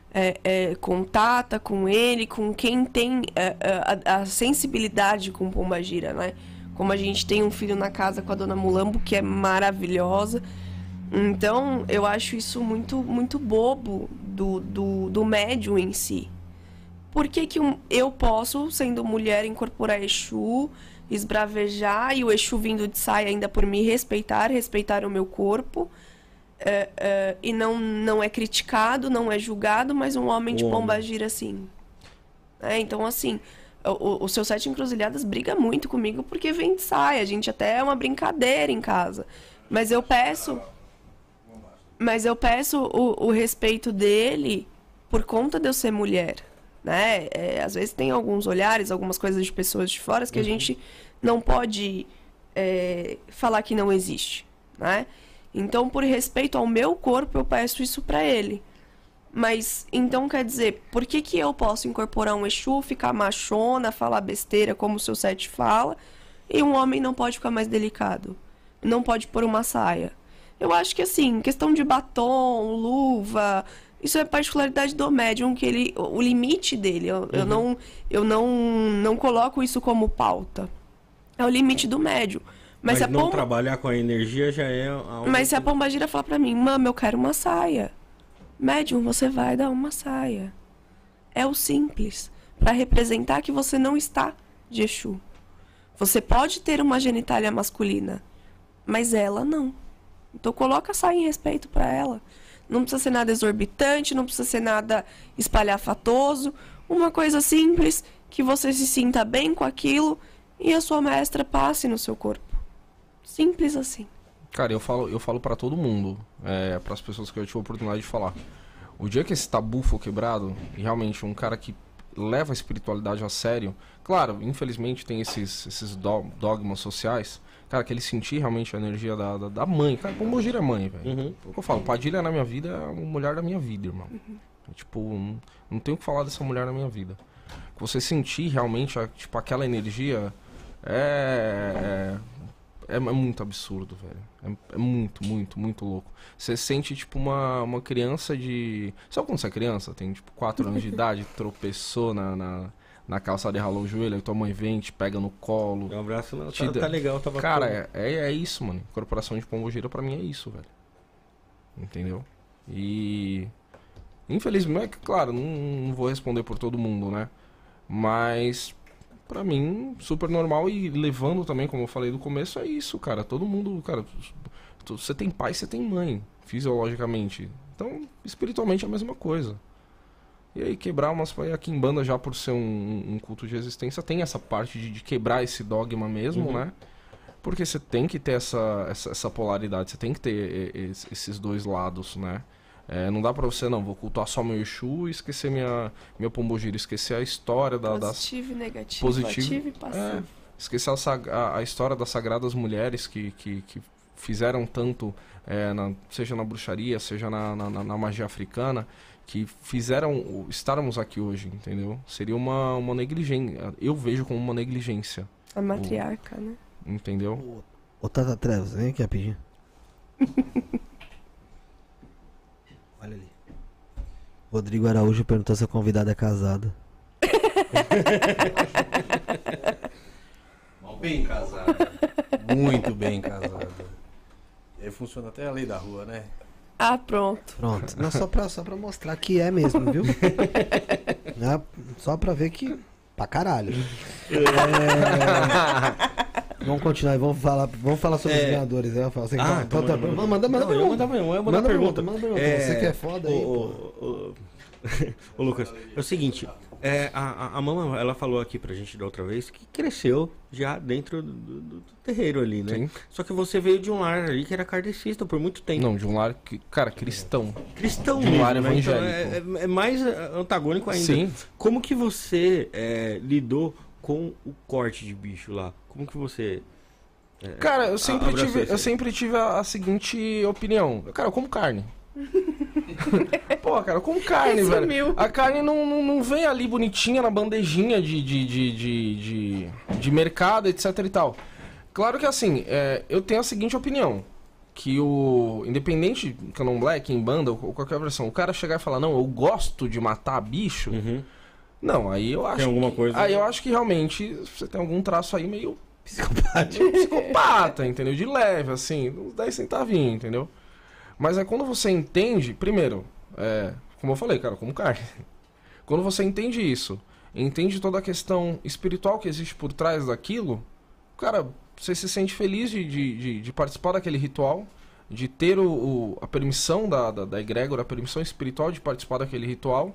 é, é, contata com ele, com quem tem é, a, a sensibilidade com Pombagira, né? Como a gente tem um filho na casa com a dona Mulambo, que é maravilhosa. Então, eu acho isso muito, muito bobo do, do, do médium em si. Por que que eu posso, sendo mulher, incorporar Exu, esbravejar, e o Exu vindo de saia ainda por me respeitar, respeitar o meu corpo, é, é, e não, não é criticado, não é julgado, mas um homem de Pombagira, assim. É, então, assim, o, o seu Sete Encruzilhadas briga muito comigo porque vem de saia. A gente até é uma brincadeira em casa. Mas eu peço... Mas eu peço o, o respeito dele por conta de eu ser mulher, né? É, às vezes tem alguns olhares, algumas coisas de pessoas de fora que a gente não pode é, falar que não existe, né? Então, por respeito ao meu corpo, eu peço isso pra ele. Mas, então, quer dizer, por que que eu posso incorporar um Exu, ficar machona, falar besteira, como o seu Sete fala, e um homem não pode ficar mais delicado? Não pode pôr uma saia? Eu acho que, assim, questão de batom, luva, isso é particularidade do médium, que ele, o limite dele, eu, uhum. eu, não, eu não, não coloco isso como pauta. É o limite do médium. Mas, Mas se a não Pomba... trabalhar com a energia já é algo... Mas se a Pombagira falar pra mim, mama, eu quero uma saia. Médium, você vai dar uma saia. É o simples. Pra representar que você não está de Exu. Você pode ter uma genitália masculina, mas ela não. Então coloca a saia em respeito pra ela. Não precisa ser nada exorbitante, não precisa ser nada espalhafatoso. Uma coisa simples, que você se sinta bem com aquilo e a sua mestra passe no seu corpo. Simples assim. Cara, eu falo, eu falo para todo mundo, é, para as pessoas que eu tive a oportunidade de falar. O dia que esse tabu for quebrado, e realmente um cara que leva a espiritualidade a sério, claro, infelizmente tem esses, esses dogmas sociais, cara, que ele sentir realmente a energia da, da, da mãe. Cara, Pombagira é mãe, velho. Uhum. O que eu falo, Padilha na minha vida é a mulher da minha vida, irmão. Uhum. Tipo, não, não tenho o que falar dessa mulher na minha vida. Você sentir realmente, a, tipo, aquela energia é, é, é muito absurdo, velho. É, é muito, muito, muito louco. Você sente, tipo, uma, uma criança de... Sabe quando você é criança? Tem, tipo, quatro anos de idade, tropeçou na... na... na calçada e ralou o joelho, aí tua mãe vem, te pega no colo. Um abraço, não, te tá, dá... tá legal, tava Cara, é, é isso, mano. Incorporação de Pombagira pra mim é isso, velho. Entendeu? E... Infelizmente, claro, não, não vou responder por todo mundo, né? Mas, pra mim, super normal e levando também, como eu falei no começo, é isso, cara. Todo mundo, cara... Você tem pai, você tem mãe, fisiologicamente. Então, espiritualmente é a mesma coisa. E aí quebrar umas... A Quimbanda, já por ser um, um culto de existência, tem essa parte de, de quebrar esse dogma mesmo, uhum. né? Porque você tem que ter essa, essa, essa polaridade, você tem que ter e, e, esses dois lados, né? É, não dá pra você, não, vou cultuar só meu Exu e esquecer minha, minha Pombagira, esquecer a história da... Positivo das... e negativo, positivo, ativo e passivo. É, esquecer a, a, a história das sagradas mulheres que, que, que fizeram tanto, é, na, seja na bruxaria, seja na, na, na magia africana, que fizeram estarmos aqui hoje, entendeu? Seria uma, uma negligência. Eu vejo como uma negligência. A matriarca, o, né? Entendeu? Ô, ô Tata Trevas, vem aqui rapidinho. Olha ali. Rodrigo Araújo perguntou se a convidada é casada. Bem casada. Muito bem casada. E aí funciona até a lei da rua, né? Ah, pronto. Pronto. Não, só pra, só pra mostrar que é mesmo, viu? É, só pra ver que... Pra caralho. É... Vamos continuar e vamos falar, vamos falar sobre é... os ganhadores. Né? Falar assim, ah, então, então, manda, manda, manda, manda, não, eu manda, eu manda, manda pergunta. Manda pergunta. É... Você que é foda aí, ô, ô, ô, Lucas, é o seguinte... É, a, a, a mama, ela falou aqui pra gente da outra vez que cresceu já dentro do, do, do terreiro ali, né? Sim. Só que você veio de um lar ali que era kardecista por muito tempo. Não, de um lar, que, cara, cristão. Cristão de um mesmo, lar evangélico. Então é, é, é mais antagônico ainda. Sim. Como que você é, lidou com o corte de bicho lá? Como que você... É, cara, eu sempre tive, eu aí? sempre tive a, a seguinte opinião. Cara, eu como carne. Pô, cara, com carne, Esse velho. Sumiu. A carne não, não, não vem ali bonitinha na bandejinha de, de, de, de, de, de mercado, etc e tal. Claro que assim, é, eu tenho a seguinte opinião. que o... Independente de Candomblé, em banda, ou qualquer versão, o cara chegar e falar, não, eu gosto de matar bicho... Uhum. Não, aí eu acho Tem alguma que, coisa... Aí eu acho que realmente você tem algum traço aí meio... Psicopata. meio psicopata, entendeu? De leve, assim, uns dez centavinhos, entendeu? Mas é quando você entende... Primeiro, é, como eu falei, cara, como carne. Quando você entende isso, entende toda a questão espiritual que existe por trás daquilo, cara, você se sente feliz de, de, de, de participar daquele ritual, de ter o, o, a permissão da, da, da egrégora, a permissão espiritual de participar daquele ritual,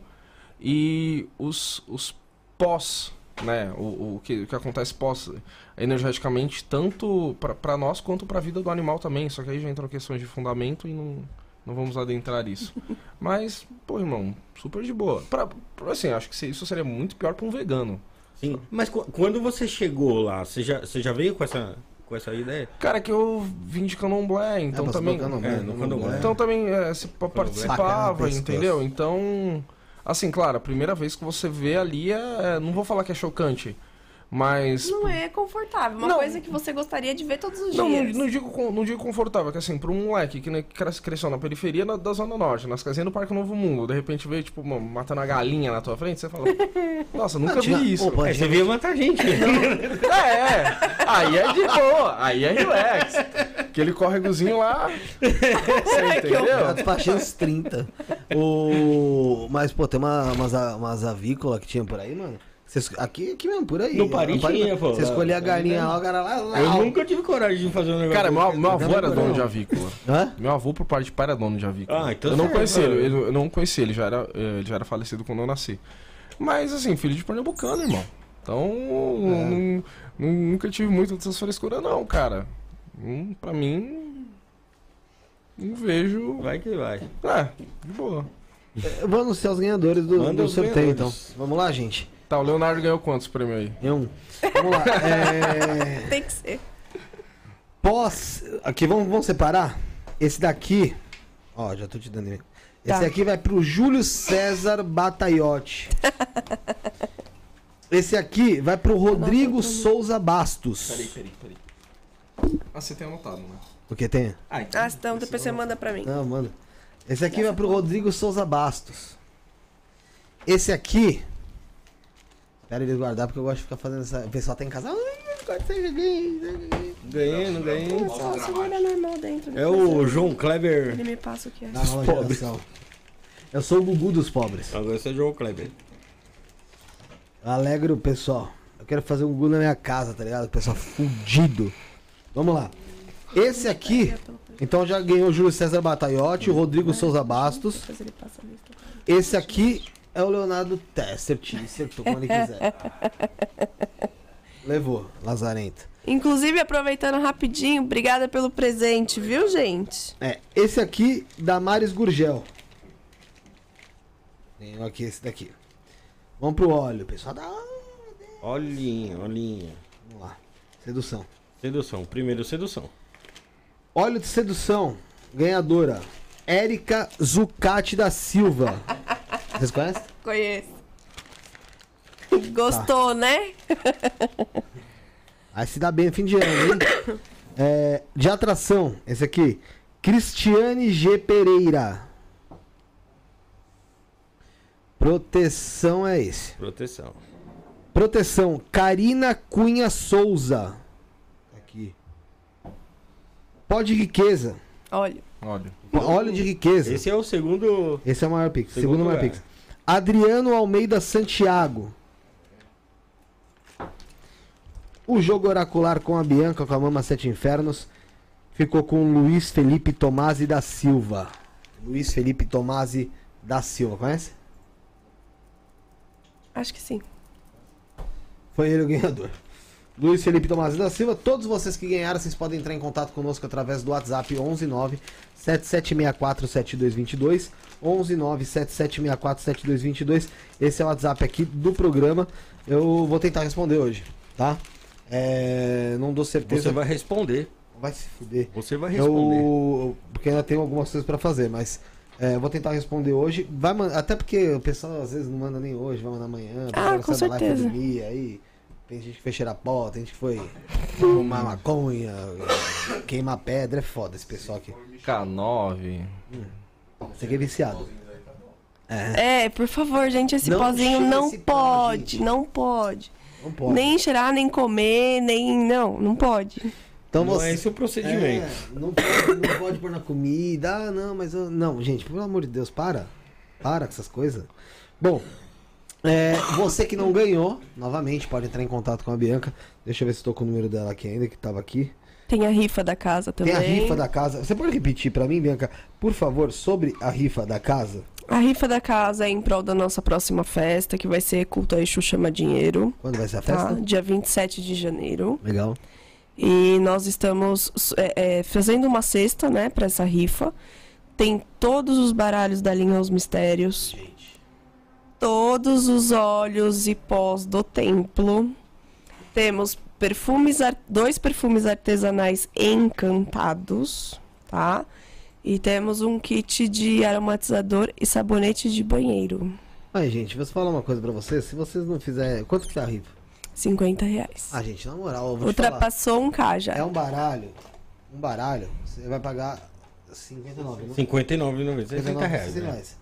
e os, os pós, né, o, o, que, o que acontece pós, energeticamente, tanto para nós quanto para a vida do animal também, só que aí já entram questões de fundamento e não, não vamos adentrar isso. Mas, pô, irmão, super de boa. Pra, pra, assim, acho que isso seria muito pior para um vegano. Sim, mas qu- quando você chegou lá, você já, você já veio com essa, com essa ideia? Cara, que eu vim de Candomblé, então É, também... Candomblé, é, no Candomblé. Então também é, se pa- participava, Bacana, entendeu? Então, assim, claro, a primeira vez que você vê ali é, é- não vou falar que é chocante, mas... Não é confortável, uma Não. coisa que você gostaria de ver todos os Não, não, dias. não digo, con- não digo confortável, que assim, pra um moleque que né, que cres- cresceu na periferia na- da Zona Norte, nas casinhas do Parque Novo Mundo, de repente veio, tipo, uma- matando a galinha na tua frente, você fala, nossa, nunca tinha- vi isso. Opa, É, você veio matar gente. É, é, aí é de boa, aí é relax. Aquele córregozinho lá, você entendeu? Já despachei uns trinta. O... Mas, pô, tem uma, umas, a- umas avícolas que tinha por aí, mano. Cês- Aqui, aqui mesmo, por aí. No Paris tinha, pô. Você escolhia a galinha lá, o cara lá... lá Eu nunca tive coragem de fazer um negócio Cara, meu, desse. meu avô era não. dono de avícola. Hã? Meu avô, por parte de pai, era dono de avícola. Ah, então eu não certo, conheci ele, velho. ele- eu não conheci ele, já era, eh, ele já era falecido quando eu nasci. Mas, assim, filho de pernambucano, irmão. Então, nu- nu- nunca tive muito dessas frescuras, não, cara. Hum, pra mim, não vejo... Vai que vai. É, de boa. Eu vou anunciar os ganhadores do, Manda do os sorteio, então. ganhadores. Vamos lá, gente. Tá, o Leonardo ganhou quantos prêmios aí? Eu um. Vamos lá. É... Tem que ser. Pós... Aqui, vamos, vamos separar? Esse daqui... Ó, já tô te dando... Esse Tá. aqui vai pro Júlio César Bataiotti. Esse aqui vai pro Rodrigo Souza Bastos. Peraí, peraí, peraí. Ah, você tem anotado, né? O que tem? Ah, então... Ah, então depois você manda pra mim. Não, mano. Esse aqui vai pro Rodrigo Souza Bastos. Esse aqui... Espera ele guardar porque eu gosto de ficar fazendo essa... O pessoal tá em casa... Ai, gosto de joguinho. Ganhei, não ganhei. Só segura normal dentro. É depois o eu- João Kleber. Ele me passa o que é. Da nova geração. Eu sou o Gugu dos pobres. Agora você é o João Kleber. Eu alegro o pessoal. Eu quero fazer um Gugu na minha casa, tá ligado? O pessoal fudido. Vamos lá. Esse aqui... Então já ganhou o Júlio César Bataiotti, o Rodrigo Souza Bastos. Depois ele passa a lista. Esse aqui é o Leonardo Tesser, acertou como ele quiser. Levou, Lazarento. Inclusive, aproveitando rapidinho, obrigada pelo presente, viu, gente? É, esse aqui, Damares Gurgel. Ganhou aqui esse daqui. Vamos pro óleo, pessoal. Dá... Olhinha, olhinha. Vamos lá. Sedução. Sedução. Primeiro, sedução. Óleo de sedução. Ganhadora. Érica Zucati da Silva. Vocês conhecem? Conheço. Gostou, né? Aí se dá bem no fim de ano, hein? É, de atração, esse aqui. Cristiane G. Pereira. Proteção é esse. Proteção. Proteção, Karina Cunha Souza. Aqui. Pó de riqueza. Olha. Olha. Óleo de riqueza. Esse é o segundo. Esse é o maior pix. Segundo Segundo, maior lugar. pix. Adriano Almeida Santiago. O jogo oracular com a Bianca, com a Mama Sete Infernos, ficou com o Luiz Felipe Tomasi da Silva. Luiz Felipe Tomasi da Silva, conhece? Acho que sim. Foi ele o ganhador. Luiz Felipe Tomasi da Silva. Todos vocês que ganharam, vocês podem entrar em contato conosco através do WhatsApp onze nove sete sete seis quatro sete dois dois dois. onze nove sete sete seis quatro sete dois dois dois. Esse é o WhatsApp aqui do programa. Eu vou tentar responder hoje, tá? É, não dou certeza. Você vai responder. Vai se fuder. Você vai responder. Eu, porque ainda tenho algumas coisas pra fazer, mas é, eu vou tentar responder hoje. Vai man- até porque o pessoal às vezes não manda nem hoje, vai mandar amanhã. Ah, o pessoal com sai da live pra certeza. dormir, aí Tem gente que foi cheirar pó, tem gente que foi fumar maconha, queimar pedra, é foda esse pessoal aqui. K nove. Hum. Você que é viciado. É, por favor, gente, esse Não pozinho cheira não esse pó, pode, gente. não pode. Não pode. Nem cheirar, nem comer, nem... Não, não pode. Então Não você... é esse o procedimento. É, não, pode, não pode pôr na comida. Ah, não, mas eu... Não, gente, pelo amor de Deus, para. Para com essas coisas. Bom, é, você que não ganhou, novamente, pode entrar em contato com a Bianca. Deixa eu ver se estou com o número dela aqui ainda, que estava aqui. Tem a rifa da casa também. Tem a rifa da casa. Você pode repetir pra mim, Bianca, por favor, sobre a rifa da casa? A rifa da casa é em prol da nossa próxima festa, que vai ser Culto a Exu Chama Dinheiro. Quando vai ser a Tá? festa? Dia vinte e sete de janeiro. Legal. E nós estamos é, é, fazendo uma cesta, né, pra essa rifa. Tem todos os baralhos da linha Os Mistérios. Gente. Todos os óleos e pós do templo. Temos perfumes, ar- dois perfumes artesanais encantados, tá? E temos um kit de aromatizador e sabonete de banheiro. Aí, gente, vou falar uma coisa pra vocês. Se vocês não fizerem... Quanto que tá a rifa? cinquenta reais. Ah, gente, na moral, eu vou te falar. Ultrapassou um K já. É um baralho. Um baralho. Você vai pagar cinquenta e nove, né? cinquenta e nove reais e noventa centavos, sessenta reais. sessenta Né? reais.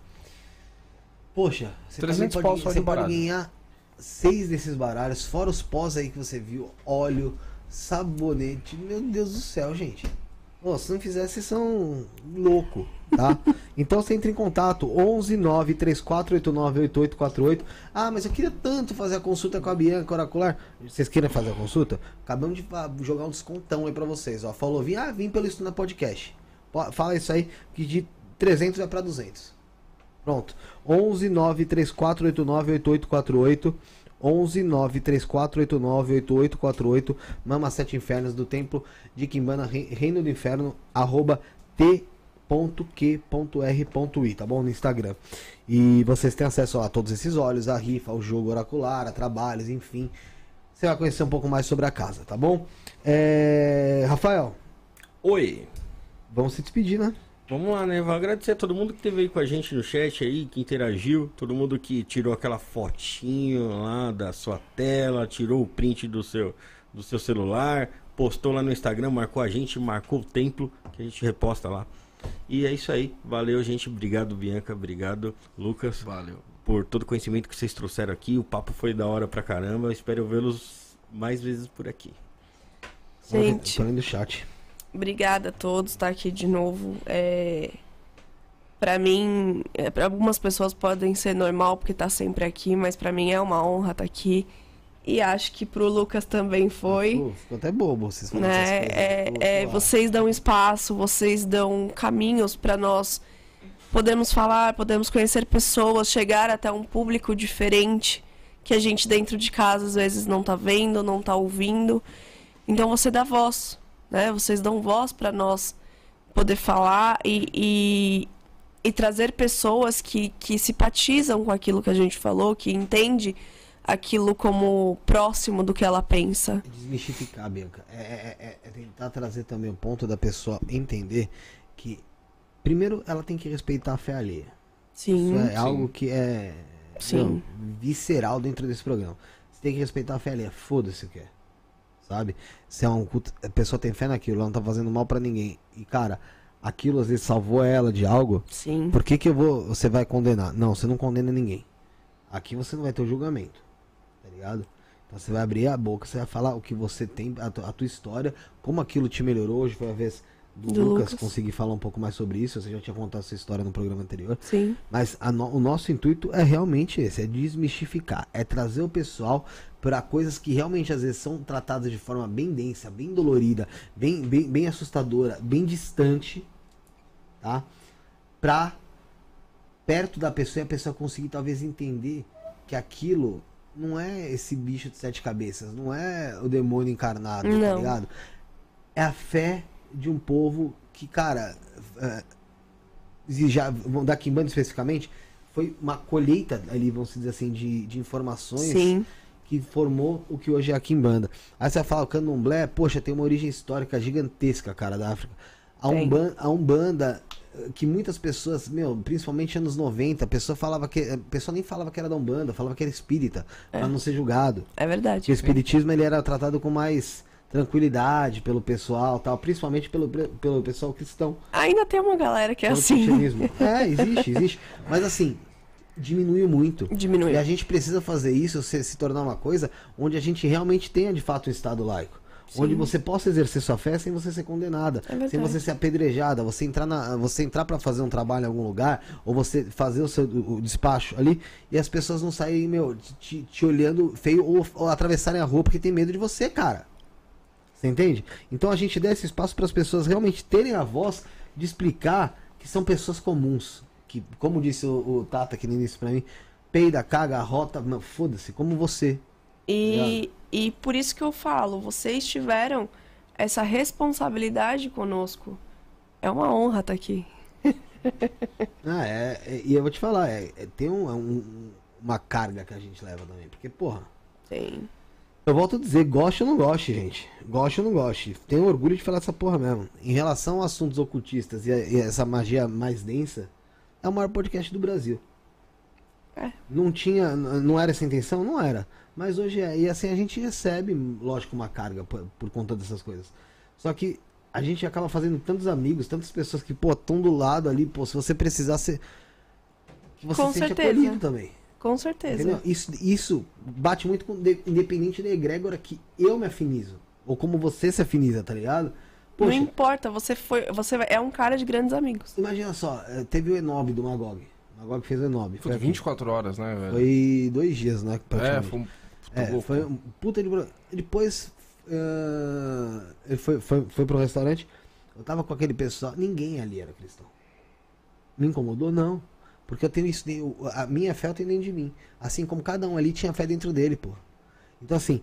Poxa, você também trezentos pode, pau só você de pode baralho. ganhar seis desses baralhos, fora os pós aí que você viu, óleo, sabonete. Meu Deus do céu, gente. Ô, se não fizer, vocês são louco, tá? Então você entra em contato onze nove três quatro oito nove oito oito quatro oito. Ah, mas eu queria tanto fazer a consulta com a Bianca Oracular. Vocês querem fazer a consulta? Acabamos de fa- jogar um descontão aí pra vocês, ó. Falou, vim, ah, vim pelo Estudando Podcast. Po- Fala isso aí, que de trezentos vai pra duzentos. Pronto. onze nove três quatro oito nove oito oito quatro oito. onze nove três quatro oito nove oito oito quatro oito. Mama Sete Infernos do Templo de Quimbanda, Reino do Inferno, arroba t ponto q ponto r ponto i, tá bom? No Instagram. E vocês têm acesso a todos esses olhos, a rifa, ao jogo oracular, a trabalhos, enfim. Você vai conhecer um pouco mais sobre a casa, tá bom? É... Rafael, Oi. vamos se despedir, né? Vamos lá, né? Vou agradecer a todo mundo que esteve aí com a gente no chat aí, que interagiu, todo mundo que tirou aquela fotinho lá da sua tela, tirou o print do seu, do seu celular, postou lá no Instagram, marcou a gente, marcou o templo, que a gente reposta lá. E é isso aí. Valeu, gente. Obrigado, Bianca. Obrigado, Lucas. Valeu. Por todo o conhecimento que vocês trouxeram aqui. O papo foi da hora pra caramba. Eu espero vê-los mais vezes por aqui. Gente, Tô lendo o chat. obrigada a todos, tá aqui de novo. É... Pra mim, é, pra algumas pessoas podem ser normal porque tá sempre aqui, mas pra mim é uma honra estar aqui. E acho que pro Lucas também foi. Pô, ficou até bobo vocês falando essas Né? coisas. É, Pô, é, pô, vocês dão espaço, vocês dão caminhos para nós podemos falar, podemos conhecer pessoas, chegar até um público diferente que a gente dentro de casa às vezes não tá vendo, não tá ouvindo. Então você dá voz, né? Vocês dão voz para nós poder falar e, e, e trazer pessoas que, que simpatizam com aquilo que a gente falou, que entende aquilo como próximo do que ela pensa. Desmistificar, Bianca. É, é, é, é tentar trazer também o ponto da pessoa entender que, primeiro, ela tem que respeitar a fé alheia. Sim. Isso é Sim. algo que é Sim. não, visceral dentro desse programa. Você tem que respeitar a fé alheia. Foda-se o que é. Sabe? Se é um culto, a pessoa tem fé naquilo, ela não tá fazendo mal pra ninguém. E, cara, aquilo às vezes salvou ela de algo. Sim. Por que que eu vou, você vai condenar? Não, você não condena ninguém. Aqui você não vai ter o julgamento. Tá ligado? Então você vai abrir a boca, você vai falar o que você tem, a, tu, a tua história, como aquilo te melhorou. Hoje foi a vez do, Do Lucas, Lucas. conseguir falar um pouco mais sobre isso. Você já tinha contado essa história no programa anterior. Sim. Mas a no- o nosso intuito é realmente esse, é desmistificar, é trazer o pessoal para coisas que realmente às vezes são tratadas de forma bem densa, bem dolorida, bem, bem, bem assustadora, bem distante, tá? Pra perto da pessoa e a pessoa conseguir talvez entender que aquilo não é esse bicho de sete cabeças, não é o demônio encarnado, tá Não. ligado? É a fé de um povo que, cara, é, já, da Quimbanda especificamente, foi uma colheita ali, vamos dizer assim, de, de informações Sim. que formou o que hoje é a Quimbanda. Aí você vai falar, o Candomblé, poxa, tem uma origem histórica gigantesca, cara, da África. A, Tem. Umban, a Umbanda que muitas pessoas, meu, principalmente anos noventa, a pessoa falava que. A pessoa nem falava que era da Umbanda, falava que era espírita, é. pra não ser julgado. É verdade. Porque o espiritismo ele era tratado com mais tranquilidade pelo pessoal, tal, principalmente pelo, pelo pessoal cristão. Ainda tem uma galera que é pelo assim. cristianismo. É, existe, existe. Mas assim, diminuiu muito. Diminuiu. E a gente precisa fazer isso se, se tornar uma coisa onde a gente realmente tenha de fato um Estado laico. Sim. Onde você possa exercer sua fé sem você ser condenada, é sem você ser apedrejada, você entrar na, você entrar para fazer um trabalho em algum lugar, ou você fazer o seu o despacho ali, e as pessoas não saírem, meu, te, te olhando feio, ou, ou atravessarem a rua porque tem medo de você, cara. Você entende? Então a gente dá esse espaço para as pessoas realmente terem a voz de explicar que são pessoas comuns, que, como disse o, o Tata aqui no início pra mim, peida, caga, rota, foda-se, como você. E... Já. E por isso que eu falo, vocês tiveram essa responsabilidade conosco. É uma honra estar aqui. Ah, é, é, e eu vou te falar, é, é, tem um, um, uma carga que a gente leva também. Porque, porra. Tem. Eu volto a dizer, goste ou não goste, gente. Goste ou não goste. Tenho orgulho de falar essa porra mesmo. Em relação a assuntos ocultistas e, a, e essa magia mais densa, é o maior podcast do Brasil. É. Não tinha, não era essa a intenção? Não era. Mas hoje é. E assim a gente recebe, lógico, uma carga por, por conta dessas coisas. Só que a gente acaba fazendo tantos amigos, tantas pessoas que, pô, estão do lado ali, pô, se você precisar ser. Que você com se sente certeza. acolhido também. Com certeza. Entendeu? Isso, isso bate muito com. De, independente da egrégora que eu me afinizo. Ou como você se afiniza, tá ligado? Poxa, não importa, você foi. Você é um cara de grandes amigos. Imagina só, teve o Enob do Magog. O Magog fez o Enob. Foi vinte e quatro horas, né, velho? Foi dois dias, né? É, foi um. É, foi um puta de... Depois uh, ele foi, foi, foi pro restaurante. Eu tava com aquele pessoal. Ninguém ali era cristão. Me incomodou? Não. Porque eu tenho isso. A minha fé eu tenho dentro de mim. Assim como cada um ali tinha fé dentro dele, pô. Então assim,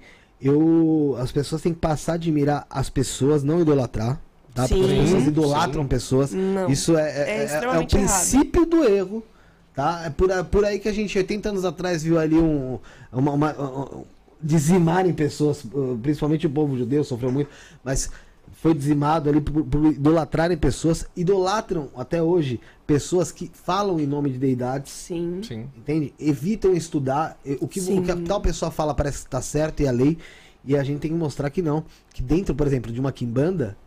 eu. As pessoas têm que passar a admirar as pessoas, não idolatrar. Tá? Sim, porque as pessoas idolatram sim. pessoas. Não. Isso é, é, é, é, é o princípio errado. do erro. Tá? É por, por aí que a gente, oitenta anos atrás, viu ali um, uma, uma, uma, dizimarem pessoas, principalmente o povo judeu sofreu muito, mas foi dizimado ali por, por idolatrarem pessoas, idolatram até hoje pessoas que falam em nome de deidades. Sim. Sim. Entende? Evitam estudar. O que, o que a tal pessoa fala parece que está certo e é a lei, e a gente tem que mostrar que não. Que dentro, por exemplo, de uma quimbanda,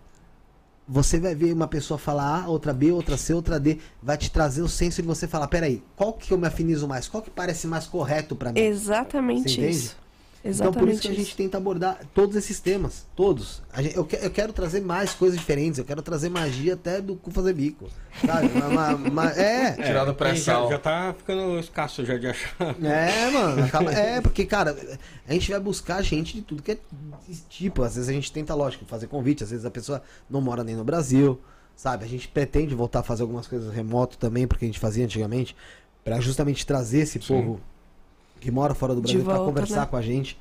você vai ver uma pessoa falar A, outra B, outra C, outra D, vai te trazer o senso de você falar, peraí, qual que eu me afinizo mais? Qual que parece mais correto pra mim? Exatamente isso. Exatamente então por isso que a isso. gente tenta abordar todos esses temas, todos. A gente, eu, que, eu quero trazer mais coisas diferentes, eu quero trazer magia até do cu fazer bico, sabe? uma, uma, uma, é. Tirar da pressão. Já, já tá ficando escasso já de achar. É, mano. Acaba, é, porque, cara, a gente vai buscar gente de tudo que é tipo. Às vezes a gente tenta, lógico, fazer convite. Às vezes a pessoa não mora nem no Brasil, sabe? A gente pretende voltar a fazer algumas coisas remoto também, porque a gente fazia antigamente, pra justamente trazer esse Sim. povo que mora fora do Brasil para conversar né? com a gente.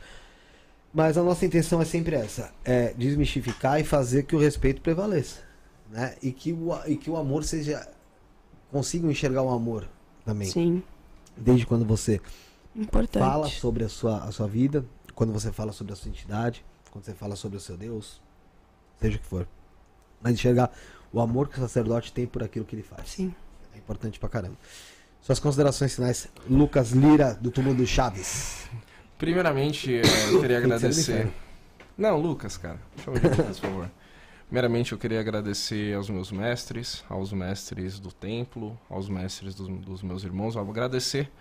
Mas a nossa intenção é sempre essa, é desmistificar e fazer que o respeito prevaleça, né? E que o, e que o amor seja... Consigam enxergar o amor também. Sim. Desde quando você Importante. fala sobre a sua, a sua vida, quando você fala sobre a sua entidade, quando você fala sobre o seu Deus, seja o que for. Mas enxergar o amor que o sacerdote tem por aquilo que ele faz. Sim. É importante pra caramba. Suas considerações finais, Lucas Lira, do Túmulo do Chaves. Primeiramente, eu queria agradecer... Não, Lucas, cara. Chama de Lucas, por favor. Primeiramente, eu queria agradecer aos meus mestres, aos mestres do templo, aos mestres dos, dos meus irmãos. Eu vou agradecer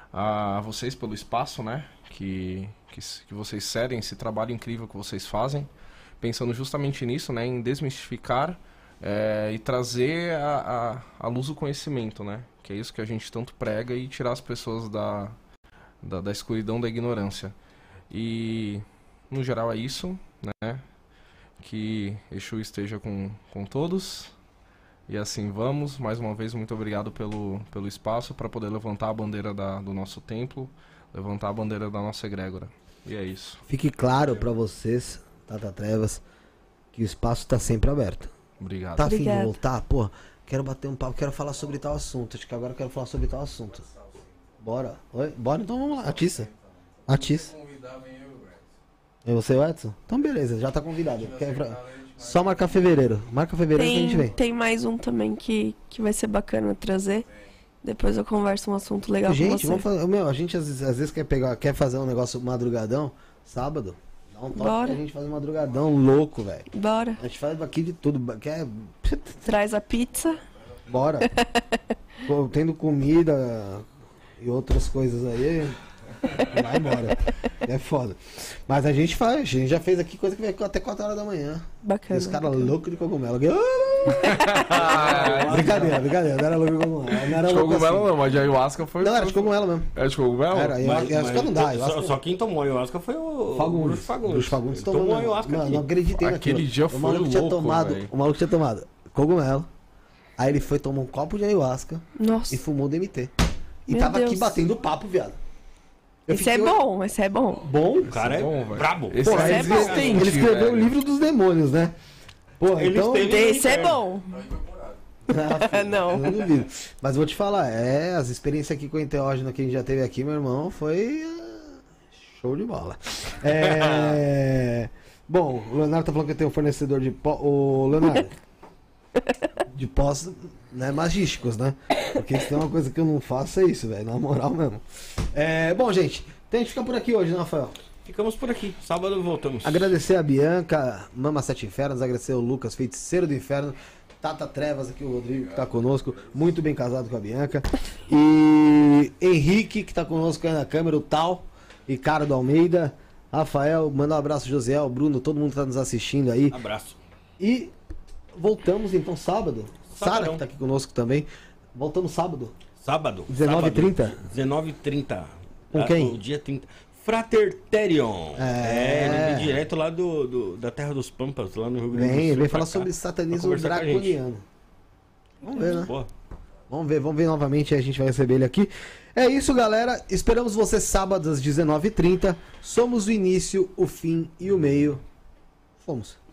a vocês pelo espaço, né? Que, que, que vocês cedem, esse trabalho incrível que vocês fazem. Pensando justamente nisso, né? Em desmistificar é, e trazer a, a, a luz do conhecimento, né? Que é isso que a gente tanto prega e tirar as pessoas da, da, da escuridão, da ignorância. E, no geral, é isso, né? Que Exu esteja com, com todos. E assim vamos. Mais uma vez, muito obrigado pelo, pelo espaço para poder levantar a bandeira da, do nosso templo, levantar a bandeira da nossa egrégora. E é isso. Fique claro para vocês, Tata Trevas, que o espaço está sempre aberto. Obrigado. Tá a fim Obrigado. de voltar? Pô, quero bater um papo, quero falar sobre tal assunto. Acho que agora eu quero falar sobre tal assunto. Bora? Oi? Bora, então vamos lá. Atiça. Atiça. E você, o Edson? Então beleza, já tá convidado. Quer pra... Só marcar fevereiro. Marca fevereiro que a gente Tem, vem. tem mais um também que, que vai ser bacana trazer. Depois eu converso um assunto legal Gente, com você. vamos fazer. Meu, a gente às vezes, às vezes quer pegar, quer fazer um negócio madrugadão, sábado. Dá um toque Bora. pra gente fazer um madrugadão louco, velho. Bora. A gente faz aqui de tudo. Quer... Traz a pizza. Bora. Pô, tendo comida e outras coisas aí, vai embora. É foda. Mas a gente faz, a gente já fez aqui coisa que vai até quatro horas da manhã. Bacana. E os caras bacana. loucos de cogumelo. Brincadeira, brincadeira. Não era louco de cogumelo. Não era De louco cogumelo assim. não, mas de ayahuasca foi... Não, era de cogumelo mesmo. É de cogumelo? Era, Mas- ayahuasca mas não dá. só, Ayahuasca só quem tomou ayahuasca foi o Fagundes. Bruxo Fagundes. Bruxo Fagundes Ele tomou, tomou não. ayahuasca Mano, aqui. não acreditei Aquele naquilo. dia o foi maluco tinha louco, tomado, velho. O maluco tinha tomado cogumelo. Aí ele foi tomar um copo de ayahuasca Nossa. e fumou D M T. E Meu tava aqui Deus. batendo papo, viado. Eu Esse é fiquei- bom, esse é bom. Bom? O cara é, bom, velho. brabo. Esse Pô, é ele, escreveu- resistente, ele escreveu velho. o livro dos demônios, né? Pô, Ele então... esteve- Esse é bom. Ah, Não. Eu não duvido. Mas vou te falar, é, as experiências aqui com o enteógeno que a gente já teve aqui, meu irmão, foi ah, show de bola. É... Bom, o Leonardo tá falando que tem um fornecedor de pó. Ô, Leonardo. De pós, né, magísticos, né? Porque se tem uma coisa que eu não faço é isso, velho, na moral mesmo. É, bom, gente, então a gente fica por aqui hoje, né, Rafael? Ficamos por aqui. Sábado voltamos. Agradecer a Bianca, Mama Sete Infernos, agradecer o Lucas, feiticeiro do inferno, Tata Trevas aqui, o Rodrigo que tá conosco, muito bem casado com a Bianca. E Henrique que tá conosco aí na câmera, o Tal, Ricardo Almeida, Rafael, manda um abraço, Josiel, Bruno, todo mundo que tá nos assistindo aí. Abraço. E voltamos então sábado. Sara Sabadão. que tá aqui conosco também. Voltamos sábado. Sábado. dezenove e trinta? dezenove e trinta. Com Ah, quem? O dia trinta. Fraterterion. É. ele vem direto lá do, do- da Terra dos Pampas, lá no Rio Grande do Sul. Vem, vem pra falar cá, sobre pra satanismo conversar com a gente. draconiano. Vamos ver, né? Pô, Vamos ver, vamos ver novamente, a gente vai receber ele aqui. É isso, galera. Esperamos você sábado às dezenove e trinta. Somos o início, o fim e o meio. Fomos.